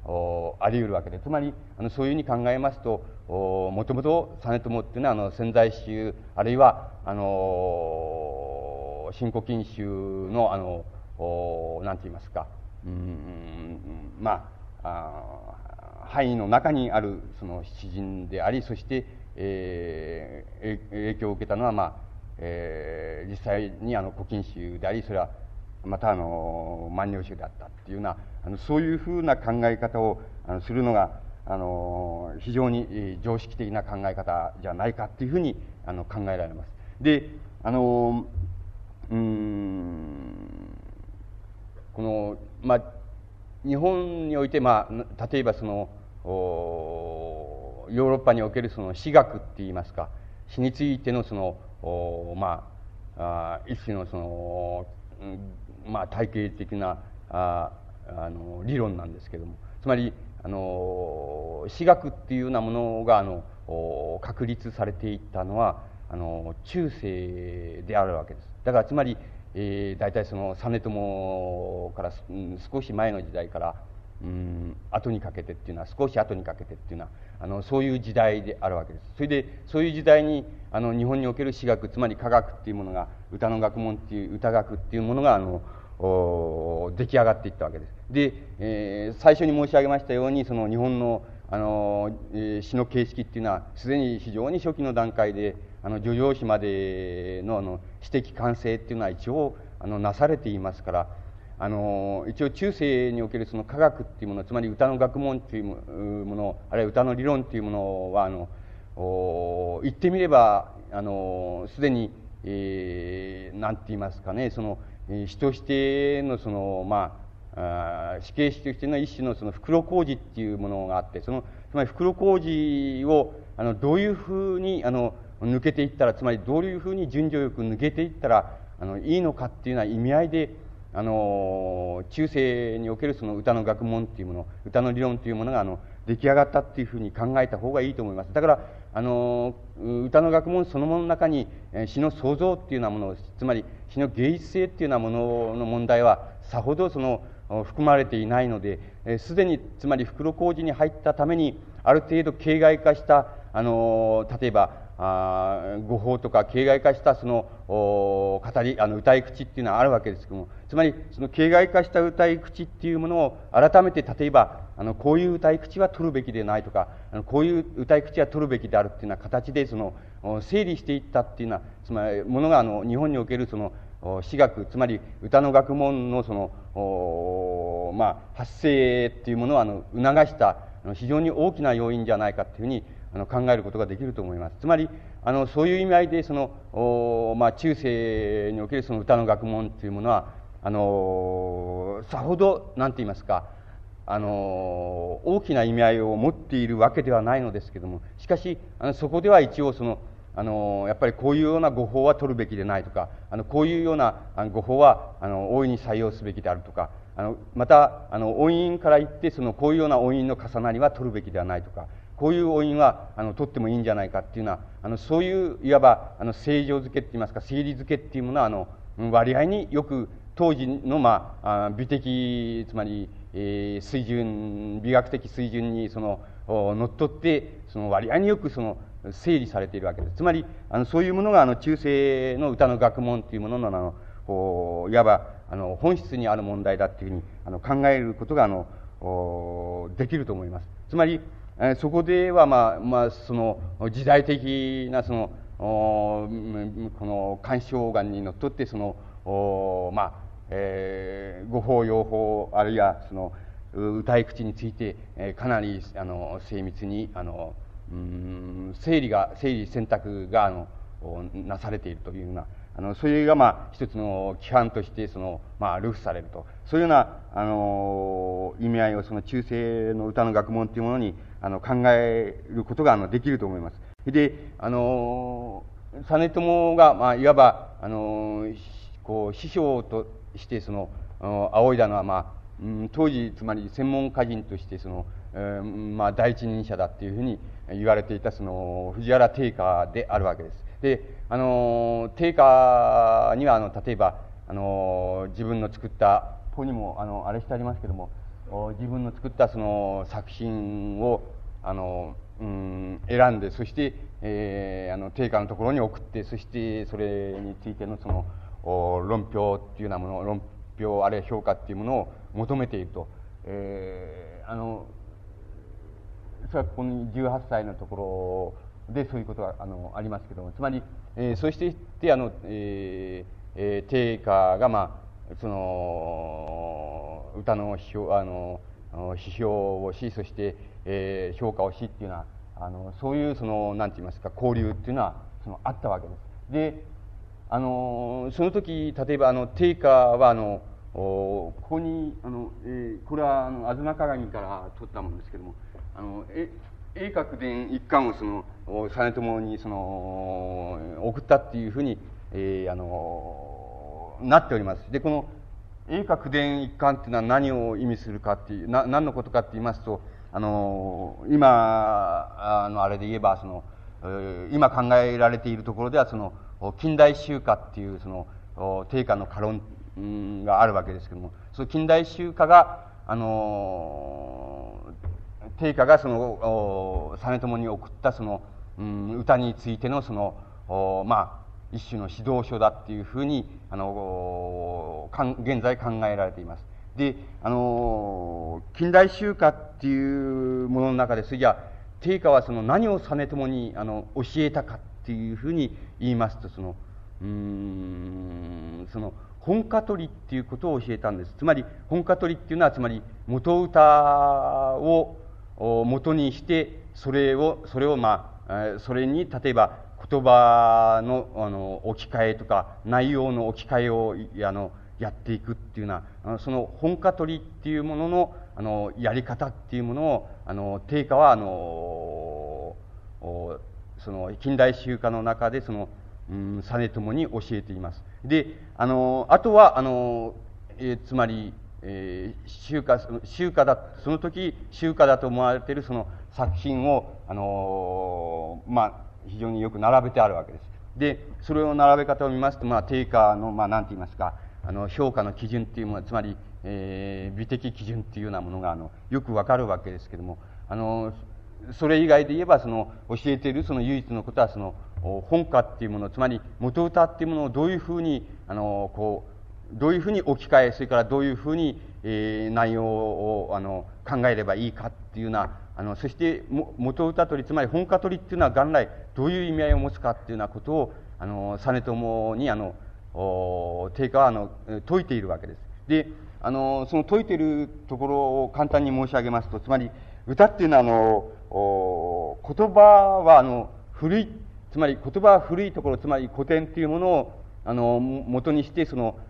あり得るわけで、つまりあのそういうふうに考えますと、もともと実朝っていうのはあの宣在宗あるいはあの新古今宗のあのなんて言いますか、うん、まあ範囲の中にあるその詩人であり、そして、えー、影響を受けたのは、まあえー、実際にあの古今宗であり、それはまたあの万葉集であったっていうような、あのそういうふうな考え方をあのするのがあの非常に常識的な考え方じゃないかっていうふうにあの考えられます。で、あのうーんこのまあ日本において、まあ、例えばそのヨーロッパにおけるその詩学っていいますか、詩についてのそのまあ一種のその、まあ、体系的なああの理論なんですけども、つまりあの詩学っていうようなものがあの確立されていったのはあの中世であるわけです。だからつまりえー、大体その実朝から、うん、少し前の時代から、うん、後にかけてっていうのは少し後にかけてっていうのはあのそういう時代であるわけです。それでそういう時代にあの日本における詩学、つまり歌学っていうものが、歌の学問っていう歌学っていうものがあの出来上がっていったわけです。で、えー、最初に申し上げましたように、その日本のあの、えー、詩の形式っていうのはすでに非常に初期の段階であの叙情詩までのあの詩的完成っていうのは一応あのなされていますから、あの一応中世におけるその歌学っていうもの、つまり歌の学問というもの、あるいは歌の理論というものはあの言ってみればあのすでに、えー、なんて言いますかね、その詩としてのそのまあ詩形詩としての一種のその袋小路っていうものがあって、そのつまり袋小路をあのどういうふうにあの抜けていったら、つまりどういうふうに順序よく抜けていったらあのいいのかっていうような意味合いで、あの中世におけるその歌の学問っていうもの、歌の理論というものがあの出来上がったっていうふうに考えた方がいいと思います。だからあの歌の学問そのものの中に詩の創造っていうようなもの、つまり詩の芸術性っていうようなものの問題はさほどその含まれていないので、すでにつまり袋小路に入ったためにある程度形骸化したあの例えばあ語法とか形骸化したその語りあの歌い口っていうのはあるわけですけども、つまりその形骸化した歌い口っていうものを改めて、例えばあのこういう歌い口は取るべきでないとか、あのこういう歌い口は取るべきであるっていうような形でその整理していったっていうような、つまりものがあの日本におけるその詩学、つまり歌の学問のそのまあ発生っていうものをあの促した非常に大きな要因じゃないかというふうにあの考えることができると思います。つまりあのそういう意味合いでその、まあ、中世におけるその歌の学問というものはあのさほどなんて言いますか、あの大きな意味合いを持っているわけではないのですけども、しかしあのそこでは一応そのあのやっぱりこういうような語法は取るべきでないとか、あのこういうような語法はあの大いに採用すべきであるとか、あのまたあの音韻から言ってそのこういうような音韻の重なりは取るべきではないとか、こういう音韻はあの取ってもいいんじゃないかっていうのは、あのそういういわばあの正常付けって言いますか、整理付けっていうものはあの割合によく当時の、まあ、美的つまり、えー、水準美学的水準にそののっとってその割合によくその整理されているわけです。つまりあのそういうものがあの中世の歌の学問というもののあのこういわばあの本質にある問題だっていうふうにあの考えることがあのできると思います。つまりそこでは、まあまあ、その時代的なそのこの鑑賞眼にのっとってそのまあ、えー、語法用法あるいはその歌い口について、えー、かなりあの精密にあのうん整理が整理選択があのなされているというような、あのそれがまあ一つの規範としてその、まあ、流布されると、そういうようなあの意味合いをその中世の歌の学問というものにあの考えることがあのできると思います。で、あの実朝が、まあ、いわばあのこう師匠としてその仰いだのは、まあうん、当時つまり専門家人としてその、えーまあ、第一人者だっていうふうに言われていたその藤原定家であるわけです。で、あの定家にはあの例えばあの自分の作ったここにもあのあれしてありますけども、 自分の作ったその作品をあの、うん、選んで、そして、えー、あの定価のところに送って、そしてそれについてのその論評っていうようなもの、論評あるいは評価っていうものを求めていると、えー、あのそれはここにじゅうはっさいのところでそういうことがあのありますけども、つまり、えー、そうしていってあの、えーえー、定価がまあその歌の批評あの批評をし、そして、えー、評価をしっていうのはあのそういうその何て言いますか交流っていうのはそのあったわけです。で、あのその時例えばあの定価はあのここにあの、えー、これはあの吾妻鏡から取ったものですけども、あのえ永覚伝一巻をその実朝にその送ったっていうふうに、えー、あのなっております。で、この永覚伝一巻っていうのは何を意味するかっていう、な何のことかって言いますと、あの今あのあれで言えばその今考えられているところではその近代宗家っていうその定価の家論があるわけですけども、その近代宗家があの定価がその実朝に送ったその、うん、歌についてのそのまあ一種の指導書だっていうふうにあの現在考えられています。で、あの近代宗家っていうものの中で、それじゃ定価はその何を実朝にあの教えたかっていうふうに言いますと、そのうーんその本歌取りっていうことを教えたんです。つまり本歌取りっていうのはつまり元歌を元にしてそれをそれをまあそれに例えば言葉のあの置き換えとか内容の置き換えをあのやっていくっていうような、その本歌取りっていうもののあのやり方っていうものをあの定価はあのその近代宗家の中でその、うん、実朝に教えています。で、あのあとはあの、えー、つまり、えー、宗家宗家だその時宗家だと思われているその作品をあのまあ非常によく並べてあるわけです。で、それを並べ方を見ますと、まあ定価のまあ何て言いますか、あの評価の基準っていうものは、つまり、えー、美的基準っていうようなものがあのよくわかるわけですけども、あのそれ以外で言えばその教えているその唯一のことはその本歌っていうもの、つまり元歌っていうものをどういうふうにあのこうどういうふうに置き換え、それからどういうふうに、えー、内容をあの考えればいいかっていうような、あのそして元歌取り、つまり本歌取りっていうのは元来どういう意味合いを持つかっていうようなことをあの実朝にあの定価はあの説いているわけです。で、あのその説いているところを簡単に申し上げますと、つまり歌っていうのはあの言葉はあの古い、つまり言葉は古いところ、つまり古典っていうものをあの元にしてその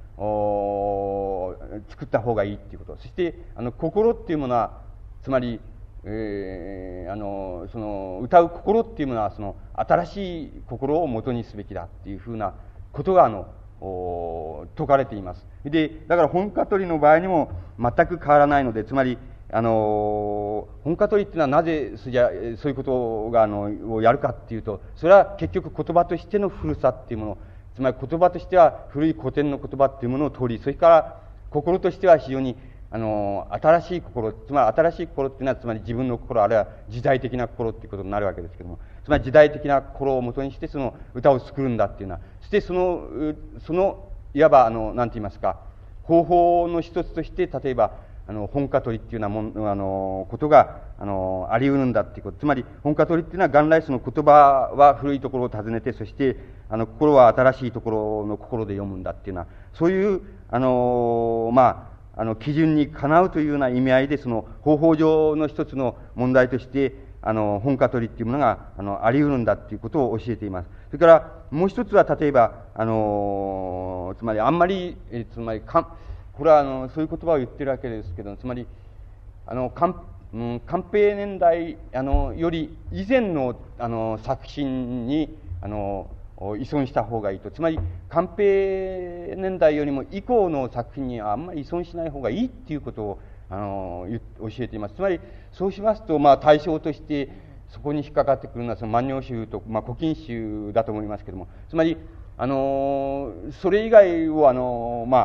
作った方がいいっていうこと。そしてあの心っていうものはつまり、えー、あのその歌う心っていうものはその新しい心を元にすべきだっていうふうなことがあの説かれています。で、だから本歌取りの場合にも全く変わらないので、つまりあの本歌取りっていうのはなぜそじゃそういうことがあのをやるかっていうと、それは結局言葉としての古さっていうもの、つまり言葉としては古い古典の言葉っていうものを取り、それから心としては非常にあの新しい心、つまり新しい心っていうのはつまり自分の心、あるいは時代的な心っていうことになるわけですけども、つまり時代的な心をもとにしてその歌を作るんだっていうのは、そしてそのそのいわばあの何て言いますか、方法の一つとして例えばあの本歌取りっていうようなもんあのことがあのあり得るんだっていうこと。つまり本歌取りっていうのは元来その言葉は古いところを訪ねて、そしてあの心は新しいところの心で読むんだっていうような、そういうあのまああの基準にかなうというような意味合いで、その方法上の一つの問題としてあの本歌取りっていうものがあのあり得るんだっていうことを教えています。それからもう一つは例えばあのつまりあんまりえつまりかこれはあのそういう言葉を言ってるわけですけど、つまりあの寛平年代あのより以前のあの作品にあの依存した方がいいと。つまり寛平年代よりも以降の作品にはあんまり依存しない方がいいっていうことをあの教えています。つまりそうしますと、まあ、対象としてそこに引っかかってくるのはその万葉集と、まあ、古今集だと思いますけれども、つまりあのそれ以外をあのまあ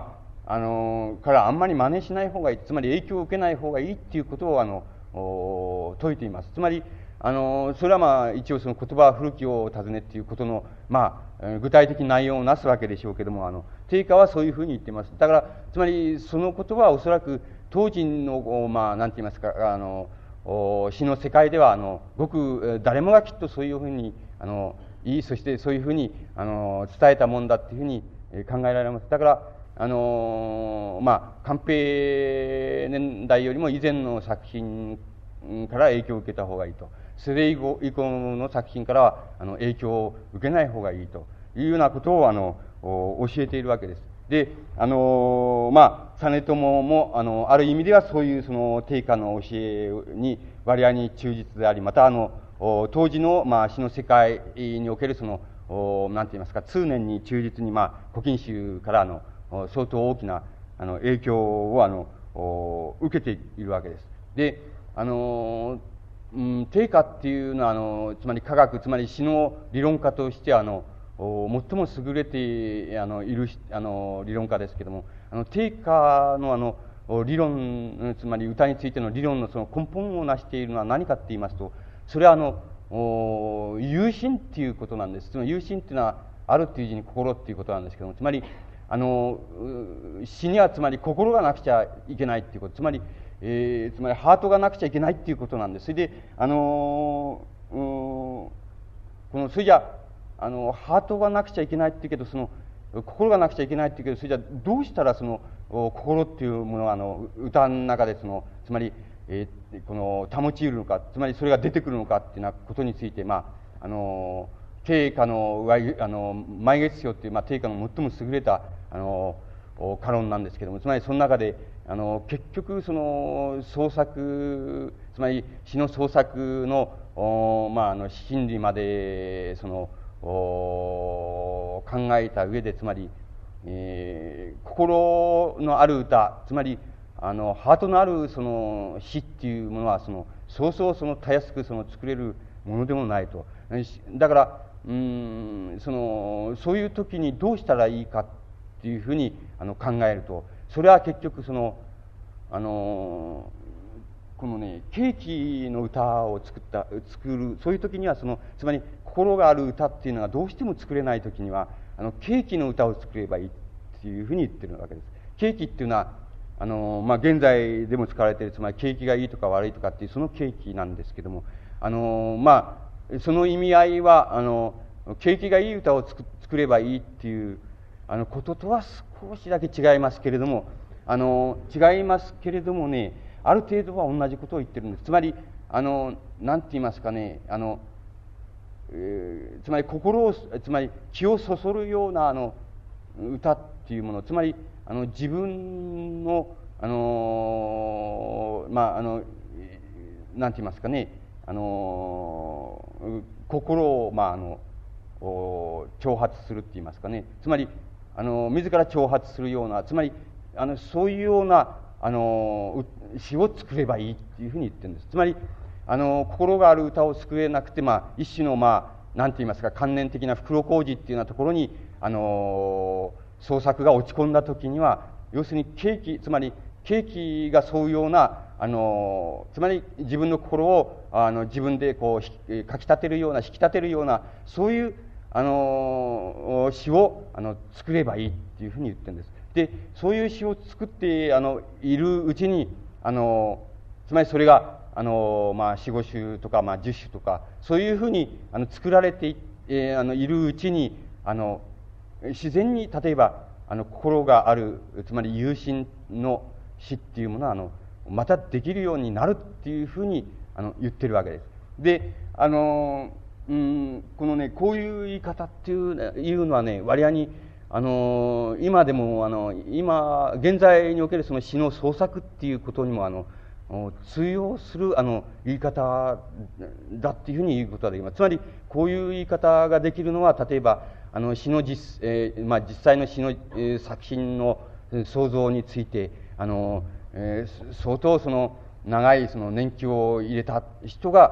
あのからあんまり真似しない方がいい、つまり影響を受けない方がいいっていうことをあの説いています。つまりあのそれはまあ一応その言葉は古きを尋ねっていうことのまあ具体的内容をなすわけでしょうけども、あの定家はそういうふうに言っています。だからつまりその言葉はおそらく当時のまあ何て言いますか、あの詩の世界ではあのごく誰もがきっとそういうふうにあの言い、そしてそういうふうにあの伝えたもんだっていうふうに考えられます。だからあのまあ寛平年代よりも以前の作品から影響を受けた方がいいと、それ以降以降の作品からはあの影響を受けない方がいいというようなことをあの教えているわけです。で、あのまあ実朝もあのある意味ではそういうその定家の教えに割合に忠実であり、またあの当時のまあ詩の世界におけるその何て言いますか、通念に忠実にまあ古今集からの相当大きなあの影響をあの受けているわけです。で、あの、うん、定家っていうのはあのつまり科学、つまり詩の理論家としてあの最も優れてあのいるあの理論家ですけれども、あの定家のあの理論、つまり歌についての理論のその根本を成しているのは何かって言いますと、それはあの有心っていうことなんです。つまり有心っていうのはあるっていう字に心っていうことなんですけども、つまりあの詩にはつまり心がなくちゃいけないっていうこと、つまり、えー、つまりハートがなくちゃいけないっていうことなんです。それであのこのそれじゃあのハートがなくちゃいけないっていうけど、その心がなくちゃいけないっていうけど、それじゃどうしたらその心っていうものはあの歌の中でそのつまり、えー、この保ち得るのか、つまりそれが出てくるのかっていうようなことについて、まああの定家のあの毎月書っていう、まあ、定家の最も優れたあの家論なんですけども、つまりその中であの結局その創作、つまり詩の創作のまああの真理までその考えた上で、つまり、えー、心のある歌、つまりあのハートのあるその詩っていうものはそのそうそうそのたやすくその作れるものでもないと。だからうーんそのそういう時にどうしたらいいかっていうふうにあの考えると、それは結局そのあのこのねケーキの歌を作った作るそういう時にはそのつまり心がある歌っていうのがどうしても作れない時にはあのケーキの歌を作ればいいっていうふうに言ってるわけです。ケーキっていうのはあの、まあ、現在でも使われている、つまり景気がいいとか悪いとかっていうその景気なんですけども、あのまあその意味合いはあの景気がいい歌を 作, 作ればいいっていうあのこととは少しだけ違いますけれども、あの違いますけれどもね、ある程度は同じことを言ってるんです。つまりあのなんて言いますかね、あの、えー、つまり心をつまり気をそそるようなあの歌っていうもの、つまりあの自分のあのまああのなんて言いますかね、あの心をまああの挑発するって言いますかね、つまりあの自ら挑発するような、つまりあのそういうようなあの詩を作ればいいっていうふうに言ってるんです。つまりあの心がある歌を作れなくて、まあ、一種のまあなんて言いますか観念的な袋小路っていうようなところにあの創作が落ち込んだ時には、要するに景気、つまり景気がそういうようなあのつまり自分の心をあの自分でこうかき立てるような引き立てるようなそういうあの詩をあの作ればいいっていうふうに言ってるんです。でそういう詩を作ってあのいるうちにあのつまりそれがあの、まあ、よん、ご首とか、まあ、じゅっ首とかそういうふうにあの作られて い,、えー、あのいるうちにあの自然に例えばあの心がある、つまり有心の詩っていうものはあのまたできるようになるっていうふうにあの言ってるわけです。であのうんこのねこういう言い方っていういうのはね割合にあの今でもあの今現在におけるその詩の創作っていうことにもあの通用するあの言い方だっていうふうに言うことができます。つまりこういう言い方ができるのは例えばあの詩の 実,、えーまあ、実際の詩の、えー、作品の創造についてあの、えー、相当その長いその年季を入れた人が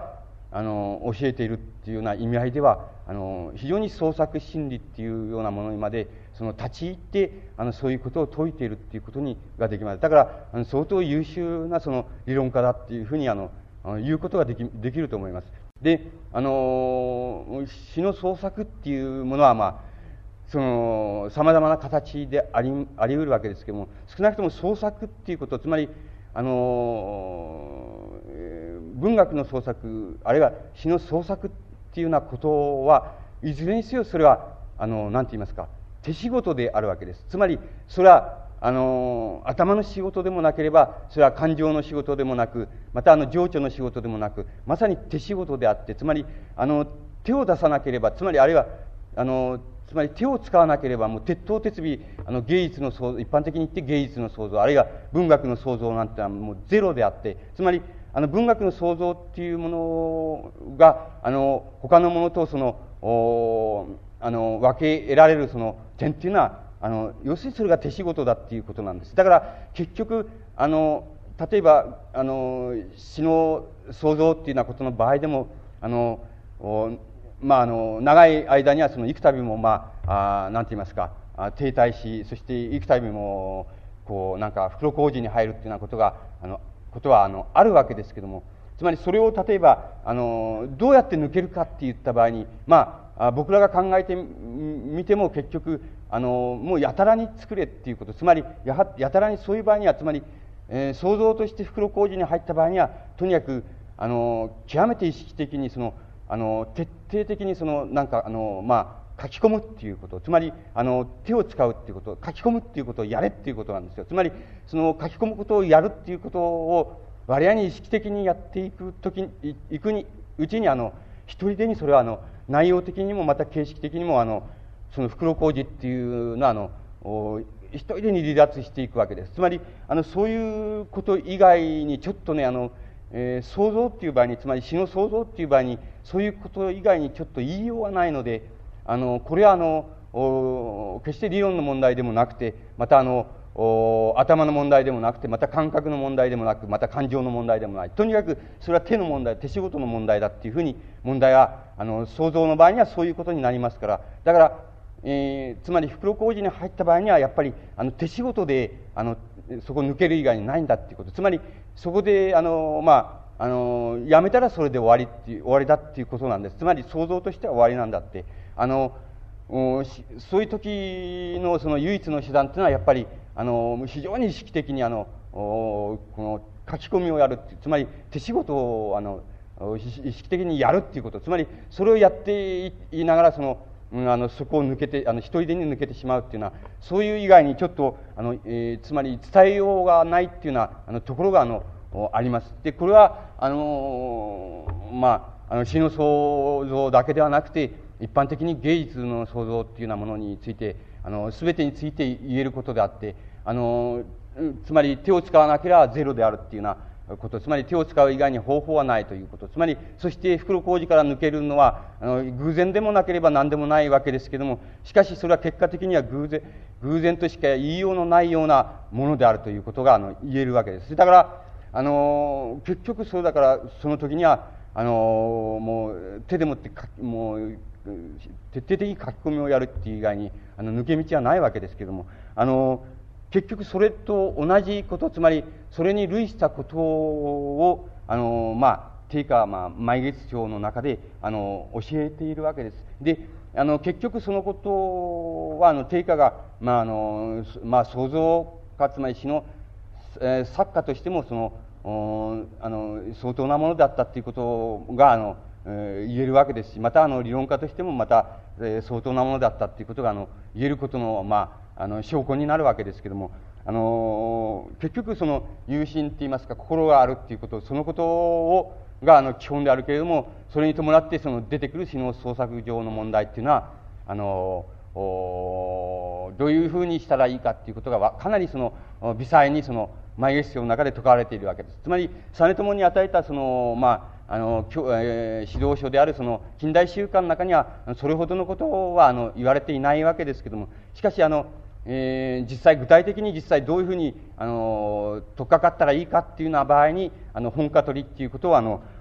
あの教えているっていうような意味合いでは、あの非常に創作心理っていうようなものにまでその立ち入ってあのそういうことを説いているっていうことにができます。だからあの相当優秀なその理論家だっていうふうにあの言うことができできると思います。で、あの詩の創作っていうものは、まあそのさまざまな形でありあり得るわけですけども、少なくとも創作っていうこと、つまりあの文学の創作あるいは詩の創作っていうようなことはいずれにせよそれはあの何て言いますか、手仕事であるわけです。つまりそれはあの頭の仕事でもなければ、それは感情の仕事でもなく、またあの情緒の仕事でもなく、まさに手仕事であって、つまりあの手を出さなければ、つまりあるいはあのつまり手を使わなければ、もう鉄頭鉄尾あの芸術の創造、一般的に言って芸術の創造あるいは文学の創造なんてのはもうゼロであって、つまりあの文学の創造っていうものがあの他のものとそのおあの分け得られるその点っていうのは、あの要するにそれが手仕事だっていうことなんです。だから結局あの例えばあの詩の創造っていうようなことの場合でも、あのまああの長い間にはその幾度もまああなんて言いますか、停滞し、そして幾度もこうなんか袋小路に入るっていうようなことがあのことはあのあるわけですけども、つまりそれを例えばあのどうやって抜けるかって言った場合に、まあ僕らが考えてみても結局あのもうやたらに作れっていうこと、つまり や, はやたらにそういう場合には、つまり、えー、創造として袋小路に入った場合には、とにかくあの極めて意識的にそのあの徹底的にそのなんかあのまあ書き込むっていうこと、つまりあの手を使うっていうこと、書き込むっていうことをやれっていうことなんですよ。つまりその書き込むことをやるっていうことを割合に意識的にやっていくときにいくにうちに、あの一人でにそれはあの内容的にもまた形式的にもあのその袋小路っていうのはあの一人でに離脱していくわけです。つまりあのそういうこと以外にちょっとね、あの、えー、創造っていう場合に、つまり詩の創造っていう場合にそういうこと以外にちょっと言いようがないので、あのこれはあの決して理論の問題でもなくて、またあの頭の問題でもなくて、また感覚の問題でもなく、また感情の問題でもない、とにかくそれは手の問題、手仕事の問題だっていうふうに、問題はあの創造の場合にはそういうことになりますから、だから、えー、つまり袋小路に入った場合にはやっぱりあの手仕事であのそこを抜ける以外にないんだっていうこと、つまりそこであのまああのやめたらそれで終わりっていう終わりだっていうことなんです。つまり創造としては終わりなんだって、あのそういう時のその唯一の手段というのはやっぱりあの非常に意識的にあのこの書き込みをやるっていう、つまり手仕事をあの意識的にやるっていうこと、つまりそれをやっていながらその、うん、あのそこを抜けてあの一人でに抜けてしまうっていうのは、そういう以外にちょっとあの、えー、つまり伝えようがないっていうようなあのところがあのあります。でこれはあのまああの詩の創造だけではなくて、一般的に芸術の創造っていうようなものについてあの全てについて言えることであって、あのつまり手を使わなければゼロであるっていうようなこと、つまり手を使う以外に方法はないということ、つまりそして袋小路から抜けるのはあの偶然でもなければ何でもないわけですけども、しかしそれは結果的には偶然偶然としか言いようのないようなものであるということがあの言えるわけです。だからあの結局そうだから、その時にはあのもう手でもってもう徹底的に書き込みをやるっていう以外にあの抜け道はないわけですけれども、あの結局それと同じこと、つまりそれに類したことをあのまあ定家はまあ毎月帳の中であの教えているわけです。であの結局そのことはあの定家がまああのまあ創造家、つまり詩の、えー、作家としてもそのあの相当なものだったということがあの言えるわけですし、またあの理論家としてもまた、えー、相当なものだったということがあの言えることの、まあ、あの証拠になるわけですけれども、あの結局その有心といいますか心があるということ、そのことをがあの基本であるけれども、それに伴ってその出てくる詩の創作上の問題っていうのはあのどういうふうにしたらいいかということがかなりその微細にその毎月書の中で説かれているわけです。つまり実朝に与えたそのまああの、えー、指導書であるその近代習慣の中にはそれほどのことはあの言われていないわけですけれども、しかしあの、えー、実際具体的に実際どういうふうにあの取っかかったらいいかっていうような場合にあの本家取りっていうことをあの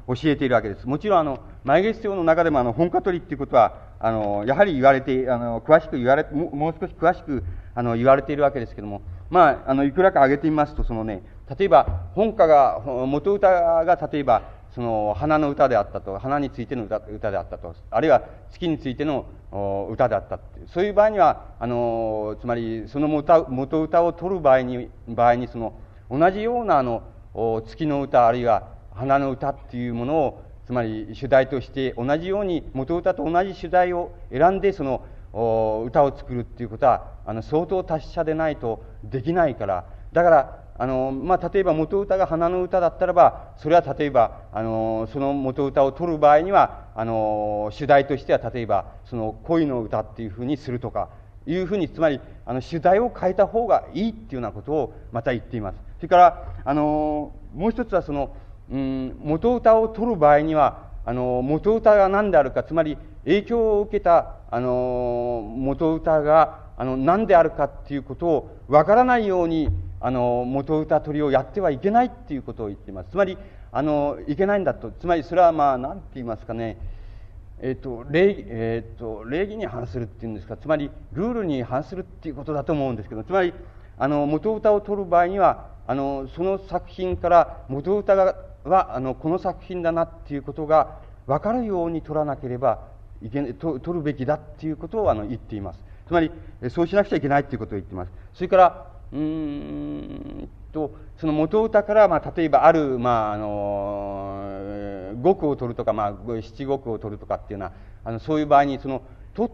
教えているわけです。もちろん、あの、眉毛説法の中でも、あの、本家取りっていうことは、あの、やはり言われて、あの、詳しく言われ、ももう少し詳しく、あの、言われているわけですけども、まあ、あの、いくらか挙げてみますと、そのね、例えば、本家が、元歌が、例えば、その、花の歌であったと、花についての歌、歌であったと、あるいは月についての歌であったっていう、そういう場合には、あの、つまり、その元元歌を取る場合に、場合に、その、同じような、あの、月の歌、あるいは花の歌っていうものを、つまり主題として、同じように、元歌と同じ主題を選んで、その、歌を作るっていうことは、あの、相当達者でないとできないから、だから、あの、まあ、例えば元歌が花の歌だったらば、それは例えば、あの、その元歌を取る場合には、あの、主題としては、例えば、その恋の歌っていうふうにするとか、いうふうに、つまり、あの、主題を変えた方がいいっていうようなことをまた言っています。それから、あの、もう一つはその、うん、元歌を取る場合には、あの、元歌が何であるか、つまり、影響を受けた、あの、元歌が、あの、何であるかっていうことをわからないように、あの、元歌取りをやってはいけないっていうことを言っています。つまり、あの、いけないんだと。つまり、それはまあ、なんて言いますかね、えっと、礼、えっと、礼儀に反するっていうんですか、つまり、ルールに反するっていうことだと思うんですけど、つまり、あの、元歌を取る場合には、あの、その作品から元歌が、は、あの、この作品だなっていうことが分かるように取らなければいけない、と取るべきだっていうことを、あの、言っています。つまり、そうしなくちゃいけないっていうことを言っています。それから、うーんと、その元歌から、まあ、例えばある、まあ、あの、語句を取るとか、まあ、七語句を取るとかっていうような、あの、そういう場合に、その、取った、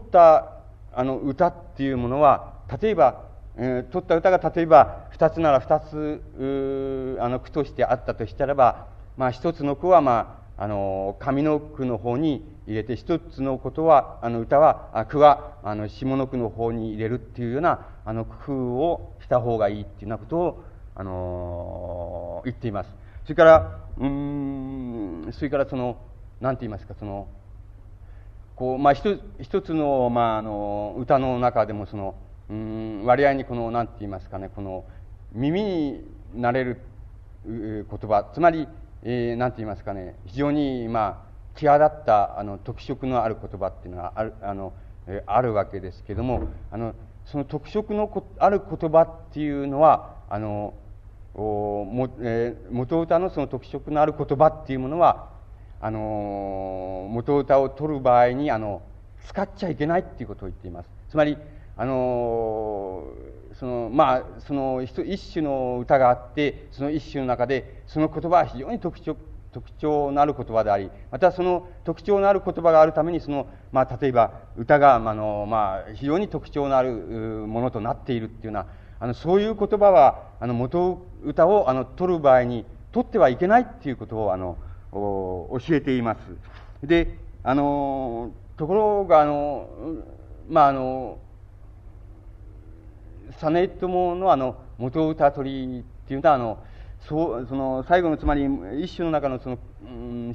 あの、歌っていうものは、例えば、えー、取った歌が例えば、二つなら二つ、あの、句としてあったとしたらば、まあ、一つの句は、まあ、あの、上の句の方に入れて、一つのことは、あの、歌は、あ句は、あの、下の句の方に入れるっていうような、あの、工夫をした方がいいっていうようなことを、あのー、言っています。それから、うーん、それからその、なんて言いますか、その、こう、まあ、一つ、一つの、まあ、あの、歌の中でも、その、うん、割合にこの、なんて言いますかね、この、耳になれる言葉、つまり、えー、なんて言いますかね、非常に、まあ、際立った、あの、特色のある言葉っていうのがある、あの、えー、あるわけですけども、あの、その特色のこある言葉っていうのは、あの、おもえー、元歌のその特色のある言葉っていうものは、あの、元歌を取る場合に、あの、使っちゃいけないっていうことを言っています。つまり、あの、その、まあ、その一種の歌があって、その一種の中で、その言葉は非常に特徴、特徴のある言葉であり、またその特徴のある言葉があるために、その、まあ、例えば歌が、あの、まあ、非常に特徴のあるものとなっているっていうような、あの、そういう言葉は、あの、元歌を、あの、取る場合に、取ってはいけないっていうことを、あの、教えています。で、あの、ところが、あの、まあ、あの、実朝のあの元歌取りっていうのは、あの、そうその最後のつまり一首の中のその、うん、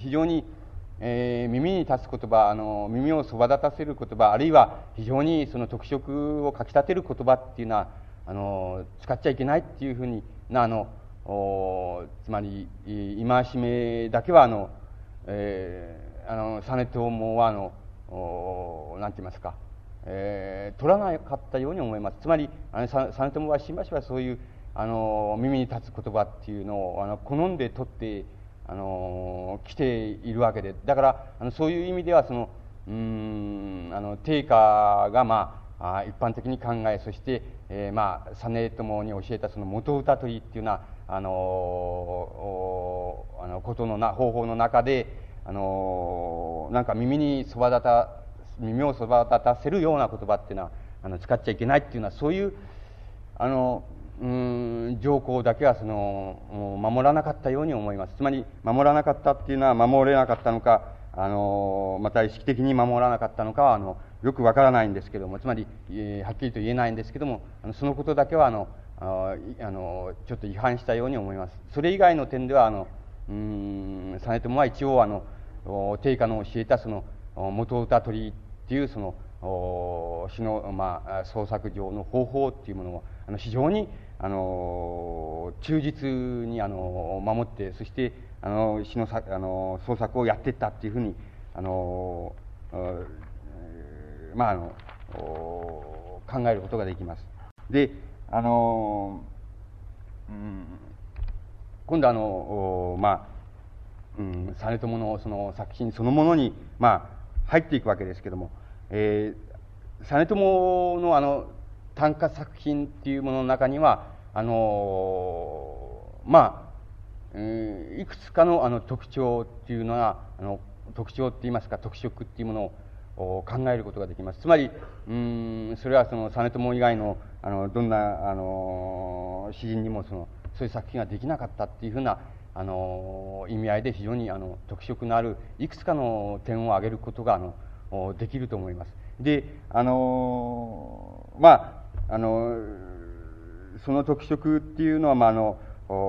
非常に、えー、耳に立つ言葉、あの耳をそば立たせる言葉、あるいは非常にその特色をかきたてる言葉っていうのは、あの使っちゃいけないっていうふうにな、あのつまり戒めだけはあの、えー、あの実朝はあのなんて言いますか、えー、取らなかったように思います。つまり、あの実朝はしばしばそういうあの耳に立つ言葉っていうのをあの好んで取ってあの来ているわけで、だからあのそういう意味ではそのうーんあの定家がまあ一般的に考え、そして、えー、まあ実朝に教えたその元歌取りっていうようなあのあのことのな方法の中で、あのなんか耳にそば立た耳をそば立たせるような言葉っていうのはあの使っちゃいけないっていうのは、そういうあのうん条項だけはその守らなかったように思います。つまり守らなかったっていうのは守れなかったのか、あのまた意識的に守らなかったのかはあのよくわからないんですけども、つまり、えー、はっきりと言えないんですけども、あのそのことだけはあのああのちょっと違反したように思います。それ以外の点ではあのうん実朝は一応あの定家の教えたその元歌取りっていうその詩の、まあ、創作上の方法っていうものをあの非常にあの忠実にあの守って、そしてあの詩の作あの創作をやっていったっていうふうにあの、まああの考えることができます。で、あの、うん、今度あのまあうん、実朝のその作品そのものに、まあ、入っていくわけですけども、えー、実朝のあの短歌作品っていうものの中にはあのまあ、うん、いくつかのあの特徴っていうのはあの特徴っていいますか特色っていうものを考えることができます。つまりうんそれはその実朝以外のあのどんなあの詩人にもそのそういう作品ができなかったっていうふうなあの意味合いで非常にあの特色のあるいくつかの点を挙げることがあのできると思います。で、あのまああのその特色っていうのはまああの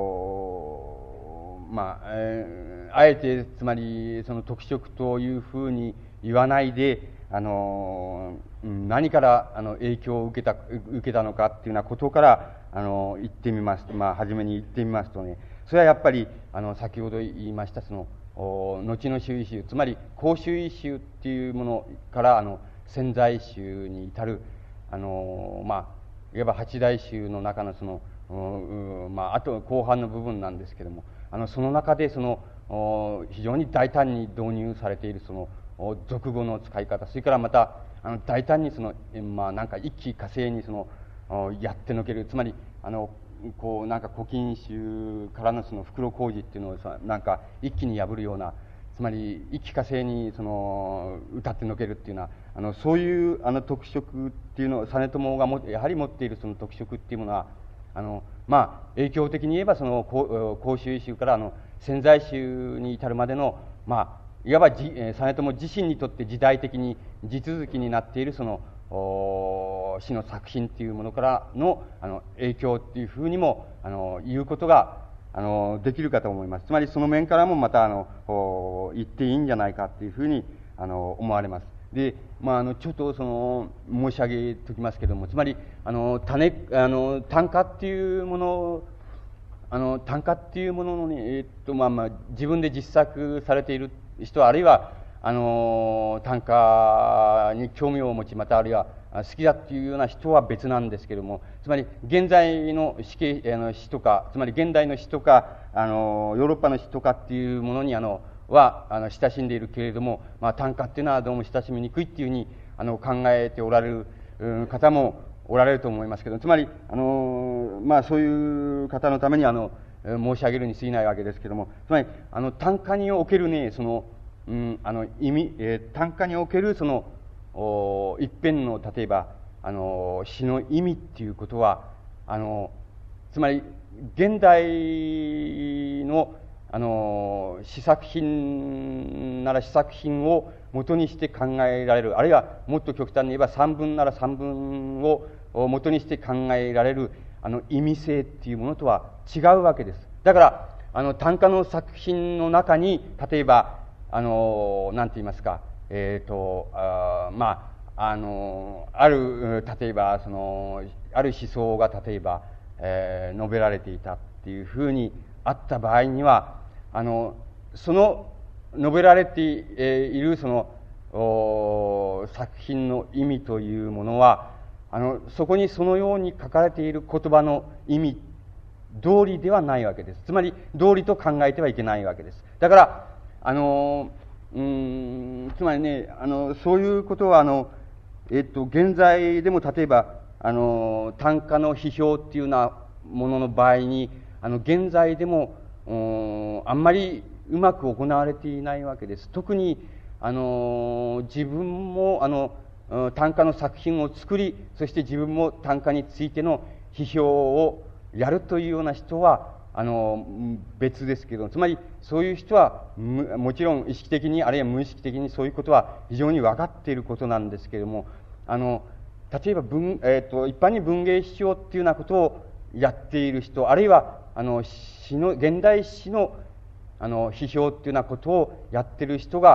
まあ、えー、あえてつまりその特色というふうに言わないであの何からあの影響を受けた受けたのかっていうようなことからあの言ってみますと、まあ初めに言ってみますとね。それはやっぱりあの先ほど言いましたその後の周囲集、つまり公衆意集っていうものからあの潜在集に至るあのまあいわば八大集の中のそのまああと後半の部分なんですけども、あのその中でその非常に大胆に導入されているその俗語の使い方、それからまたあの大胆にそのまあなんか一気呵成にそのやってのける、つまりあのこうなんか古今集からのその袋小路っていうのをさなんか一気に破るような、つまり一気呵成にその歌ってのけるっていうのはあのそういうあの特色っていうのを実朝がもやはり持っているその特色っていうものはあのまあ影響的に言えばその公衆意集からあの潜在集に至るまでのまあいわば実朝自身にとって時代的に地続きになっているその詩の作品っていうものからのあの影響っていうふうにもあの言うことがあのできるかと思います。つまりその面からもまたあの言っていいんじゃないかっていうふうにあの思われます。で、まあ、あのちょっとその申し上げときますけども、つまりあの種あの短歌っていうものあの短歌っていうもののね、えーっとまあまあ、自分で実作されている人、あるいはあの短歌に興味を持ち、またあるいは好きだっていうような人は別なんですけれども、つまり現在の詩形あの詩とか、つまり現代の詩とかあのヨーロッパの詩とかっていうものにあのはあの親しんでいるけれども、まあ、短歌っていうのはどうも親しみにくいっていうふうにあの考えておられる、うん、方もおられると思いますけど、つまりあの、まあ、そういう方のためにあの申し上げるに過ぎないわけですけども、つまりあの短歌におけるねその、うん、あの意味、えー、短歌におけるその一辺の例えばあの詩の意味っていうことはあのつまり現代のあの詩作品なら詩作品を元にして考えられる、あるいはもっと極端に言えば散文なら散文を元にして考えられるあの意味性っていうものとは違うわけです。だからあの短歌の作品の中に例えばあの何て言いますか、えーとあまああのある例えばそのある思想が例えば、えー、述べられていたっていうふうにあった場合にはあのその述べられているその作品の意味というものはあのそこにそのように書かれている言葉の意味通りではないわけです。つまり通りと考えてはいけないわけです。だからあのうんつまりねあのそういうことはあの、えっと、現在でも例えばあの短歌の批評っていうようなものの場合にあの現在でもあんまりうまく行われていないわけです。特にあの自分もあの短歌の作品を作り、そして自分も短歌についての批評をやるというような人はあの別ですけど、つまりそういう人はもちろん意識的にあるいは無意識的にそういうことは非常に分かっていることなんですけれども、あの例えば文、えーと、一般に文芸批評っていうようなことをやっている人、あるいはあの詩の現代詩のあの批評っていうようなことをやっている人が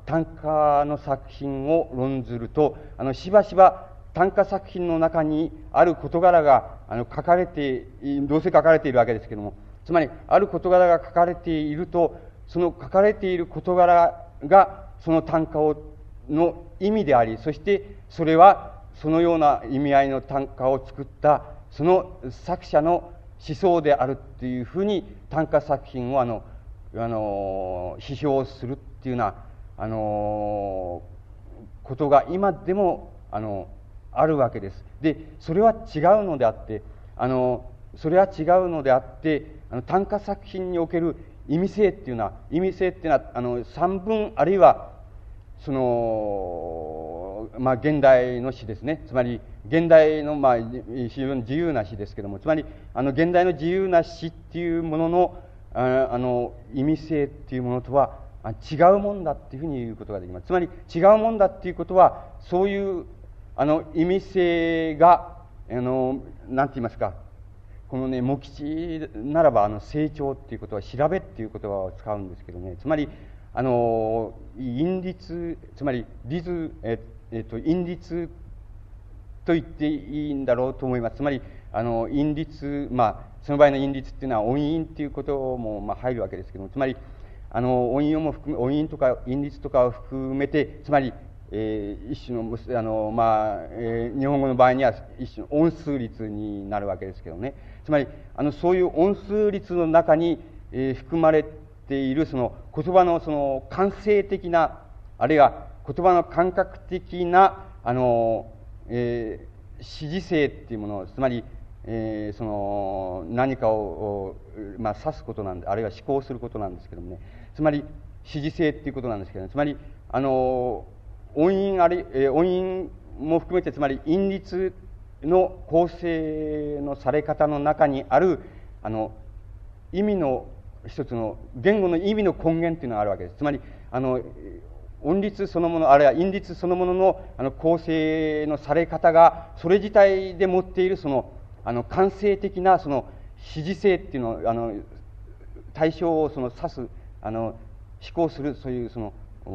短歌の作品を論ずると、あのしばしば短歌作品の中にある事柄があの書かれて、どうせ書かれているわけですけれども、つまりある事柄が書かれていると、その書かれている事柄がその短歌をの意味であり、そしてそれはそのような意味合いの短歌を作ったその作者の思想であるっていうふうに短歌作品をあのあの批評するっていうようなあのことが今でもあのあるわけです。で、それは違うのであって、あのそれは違うのであって、あの短歌作品における意味性っていうのは、意味性っていうのはあの散文あるいはそのまあ現代の詩ですね。つまり現代のまあ非常に自由な詩ですけども、つまりあの現代の自由な詩っていうもののああの意味性っていうものとは違うもんだっていうふうに言うことができます。つまり違うもんだっていうことは、そういうあの意味性があのなんて言いますか、このね、茂吉ならばあの成長っていうことは調べっていう言葉を使うんですけどね、つまりあの韻律、つまり律、ええっと韻律と言っていいんだろうと思います。つまりあの韻律、まあその場合の韻律っていうのは音韻っていうこともまあ入るわけですけども、つまりあの音韻も含め、音韻とか韻律とかを含めて、つまりえー、一種の、あの、まあ、えー、日本語の場合には一種の音数律になるわけですけどね。つまり、あの、そういう音数律の中に、えー、含まれている、その、言葉のその、感性的な、あるいは言葉の感覚的な、あの、えー、指示性っていうもの、つまり、えー、その、何かを、まあ、指すことなんで、あるいは思考することなんですけどもね。つまり、指示性っていうことなんですけどね。つまり、あの、音韻あり、えー、音韻も含めて、つまり韻律の構成のされ方の中にあるあの意味の一つの言語の意味の根源というのがあるわけです。つまりあの音律そのもの、あるいは韻律そのもののあの構成のされ方がそれ自体で持っているそのあの感性的なその指示性っていうのをあの対象をその指すあの思考するそういうその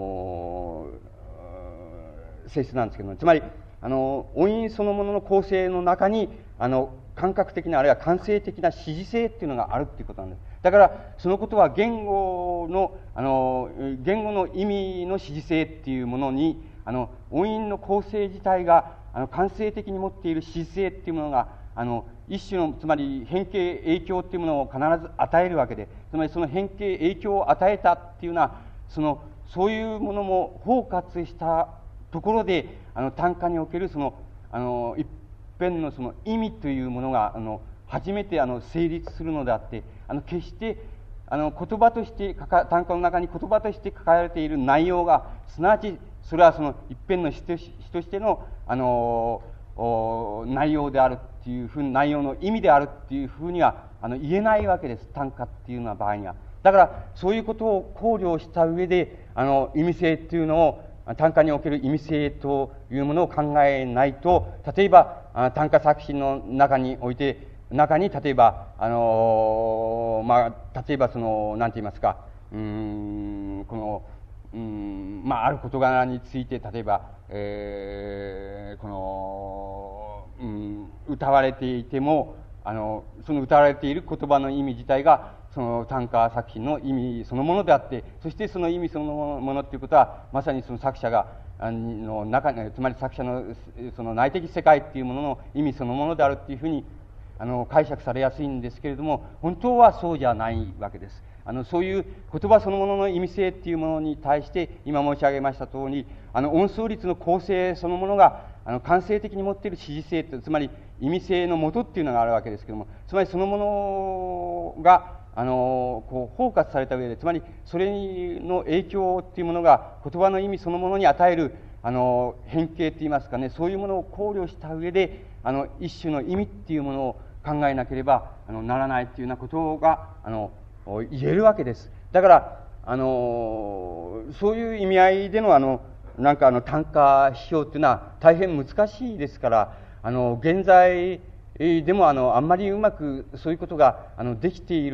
性質なんですけども、つまりあの音韻そのものの構成の中にあの感覚的なあるいは感性的な指示性っていうのがあるっていうことなんです。だからそのことは言語のあの言語の意味の指示性っていうものにあの音韻の構成自体があの感性的に持っている指示性っていうものがあの一種のつまり変形影響っていうものを必ず与えるわけで、つまりその変形影響を与えたっていうのはそのそういうものも包括したところであの短歌におけるそのあの一辺のその意味というものがあの初めてあの成立するのであって、あの決してあの言葉として短歌の中に言葉として書かれている内容がすなわちそれはその一辺の詩としてのあの内容であるっていうふうに内容の意味であるっていうふうにはあの言えないわけです、短歌っていうような場合には。だからそういうことを考慮した上であの意味性っていうのを短歌における意味性というものを考えないと、例えば短歌作品の中において中に例えばあのー、まあ例えばその何て言いますか、うーんこのうーんまあある事柄について例えば、えー、この、うん、歌われていてもあのその歌われている言葉の意味自体がその短歌作品の意味そのものであって、そしてその意味そのものっていうことはまさにその作者があの中に、つまり作者のその内的世界っていうものの意味そのものであるっていうふうにあの解釈されやすいんですけれども、本当はそうじゃないわけです。あのそういう言葉そのものの意味性っていうものに対して今申し上げました通り、あの音数律の構成そのものがあの感性的に持っている指示性と、つまり意味性の元っていうのがあるわけですけれども、つまりそのものがあのこう包括された上で、つまりそれの影響っていうものが言葉の意味そのものに与えるあの変形といいますかね、そういうものを考慮した上であの一種の意味っていうものを考えなければあのならないというようなことがあの言えるわけです。だからあのそういう意味合いでのあのなんかあの短歌批評っていうのは大変難しいですから、あの現在でもあのあんまりうまくそういうことがあのできている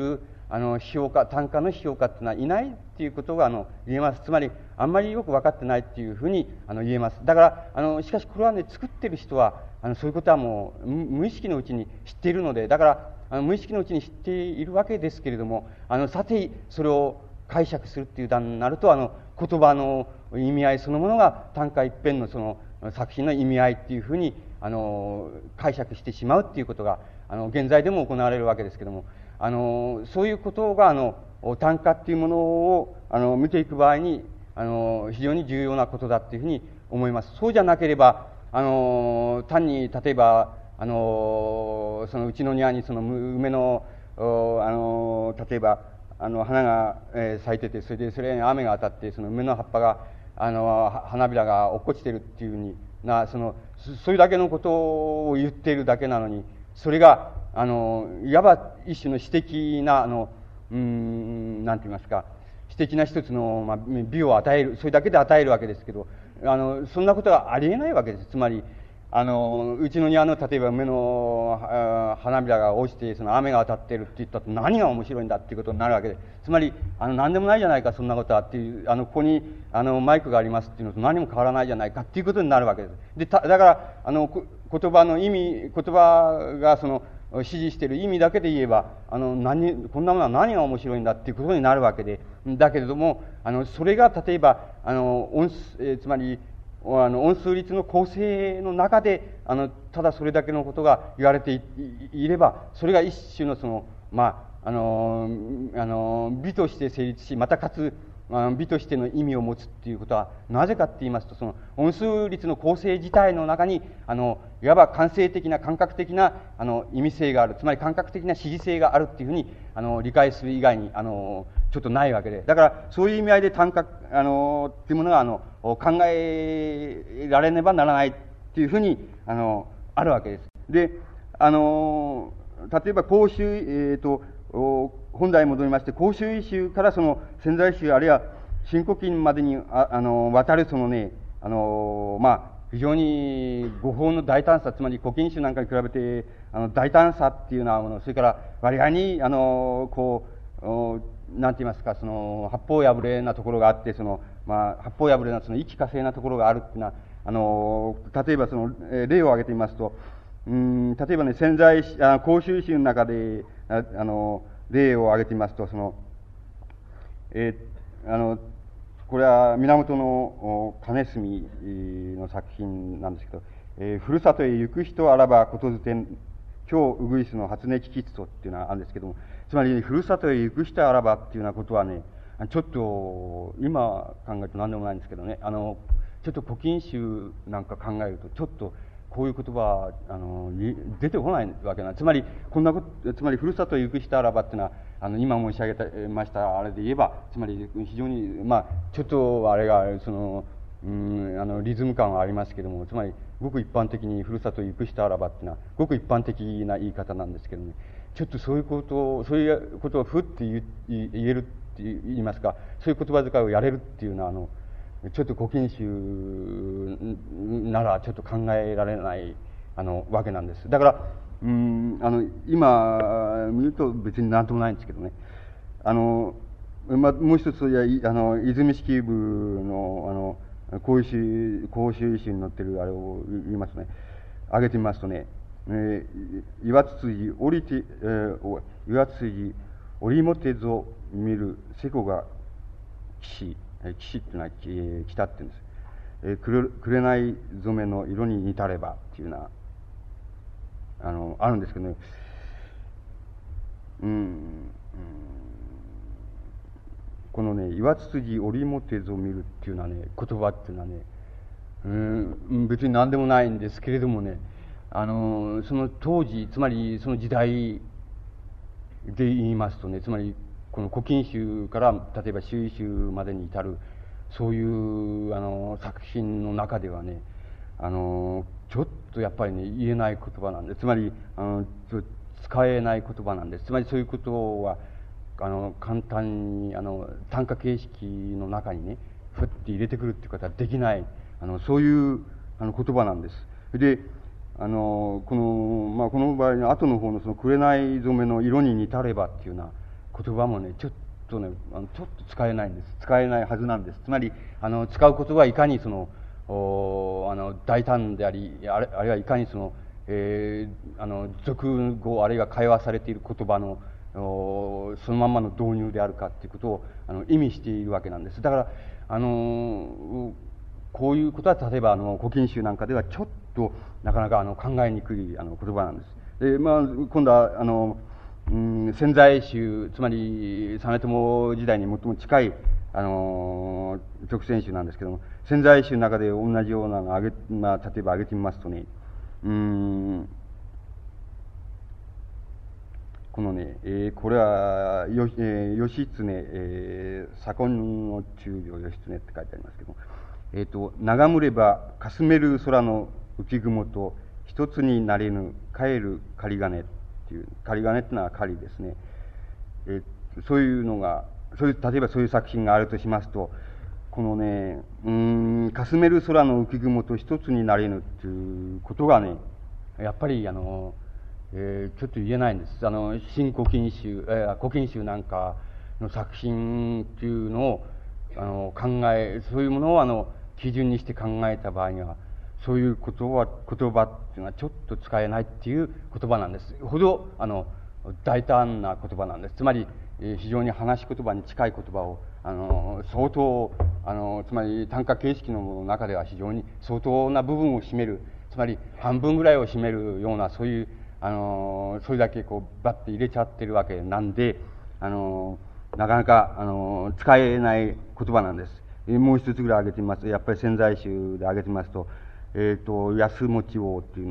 あの批評家、短歌の批評家っていうのはいないっていうことがあの言えます。つまりあんまりよく分かってないっていうふうにあの言えます。だからあのしかしこれはね、作ってる人はあのそういうことはもう無意識のうちに知っているので、だからあの無意識のうちに知っているわけですけれども、あのさてそれを解釈するっていう段になると、あの言葉の意味合いそのものが短歌一編のその作品の意味合いっていうふうにあの解釈してしまうっていうことがあの現在でも行われるわけですけれども、あのそういうことがあの短歌っていうものをあの見ていく場合にあの非常に重要なことだっていうふうに思います。そうじゃなければあの単に例えばあのそのうちの庭にその梅のあの例えばあの花が、えー、咲いてて、それでそれに雨が当たってその梅の葉っぱがあの花びらが落っこちてるっていうふうになそのそれだけのことを言っているだけなのに、それがあのいわば一種の詩的なあのうーんなんて言いますか、詩的な一つの、まあ、美を与える、それだけで与えるわけですけど、あのそんなことはありえないわけです。つまりあのうちの庭の例えば梅の花びらが落ちてその雨が当たっているって言ったと何が面白いんだっていうことになるわけで、つまりあの何でもないじゃないかそんなことはっていう、あのここにあのマイクがありますっていうのと何も変わらないじゃないかっていうことになるわけです。でただからあの言葉の意味、言葉がその指示している意味だけで言えばあの何こんなものは何が面白いんだっていうことになるわけで、だけれどもあのそれが例えばあの音、えー、つまりあの音数律の構成の中であのただそれだけのことが言われて い, いれば、それが一種のそのまああのあの美として成立し、またかつあの美としての意味を持つっていうことはなぜかって言いますと、その音数律の構成自体の中にあのいわば感性的な感覚的なあの意味性がある、つまり感覚的な指示性があるっていうふうにあの理解する以外にあのちょっとないわけで、だからそういう意味合いで短歌あのっていうものがあの考えられねばならないっていうふうにあのあるわけです。で、あの例えば甲州、えーと本題に戻りまして、甲州州からその潜在州あるいは新古今までにああの渡るそのね、あのまあ非常に語法の大胆さ、つまり古今集なんかに比べてあの大胆さっていうようなもの、それから割合にあのこうなんて言いますか、その八方破れなところがあって、そのまあ八方破れなその一気呵成なところがあるっていうのは、あの例えばその、えー、例を挙げてみますと、うん例えばね、潜在あ甲州集の中でああの例を挙げてみますと、そのえー、あのこれは源の金住の作品なんですけど、えー、ふるさとへ行く人あらばことづて今日ウグイスの初音吉とっていうのがあるんですけども、つまりふるさとへ行く人あらばっていうようなことはね、ちょっと今考えると何でもないんですけどね、あのちょっと古今集なんか考えるとちょっとこういう言葉はあの出てこないわけなんです。つまりこんなこと、つまりふるさとへ行く人あらばっていうのはあの今申し上げましたあれで言えば、つまり非常にまあちょっとあれがそのうんあのリズム感はありますけども、つまりごく一般的にふるさとへ行く人あらばっていうのはごく一般的な言い方なんですけどね、ちょっとそういうことをそういうことをふって言えるって言いますか、そういう言葉遣いをやれるっていうのはあのちょっと古今集ならちょっと考えられないあのわけなんです。だからうんあの今見ると別に何ともないんですけどね、あの、ま、もう一ついやあの泉式部のあの甲州甲州石に載ってるあれを言いますね、挙げてみますとね、えー、岩辻降りて、えー、岩辻降りもてぞ見る瀬古が岸岸っていうのは、えー、北って言うんです。えー、くれ、くれない染めの色に似たればっていうのはあのあるんですけどね、うん、うん、このね岩辻織表ぞ見るっていうのはね、言葉っていうのはね、うん別に何でもないんですけれどもね、あのその当時、つまりその時代で言いますとね、つまりこの古今集から例えば周囲集までに至るそういうあの作品の中ではね、あのちょっとやっぱりね言えない言葉なんです。つまりあの使えない言葉なんです。つまりそういうことはあの簡単にあの短歌形式の中にねふって入れてくるっていうことはできない、あのそういうあの言葉なんです。であのこの、まあ、この場合の後の方のその紅染めの色に似たればっていうような言葉もね、ちょっとね、あのちょっと使えないんです。使えないはずなんです。つまり、あの、使うことはいかにその、おあの、大胆であり、あるあるいはいかにその、えー、あの、俗語、あるいは会話されている言葉の、おそのまんまの導入であるかということを、あの、意味しているわけなんです。だから、あの、こういうことは、例えば、あの、古今集なんかでは、ちょっと、なかなか、あの、考えにくい、あの、言葉なんです。で、まあ、今度は、あの、うん、潜在集、つまり、実朝時代に最も近い、あの、直線集なんですけども、潜在集の中で同じようなのを挙げ、まあ、例えば挙げてみますとね、うん、このね、えー、これは、よ、えー、義経、えー、左近の中将義経って書いてありますけども、えっ、ー、と、眺むれば、かすめる空の浮雲と、一つになれぬ、帰る仮金っていう、仮金ってのは仮ですね。えー、そういうのが、そういう、例えばそういう作品があるとしますと、このね、うーん、かすめる空の浮雲と一つになれぬっていうことがね、やっぱり、あの、えー、ちょっと言えないんです。あの、新古今集、えー、古今集なんかの作品っていうのを、あの、考え、そういうものを、あの、基準にして考えた場合には、そういう言葉、言葉っていうのはちょっと使えないっていう言葉なんです。ほど、あの、大胆な言葉なんです。つまり、えー、非常に話し言葉に近い言葉を、あの、相当、あの、つまり短歌形式の中では非常に相当な部分を占める、つまり半分ぐらいを占めるような、そういう、あの、それだけこう、バッて入れちゃってるわけなんで、あの、なかなか、あの、使えない言葉なんです。もう一つぐらい挙げてみます。やっぱり潜在集で挙げてみますと、えっ、ー、と、安持王っていう、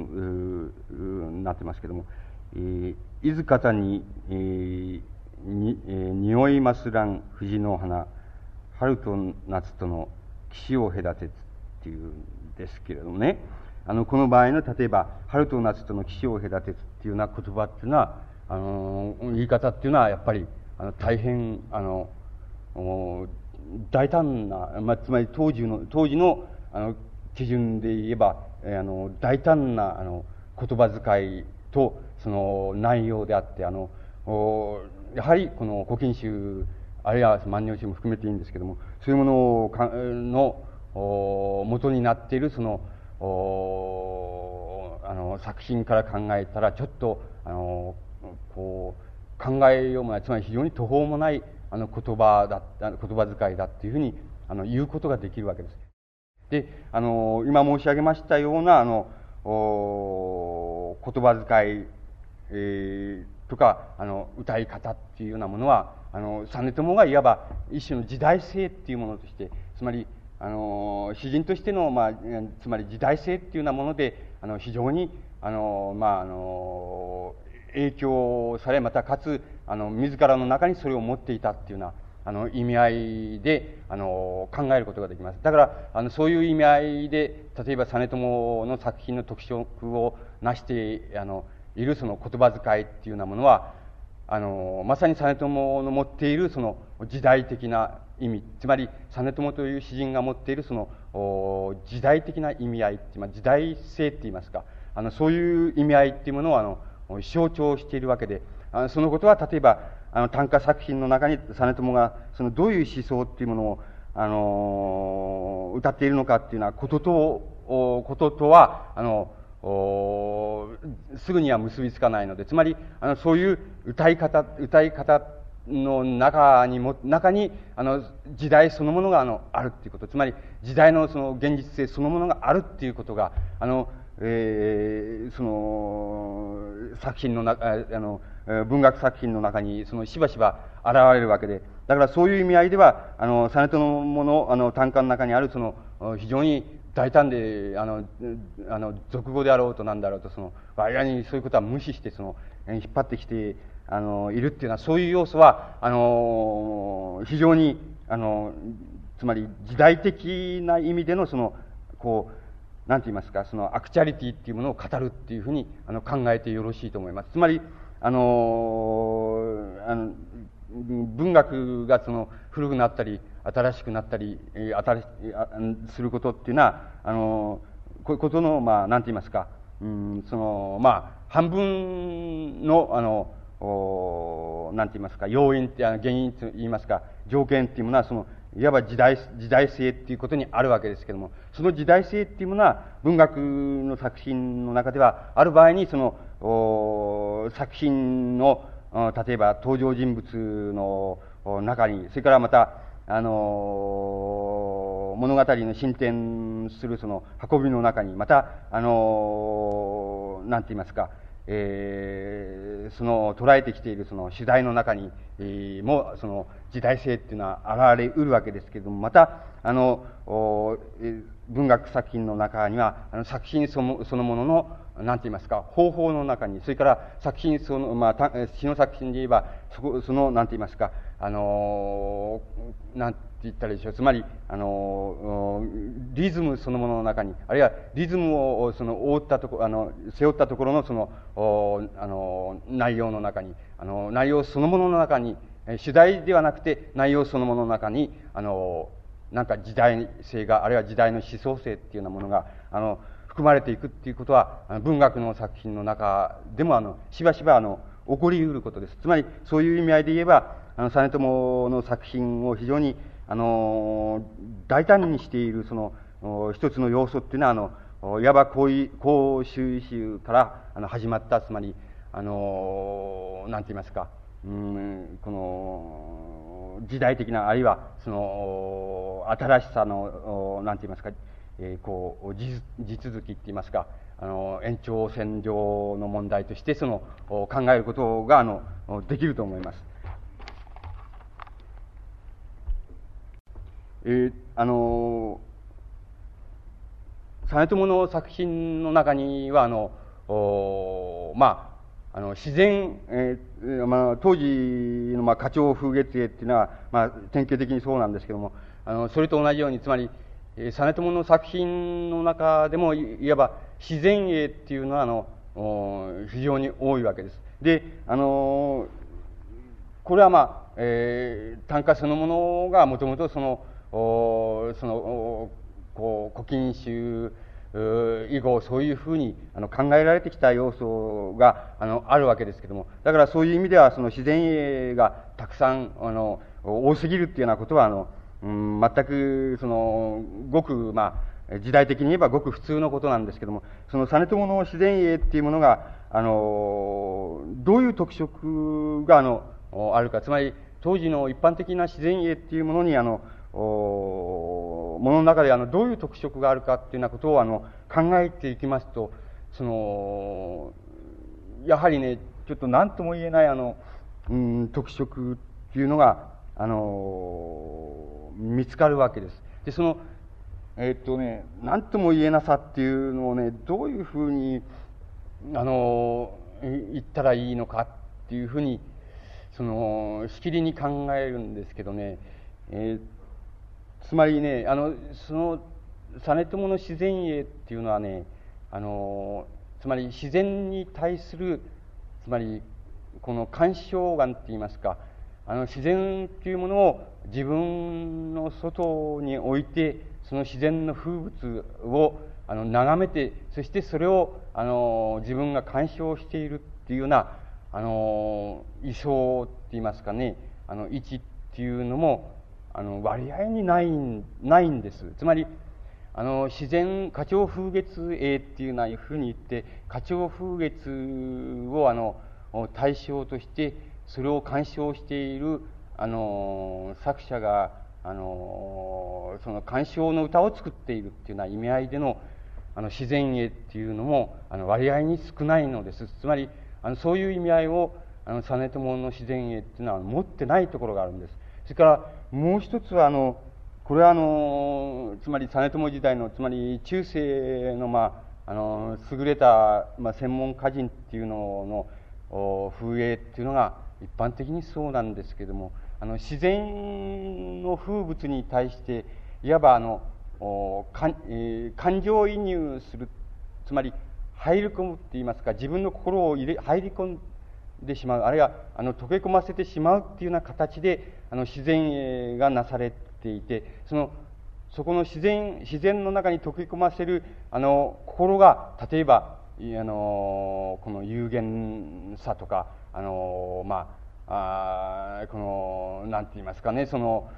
うなってますけども、えー、伊豆方に、えー、に、えー、匂いますらん藤の花、春と夏との岸を隔てつっていうんですけれどもね、あの、この場合の、例えば、春と夏との岸を隔てつっていうような言葉っていうのは、あの、言い方っていうのは、やっぱり、あの、大変、あの、大胆な、まあ、つまり当時の、当時の、あの、基準で言えば、えー、あの、大胆な、あの、言葉遣いと、その、内容であって、あの、やはり、この、古今集、あるいは万葉集も含めていいんですけども、そういうものをかの、元になっている、その、あの、作品から考えたら、ちょっと、あの、こう、考えようもない、つまり非常に途方もない、あの、言葉だ、言葉遣いだっていうふうに、あの、言うことができるわけです。で、あの、今申し上げましたような、あの、言葉遣い、えー、とか、あの、歌い方っていうようなものは、あの、実朝がいわば一種の時代性っていうものとして、つまり、あの、詩人としての、まあ、つまり時代性っていうようなもので、あの、非常に、あの、まあ、あの、影響され、またかつ、あの、自らの中にそれを持っていたっていうような、あの、意味合いで、あの、考えることができます。だから、あの、そういう意味合いで、例えば、実朝の作品の特色をなして、あの、いるその言葉遣いっていうようなものは、あの、まさに実朝の持っているその時代的な意味、つまり、実朝という詩人が持っているその、時代的な意味合い、まあ、時代性って言いますか、あの、そういう意味合いっていうものを、あの、象徴しているわけで、あのそのことは、例えば、あの、短歌作品の中に、実朝が、その、どういう思想っていうものを、あの、歌っているのかっていうようなことと、こととは、あの、すぐには結びつかないので、つまり、あの、そういう歌い方、歌い方の中にも、中に、あの、時代そのものが、あの、あるっていうこと、つまり、時代のその現実性そのものがあるっていうことが、あの、えー、その、作品の中、あの、文学作品の中に、その、しばしば現れるわけで、だからそういう意味合いでは、あの、実朝の、あの、短歌の中にある、その、非常に大胆で、あの、あの、俗語であろうとなんだろうと、その、間にそういうことは無視して、その、引っ張ってきて、あの、いるっていうのは、そういう要素は、あの、非常に、あの、つまり時代的な意味での、その、こう、なんて言いますか、そのアクチャリティっていうものを語るっていうふうにあの考えてよろしいと思います。つまり、あの、あの文学がその古くなったり、新しくなったり、新しすることっていうのは、あの、こういうことの、まあ、なんて言いますか、うん、その、まあ、半分の、あの、 の、なんて言いますか、要因って、あの原因と言いますか、条件っていうものは、その、いわば時代、時代性っていうことにあるわけですけども、その時代性っていうものは、文学の作品の中では、ある場合に、その、作品の、例えば登場人物の中に、それからまた、あの、物語の進展するその運びの中に、また、あの、なんて言いますか、えー、その捉えてきているその主題の中に、えー、もその時代性っていうのは現れうるわけですけれども、またあの文学作品の中にはあの作品そのそのもののなんて言いますか、方法の中に、それから作品その、まあ、詩の作品で言えばそこそのなんて言いますか、あのなんて言ったらいいでしょう、つまりあのリズムそのものの中に、あるいはリズムをその覆ったところ、あの背負ったところのそのあの内容の中に、あの内容そのものの中に、主題ではなくて内容そのものの中に、あのなんか時代性が、あるいは時代の思想性っていうようなものがあの含まれていくっていうことは、文学の作品の中でもあのしばしばあの起こりうることです。つまりそういう意味合いで言えば、あの実朝の作品を非常にあの大胆にしているその一つの要素っていうのは、あのいわばこういう公衆集からあの始まった、つまりあのなんて言いますか、うんこの時代的な、あるいはその新しさのなんて言いますか、えー、こう地地続きって言いますか、あの延長線上の問題としてその考えることがあのできると思います。えー、あの実朝の作品の中にはあのまああの自然、えーまあ、当時の、まあ、花鳥風月絵っていうのは、まあ、典型的にそうなんですけども、あのそれと同じように、つまり実朝の作品の中でもいわば自然絵っていうのはあの非常に多いわけです。で、あのこれはまあ、えー、短歌そのものがもともとそのそのこう古今集以後そういうふうにあの考えられてきた要素があのあるわけですけども、だからそういう意味ではその自然絵がたくさんあの多すぎるっていうようなことはあの、うん、全くそのごくまあ時代的に言えばごく普通のことなんですけども、その実朝の自然絵っていうものがあのどういう特色があのあるか、つまり当時の一般的な自然絵っていうものにあのものの中であのどういう特色があるかっていうようなことをあの考えていきますと、そのやはりね、ちょっと何とも言えないあの、うん、特色っていうのがあの見つかるわけです。で、そのえー、っとね何とも言えなさっていうのをね、どういうふうにあの言ったらいいのかっていうふうにそのしきりに考えるんですけどね、えーつまりね、あのその実朝の自然絵っていうのはね、あのつまり自然に対する、つまりこの鑑賞眼って言いますか、あの自然っていうものを自分の外に置いて、その自然の風物をあの眺めて、そしてそれをあの自分が鑑賞しているっていうようなあの意匠って言いますかね、あの位置っていうのもあの割合にないないんです。つまりあの自然花鳥風月絵っていうようなふうに言って、花鳥風月をあの対象としてそれを鑑賞しているあの作者があのその鑑賞の歌を作っているっていうような意味合いでのあの自然絵っていうのもあの割合に少ないのです。つまりあのそういう意味合いをあの実朝の自然絵っていうのは持ってないところがあるんです。それからもう一つはあのこれはあのつまり実朝時代の、つまり中世のまああの優れた、まあ、専門歌人っていうのの風絵っていうのが一般的にそうなんですけれども、あの自然の風物に対していわばあの感、えー、感情移入する、つまり入り込むって言いますか、自分の心を入れ入り込んでしまう、あるいはあの溶け込ませてしまうっていうような形であの自然絵がなされていて、そのそこの自然自然の中に溶け込ませるあの心が、例えばあのこの有限さとか、あのまああこの何て言いますかね、その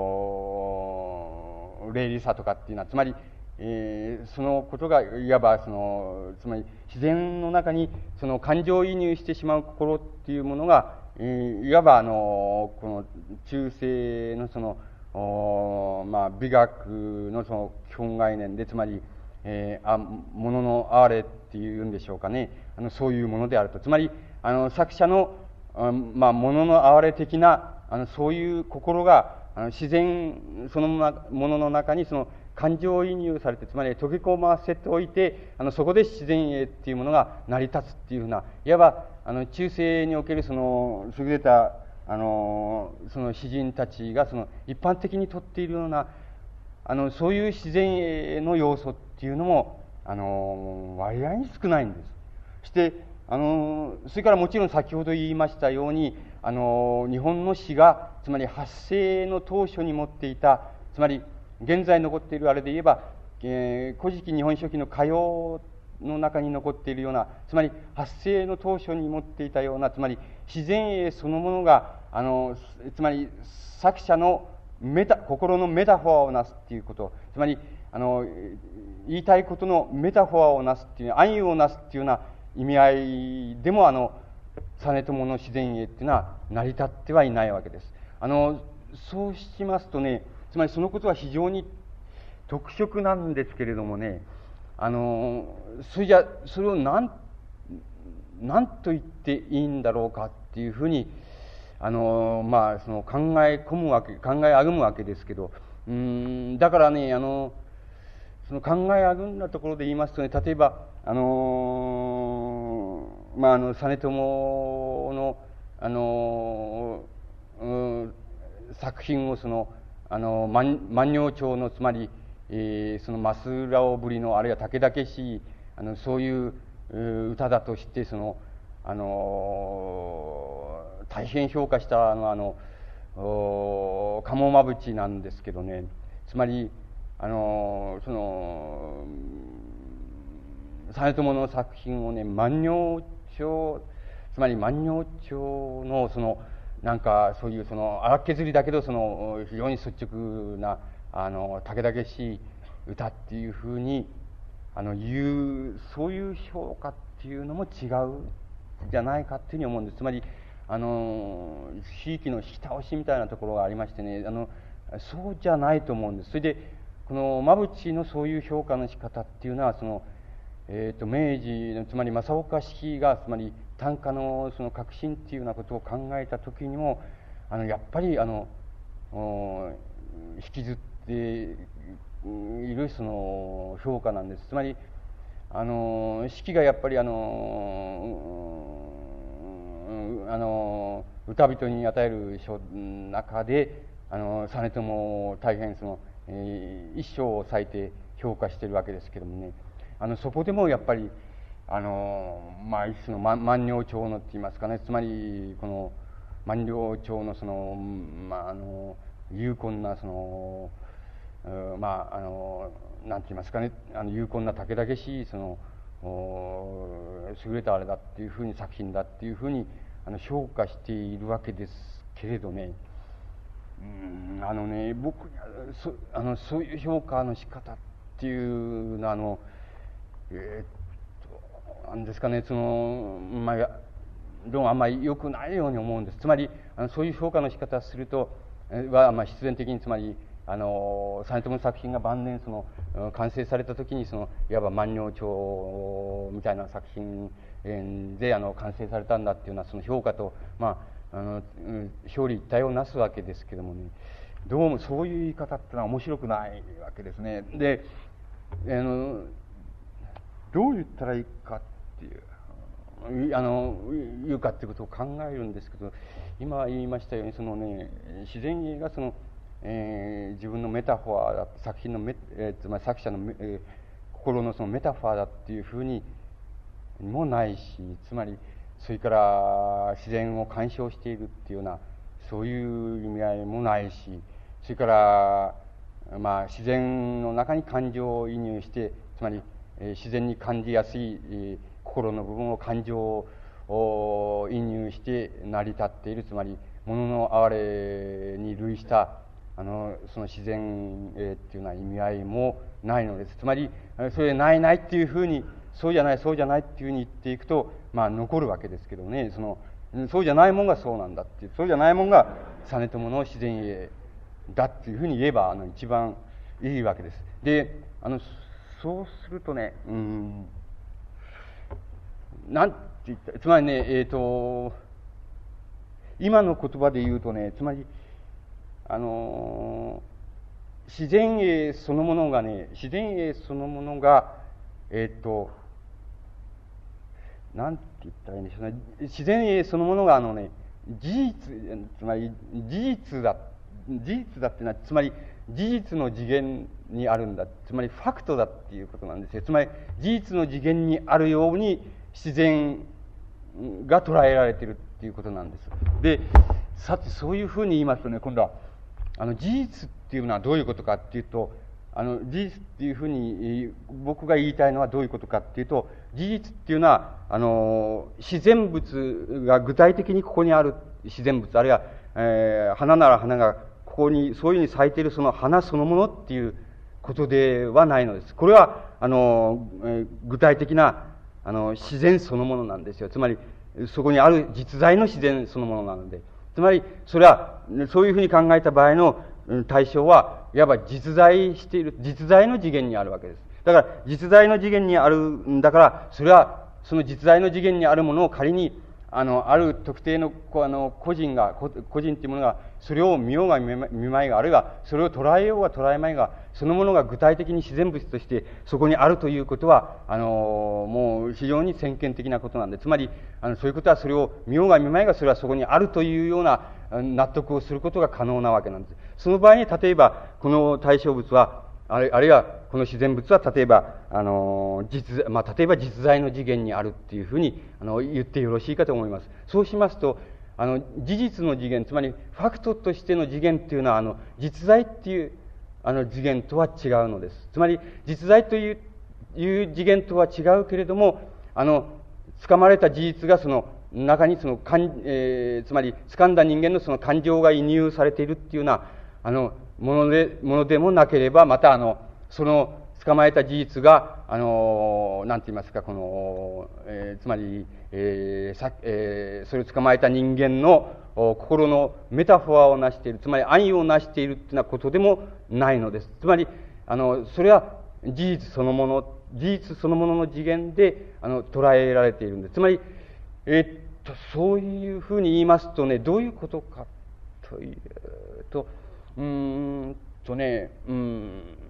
霊理さとかっていうのは、つまり、えー、そのことがいわばそのつまり自然の中にその感情移入してしまう心っていうものが、えー、いわばあのこの中世のそのまあ、美学のその基本概念で、つまり、えー、あものの哀れっていうんでしょうかね、あのそういうものであると。つまりあの作者のまあ、ものの哀れ的なあのそういう心があの自然そのものの中にその感情移入されて、つまり溶け込ませておいて、あのそこで自然へっていうものが成り立つっていうふうな、いわばあの中世におけるその優れたあのその詩人たちがその一般的にとっているようなあのそういう自然への要素っていうのもあの割合に少ないんです。そしてあのそれからもちろん先ほど言いましたように、あの日本の詩がつまり発生の当初に持っていた、つまり現在残っているあれで言えば「えー、古事記日本書紀」の歌謡の中に残っているような、つまり発生の当初に持っていたような、つまり自然へそのものがあのつまり作者のメタ心のメタファーをなすっていうこと、つまりあの言いたいことのメタファーをなすっていう、暗喩をなすっていうような意味合いでもあの実朝の自然へっていうのは成り立ってはいないわけです。あのそうしますとね、つまりそのことは非常に特色なんですけれどもね、あのそれじゃそれを何何と言っていいんだろうかっていうふうにあのまあその考え込むわけ考えあぐむわけですけど、うーんだからね、あのその考えあぐんだところで言いますとね、例えばあのまああの実朝のあの、うん、作品をそのあの万万葉帳のつまり、えー、その増浦ぶりのあるいはたけだけしいあのそういう歌だとしてそのあの大変評価したあのあの鴨まぶちなんですけどね、つまりあのその実朝の作品をね、万葉帳つまり万葉帳のそのなんかそういうその荒削りだけどその非常に率直なあのたけだけしい歌っていうふうにあの言う、そういう評価っていうのも違うじゃないかっていうふうに思うんです。つまりあのひいきの引き倒しみたいなところがありましてね、あのそうじゃないと思うんです。それでこの馬淵のそういう評価の仕方っていうのはその、えー、と明治のつまり正岡子規がつまり短歌のその革新っていうようなことを考えた時にもあのやっぱりあの引きずっているその評価なんです。つまりあの子規がやっぱりあのあの歌人に与える書の中であの実朝を大変その、えー、一生を割いて評価しているわけですけどもね、あのそこでもやっぱりあのまあ一種の万葉帳のって言いますかね、つまりこの万葉帳のそのまああの有根なそのまああのなんて言いますかね、あの有根なたけだけしいその優れたあれだっていうふうに作品だっていうふうにあの評価しているわけですけれどね、うんあのね僕そあのそういう評価の仕方っていうのはあのえー、っとなんですかね、そのまあどうもあんまり良くないように思うんです。つまりあのそういう評価の仕方をするとは、まあ、必然的につまりあの実朝の作品が晩年その完成された時にそのいわば万葉帳みたいな作品であの完成されたんだっていうようなその評価と、まあ、あの表裏一体をなすわけですけどもね、どうもそういう言い方っていうのは面白くないわけですね。であのどう言ったらいいかっていうあの言うかっていうことを考えるんですけど、今言いましたようにそのね自然がそのえー、自分のメタファーだ作品のメ、えー、つまり作者の、えー、心のそのメタファーだっていうふうにもないし、つまりそれから自然を鑑賞しているっていうようなそういう意味合いもないし、それからまあ自然の中に感情を移入して、つまり、えー、自然に感じやすい、えー、心の部分を感情移入して成り立っている、つまり物の哀れに類したあのその自然っていうような意味合いもないのです。つまりそれないないっていうふうに、そうじゃないそうじゃないっていうふうに言っていくと、まあ残るわけですけどね、そのそうじゃないもんがそうなんだっていう、そうじゃないもんが実朝の自然英だっていうふうに言えばあの一番いいわけです。で、あのそうするとね、うん、なんて言った、つまりね、えっと今の言葉で言うとね、つまりあの自然英そのものがね、自然英そのものがえっとなんて言ったらいいんでしょうね、自然英そのものがあのね、事実、つまり事実だ、事実だっていうのは、つまり事実の次元にあるんだ、つまりファクトだっていうことなんですよ。つまり事実の次元にあるように自然が捉えられているっていうことなんです。で、さてそういうふうに言いますとね、今度はあの事実っていうのはどういうことかっていうと、あの事実っていうふうに僕が言いたいのはどういうことかっていうと、事実っていうのはあの自然物が具体的にここにある自然物、あるいは、えー、花なら花がここにそういうふうに咲いているその花そのものっていうことではないのです。これはあの、えー、具体的なあの自然そのものなんですよ。つまりそこにある実在の自然そのものなので、つまりそれはそういうふうに考えた場合の対象はいわば実在している、実在の次元にあるわけです。だから実在の次元にあるんだから、それはその実在の次元にあるものを仮にあのある特定のあの個人が個人というものがそれを見ようが見まいが、あるいはそれを捉えようが捉えまいが、そのものが具体的に自然物としてそこにあるということはあのもう非常に先見的なことなんで、つまりあのそういうことはそれを見ようが見まいがそれはそこにあるというような納得をすることが可能なわけなんです。その場合に例えばこの対象物はあるいはこの自然物は例えばあの実、まあ、例えば実在の次元にあるっていうふうにあの言ってよろしいかと思います。そうしますとあの事実の次元、つまりファクトとしての次元っていうのはあの実在っていうあの次元とは違うのです。つまり実在といういう次元とは違うけれども、あの掴まれた事実がその中にそのかん、えー、つまり掴んだ人間のその感情が移入されているっていうようなあのものでものでもなければ、またあのその捕まえた事実があのなんて言いますか、この、えー、つまり、えーさえー、それを捕まえた人間の心のメタファーを成している、つまり暗喩を成しているというようなことでもないのです。つまりあのそれは事実そのもの、事実そのものの次元であの捉えられているんです。つまり、えー、っとそういうふうに言いますとね、どういうことかというと、うーんとね、うーん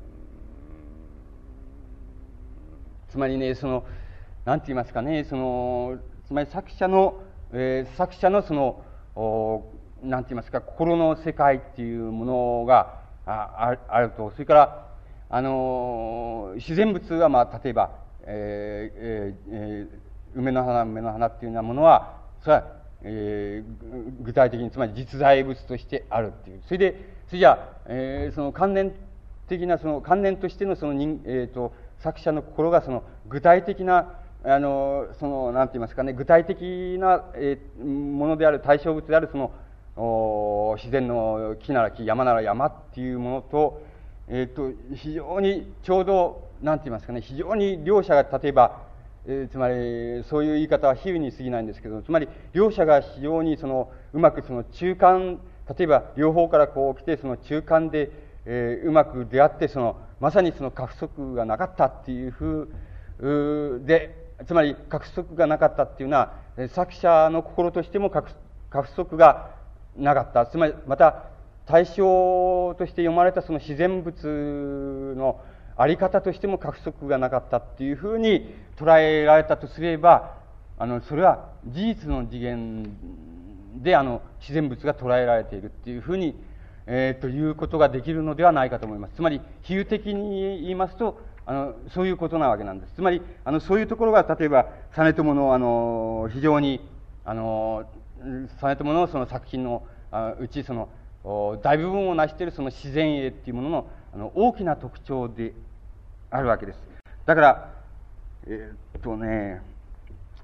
つまりね、そのなんて言いますかね、そのつまり作者の、えー、作者のそのおなんて言いますか、心の世界っていうものがああると、それからあの自然物は、まあ、例えば、えーえー、梅の花梅の花っていうようなものはそれは、えー、具体的につまり実在物としてあるっていう、それでそれじゃあ、えー、その関連的なその関連としてのその人、えー、と作者の心がその具体的なあのそのなんて言いますかね、具体的な、えー、ものである対象物であるそのお自然の木なら木、山なら山っていうものと、えー、と非常にちょうどなんて言いますかね、非常に両者が例えば、えー、つまりそういう言い方は比喩に過ぎないんですけど、つまり両者が非常にそのうまくその中間、例えば両方からこう来てその中間で、えー、うまく出会って、そのまさにその過不足がなかったっていうふうで、つまり過不足がなかったっていうのは作者の心としても過不足がなかった、つまりまた対象として読まれたその自然物のあり方としても過不足がなかったっていうふうに捉えられたとすれば、あのそれは事実の次元であの自然物が捉えられているっていうふうに、えー、ということができるのではないかと思います。つまり比喩的に言いますと、あのそういうことなわけなんです。つまりあのそういうところが例えば実朝のあの非常にあの実朝のその作品のうちその大部分を成しているその自然英っていうもののあの大きな特徴であるわけです。だからえー、っとね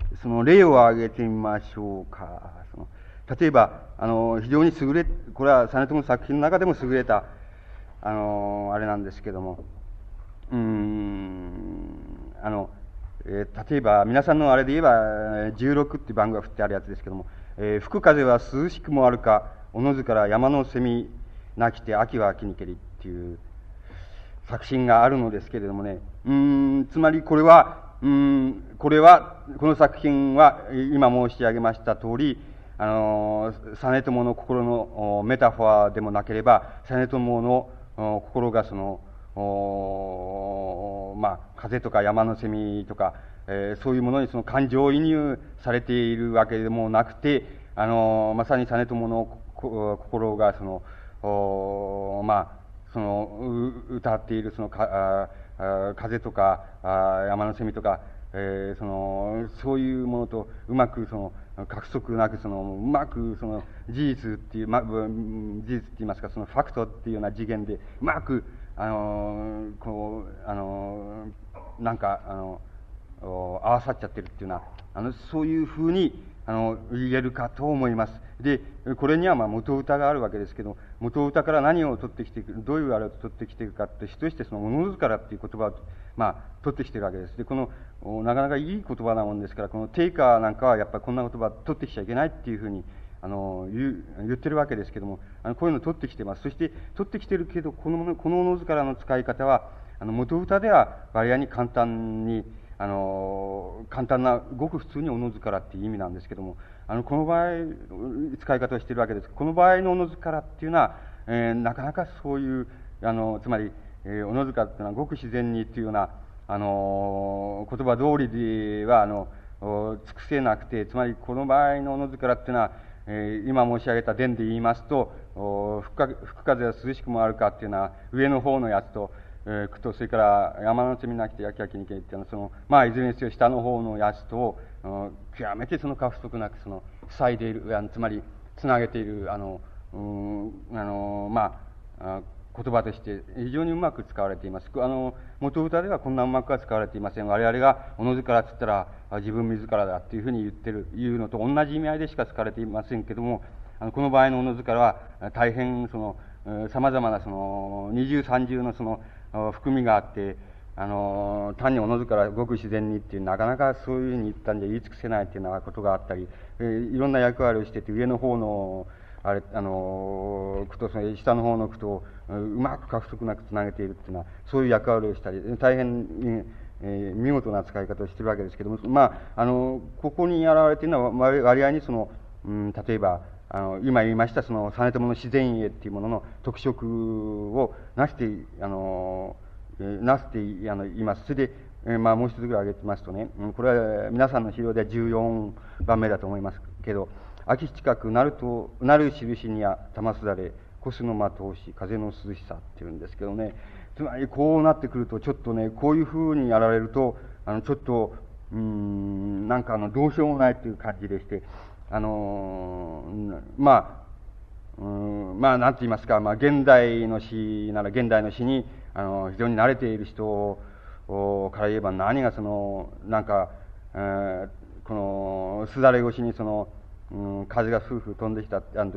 その例を挙げてみましょうか。その例えば、あの、非常に優れ、これは実朝の作品の中でも優れた、あの、あれなんですけども、うーん、あの、えー、例えば、皆さんのあれで言えば、じゅうろくっていう番号が振ってあるやつですけども、えー、吹く風は涼しくもあるか、おのずから山の蝉なきて秋は秋にけりっていう作品があるのですけれどもね、うーん、つまりこれは、うーん、これは、この作品は、今申し上げました通り、あの、実朝の心のメタファーでもなければ、実朝の心がその、おまあ、風とか山の蝉とか、えー、そういうものにその感情移入されているわけでもなくて、あの、まさに実朝の心がその、おまあ、その、歌っているそのか、あ風とか、あ山の蝉とか、えー、その、そういうものとうまくその、獲得なくその、うまくその、事実っていう、ま、事実って言いますか、そのファクトっていうような次元で、うまく、あの、こう、あの、なんか、あの、合わさっちゃってるっていうような、あの、そういうふうに、あの、言えるかと思います。で、これにはまあ元歌があるわけですけど、元歌から何を取ってきていく、どういうあれを取ってきていくかって、主としてそのものづからっていう言葉を、まあ、取ってきているわけです。で、この、なかなかいい言葉なもんですから、この定歌なんかはやっぱりこんな言葉取ってきちゃいけないっていうふうに、あの、言う、言ってるわけですけども、あの、こういうの取ってきてます。そして、取ってきてるけど、この、このものづからの使い方は、あの、元歌では割合に簡単に、あの、簡単な、ごく普通におのずからっていう意味なんですけども、あの、この場合、使い方をしているわけです。この場合のおのずからっていうのは、えー、なかなかそういう、あの、つまり、えー、おのずからっていうのはごく自然にっていうような、あの、言葉通りでは、あの、尽くせなくて、つまりこの場合のおのずからっていうのは、えー、今申し上げた伝で言いますと、吹く風は涼しくもあるかっていうのは、上の方のやつと、えー、とそれから山の蝉なきて焼き焼きにけっていうのはそのまあいずれにせよ下の方のやつと極めてその過不足なくその塞いでいるあのつまりつなげているあのうんあのまあ言葉として非常にうまく使われています。あの元歌ではこんなうまくは使われていません。我々がおのずからっつったら自分自らだっていうふうに言ってるいうのと同じ意味合いでしか使われていませんけども、あのこの場合のおのずからは大変そのさまざまなその二重三重のその含みがあって、あの、単におのずからごく自然にっていう、なかなかそういうふうに言ったんじゃ言い尽くせないっていうようなことがあったり、えー、いろんな役割をしてて、上の方の、あれ、あの、句と、その下の方の句と、うまく過不足なくつなげているっていうのは、そういう役割をしたり、大変、えー、見事な使い方をしているわけですけども、まあ、あの、ここに現れているのは割合にその、うん、例えば、あの、今言いました、その、実朝の自然栄っていうものの特色をなして、あの、なして、あの、言います。それで、えー、まあ、もう一つぐらい挙げてますとね、うん、これは皆さんの資料ではじゅうよんばんめだと思いますけど、秋近くなると、なる印には玉すだれ、越の間通し、風の涼しさっていうんですけどね、つまりこうなってくると、ちょっとね、こういうふうにやられると、あの、ちょっと、うーん、なんかあの、どうしようもないという感じでして、あのー、まあ、うん、まあ、なんて言いますか、まあ、現代の詩なら現代の詩に、あの、非常に慣れている人から言えば何がその、なんか、えー、この、すだれ越しにその、うん、風がふうふう飛んできた、あの、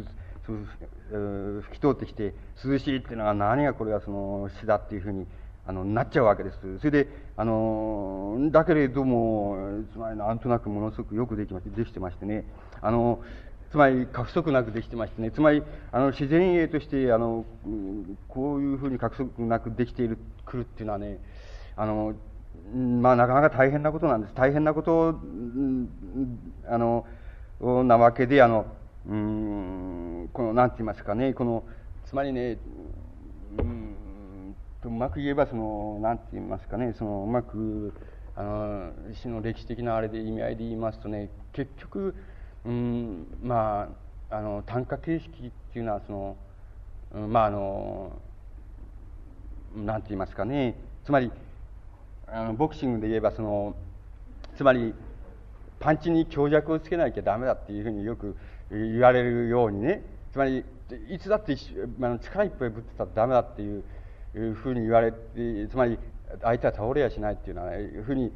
吹き通ってきて涼しいっていうのは何がこれがその詩だっていうふうに、あの、なっちゃうわけです。それで、あの、だけれども、つまりなんとなくものすごくよくできまして、できてましてね、あの、つまり過不足なくできてましてね、つまり、あの、自然栄として、あの、こういうふうに過不足なくできている、くるっていうのはね、あの、まあ、なかなか大変なことなんです。大変なこと、あの、なわけで、あの、うん、この、なんて言いますかね、この、つまりね、うんうまく言えばその何て言いますかね、そのうまくあの詩の歴史的なあれで意味合いで言いますとね、結局、うん、まああの短歌形式っていうのはその、うん、まああの何て言いますかね、つまりあのボクシングで言えばそのつまりパンチに強弱をつけなきゃダメだっていうふうによく言われるようにね、つまりいつだってあの力いっぱいぶってたらダメだっていういうふうに言われて、つまり相手は倒れやしないっていうのは、ね、いうふうに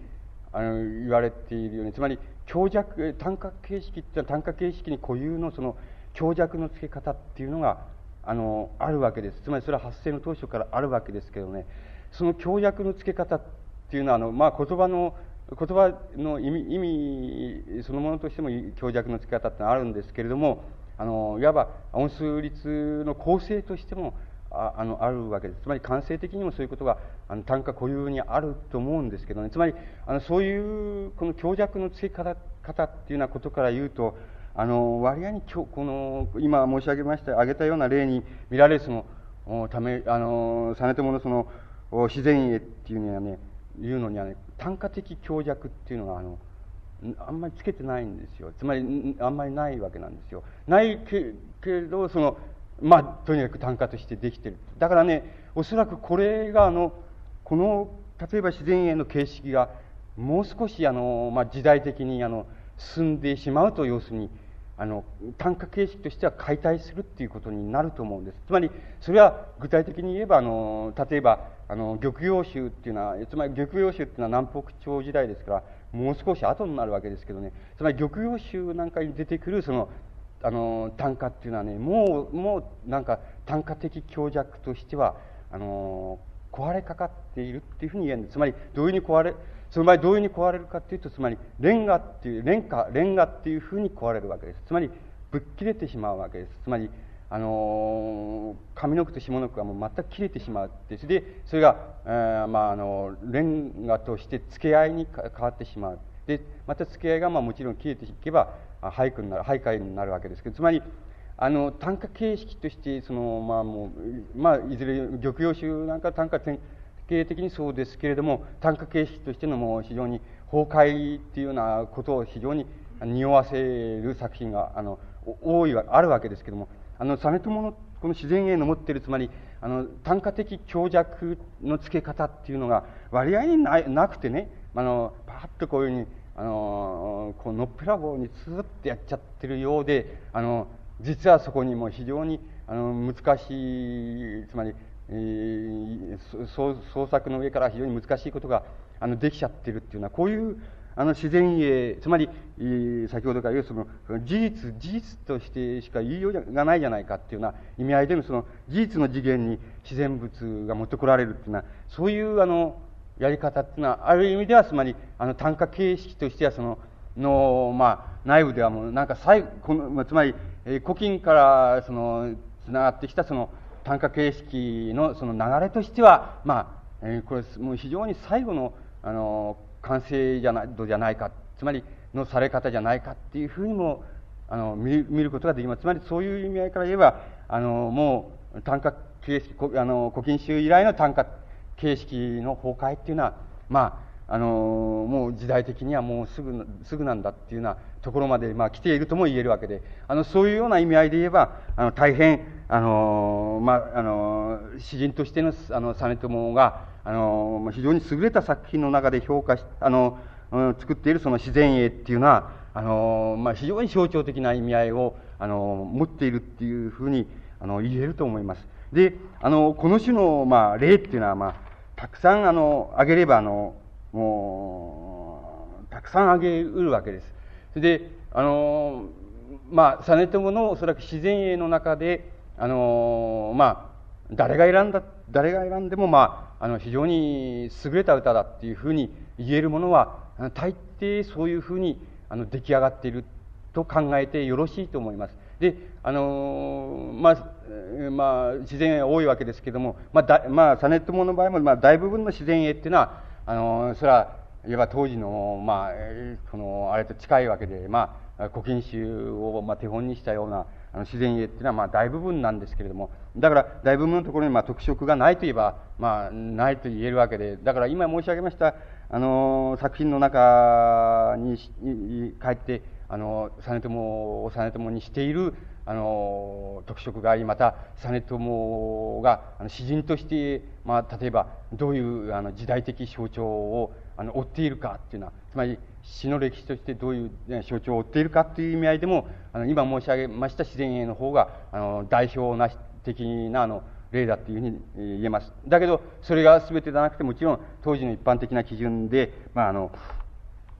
あの言われているように、つまり強弱単価形式っていうのは単価形式に固有のその強弱の付け方っていうのがあのあるわけです。つまりそれは発生の当初からあるわけですけどね、その強弱の付け方っていうのはあの、まあ、言葉の言葉の意味意味そのものとしても強弱の付け方ってのはあるんですけれども、あのいわば音数律の構成としてもああのあるわけです。つまり感性的にもそういうことがあの単価固有にあると思うんですけどね、つまりあのそういうこの強弱の付け方方っていうようなことから言うと、あの割合にこの今申し上げました挙げたような例に見られるそのためあの実朝のその自然絵っていうのはねいうのにはね、単価的強弱っていうのがあのあんまりつけてないんですよ。つまりあんまりないわけなんですよ。ないけけどそのまあとにかく単価としてできてる。だからね、おそらくこれがあのこの例えば自然絵の形式がもう少しあの、まあ、時代的にあの進んでしまうと、要するにあの単価形式としては解体するっていうことになると思うんです。つまりそれは具体的に言えばあの例えばあの玉葉集っていうのは、つまり玉葉集っていうのは南北朝時代ですからもう少し後になるわけですけどね、つまり玉葉集なんかに出てくるそのあの単価っていうのはね、もうもうなんか単価的強弱としてはあの壊れかかっているっていうふうに言えるんです。つまりどういうふうに壊れその場合どういうふうに壊れるかっていうと、つまりレンガっていうレンガレンガっていうふうに壊れるわけです。つまりぶっ切れてしまうわけです。つまりあの上の句と下の句はもう全く切れてしまうって、それでそれが、えー、まああのレンガとして付け合いに変わってしまう。でまた付け合いがまあもちろん切れていけば俳句になる俳諧になるわけですけど、つまりあの単価形式としてそのまあもうまあいずれ玉葉集なんか単価典型的にそうですけれども、単価形式としてのもう非常に崩壊っていうようなことを非常に匂わせる作品があの多いあるわけですけれども、あの実朝のこの自然絵の持っているつまりあの単価的強弱の付け方っていうのが割合に な, なくてね、あのパッとこういうふうにあのこうのっぺらぼうにスーッてやっちゃってるようで、あの実はそこにも非常にあの難しい、つまり、えー、創作の上から非常に難しいことがあのできちゃってるっていうのは、こういうあの自然絵、つまり、えー、先ほどから言うその事実事実としてしか言いようがないじゃないかっていうような意味合いでのその事実の次元に自然物が持ってこられるっていうのは、そういうあのやり方っていうのはある意味ではつまりあの単価形式としてはそのの、まあ、内部ではもうなんか最後このつまり、えー、古今からそのつながってきたその単価形式のその流れとしては、まあえー、これもう非常に最後のあの完成じゃないじゃないか、つまりのされ方じゃないかっていうふうにもあの 見, 見ることができます。つまりそういう意味合いから言えばあのもう単価形式あの古今集以来の単価形式の崩壊っていうのはまああのもう時代的にはもうすぐすぐなんだっていうようなところまで、まあ、来ているとも言えるわけで、あのそういうような意味合いで言えばあの大変あの、まあ、あの詩人としてのあの実朝があの非常に優れた作品の中で評価しあの作っているその自然絵っていうのはあの、まあ、非常に象徴的な意味合いをあの持っているっていうふうにあの言えると思います。であのこの種の、まあ、例っていうのは、まあ、たくさんあの挙げればあのもうたくさん挙げうるわけです。それであのまあ実朝のおそらく自然絵の中であのまあ誰が選んだ誰が選んでもまああの非常に優れた歌だっていうふうに言えるものは大抵そういうふうにあの出来上がっていると考えてよろしいと思います。であのまあまあ自然絵多いわけですけども、まあだまあ実朝の場合もまあ大部分の自然絵っていうのはあのそれはいわば当時のまあこのあれと近いわけで、まあ古今集をまあ手本にしたようなあの自然絵っていうのはまあ大部分なんですけれども、だから大部分のところにまあ特色がないといえばまあないと言えるわけで、だから今申し上げましたあの作品の中に帰ってあの実朝を実朝にしているあの特色があり、また実朝があの詩人として、まあ、例えばどういうあの時代的象徴をあの追っているかっていうのは、つまり詩の歴史としてどういう、ね、象徴を追っているかという意味合いでもあの今申し上げました自然絵の方があの代表な的なあの例だというふうに言えます。だけどそれが全てではなくて、もちろん当時の一般的な基準で、まああの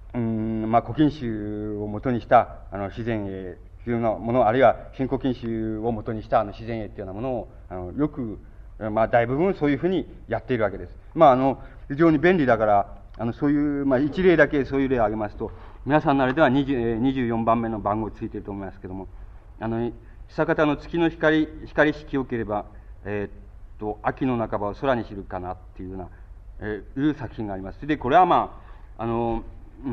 うん、まあ、古今集をもとにした、あの、自然絵というようなもの、あるいは新古今集をもとにした、あの、自然絵というようなものを、あの、よく、まあ、大部分そういうふうにやっているわけです。まあ、あの、非常に便利だから、あの、そういう、まあ、一例だけそういう例を挙げますと、皆さんのあれではにじゅう、にじゅうよんばんめの番号ついていると思いますけども、あの、久方の月の光、光しきよければ、えー、っと、秋の半ばを空に知るかなっていうような、えー、いう作品があります。で、これはまあ、あの、うん、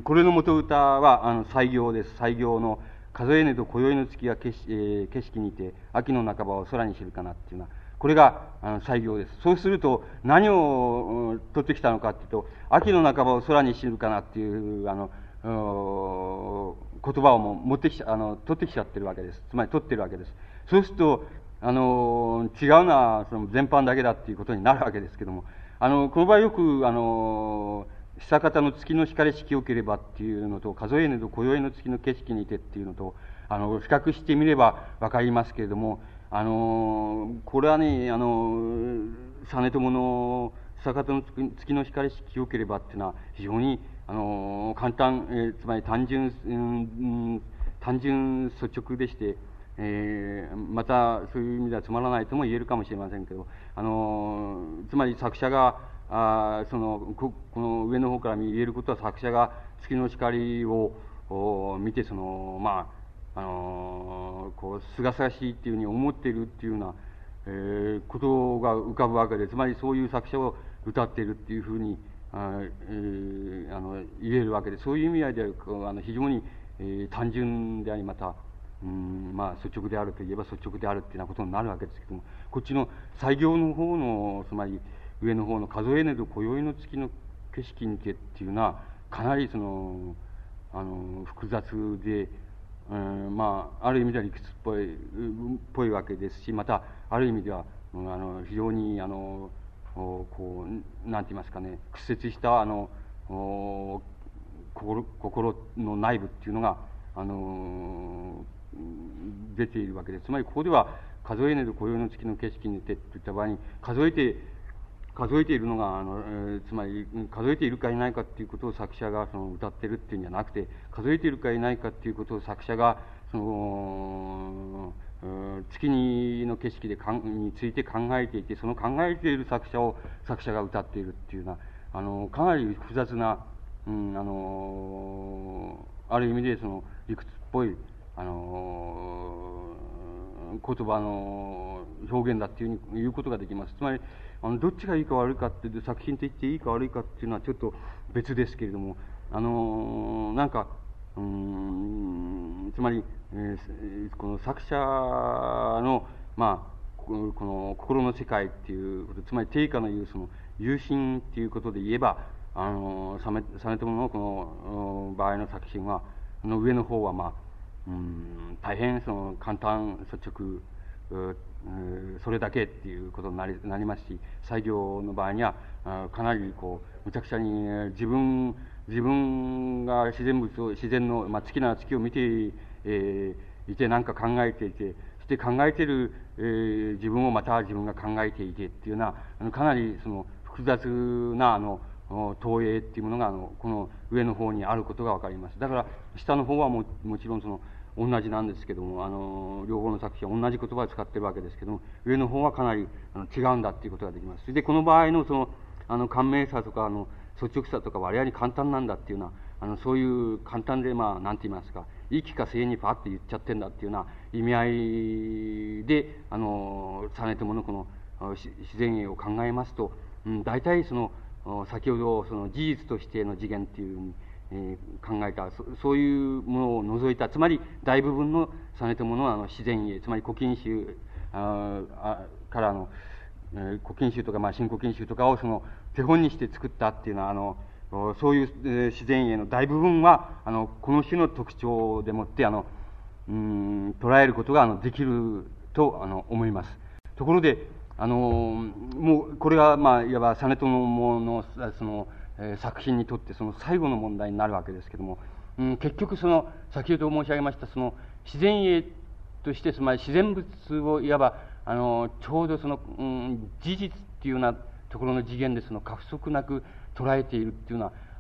これの元歌は、あの、西行です。西行の、数えねど今宵の月が景色、えー、景色にて、秋の半ばを空に知るかなっていうような、これが、あの、西行です。そうすると、何を、うん、取ってきたのかっていうと、秋の半ばを空に知るかなっていう、あの、言葉をもう持ってきちゃ、あの、取ってきちゃってるわけです。つまり取ってるわけです。そうすると、あの、違うのは、その全般だけだっていうことになるわけですけども、あの、この場合よく、あの、久方の月の光しきよければっていうのと、数えねど今宵の月の景色にてっていうのと、あの、比較してみればわかりますけれども、あの、これはね、あの、実朝の久方の月の光しきよければっていうのは非常に、あの、簡単、えー、つまり単純、うん、単純率直でして、えー、またそういう意味ではつまらないとも言えるかもしれませんけど、あの、つまり作者が、あそのここの上の方から見えることは、作者が月の光を見て、そのまああのこうすがすがしいっていうふうに思っているっていうような、えー、ことが浮かぶわけで、つまりそういう作者を歌っているっていうふうにあ、えー、あの言えるわけで、そういう意味合いではあの非常に、えー、単純であり、またうんまあ率直であるといえば率直であるっていうようなことになるわけですけども、こっちの西行の方の、つまり上の方の数えねど今宵の月の景色にてっていうのは、かなりそのあの複雑で、うん、まあある意味では理屈っぽいっぽいわけですし、またある意味では、うん、あの非常にあのこうなんて言いますかね、屈折したあの心心の内部っていうのがあの出ているわけです。つまりここでは数えねど今宵の月の景色にてといった場合に、数えて数えているのがあの、えー、つまり数えているかいないかっていうことを作者がその歌ってるっていうんじゃなくて、数えているかいないかっていうことを作者がその月の景色でかんについて考えていて、その考えている作者を作者が歌っているっていうような、あのかなり複雑な、うん、あのある意味でその理屈っぽいあの言葉の表現だっていうふうに言うことができます。つまりあのどっちがいいか悪いかっていう作品と言っていいか悪いかっていうのはちょっと別ですけれども、あのなんかうーんつまり、えー、この作者のまあこの心の世界っていうこと、つまり定家の言うその有心っていうことで言えば、あの実朝のこの場合の作品は、あの上の方はまあうん大変その簡単率直それだけっていうことになり、なりますし、西行の場合にはかなりこうむちゃくちゃに自分自分が自然物を自然の、まあ、月なら月を見て、えー、いて何か考えていて、そして考えている、えー、自分をまた自分が考えていてっていうような、あのかなりその複雑なあの投影っていうものがあのこの上の方にあることがわかります。だから下の方はももちろんその同じなんですけども、あの両方の作品は同じ言葉を使っているわけですけども、上の方はかなりあの違うんだっていうことができます。それでこの場合のそのあの簡明さとかあの率直さとか割合に簡単なんだっていうような、あのそういう簡単でまあ何て言いますか、言い聞かせにパッと言っちゃってんだっていうような意味合いで、あの実朝のこの自然絵を考えますと、うん、大体その先ほどその事実としての次元っていうふうにえー、考えた そ, そういうものを除いた、つまり大部分の実朝のあの自然絵、つまり古今集ああからの、えー、古今集とか、まあ、新古今集とかをその手本にして作ったっていうのは、あのそういう、えー、自然絵の大部分はあのこの種の特徴でもってあのうん捉えることがあのできるとあの思います。ところであのもうこれが、まあ、いわば実朝のその作品にとってその最後の問題になるわけですけども、うん、結局その先ほど申し上げましたその自然絵として、つまり自然物をいわばあのちょうどその、うん、事実っていうようなところの次元でその過不足なく捉えているっていうような、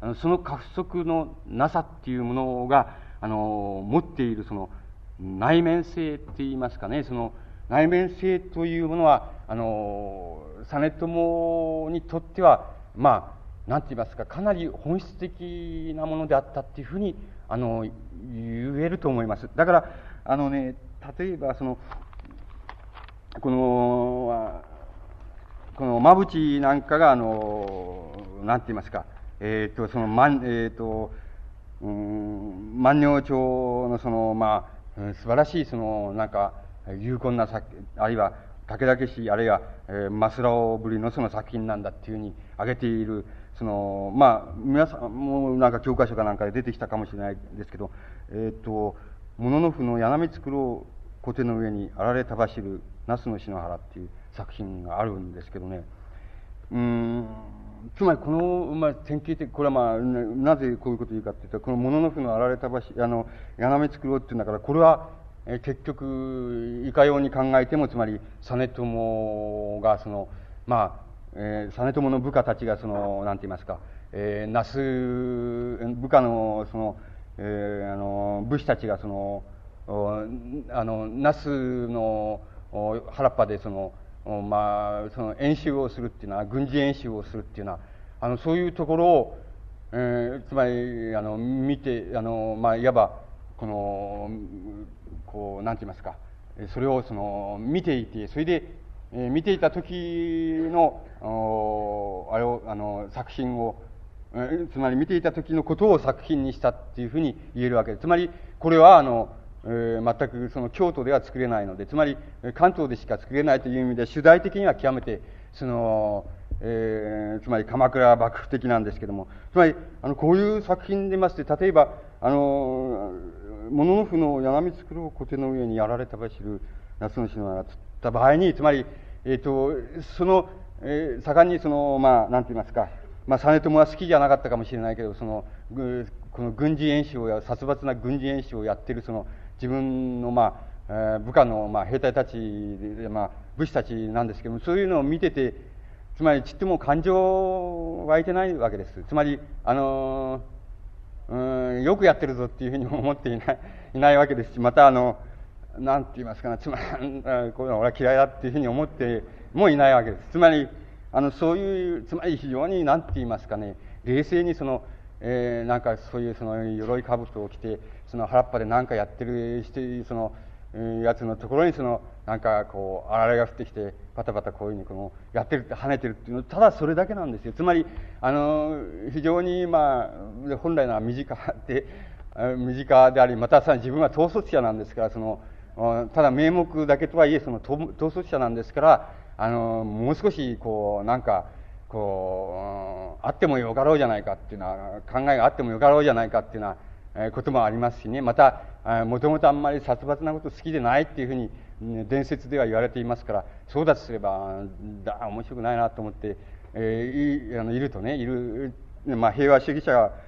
あのその過不足のなさっていうものがあの持っているその内面性って言いますかね、その内面性というものはあの実朝にとってはまあなんて言いますか、かなり本質的なものであったっていうふうにあの言えると思います。だからあのね、例えばそのこのこの馬淵なんかがあのなんて言いますか、えっ、ー、とその万えっ、ー、とうん万葉町のそのまあ素晴らしいそのなんか有効な作、あるいは武田しい、あるいは、えー、マスラオぶりのその作品なんだっていうふうに挙げている、そのまあ皆さんもなんか教科書かなんかで出てきたかもしれないですけど、えっ、ー、とモノノフの柳光黒小手の上にあられたばしる那須の篠原っていう作品があるんですけどね、うーんつまりこの、まあ、典型的、これはまあなぜこういうことを言うかっていうと、このモノノフのあられたばしあの柳光黒っていうんだから、これはえ結局いかように考えても、つまり実朝がそのまあ、えー、実朝の部下たちがそのなんて言いますか、えー、那須部下のその、えー、あの武士たちがそのあの那須の原っぱでそのまあその演習をするっていうのは、軍事演習をするっていうのは、あのそういうところを、えー、つまりあの見てあのまあいわばこのこうなんて言いますか、それをその見ていて、それで、えー、見ていた時のあれをあの作品を、えー、つまり見ていた時のことを作品にしたっていうふうに言えるわけです。つまりこれはあの、えー、全くその京都では作れないので、つまり関東でしか作れないという意味で、主題的には極めてその、えー、つまり鎌倉幕府的なんですけども、つまりあのこういう作品でまして、例えばあのモノノフの柳光黒小手の上にやられたばしる那須の篠原がつった場合に、つまり、えー、とその、えー、盛んにそのまあなんて言いますか、まあ実朝は好きじゃなかったかもしれないけど、そのこの軍事演習をや殺伐な軍事演習をやっているその自分のまあ、えー、部下のまあ兵隊たちで、まあ武士たちなんですけども、そういうのを見てて、つまりちっとも感情湧いてないわけです。つまりあのーうんよくやってるぞっていうふうに思っていないいないわけですし、またあのなんて言いますかね、つまりこういうの俺は嫌いだっていうふうに思ってもいないわけです。つまりあのそういうつまり非常になんて言いますかね、冷静にその、えー、なんかそういうその鎧兜を着てその原っぱで何かやってるしてそのやつのところにそのなんかこうあられが降ってきてパタパタこういうふうにこのやってるって跳ねてるっていうの、ただそれだけなんですよ。つまりあの非常にまあ本来のは身近で身近であり、またさ自分は統率者なんですから、そのただ名目だけとはいえその統率者なんですから、あのもう少しこうなんかこうあってもよかろうじゃないかっていうのは、考えがあってもよかろうじゃないかっていうのはこともありますしね。またもともとあんまり殺伐なこと好きでないっていうふうに伝説では言われていますから、そうだとすればだ面白くないなと思って、えー、い, あのいるとねいる、まあ、平和主義者が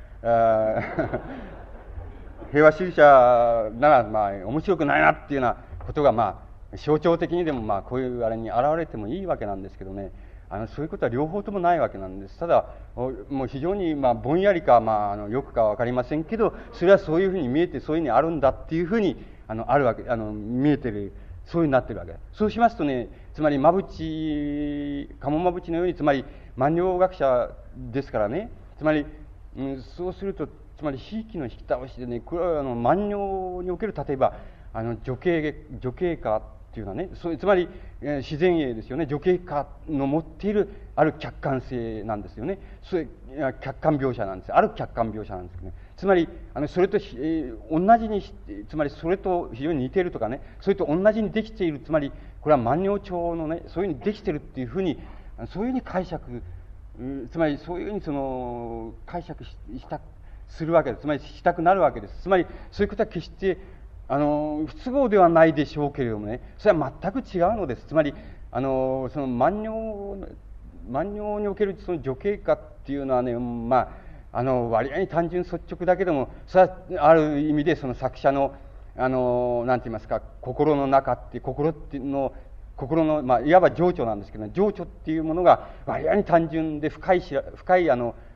平和主義者ならまあ面白くないなっていうようなことがまあ象徴的にでもまあこういうあれに現れてもいいわけなんですけどね、あのそういうことは両方ともないわけなんです。ただもう非常にまあぼんやりか、まあ、あのよくか分かりませんけど、それはそういうふうに見えてそういうふうにあるんだっていうふうにあのあるわけあの見えてる、そういうふうになってるわけ。そうしますとね、つまり馬淵鴨馬淵のように、つまり万葉学者ですからね、つまり、うん、そうするとつまりひいきの引き倒しでね、これはあの万葉における例えばあの女系女系歌っていうのはね、そうつまり、えー、自然英ですよね。女系歌の持っているある客観性なんですよね。それ客観描写なんです。ある客観描写なんですね。つまりあのそれと、えー、同じにつまりそれと非常に似ているとかね、それと同じにできている、つまりこれは万葉帳のねそういうふうにできているっていうふうにそういうふうに解釈、つまりそういうふうにその解釈したするわけです。つまりしたくなるわけです。つまりそういうことは決してあの不都合ではないでしょうけれどもね、それは全く違うのです。つまりあのその万葉万葉におけるその女系歌っていうのはね、まああの割合に単純率直だけども、それはある意味でその作者のあのなんて言いますか、心の中って心っていうの心の、まあ、いわば情緒なんですけど、ね、情緒っていうものが割合に単純で深いし深いあの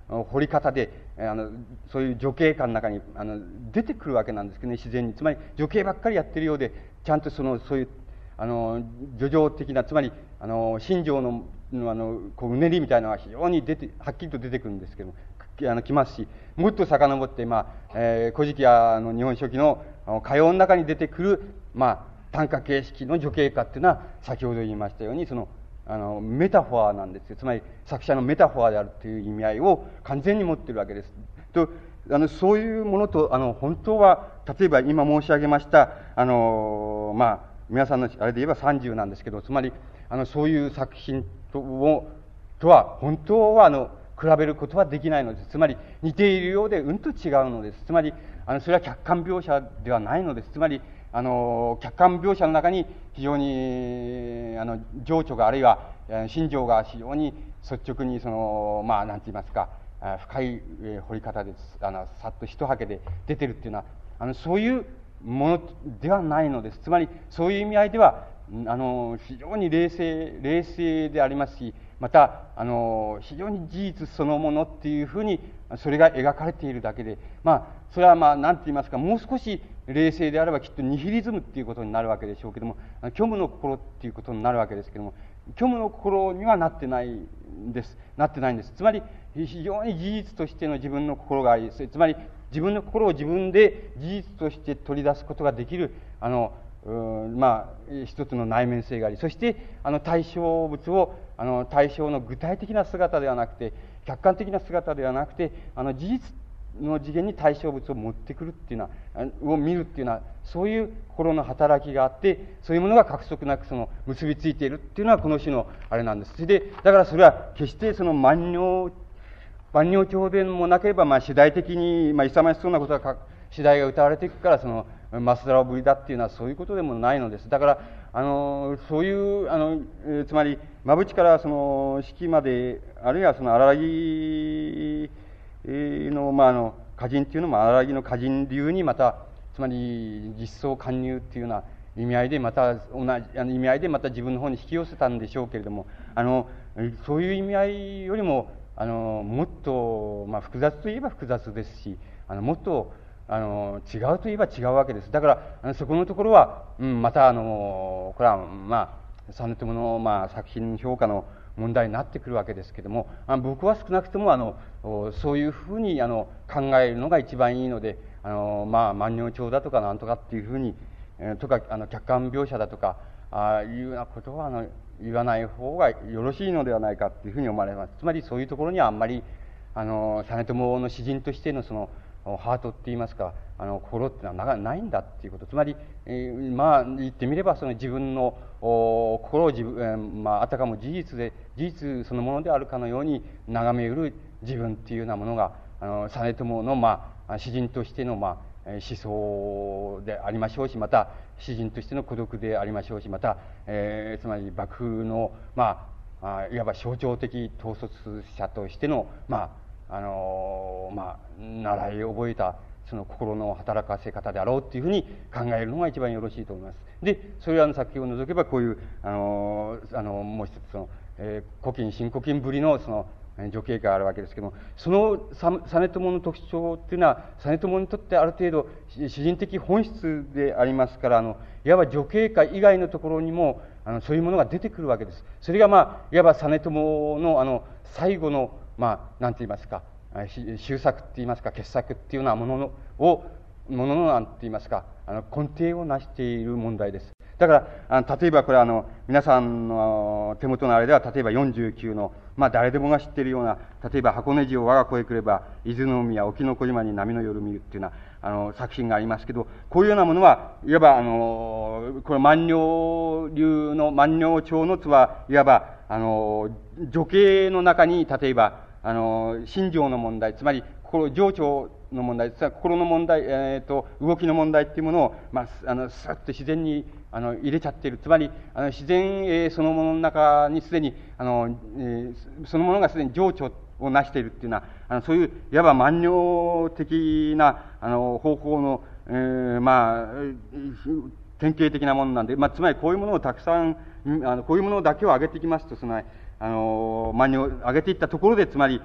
彫り方で、あの、そういう女系感の中に、あの、出てくるわけなんですけどね、自然に。つまり、女系ばっかりやってるようで、ちゃんとその、そういう、あの、叙情的な、つまり、あの、心情の、あの、こう、うねりみたいなのが非常に出て、はっきりと出てくるんですけども、あの、来ますし、もっと遡って、まあ、えー、古事記や、の、日本書紀の、歌謡の中に出てくる、まあ、短歌形式の女系化っていうのは、先ほど言いましたように、その、あの、メタファーなんですよ。つまり、作者のメタファーであるという意味合いを完全に持っているわけです。と、あの、そういうものと、あの、本当は、例えば今申し上げました、あの、まあ、皆さんのあれで言えばさんじゅうなんですけど、つまり、あの、そういう作品とを、とは、本当は、あの、比べることはできないのです。つまり、似ているようで、うんと違うのです。つまり、あの、それは客観描写ではないのです。つまり、あの、客観描写の中に非常に、あの、情緒があるいは、心情が非常に率直に、その、まあ、なんて言いますか、深い彫り方です。あの、さっと一はけで出てるっていうのは、あの、そういうものではないのです。つまり、そういう意味合いでは、あの、非常に冷静、冷静でありますし、また、あの、非常に事実そのものっていうふうに、それが描かれているだけで、まあ、それはまあ、なんて言いますか、もう少し冷静であればきっとニヒリズムっていうことになるわけでしょうけども、虚無の心っていうことになるわけですけども、虚無の心にはなってないんです。なってないんです。つまり、非常に事実としての自分の心があり、つまり、自分の心を自分で事実として取り出すことができる、あの、まあ、一つの内面性があり、そして、あの、対象物を、あの、対象の具体的な姿ではなくて、客観的な姿ではなくて、あの、事実の次元に対象物を持ってくるっていうのは、を見るっていうのは、そういう心の働きがあって、そういうものが獲得なくその結びついているっていうのはこの種のあれなんです。それで、だからそれは決してその万葉、万葉調でもなければ、まあ、次第的に、まあ、勇ましそうなことが、次第が歌われていくから、その、マスダラぶりだっていうのはそういうことでもないのです。だから、あの、そういう、あの、えー、つまり、まぶちからその、式まで、あるいはその、荒木の、まあ、あの、歌人っていうのも、荒木の歌人流にまた、つまり、実相貫入っていうような意味合いで、また、同じ、あの意味合いでまた自分の方に引き寄せたんでしょうけれども、あの、そういう意味合いよりも、あの、もっと、まあ、複雑といえば複雑ですし、あの、もっと、あの、違うといえば違うわけです。だから、あのそこのところは、うん、また、あの、これは、まあ、実朝の、まあ、作品評価の問題になってくるわけですけれども、あの僕は少なくとも、あの、そういうふうに、あの、考えるのが一番いいので、あの、まあ、万葉帳だとかなんとかっていうふうに、えー、とか、あの、客観描写だとか、ああいうようなことは、あの、言わない方がよろしいのではないかっていうふうに思われます。つまり、そういうところにはあんまり、あの、実朝の詩人としてのその、ハートって言いますか、あの心っていうのはないんだっていうこと。つまり、えー、まあ言ってみればその自分の心を自分、えー、まああたかも事実で事実そのものであるかのように眺めうる自分っていうようなものが、あの実朝のまあ詩人としてのまあ思想でありましょうし、また詩人としての孤独でありましょうし、また、えー、つまり幕府のまあいわば象徴的統率者としてのまああのまあ、習い覚えたその心の働かせ方であろうっていうふうに考えるのが一番よろしいと思います。で、それらの先を除けばこういう、あの、あのもう一つその、えー、古今新古今ぶりのその女系があるわけですけども、その実朝の特徴っていうのは、実朝にとってある程度詩人的本質でありますから、あの、いわば女系化以外のところにも、あの、そういうものが出てくるわけです。それがまあ、いわば実朝のあの、最後のまあ、なんて言いますか、終作って言いますか、傑作っていうようなもののを、もののなんて言いますか、あの根底を成している問題です。だから、あの例えばこれはあの、皆さんの手元のあれでは、例えばよんじゅうきゅうの、まあ誰でもが知っているような、例えば箱根路を我が子へ来れば、伊豆の海や沖ノ小島に波の夜見るっていうような、あの、作品がありますけど、こういうようなものは、いわばあの、これ万葉流の、万葉帳の図は、いわば、あの、女系の中に、例えば、あの、心情の問題、つまり、心、情緒の問題、つまり心の問題、えっ、ー、と、動きの問題っていうものを、まあ、あの、スッと自然に、あの、入れちゃっている。つまり、あの、自然、えー、そのものの中にすでに、あの、えー、そのものがすでに情緒を成しているっていうのは、あの、そういう、いわば万葉的な、あの、方法の、えー、まあ、典型的なものなんで、まあ、つまりこういうものをたくさん、あの、こういうものだけを挙げていきますと、その、あの、万葉、挙げていったところで、つまり、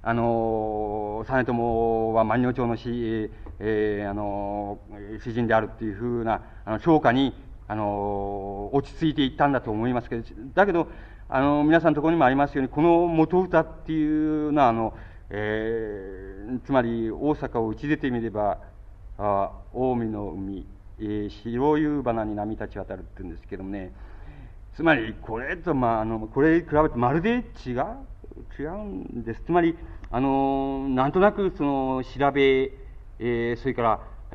あの、実朝は万葉町の詩、えー、あの、詩人であるっていうふうな、あの、評価に、あの、落ち着いていったんだと思いますけど、だけど、あの、皆さんのところにもありますように、この元歌っていうのは、あの、えー、つまり、大阪を打ち出てみれば、あ近江の海、えー、白夕花に波立ち渡るって言うんですけどもね、つまり、これと、まあ、あの、これに比べてまるで違う、違うんです。つまり、あの、なんとなく、その、調べ、えー、それから、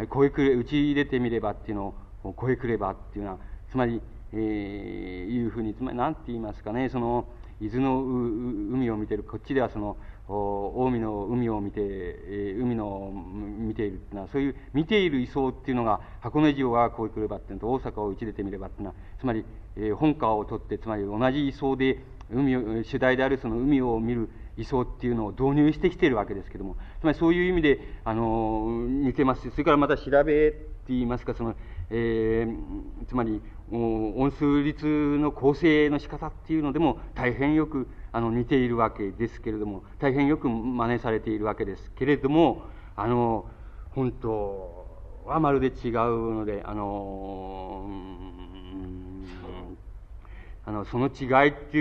声くれ、打ち入れてみればっていうのを、声くればっていうのは、つまり、えー、いうふうに、つまり、なんて言いますかね、その、伊豆の海を見てる、こっちではその、近江の海を見て、えー、海の見ているっていうのは、そういう見ている位相っていうのが、箱根城が声くればっていうのと、大阪を打ち出てみればっていうのは、つまり、えー、本川を取って、つまり同じ位相で、海を、主題であるその海を見る位相っていうのを導入してきているわけですけども、つまりそういう意味で、あの、似てますし、それからまた調べって言いますか、その、えー、つまり、音数律の構成の仕方っていうのでも大変よくあの似ているわけですけれども、大変よく真似されているわけですけれども、あの、本当はまるで違うので、あの、あのその違いっていう、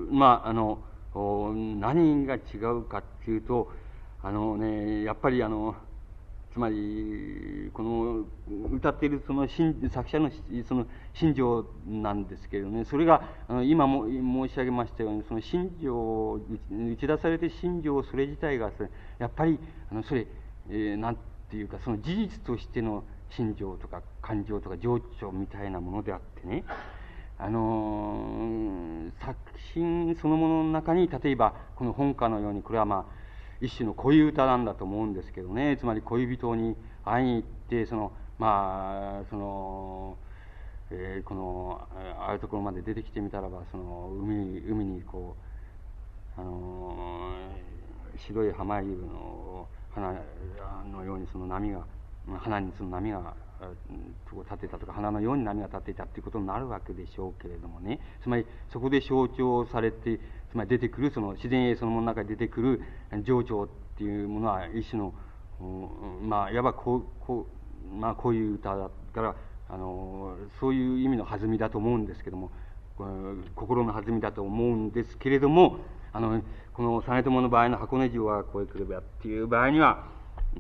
まあ、あの、何が違うかっていうと、あのね、やっぱりあの、つまり、この歌っているその作者のその心情なんですけれどね、それがあの今も申し上げましたように、その心情、打ち出されて心情それ自体が、やっぱりあのそれ、えー、なんていうか、その事実としての心情とか感情とか情緒みたいなものであってね、あのー、作品そのものの中に、例えばこの本歌のように、これはまあ一種の恋歌なんだと思うんですけどね、つまり恋人に会いに行って、そのまあその、えー、このああいうところまで出てきてみたらば、その海海にこう、あのー、白い浜湯の花のようにその波が、花にその波が立っていたとか、花のように波が立っていたということになるわけでしょうけれどもね、つまりそこで象徴されて、つまり出てくるその自然栄そのものの中に出てくる情緒っていうものは一種の、うん、まあいわばこうこうまあこういう歌だから、あのそういう意味の弾みだと思うんですけども、心の弾みだと思うんですけれども、あのこの実朝の場合の箱根城は声くればっていう場合には、うん、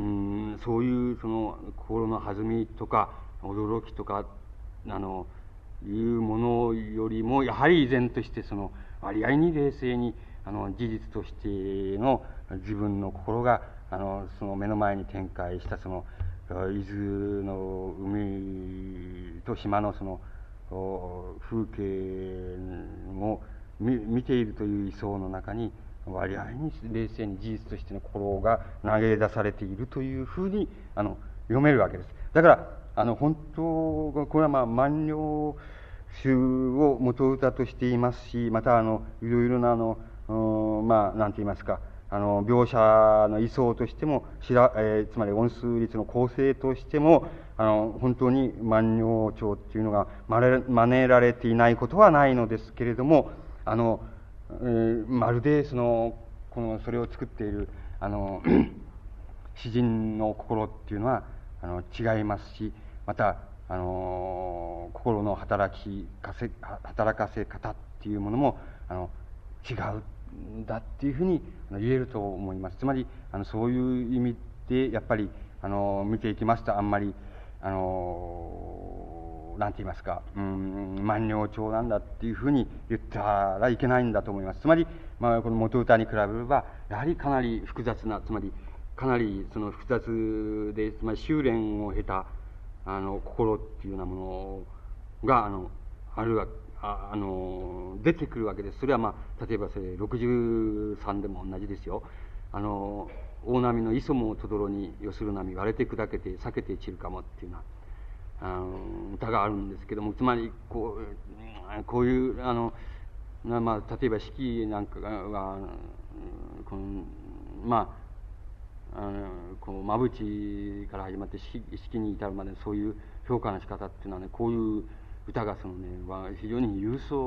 そういうその心の弾みとか驚きとかあのいうものよりも、やはり依然としてその割合に冷静にあの事実としての自分の心があのその目の前に展開したその伊豆の海と島のその風景を見見ているという位相の中に、割合に冷静に事実としての心が投げ出されているというふうにあの読めるわけです。だからあの本当これはまあ万葉集を元歌としていますし、またあのいろいろなあの、まあなんて言いますか、あの描写の位相としてもしら、えー、つまり音数律の構成としても、あの本当に万葉帳っていうのが真似られていないことはないのですけれども、あの、えー、まるでそのこのそれを作っているあの詩人の心っていうのはあの違いますし、またあの心の働きかせ働かせ方っていうものもあの違うんだっていうふうに言えると思います。つまりあのそういう意味でやっぱりあの見ていきますと、あんまりあのなんて言いますか、うん万葉帳なんだっていうふうに言ったらいけないんだと思います。つまり、まあ、この元歌に比べればやはりかなり複雑な、つまりかなりその複雑で、つまり修練を経たあの心っていうようなものがあのあるわああの出てくるわけです。それはまあ例えばそれろくじゅうさんでも同じですよ。あの大波の磯もとどろによする波割れて砕けて裂けて散るかもっていうようなあの歌があるんですけども、つまりこうこういうあのまあ例えば四季なんかがこのまああのこう間淵から始まって式に至るまでそういう評価の仕方っていうのはね、こういう歌がそのねは非常に勇壮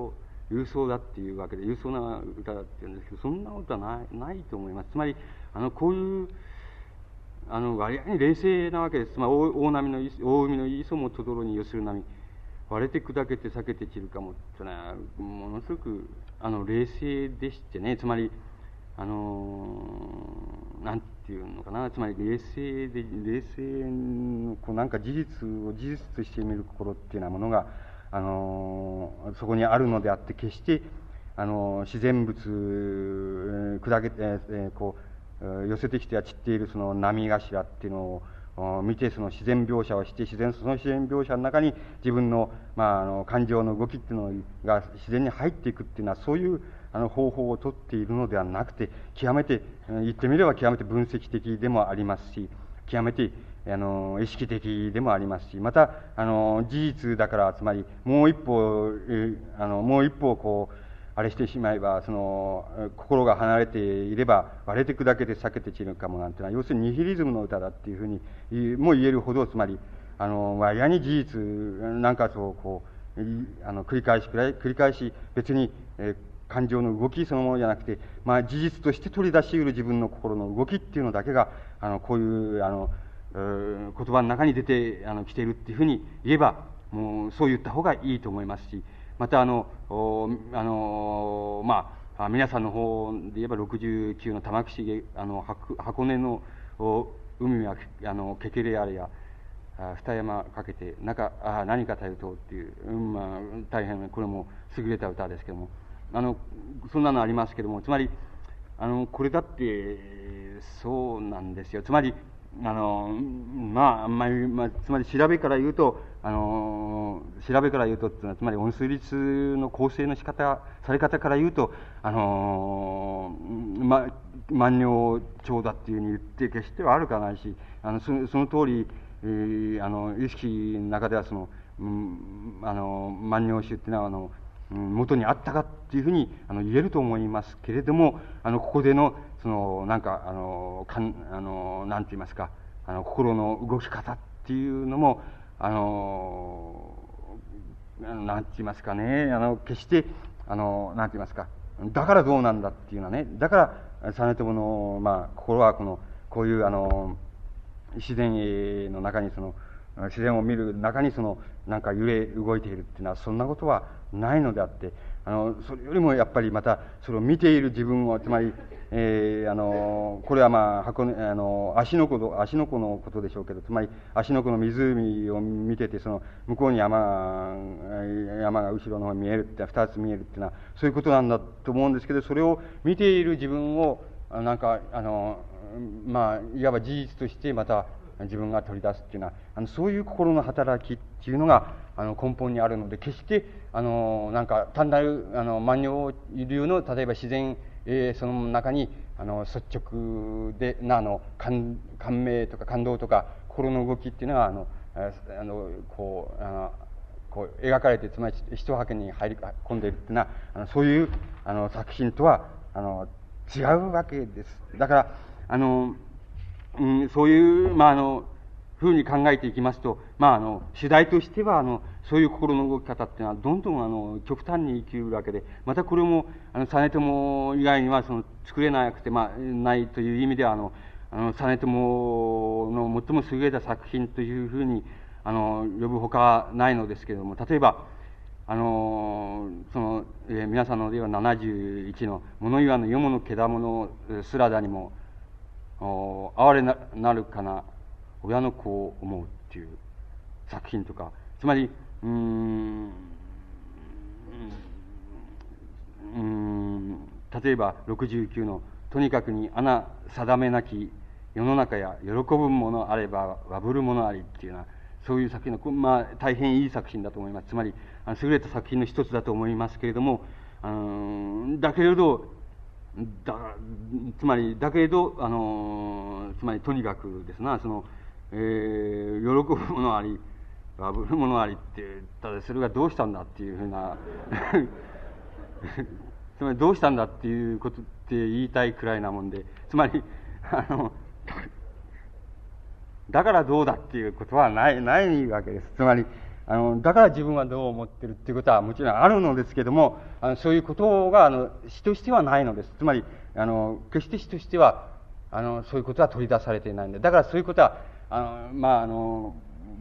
勇壮だっていうわけで、勇壮な歌だっていうんですけど、そんなことはない、ないと思います。つまり、あの、こういう、あの、割合に冷静なわけです。つまり、大波の、大海の磯もとどろに寄する波、割れて砕けて裂けて散るかもってのは、ものすごく、あの、冷静でしてね、つまり、あの、なんていうのかな、つまり冷静で、冷静の、こう、なんか事実を事実として見る心っていうようなものが、あの、そこにあるのであって、決して、あの、自然物、砕けて、えー、こう、寄せてきては散っているその波頭っていうのを見て、その自然描写をして、自然、その自然描写の中に自分の、まあ、あの、感情の動きっていうのが自然に入っていくっていうのは、そういう、あの、方法をとっているのではなくて、極めて、言ってみれば極めて分析的でもありますし、極めて、あの、意識的でもありますし、また、あの、事実だから、つまり、もう一歩、あの、もう一歩、こう、あれしてしまえば、その、心が離れていれば、割れて砕けて裂けて散るかもなんていうのは、要するにニヒリズムの歌だっていうふうに、もう言えるほど、つまり、あの、割合に事実なんかそう、こう、あの、繰り返し、繰り返し、別に、えー感情の動きそのものじゃなくて、まあ、事実として取り出し得る自分の心の動きっていうのだけが、あの、こういう、あの、言葉の中に出て、あの、来ているっていうふうに言えば、もう、そう言った方がいいと思いますし、また、あの、あの、まあ、皆さんの方で言えば、ろくじゅうきゅうの玉城、あの、箱根の海は、あの、けけれあれや、二山かけて、中、あ何かたゆとっていう、うん、まあ、大変、これも優れた歌ですけども、あの、そんなのありますけども、つまり、あの、これだって、そうなんですよ。つまり、あの、まあ、あんまり、まあ、つまり調べから言うと、あの、調べから言うとっていうのは、つまり音数律の構成の仕方、され方から言うと、あの、ま、万葉調だっていうふうに言って決しては悪くはないし、あの、その、その通り、えー、あの、意識の中ではその、うん、あの、万葉集っていうのは、あの、元にあったかっていうふうにあの言えると思いますけれども、あのここでのそのなんかあのかんあのなんて言いますか、あの心の動き方っていうのもあのなんて言いますかね、あの決してあのなんて言いますか、だからどうなんだっていうのはね、だから実朝のまあ心はこのこういうあの自然の中にその自然を見る中にそのなんか揺れ動いているっていうのはそんなことはないのであって、あのそれよりもやっぱりまたそれを見ている自分を、つまり、えー、あのこれはまあ箱根あの芦ノ湖の芦ノ湖のことでしょうけど、つまり芦ノ湖の湖を見てて、その向こうに山が山が後ろの方に見えるって二つ見えるっていうのはそういうことなんだと思うんですけど、それを見ている自分をなんかあのまあいわば事実としてまた自分が取り出すっていうのは、あのそういう心の働きっていうのがあの根本にあるので、決してあのなんか単なるあの万葉流の例えば自然、えー、その中にあの率直でなあの 感, 感銘とか感動とか心の動きっていうのはあのあのこうあのこう描かれて、つまり一はけに入り込んでいるっていうのはあのそういうあの作品とはあの違うわけです。だからあのうん、そういう、まあ、あの、ふうに考えていきますと、まあ、あの、主題としては、あの、そういう心の動き方っていうのは、どんどん、あの、極端に生きるわけで、またこれも、あの、実朝以外には、その、作れなくて、まあ、ないという意味では、あの、あの、実朝の最も優れた作品というふうに、あの、呼ぶほかないのですけれども、例えば、あの、その、えー、皆さんのではななじゅういちの、物言わぬよものけだものすらだにも、哀れ な, なるかな親の子を思うっていう作品とか、つまりうーんうん例えばろくじゅうきゅうのとにかくに穴定めなき世の中や喜ぶものあればわぶるものありっていうような、そういう作品の、まあ、大変いい作品だと思います。つまりあの優れた作品の一つだと思いますけれども、あのだけれどだつまりだけれどあのつまりとにかくですな、その、えー、喜ぶものありわぶるものありって言ったら、それがどうしたんだっていうふうなつまりどうしたんだっていうことって言いたいくらいなもんで、つまりあのだからどうだっていうことはないないわけです。つまりあの、だから自分はどう思ってるっていうことはもちろんあるのですけども、あの、そういうことが、あの、詩としてはないのです。つまり、あの、決して詩としては、あの、そういうことは取り出されていないんで、だからそういうことは、あの、まあ、あの、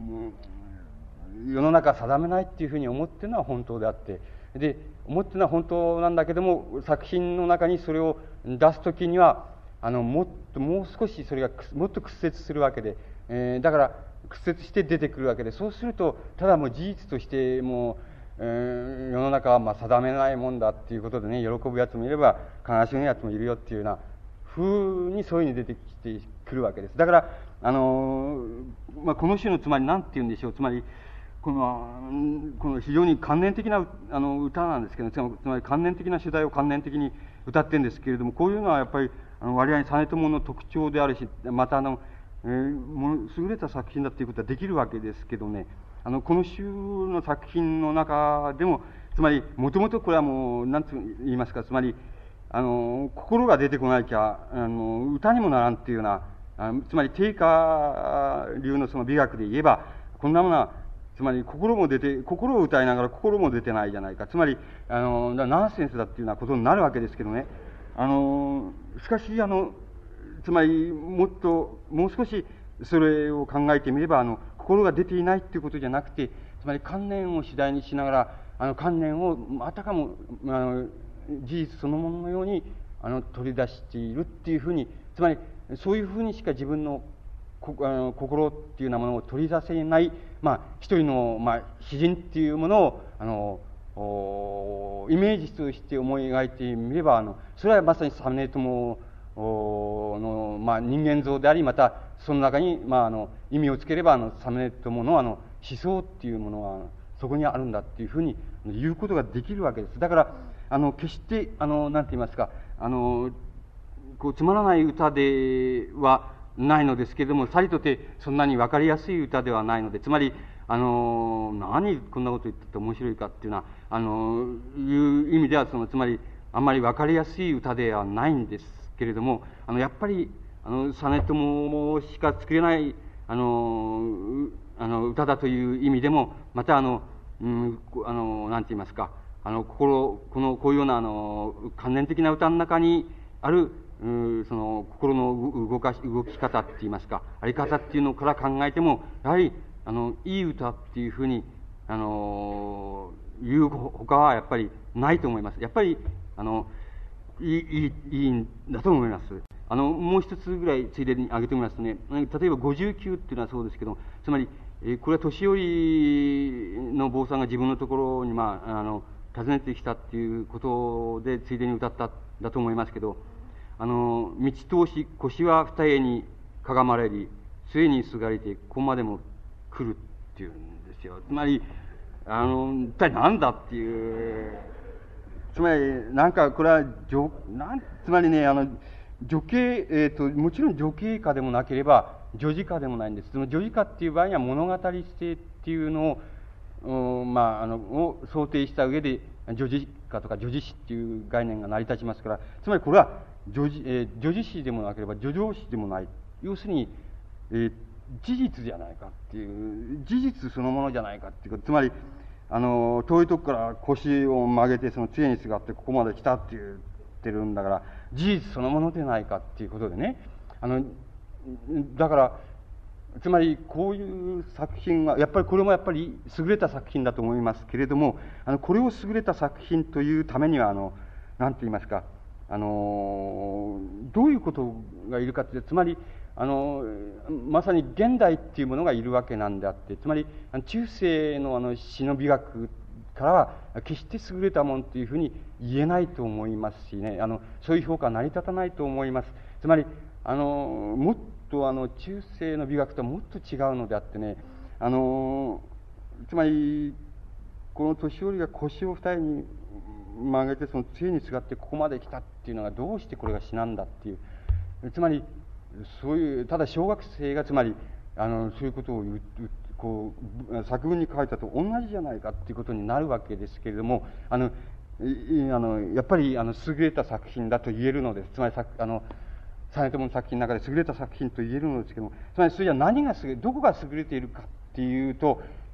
世の中定めないっていうふうに思ってるのは本当であって、で、思ってるのは本当なんだけども、作品の中にそれを出すときには、あの、もっと、もう少しそれが、もっと屈折するわけで、えー、だから、屈折して出てくるわけで、そうすると、ただもう事実として、もう、えー、世の中はまあ定めないもんだっていうことでね、喜ぶやつもいれば、悲しむやつもいるよっていうような風にそういうふうに出てきてくるわけです。だから、あのー、まあ、この種のつまり何て言うんでしょう、つまり、この、この非常に観念的なあの歌なんですけど、つまり観念的な主題を観念的に歌ってるんですけれども、こういうのはやっぱり、あの割合に実朝の特徴であるし、またあの、えー、優れた作品だということはできるわけですけどね、あのこの種の作品の中でも、つまりもともとこれはもう何と言いますか、つまりあの心が出てこなきゃあの歌にもならんっていうような、あつまり定家流のその美学で言えば、こんなものはつまり心も出て心を歌いながら心も出てないじゃないか、つまりあのナンセンスだっていうようなことになるわけですけどね。あのしかしあのつまりもっともう少しそれを考えてみれば、あの心が出ていないっていうことじゃなくて、つまり観念を次第にしながら、あの観念をあたかもあの事実そのもののようにあの取り出しているっていうふうに、つまりそういうふうにしか自分のこあの心っていうようなものを取り出せない、まあ、一人の、まあ、詩人っていうものをあのイメージとして思い描いてみれば、あのそれはまさに実朝の、まあ、人間像であり、またその中に、まあ、あの意味をつければあの実朝のあの思想っていうものはそこにあるんだっていうふうに言うことができるわけです。だからあの決してあのなんて言いますか、あのこうつまらない歌ではないのですけれども、さりとてそんなに分かりやすい歌ではないので、つまりあの何こんなこと言ってて面白いかっていうのはあのいう意味では、そのつまりあんまり分かりやすい歌ではないんですけれども、あのやっぱりあの実朝しか作れないあのあの歌だという意味でも、またあの、うん、あのなんて言いますか、あの心このこういうようなあの観念的な歌の中にあるうその心の動かし動き方って言いますか、あり方っていうのから考えても、やはりあのいい歌っていうふうにあの言うほかはやっぱりないと思います。やっぱりあのいいいいいいんだと思います。あのもう一つぐらいついでに挙げてみますとね、例えばごじゅうきゅうっていうのはそうですけど、つまりこれは年寄りの坊さんが自分のところに、まあ、あの訪ねてきたっていうことでついでに歌ったんだと思いますけど、あの道通し腰は二重にかがまれり末にすがりてここまでも来るっていうんですよ。つまりあの一体何だっていう、つまりなんかこれはなんつまりね、あの女系、えーと、もちろん女系歌でもなければ女児歌でもないんです。その女児歌っていう場合には物語性っていうのを、まあ、あのを想定した上で女児歌とか女児詩っていう概念が成り立ちますから、つまりこれは女児、えー、女児詩でもなければ女上詩でもない、要するに、えー、事実じゃないかっていう事実そのものじゃないかっていうこと、つまりあの遠いとこから腰を曲げてその杖にすがってここまで来たって言ってるんだから、事実そのものでないかっていうことでね、あのだからつまりこういう作品はやっぱりこれもやっぱり優れた作品だと思いますけれども、あのこれを優れた作品というためにはあの何て言いますか、あのどういうことがいるかって、つまりあのまさに現代っていうものがいるわけなんであって、つまり中世のあの詩の美学からは決して優れたものというふうに言えないと思いますしね、あのそういう評価は成り立たないと思います。つまりあのもっとあの中世の美学とはもっと違うのであってね、あのつまりこの年寄りが腰を二重に曲げてその杖にすがってここまで来たっていうのがどうしてこれが詩なんだっていう、つまりそういうただ小学生がつまりあのそういうことを言うこう作文に書いたと同じじゃないかっていうことになるわけですけれども、あのあのやっぱりあの優れた作品だと言えるのです。つまりあの実朝の作品の中で優れた作品と言えるのですけども、つまりそれじゃ何が優れどこが優れているかっていうと、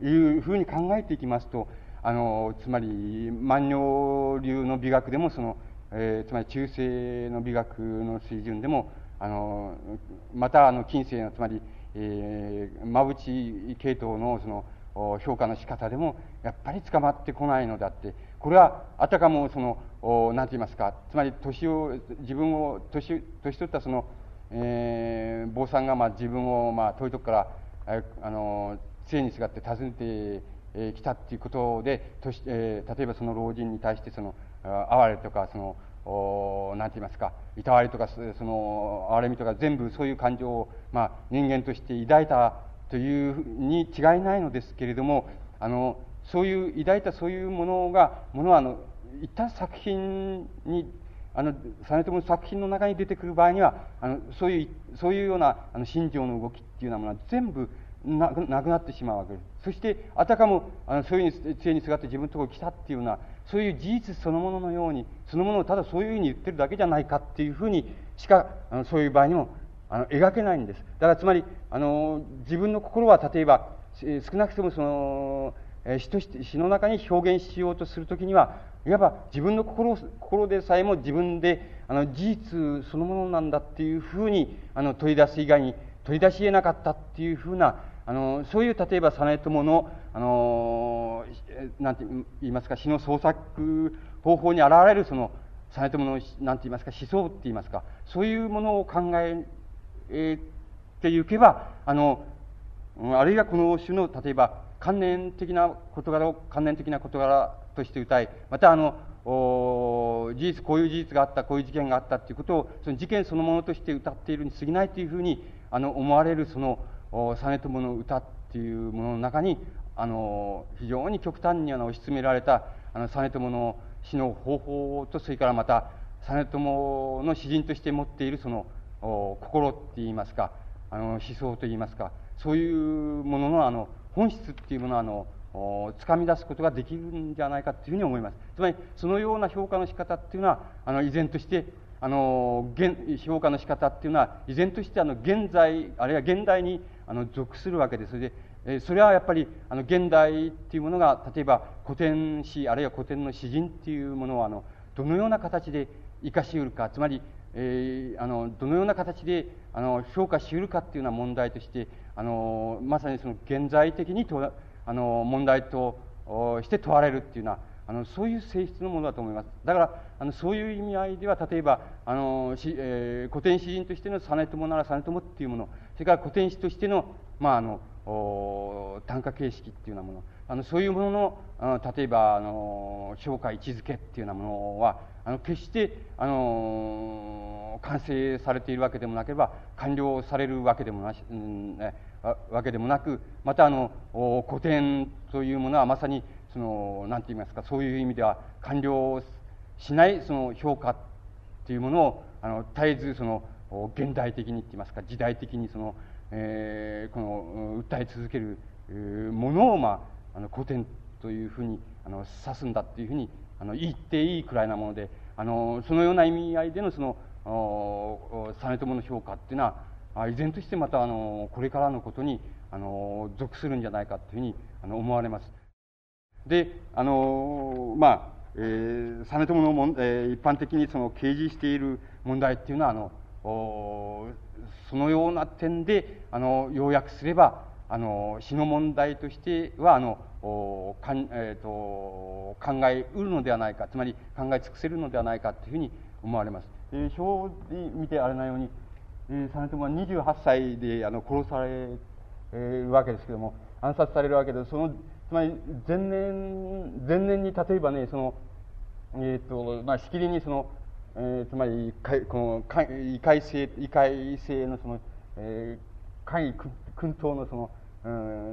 いうふうに考えていきますと、あのつまり万葉流の美学でもその、えー、つまり中世の美学の水準でもあのまたあの近世のつまり、えー、馬淵系統のその評価の仕方でもやっぱり捕まってこないのであって、これはあたかもその何て言いますか、つまり年を自分を年年取ったその、えー、坊さんがまあ自分をまあ遠いとこからあの杖にすがって訪ねてえー、来たっていうことで、としえー、例えばその老人に対してその哀れとかそのおなんて言いますか、いたわりとかその哀れみとか全部そういう感情を、まあ、人間として抱いたというに違いないのですけれども、あのそういう抱いたそういうものがものはあの一旦作品にあの実朝の作品の中に出てくる場合にはあのそういうそういうようなあの心情の動きっていうようなものは全部なくなくなってしまうわけです。そしてあたかもあのそういうふうに杖にすがって自分のところに来たっていうようなそういう事実そのもののようにそのものをただそういうふうに言ってるだけじゃないかっていうふうにしかあのそういう場合にもあの描けないんです。だからつまりあの自分の心は例えば少なくともその詩として詩の中に表現しようとするときにはいわば自分の心心でさえも自分であの事実そのものなんだっていうふうにあの取り出す以外に取り出し得なかったっていうふうなあのそういう例えば実朝のあのなんて言いますか詩の創作方法に現れるその実朝のなんて言いますか思想って言いますかそういうものを考えていけばあのあるいはこの種の例えば観念的な事柄を観念的な事柄として歌い、またあの事実こういう事実があったこういう事件があったということをその事件そのものとして歌っているに過ぎないというふうにあの思われるその実朝の歌っていうものの中にあの非常に極端にあの押し詰められたあの実朝の詩の方法とそれからまた実朝の詩人として持っているその心っていいますかあの思想といいますかそういうもののあの本質っていうものをあの掴み出すことができるんじゃないかというふうに思います。つまりそのような評価の仕方っていうのはあの依然としてあの現評価の仕方っていうのは依然としてあの現在あるいは現代にあの属するわけです。それで、えそれはやっぱりあの現代っていうものが例えば古典詩あるいは古典の詩人っていうものをあのどのような形で生かしうるか、つまり、えー、あのどのような形であの評価しうるかっていうような問題としてあのまさにその現在的にとあの問題として問われるっていうようなあのそういう性質のものだと思います。だからあのそういう意味合いでは例えばあの、えー、古典詩人としての実朝なら実朝っていうもの、それから古典詩としての、まあ、あの短歌形式っていうようなもの、あのそういうもののあの例えばあの評価位置づけっていうようなものはあの決してあの完成されているわけでもなければ完了されるわけでもなし、うんね、わけでもなく、またあの古典というものはまさにその何て言いますかそういう意味では完了しないその評価というものをあの絶えずその現代的にって言いますか時代的にその、えー、この訴え続けるものを、まあ、あの古典というふうにあの指すんだっていうふうにあの言っていいくらいなもので、あのそのような意味合いでのその実朝の評価っていうのは依然としてまたあのこれからのことにあの属するんじゃないかというふうにあの思われます。であのまあ、えー、実朝のもん、えー、一般的にその掲示している問題っていうのはあのそのような点であの要約すればあの詩の問題としてはあのかん、えー、と考えうるのではないか、つまり考え尽くせるのではないかというふうに思われます。えー、表で見てあれなように、えー、実朝はにじゅうはっさいであの殺されるわけですけれども、暗殺されるわけで、そのつまり前年前年に例えばねそのえっ、ー、とまあしきりにその、えー、つまりこの異界性異界性のその、えー、会議君党のそのうん、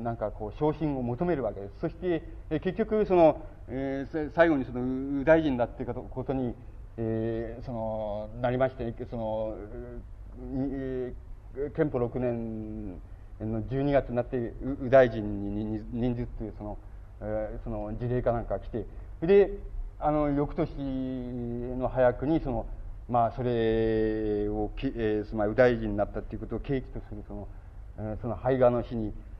なんかこう昇進を求めるわけです。そして、えー、結局その、えー、最後にその右大臣だっていうことに、えー、そのなりまして、その、えー、憲法ろくねんのじゅうにがつになって右大臣に任ずっていうその、えー、その事例かなんかが来て、であの翌年の早くにそのまあそれを、えー、つまり右大臣になったっていうことを契機とするその、えー、その胚芽の日に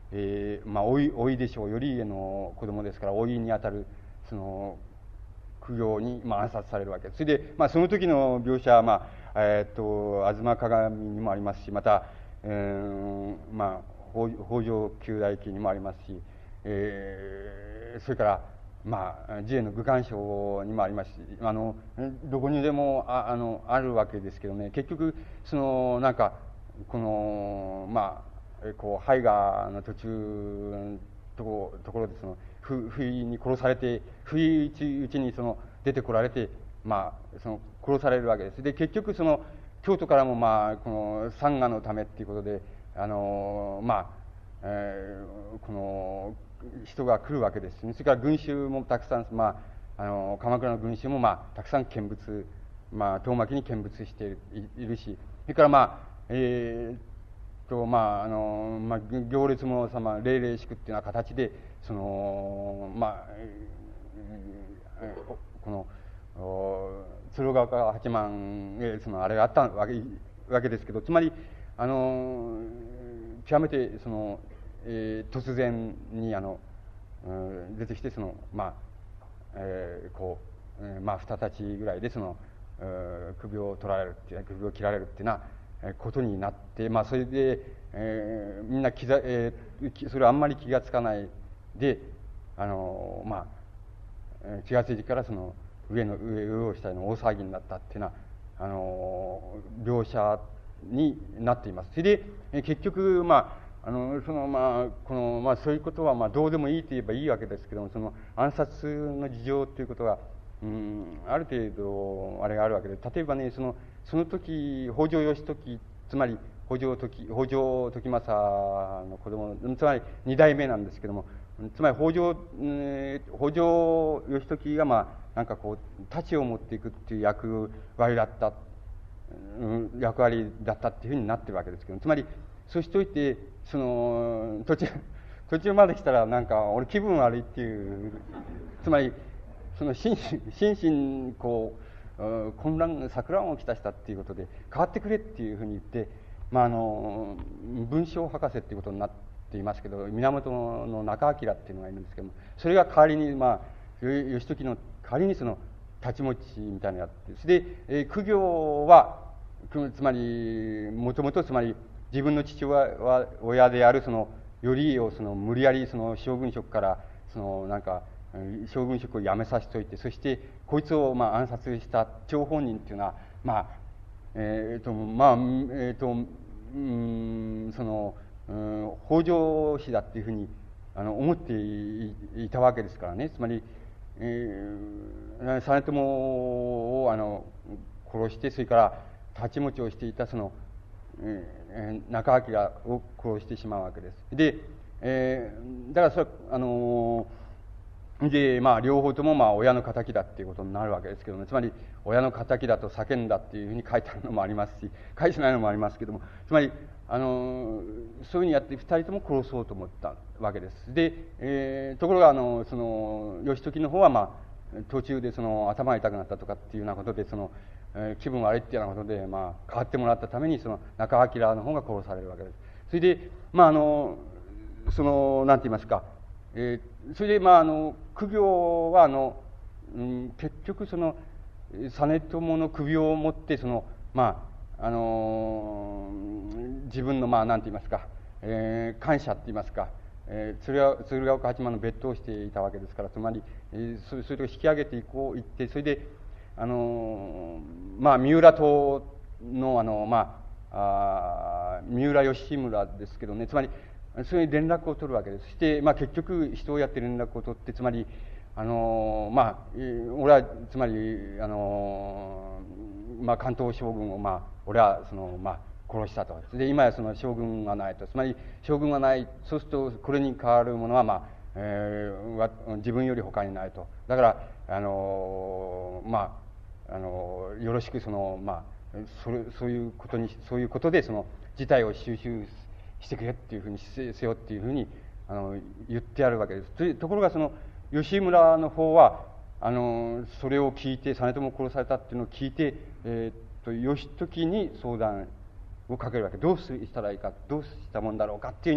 えー、まあ老い老いでしょう、頼家の子供ですから老いにあたるその苦行に、まあ、暗殺されるわけです。それで、まあ、その時の描写は、まあえー、っと吾妻鏡にもありますし、また、えー、まあ北条九代記にもありますし、えー、それからまあ慈円の愚管書にもありますし、あのどこにでも あ, あのあるわけですけどね、結局そのなんかこのまあこう胚芽の途中のところところでその不不意に殺されて、不意打ちにその出てこられて、まあその殺されるわけです。で結局その京都からもまあこの山河のためっていうことで、あのまあ、えー、この人が来るわけですね。それから群衆もたくさん、まあ、あの鎌倉の群衆も、まあ、たくさん見物、まあ、遠巻きに見物してい る, いるし、それからまあえー、とまああの、まあ、行列もさ、まあ、霊々しくっていうような形でそのまあ、えー、この鶴岡八幡へそのあれがあったわけわけですけど、つまりあの極めてその、えー、突然にあの、うん、出てきてそのまあ、えー、こう、えー、まあ二十歳ぐらいでその、えー、首を取られるっていう首を切られるっていうようなことになって、まあそれで、えー、みんな気ざ、えー、それはあんまり気がつかないで、あのまあ気がついてからその上の上上を下の大騒ぎになったっていうようなあの描写になっています。それでえ結局まああのそのまあこのまあそういうことはまあどうでもいいと言えばいいわけですけども、その暗殺の事情ということが、うん、ある程度あれがあるわけで、例えばねそのその時北条義時、つまり北条時北条時政の子供、つまり二代目なんですけども、つまり北条、えー、北条義時がまあなんかこう太刀を持っていくっていう役割だった、うん、役割だったっていうふうになってるわけですけど、つまりそうしといてその途中途中まで来たらなんか俺気分悪いっていう、つまりその心身心身こう混乱錯乱をきたしたっていうことで変わってくれっていうふうに言って、まああの文章博士っていうことになっていますけど、源の中章っていうのがいるんですけども、それが代わりにまあ義時の代わりにその太刀持ちみたいなのをやって、それで、えー、公暁はつまりもともとつまり自分の父親であるその頼家をその無理やりその将軍職からそのなんか将軍職を辞めさせておいて、そしてこいつをまあ暗殺した張本人っていうのはまあえっ、ー、とまあえっ、ー、とうんそのうん北条氏だっていうふうにあの思っていたわけですからね。つまり、えー、実朝をあの殺して、それから太刀持ちをしていたその、えー、中章を殺してしまうわけです。で、えー、だからそれはあのでまあ両方ともまあ親の敵だっていうことになるわけですけども、つまり親の敵だと叫んだっていうふうに書いてあるのもありますし、書いてないのもありますけども、つまりあのそういうふうにやって二人とも殺そうと思ったわけです。で、えー、ところがあのその義時の方はまあ途中でその頭が痛くなったとかっていうようなことでその、えー、気分悪いっていうようなことでまあ変わってもらったためにその中章の方が殺されるわけです。それでまああのそのなんて言いますか、えー、それでまああの公暁はあの、うん、結局その実朝の首を持ってそのまああのー、自分のまあなんて言いますか、えー、感謝って言いますか、えー、鶴岡鶴岡八幡の別当をしていたわけですから、つまり、えー、そ, それを引き上げていこう言って、それであのー、まあ三浦党のあのまああ三浦義村ですけどね、つまりそれに連絡を取るわけです。そして、まあ、結局人をやって連絡を取って、つまりあのまあ俺はつまりあのまあ関東将軍をまあ俺はそのまあ殺したと。で今やその将軍がないと、つまり将軍がない、そうするとこれに代わるものはまあ、えー、自分より他にないと。だからあのまああのよろしくそのまあそれそういうことにそういうことでその事態を収拾してくれっていうふうにせよっていうふうにあの言ってやるわけです。ところがその吉村の方はあのそれを聞いて、実朝を殺されたっていうのを聞いて、えー、っと義時に相談をかけるわけ。どうしたらいいか、どうしたもんだろうかっていうふうに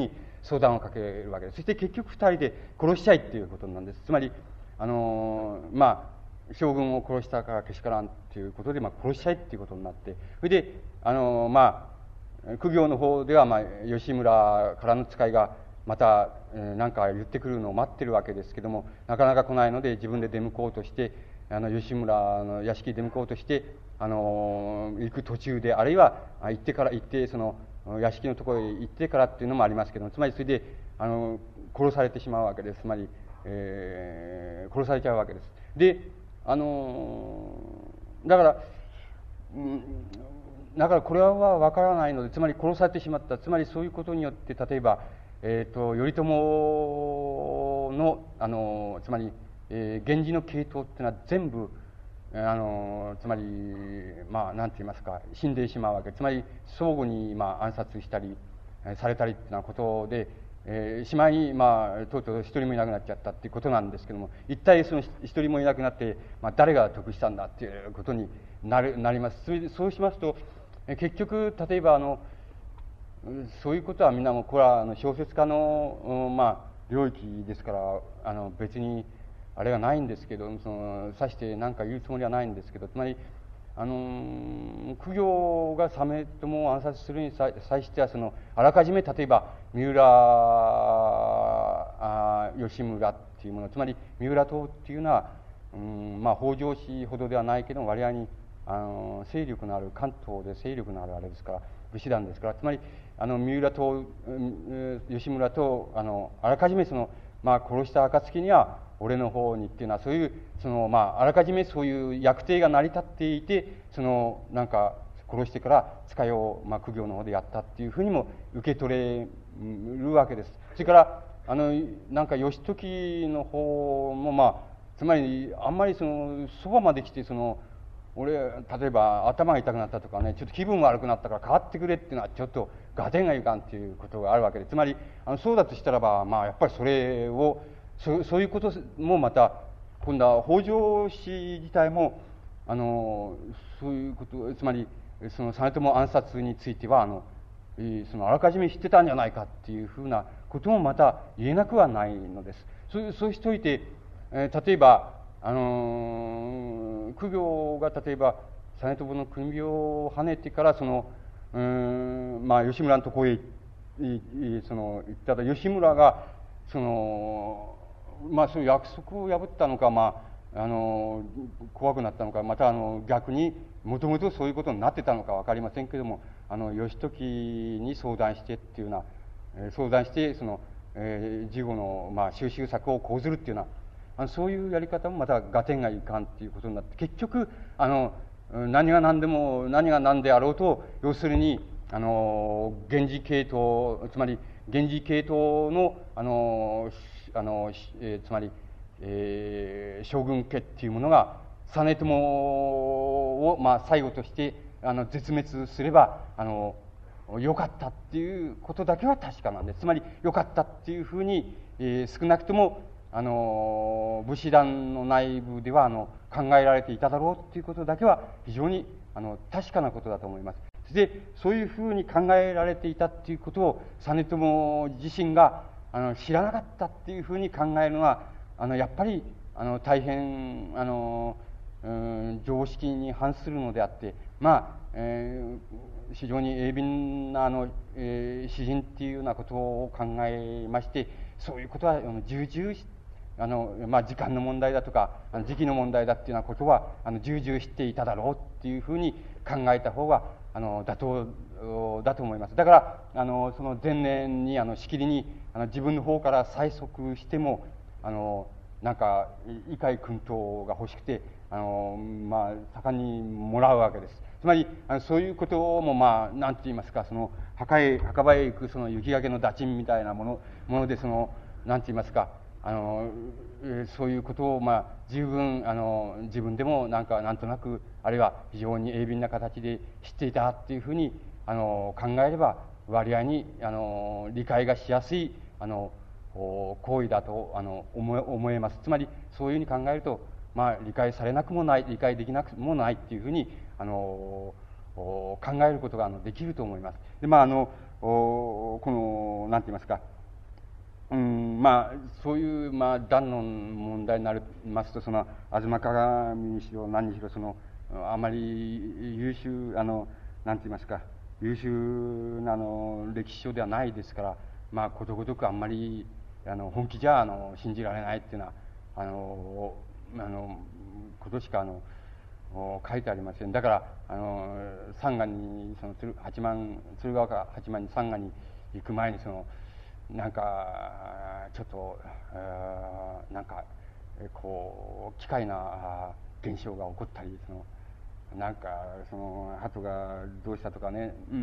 相談をかけるわけです。そして結局二人で殺しちゃいっていうことなんです。つまり、あのー、まあ、将軍を殺したからけしからんっていうことで、まあ、殺しちゃいっていうことになって、それで、あのー、まあ、公暁の方では、まあ、吉村からの使いが、また、えー、なんか言ってくるのを待ってるわけですけども、なかなか来ないので、自分で出向こうとして、あの、吉村の屋敷に出向こうとして、あのー、行く途中で、あるいは、行ってから、行って、その、屋敷のところへ行ってからっていうのもありますけども、つまりそれで、あの、殺されてしまうわけです。つまり、えー、殺されちゃうわけです。で、あのー、だから、うん、だからこれはわからないので、つまり殺されてしまった。つまりそういうことによって、例えば、えっと、頼朝の、あの、つまり、えー、源氏の系統っていうのは全部、あの、つまり、まあ、なんて言いますか、死んでしまうわけ。つまり、相互に、まあ、暗殺したり、されたりっていうようなことで、えー、しまいに、まあ、とうとう一人もいなくなっちゃったっていうことなんですけども、一体その一人もいなくなって、まあ、誰が得したんだっていうことになる、なります。それで、そうしますと、結局、例えば、あの、そういうことはみんなもう、これはあの小説家の、うん、まあ、領域ですから、あの、別に、あれはないんですけど、その、さして何か言うつもりはないんですけど、つまり、あの、公暁が実朝を暗殺するに際しては、その、あらかじめ、例えば、三浦あ義村っていうもの、つまり、三浦党っていうのは、うん、まあ、北条氏ほどではないけど、割合に、あの、勢力のある、関東で勢力のあるあれですから、武士団ですから、つまり、あの、三浦と、吉村と、あの、あらかじめその、まあ、殺した暁には、俺の方にっていうのは、そういう、その、まあ、あらかじめそういう約定が成り立っていて、その、なんか、殺してから、使いを、まあ、公暁の方でやったっていうふうにも受け取れるわけです。それから、あの、なんか、義時の方も、まあ、つまり、あんまりその、そばまで来て、その、俺、例えば頭が痛くなったとかね、ちょっと気分悪くなったから変わってくれっていうのは、ちょっと合点がいかんっていうことがあるわけで、つまり、あのそうだとしたらば、まあ、やっぱりそれを、そそういうこともまた、今度は北条氏自体も、あの、そういうこと、つまり、その実朝暗殺については、あの、そのあらかじめ知ってたんじゃないかっていうふうなこともまた言えなくはないのです。そうそうしておいて、えー、例えば、あのー、公暁が例えば実朝の首をはねてからそのうーんまあ吉村のところへその行ったら吉村がそのまあその約束を破ったのかまああの怖くなったのかまたあの逆にもともとそういうことになってたのか分かりませんけどもあの義時に相談してっていうような、えー、相談してその、えー、事後のまあ収拾策を講ずるっていうようなあのそういうやり方もまた合点がいかんっていうことになって結局あの何が何でも何が何であろうと要するにあの源氏系統つまり源氏系統のあのあの、えー、つまり、えー、将軍家っていうものが実朝を、まあ、最後としてあの絶滅すればあの良かったっていうことだけは確かなんです。つまり良かったっていうふうに、えー、少なくともあの武士団の内部ではあの考えられていただろうということだけは非常にあの確かなことだと思います。でそういうふうに考えられていたということを実朝自身があの知らなかったっていうふうに考えるのはあのやっぱりあの大変あの、うん、常識に反するのであってまあ、えー、非常に鋭敏なあの、えー、詩人っていうようなことを考えましてそういうことは重々してあのまあ、時間の問題だとかあの時期の問題だっていうようなことはあの重々知っていただろうっていうふうに考えた方があの妥当だと思います。だからあのその前年にあのしきりにあの自分の方から催促してもあのなんか異界薫陶が欲しくてあの、まあ、盛んにもらうわけです。つまりあのそういうこともまあ何て言いますかその墓へ墓場へ行くその雪焼けの駄賃みたいなものものでその何て言いますかあのそういうことを、まあ、十分あの自分でもなんかなんとなくあるいは非常に鋭敏な形で知っていたっていうふうにあの考えれば割合にあの理解がしやすいあの行為だとあの 思, 思えます。つまりそういうふうに考えると、まあ、理解されなくもない理解できなくもないっていうふうにあの考えることがあのできると思います。でまああのこの何て言いますかうん、まあそういう、まあ、段の問題になりますと、その吾妻鏡にしろ何にしろ、そのあまり優秀、あのなんて言いますか、優秀なあの歴史書ではないですから、まあことごとくあんまりあの本気じゃあの信じられないっていうのはあのあのことしかあの書いてありません。だからあの三河にその八幡鶴岡八幡に三河に行く前にそのなんかちょっとなんかこう奇怪な現象が起こったり、そのなんかその鳩がどうしたとかね、うん、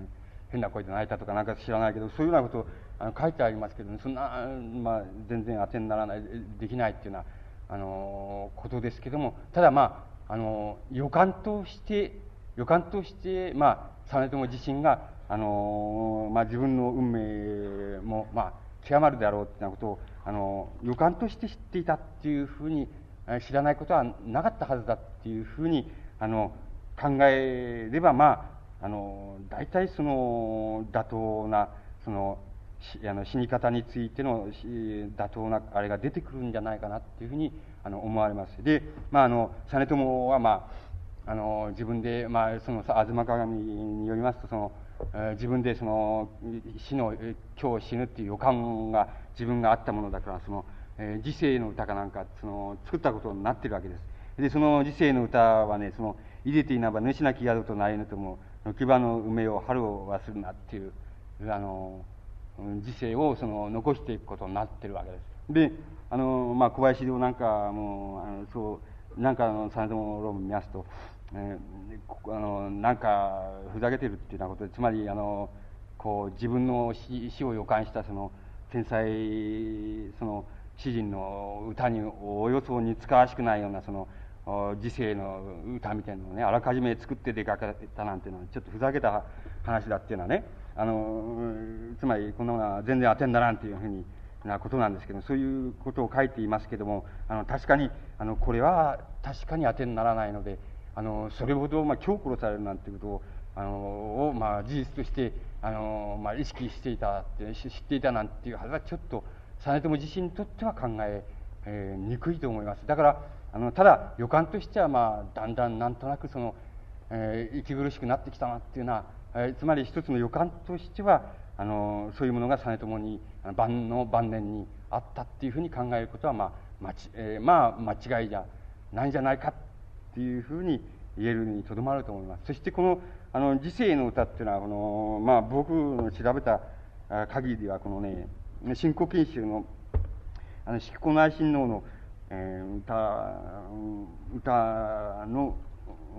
変な声で鳴いたとかなんか知らないけど、そういうようなことあの書いてありますけど、ね、そんな、まあ、全然当てにならないできないっていうようなあのことですけども、ただまああの予感として予感としてまあ実朝自身があの、まあ、自分の運命もまあ極まるであろうっていうようなことをあの予感として知っていたっていうふうに知らないことはなかったはずだっていうふうにあの考えれば、まああの大体その妥当なそのあの死に方についての妥当なあれが出てくるんじゃないかなっていうふうにあの思われます。で、まああの実朝はまああの自分で、まあ、その吾妻鏡によりますと、その自分でその死の今日死ぬっていう予感が自分があったものだから、その時世の歌かなんかその作ったことになっているわけです。でその時世の歌はね、その入れていなば主なき宿となりぬとも木場の梅を春を忘るなっていうあの時世をその残していくことになっているわけです。であの、まあ、小林陵なんかもあのそうなんかの実朝論文見ますと、えー、あのなんかふざけてるっていうようなことで、つまりあのこう自分の 死, 死を予感したその天才その詩人の歌におよそ似つかわしくないようなその時世の歌みたいなのをねあらかじめ作って出かけたなんていうのはちょっとふざけた話だっていうのはね、あのつまりこんなものは全然当てにならんというふうになことなんですけど、そういうことを書いていますけども、あの確かにあのこれは確かに当てにならないので、あのそれほどまあ今日殺されるなんていうことをあのをまあ事実としてあのまあ意識していたって知っていたなんていうはずはちょっと実朝自身にとっては考ええー、にくいと思います。だからあのただ予感としてはまあだんだんなんとなくその、えー、息苦しくなってきたなっていうのは、えー、つまり一つの予感としてはあのそういうものが実朝に晩の晩年にあったっていうふうに考えることはまあ間ち、えー、まあ間違いじゃないんじゃないかっていうふうに言えるにとどまると思います。そしてこのあの時世の歌っていうのはこの、まあ、僕の調べた限りではこのね新古今集のあの式古内親王の、えー、歌歌の、うん、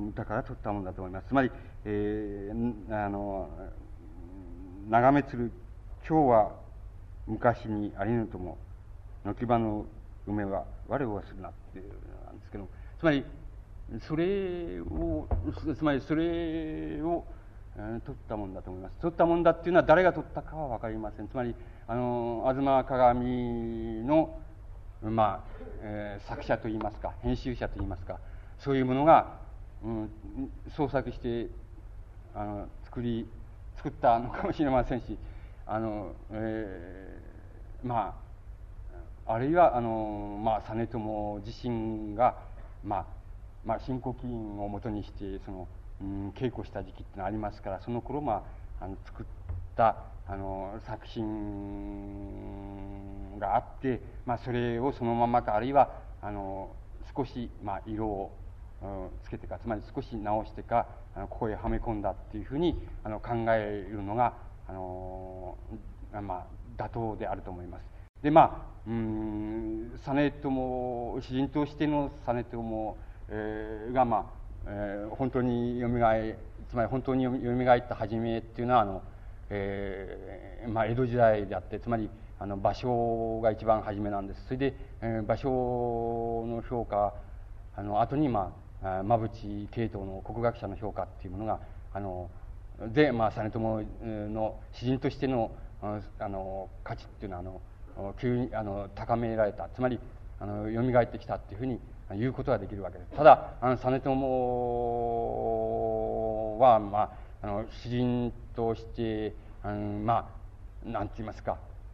歌から取ったものだと思います。つまり、えー、あの眺めつる今日は昔にありぬとも軒場の梅は我を忘るなっていうなんですけど、つまりそれをつまりそれを、えー、取ったものだと思います。取ったものだっていうのは誰が取ったかは分かりません。つまりあの吾妻鏡の、まあえー、作者といいますか編集者といいますか、そういうものが、うん、創作してあの作り作ったのかもしれませんし、あの、えー、まああるいはあの、まあ、実朝自身が、まあまあ、新古今をもとにしてその、うん、稽古した時期っていうのがありますから、その頃、まあ、あの作ったあの作品があって、まあ、それをそのままかあるいはあの少し、まあ、色を、うん、つけてかつまり少し直してかあのここへはめ込んだっていうふうにあの考えるのがあの、まあ、妥当であると思います。でまあうん実朝詩人としての実朝、えー、が、まあえー、本当によみがえつまり本当によみがえった初めっていうのはあのえーまあ、江戸時代であって、つまりあの芭蕉が一番初めなんです。それで、えー、芭蕉の評価あの後に、まあ、馬淵慶東の国学者の評価っていうものがあので、まあ、実朝の詩人としてのあの価値っていうのはあの急にあの高められた、つまりあの蘇ってきたっていうふうに言うことができるわけです。ただあの実朝はまああの詩人として、うん、まあ何て言いますか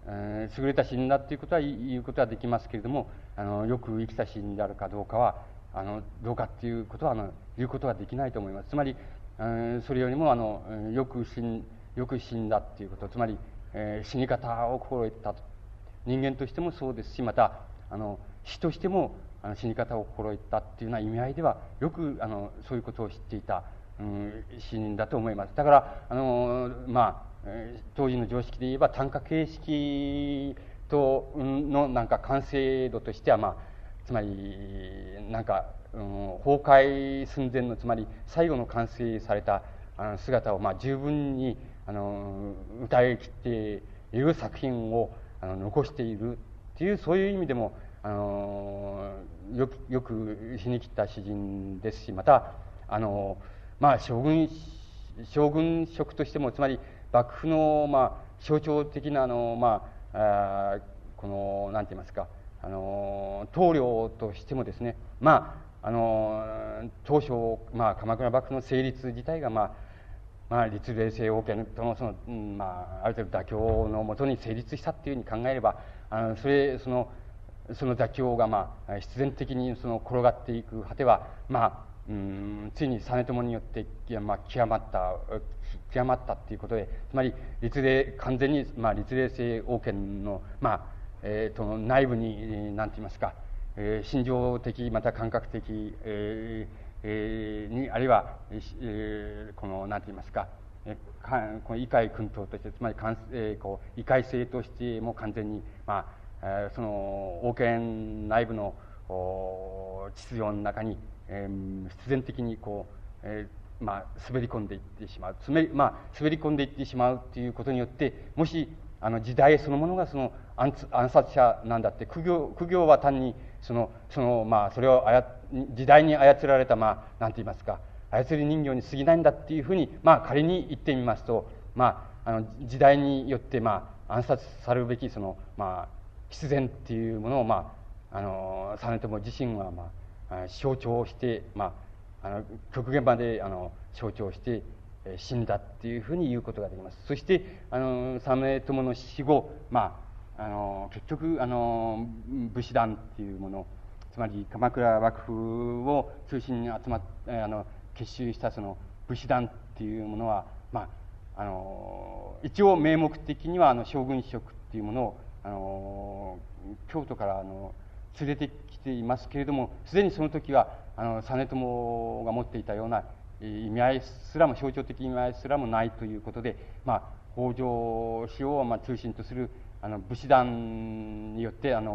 えー、優れた詩人だっていうことは言うことはできますけれども、あのよく生きた詩人であるかどうかはあのどうかっていうことはあの言うことはできないと思います。つまり、えー、それよりもあのよく死んよく死んだっていうこと、つまり、えー、死に方を心得た人間としてもそうですし、またあの死としてもあの死に方を心得たっていうような意味合いではよくあのそういうことを知っていた、うん、詩人だと思います。だからあのまあ当時の常識で言えば短歌形式とのなんか完成度としては、まあ、つまりなんか、うん、崩壊寸前のつまり最後の完成されたあの姿を、まあ、十分にあの歌い切っている作品をあの残しているっていうそういう意味でもあのよくよく皮肉った詩人ですし、またあの、まあ、将軍将軍職としてもつまり幕府の、まあ、象徴的なあの、まあ、あこの何て言いますかあの棟梁としてもですね、まああの当初、まあ、鎌倉幕府の成立自体が、まあまあ、立礼制王権とのその、まあ、ある程度妥協のもとに成立したっていうふうに考えれば、あのそれそのその妥協が、まあ、必然的にその転がっていく果ては、まあ、うんついに実朝によって、まあ、極まった極まったっていうことで、つまり立礼完全に、まあ、立礼制王権の、まあえー、との内部に何て言いますか、えー、心情的また感覚的、えーえー、にあるいは、えー、この何て言いますか、えー、かこの異界君党としてつまり、えー、こう異界性としても完全に、まあえー、その王権内部の秩序の中に、えー、必然的にこう、えーまあ、滑り込んでいってしまう、滑り、まあ、滑り込んでいってしまうということによって、もしあの時代そのものがその 暗, 暗殺者なんだって、苦行苦行は単にそのその、まあ、それをあや時代に操られた、まあ、なんて言いますか、操り人形に過ぎないんだっていうふうに、まあ、仮に言ってみますと、まあ、あの時代によって、まあ、暗殺されるべきその、まあ、必然っていうものを、まあ、あの実朝自身は、まあ、象徴して、まあ、あの極限まであの象徴して死んだっていうふうに言うことができます。そしてあの実朝の死後、まあ、あの結局あの武士団っていうもの、つまり鎌倉幕府を中心に集まっあの結集したその武士団っていうものは、まあ、あの一応名目的にはあの将軍職っていうものをあの京都からあの連れてきていますけれども、すでにその時はあの実朝が持っていたような意味合いすらも、象徴的意味合いすらもないということで、まあ、北条氏をまあ中心とするあの武士団によってあの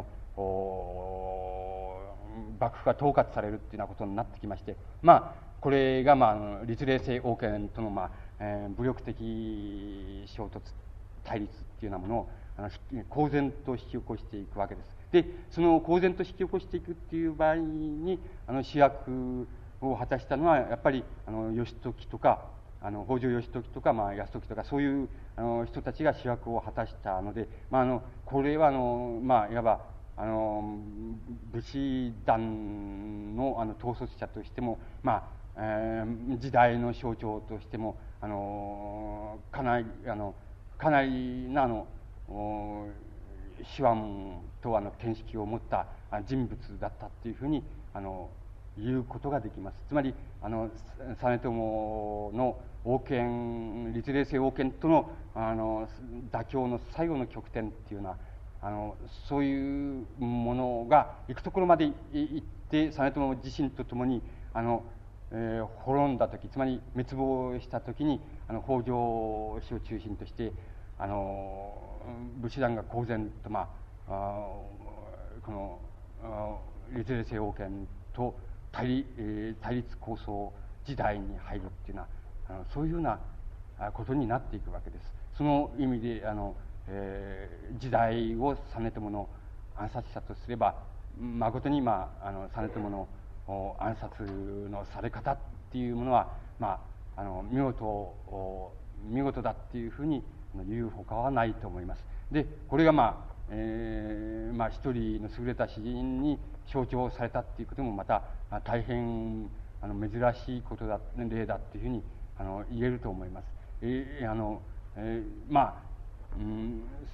幕府が統括されるというようなことになってきまして、まあ、これが、まあ、あの立礼制王権との、まあえー、武力的衝突対立というようなものをあの公然と引き起こしていくわけです。でその公然と引き起こしていくっていう場合にあの主役を果たしたのはやっぱりあの義時とかあの北条義時とか、まあ、泰時とかそういうあの人たちが主役を果たしたので、まあ、あのこれはあの、まあ、いわばあの武士団のあの統率者としても、まあえー、時代の象徴としてもあのかなりあのかなりなあの手腕とあの見識を持った人物だったというふうにあの言うことができます。つまりあの実朝の王権立礼制王権とのあの妥協の最後の極点っていうようなあのそういうものが行くところまで行って実朝自身とともにあの、えー、滅んだ時、つまり滅亡した時にあの北条氏を中心としてあの武士団が公然と、まあ、あこの立礼制王権と対、えー、対立構想時代に入るっていうようなあのそういうようなことになっていくわけです。その意味であの、えー、時代を実朝の暗殺者とすればまことに、まあ、あの実朝の暗殺のされ方っていうものは、まあ、あの見事見事だっていうふうに言うほかはないと思います。でこれがまあ、えー、まあ一人の優れた詩人に象徴されたっていうこともまた大変あの珍しいことだ例だっていうふうにあの言えると思います。えー、あのえー、まあ、うん、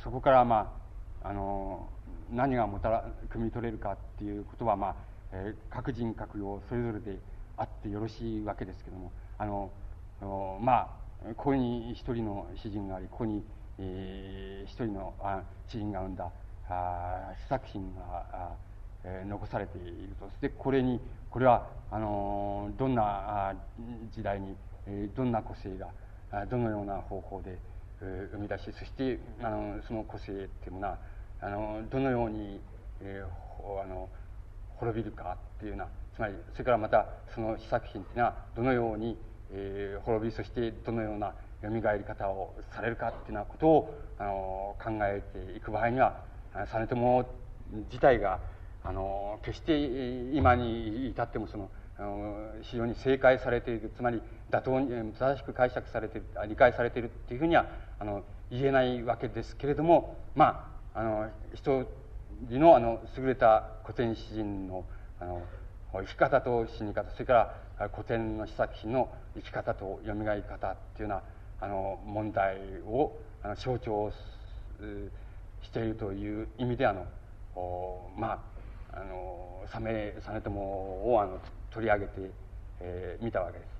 そこからまああの何がもたら汲み取れるかっていうことは、まあえー、各人各様それぞれであってよろしいわけですけども、あのまあここに一人の詩人があり、ここに、えー、一人のあ詩人が生んだあ詩作品があ、えー、残されていると。でこれにこれはあのどんな時代に、えー、どんな個性がどのような方法で、えー、生み出し、そしてあのその個性っていうものはあのどのように、えー、あの滅びるかっていうような、つまりそれからまたその詩作品っていうのはどのように、えー、滅び、そしてどのようなよみがえり方をされるかっていうようなことをあの考えていく場合には、実朝自体があの決して今に至ってもそのあの非常に正解されている、つまり妥当に正しく解釈されている、理解されているっていうふうにはあの言えないわけですけれども、まああの一人のあの優れた古典詩人のあの生き方と死に方、それから古典の詩作品の生き方とよみがえり方っていうようなあの問題をあの象徴しているという意味であのまああの実朝をあの取り上げてみ、えー、たわけです。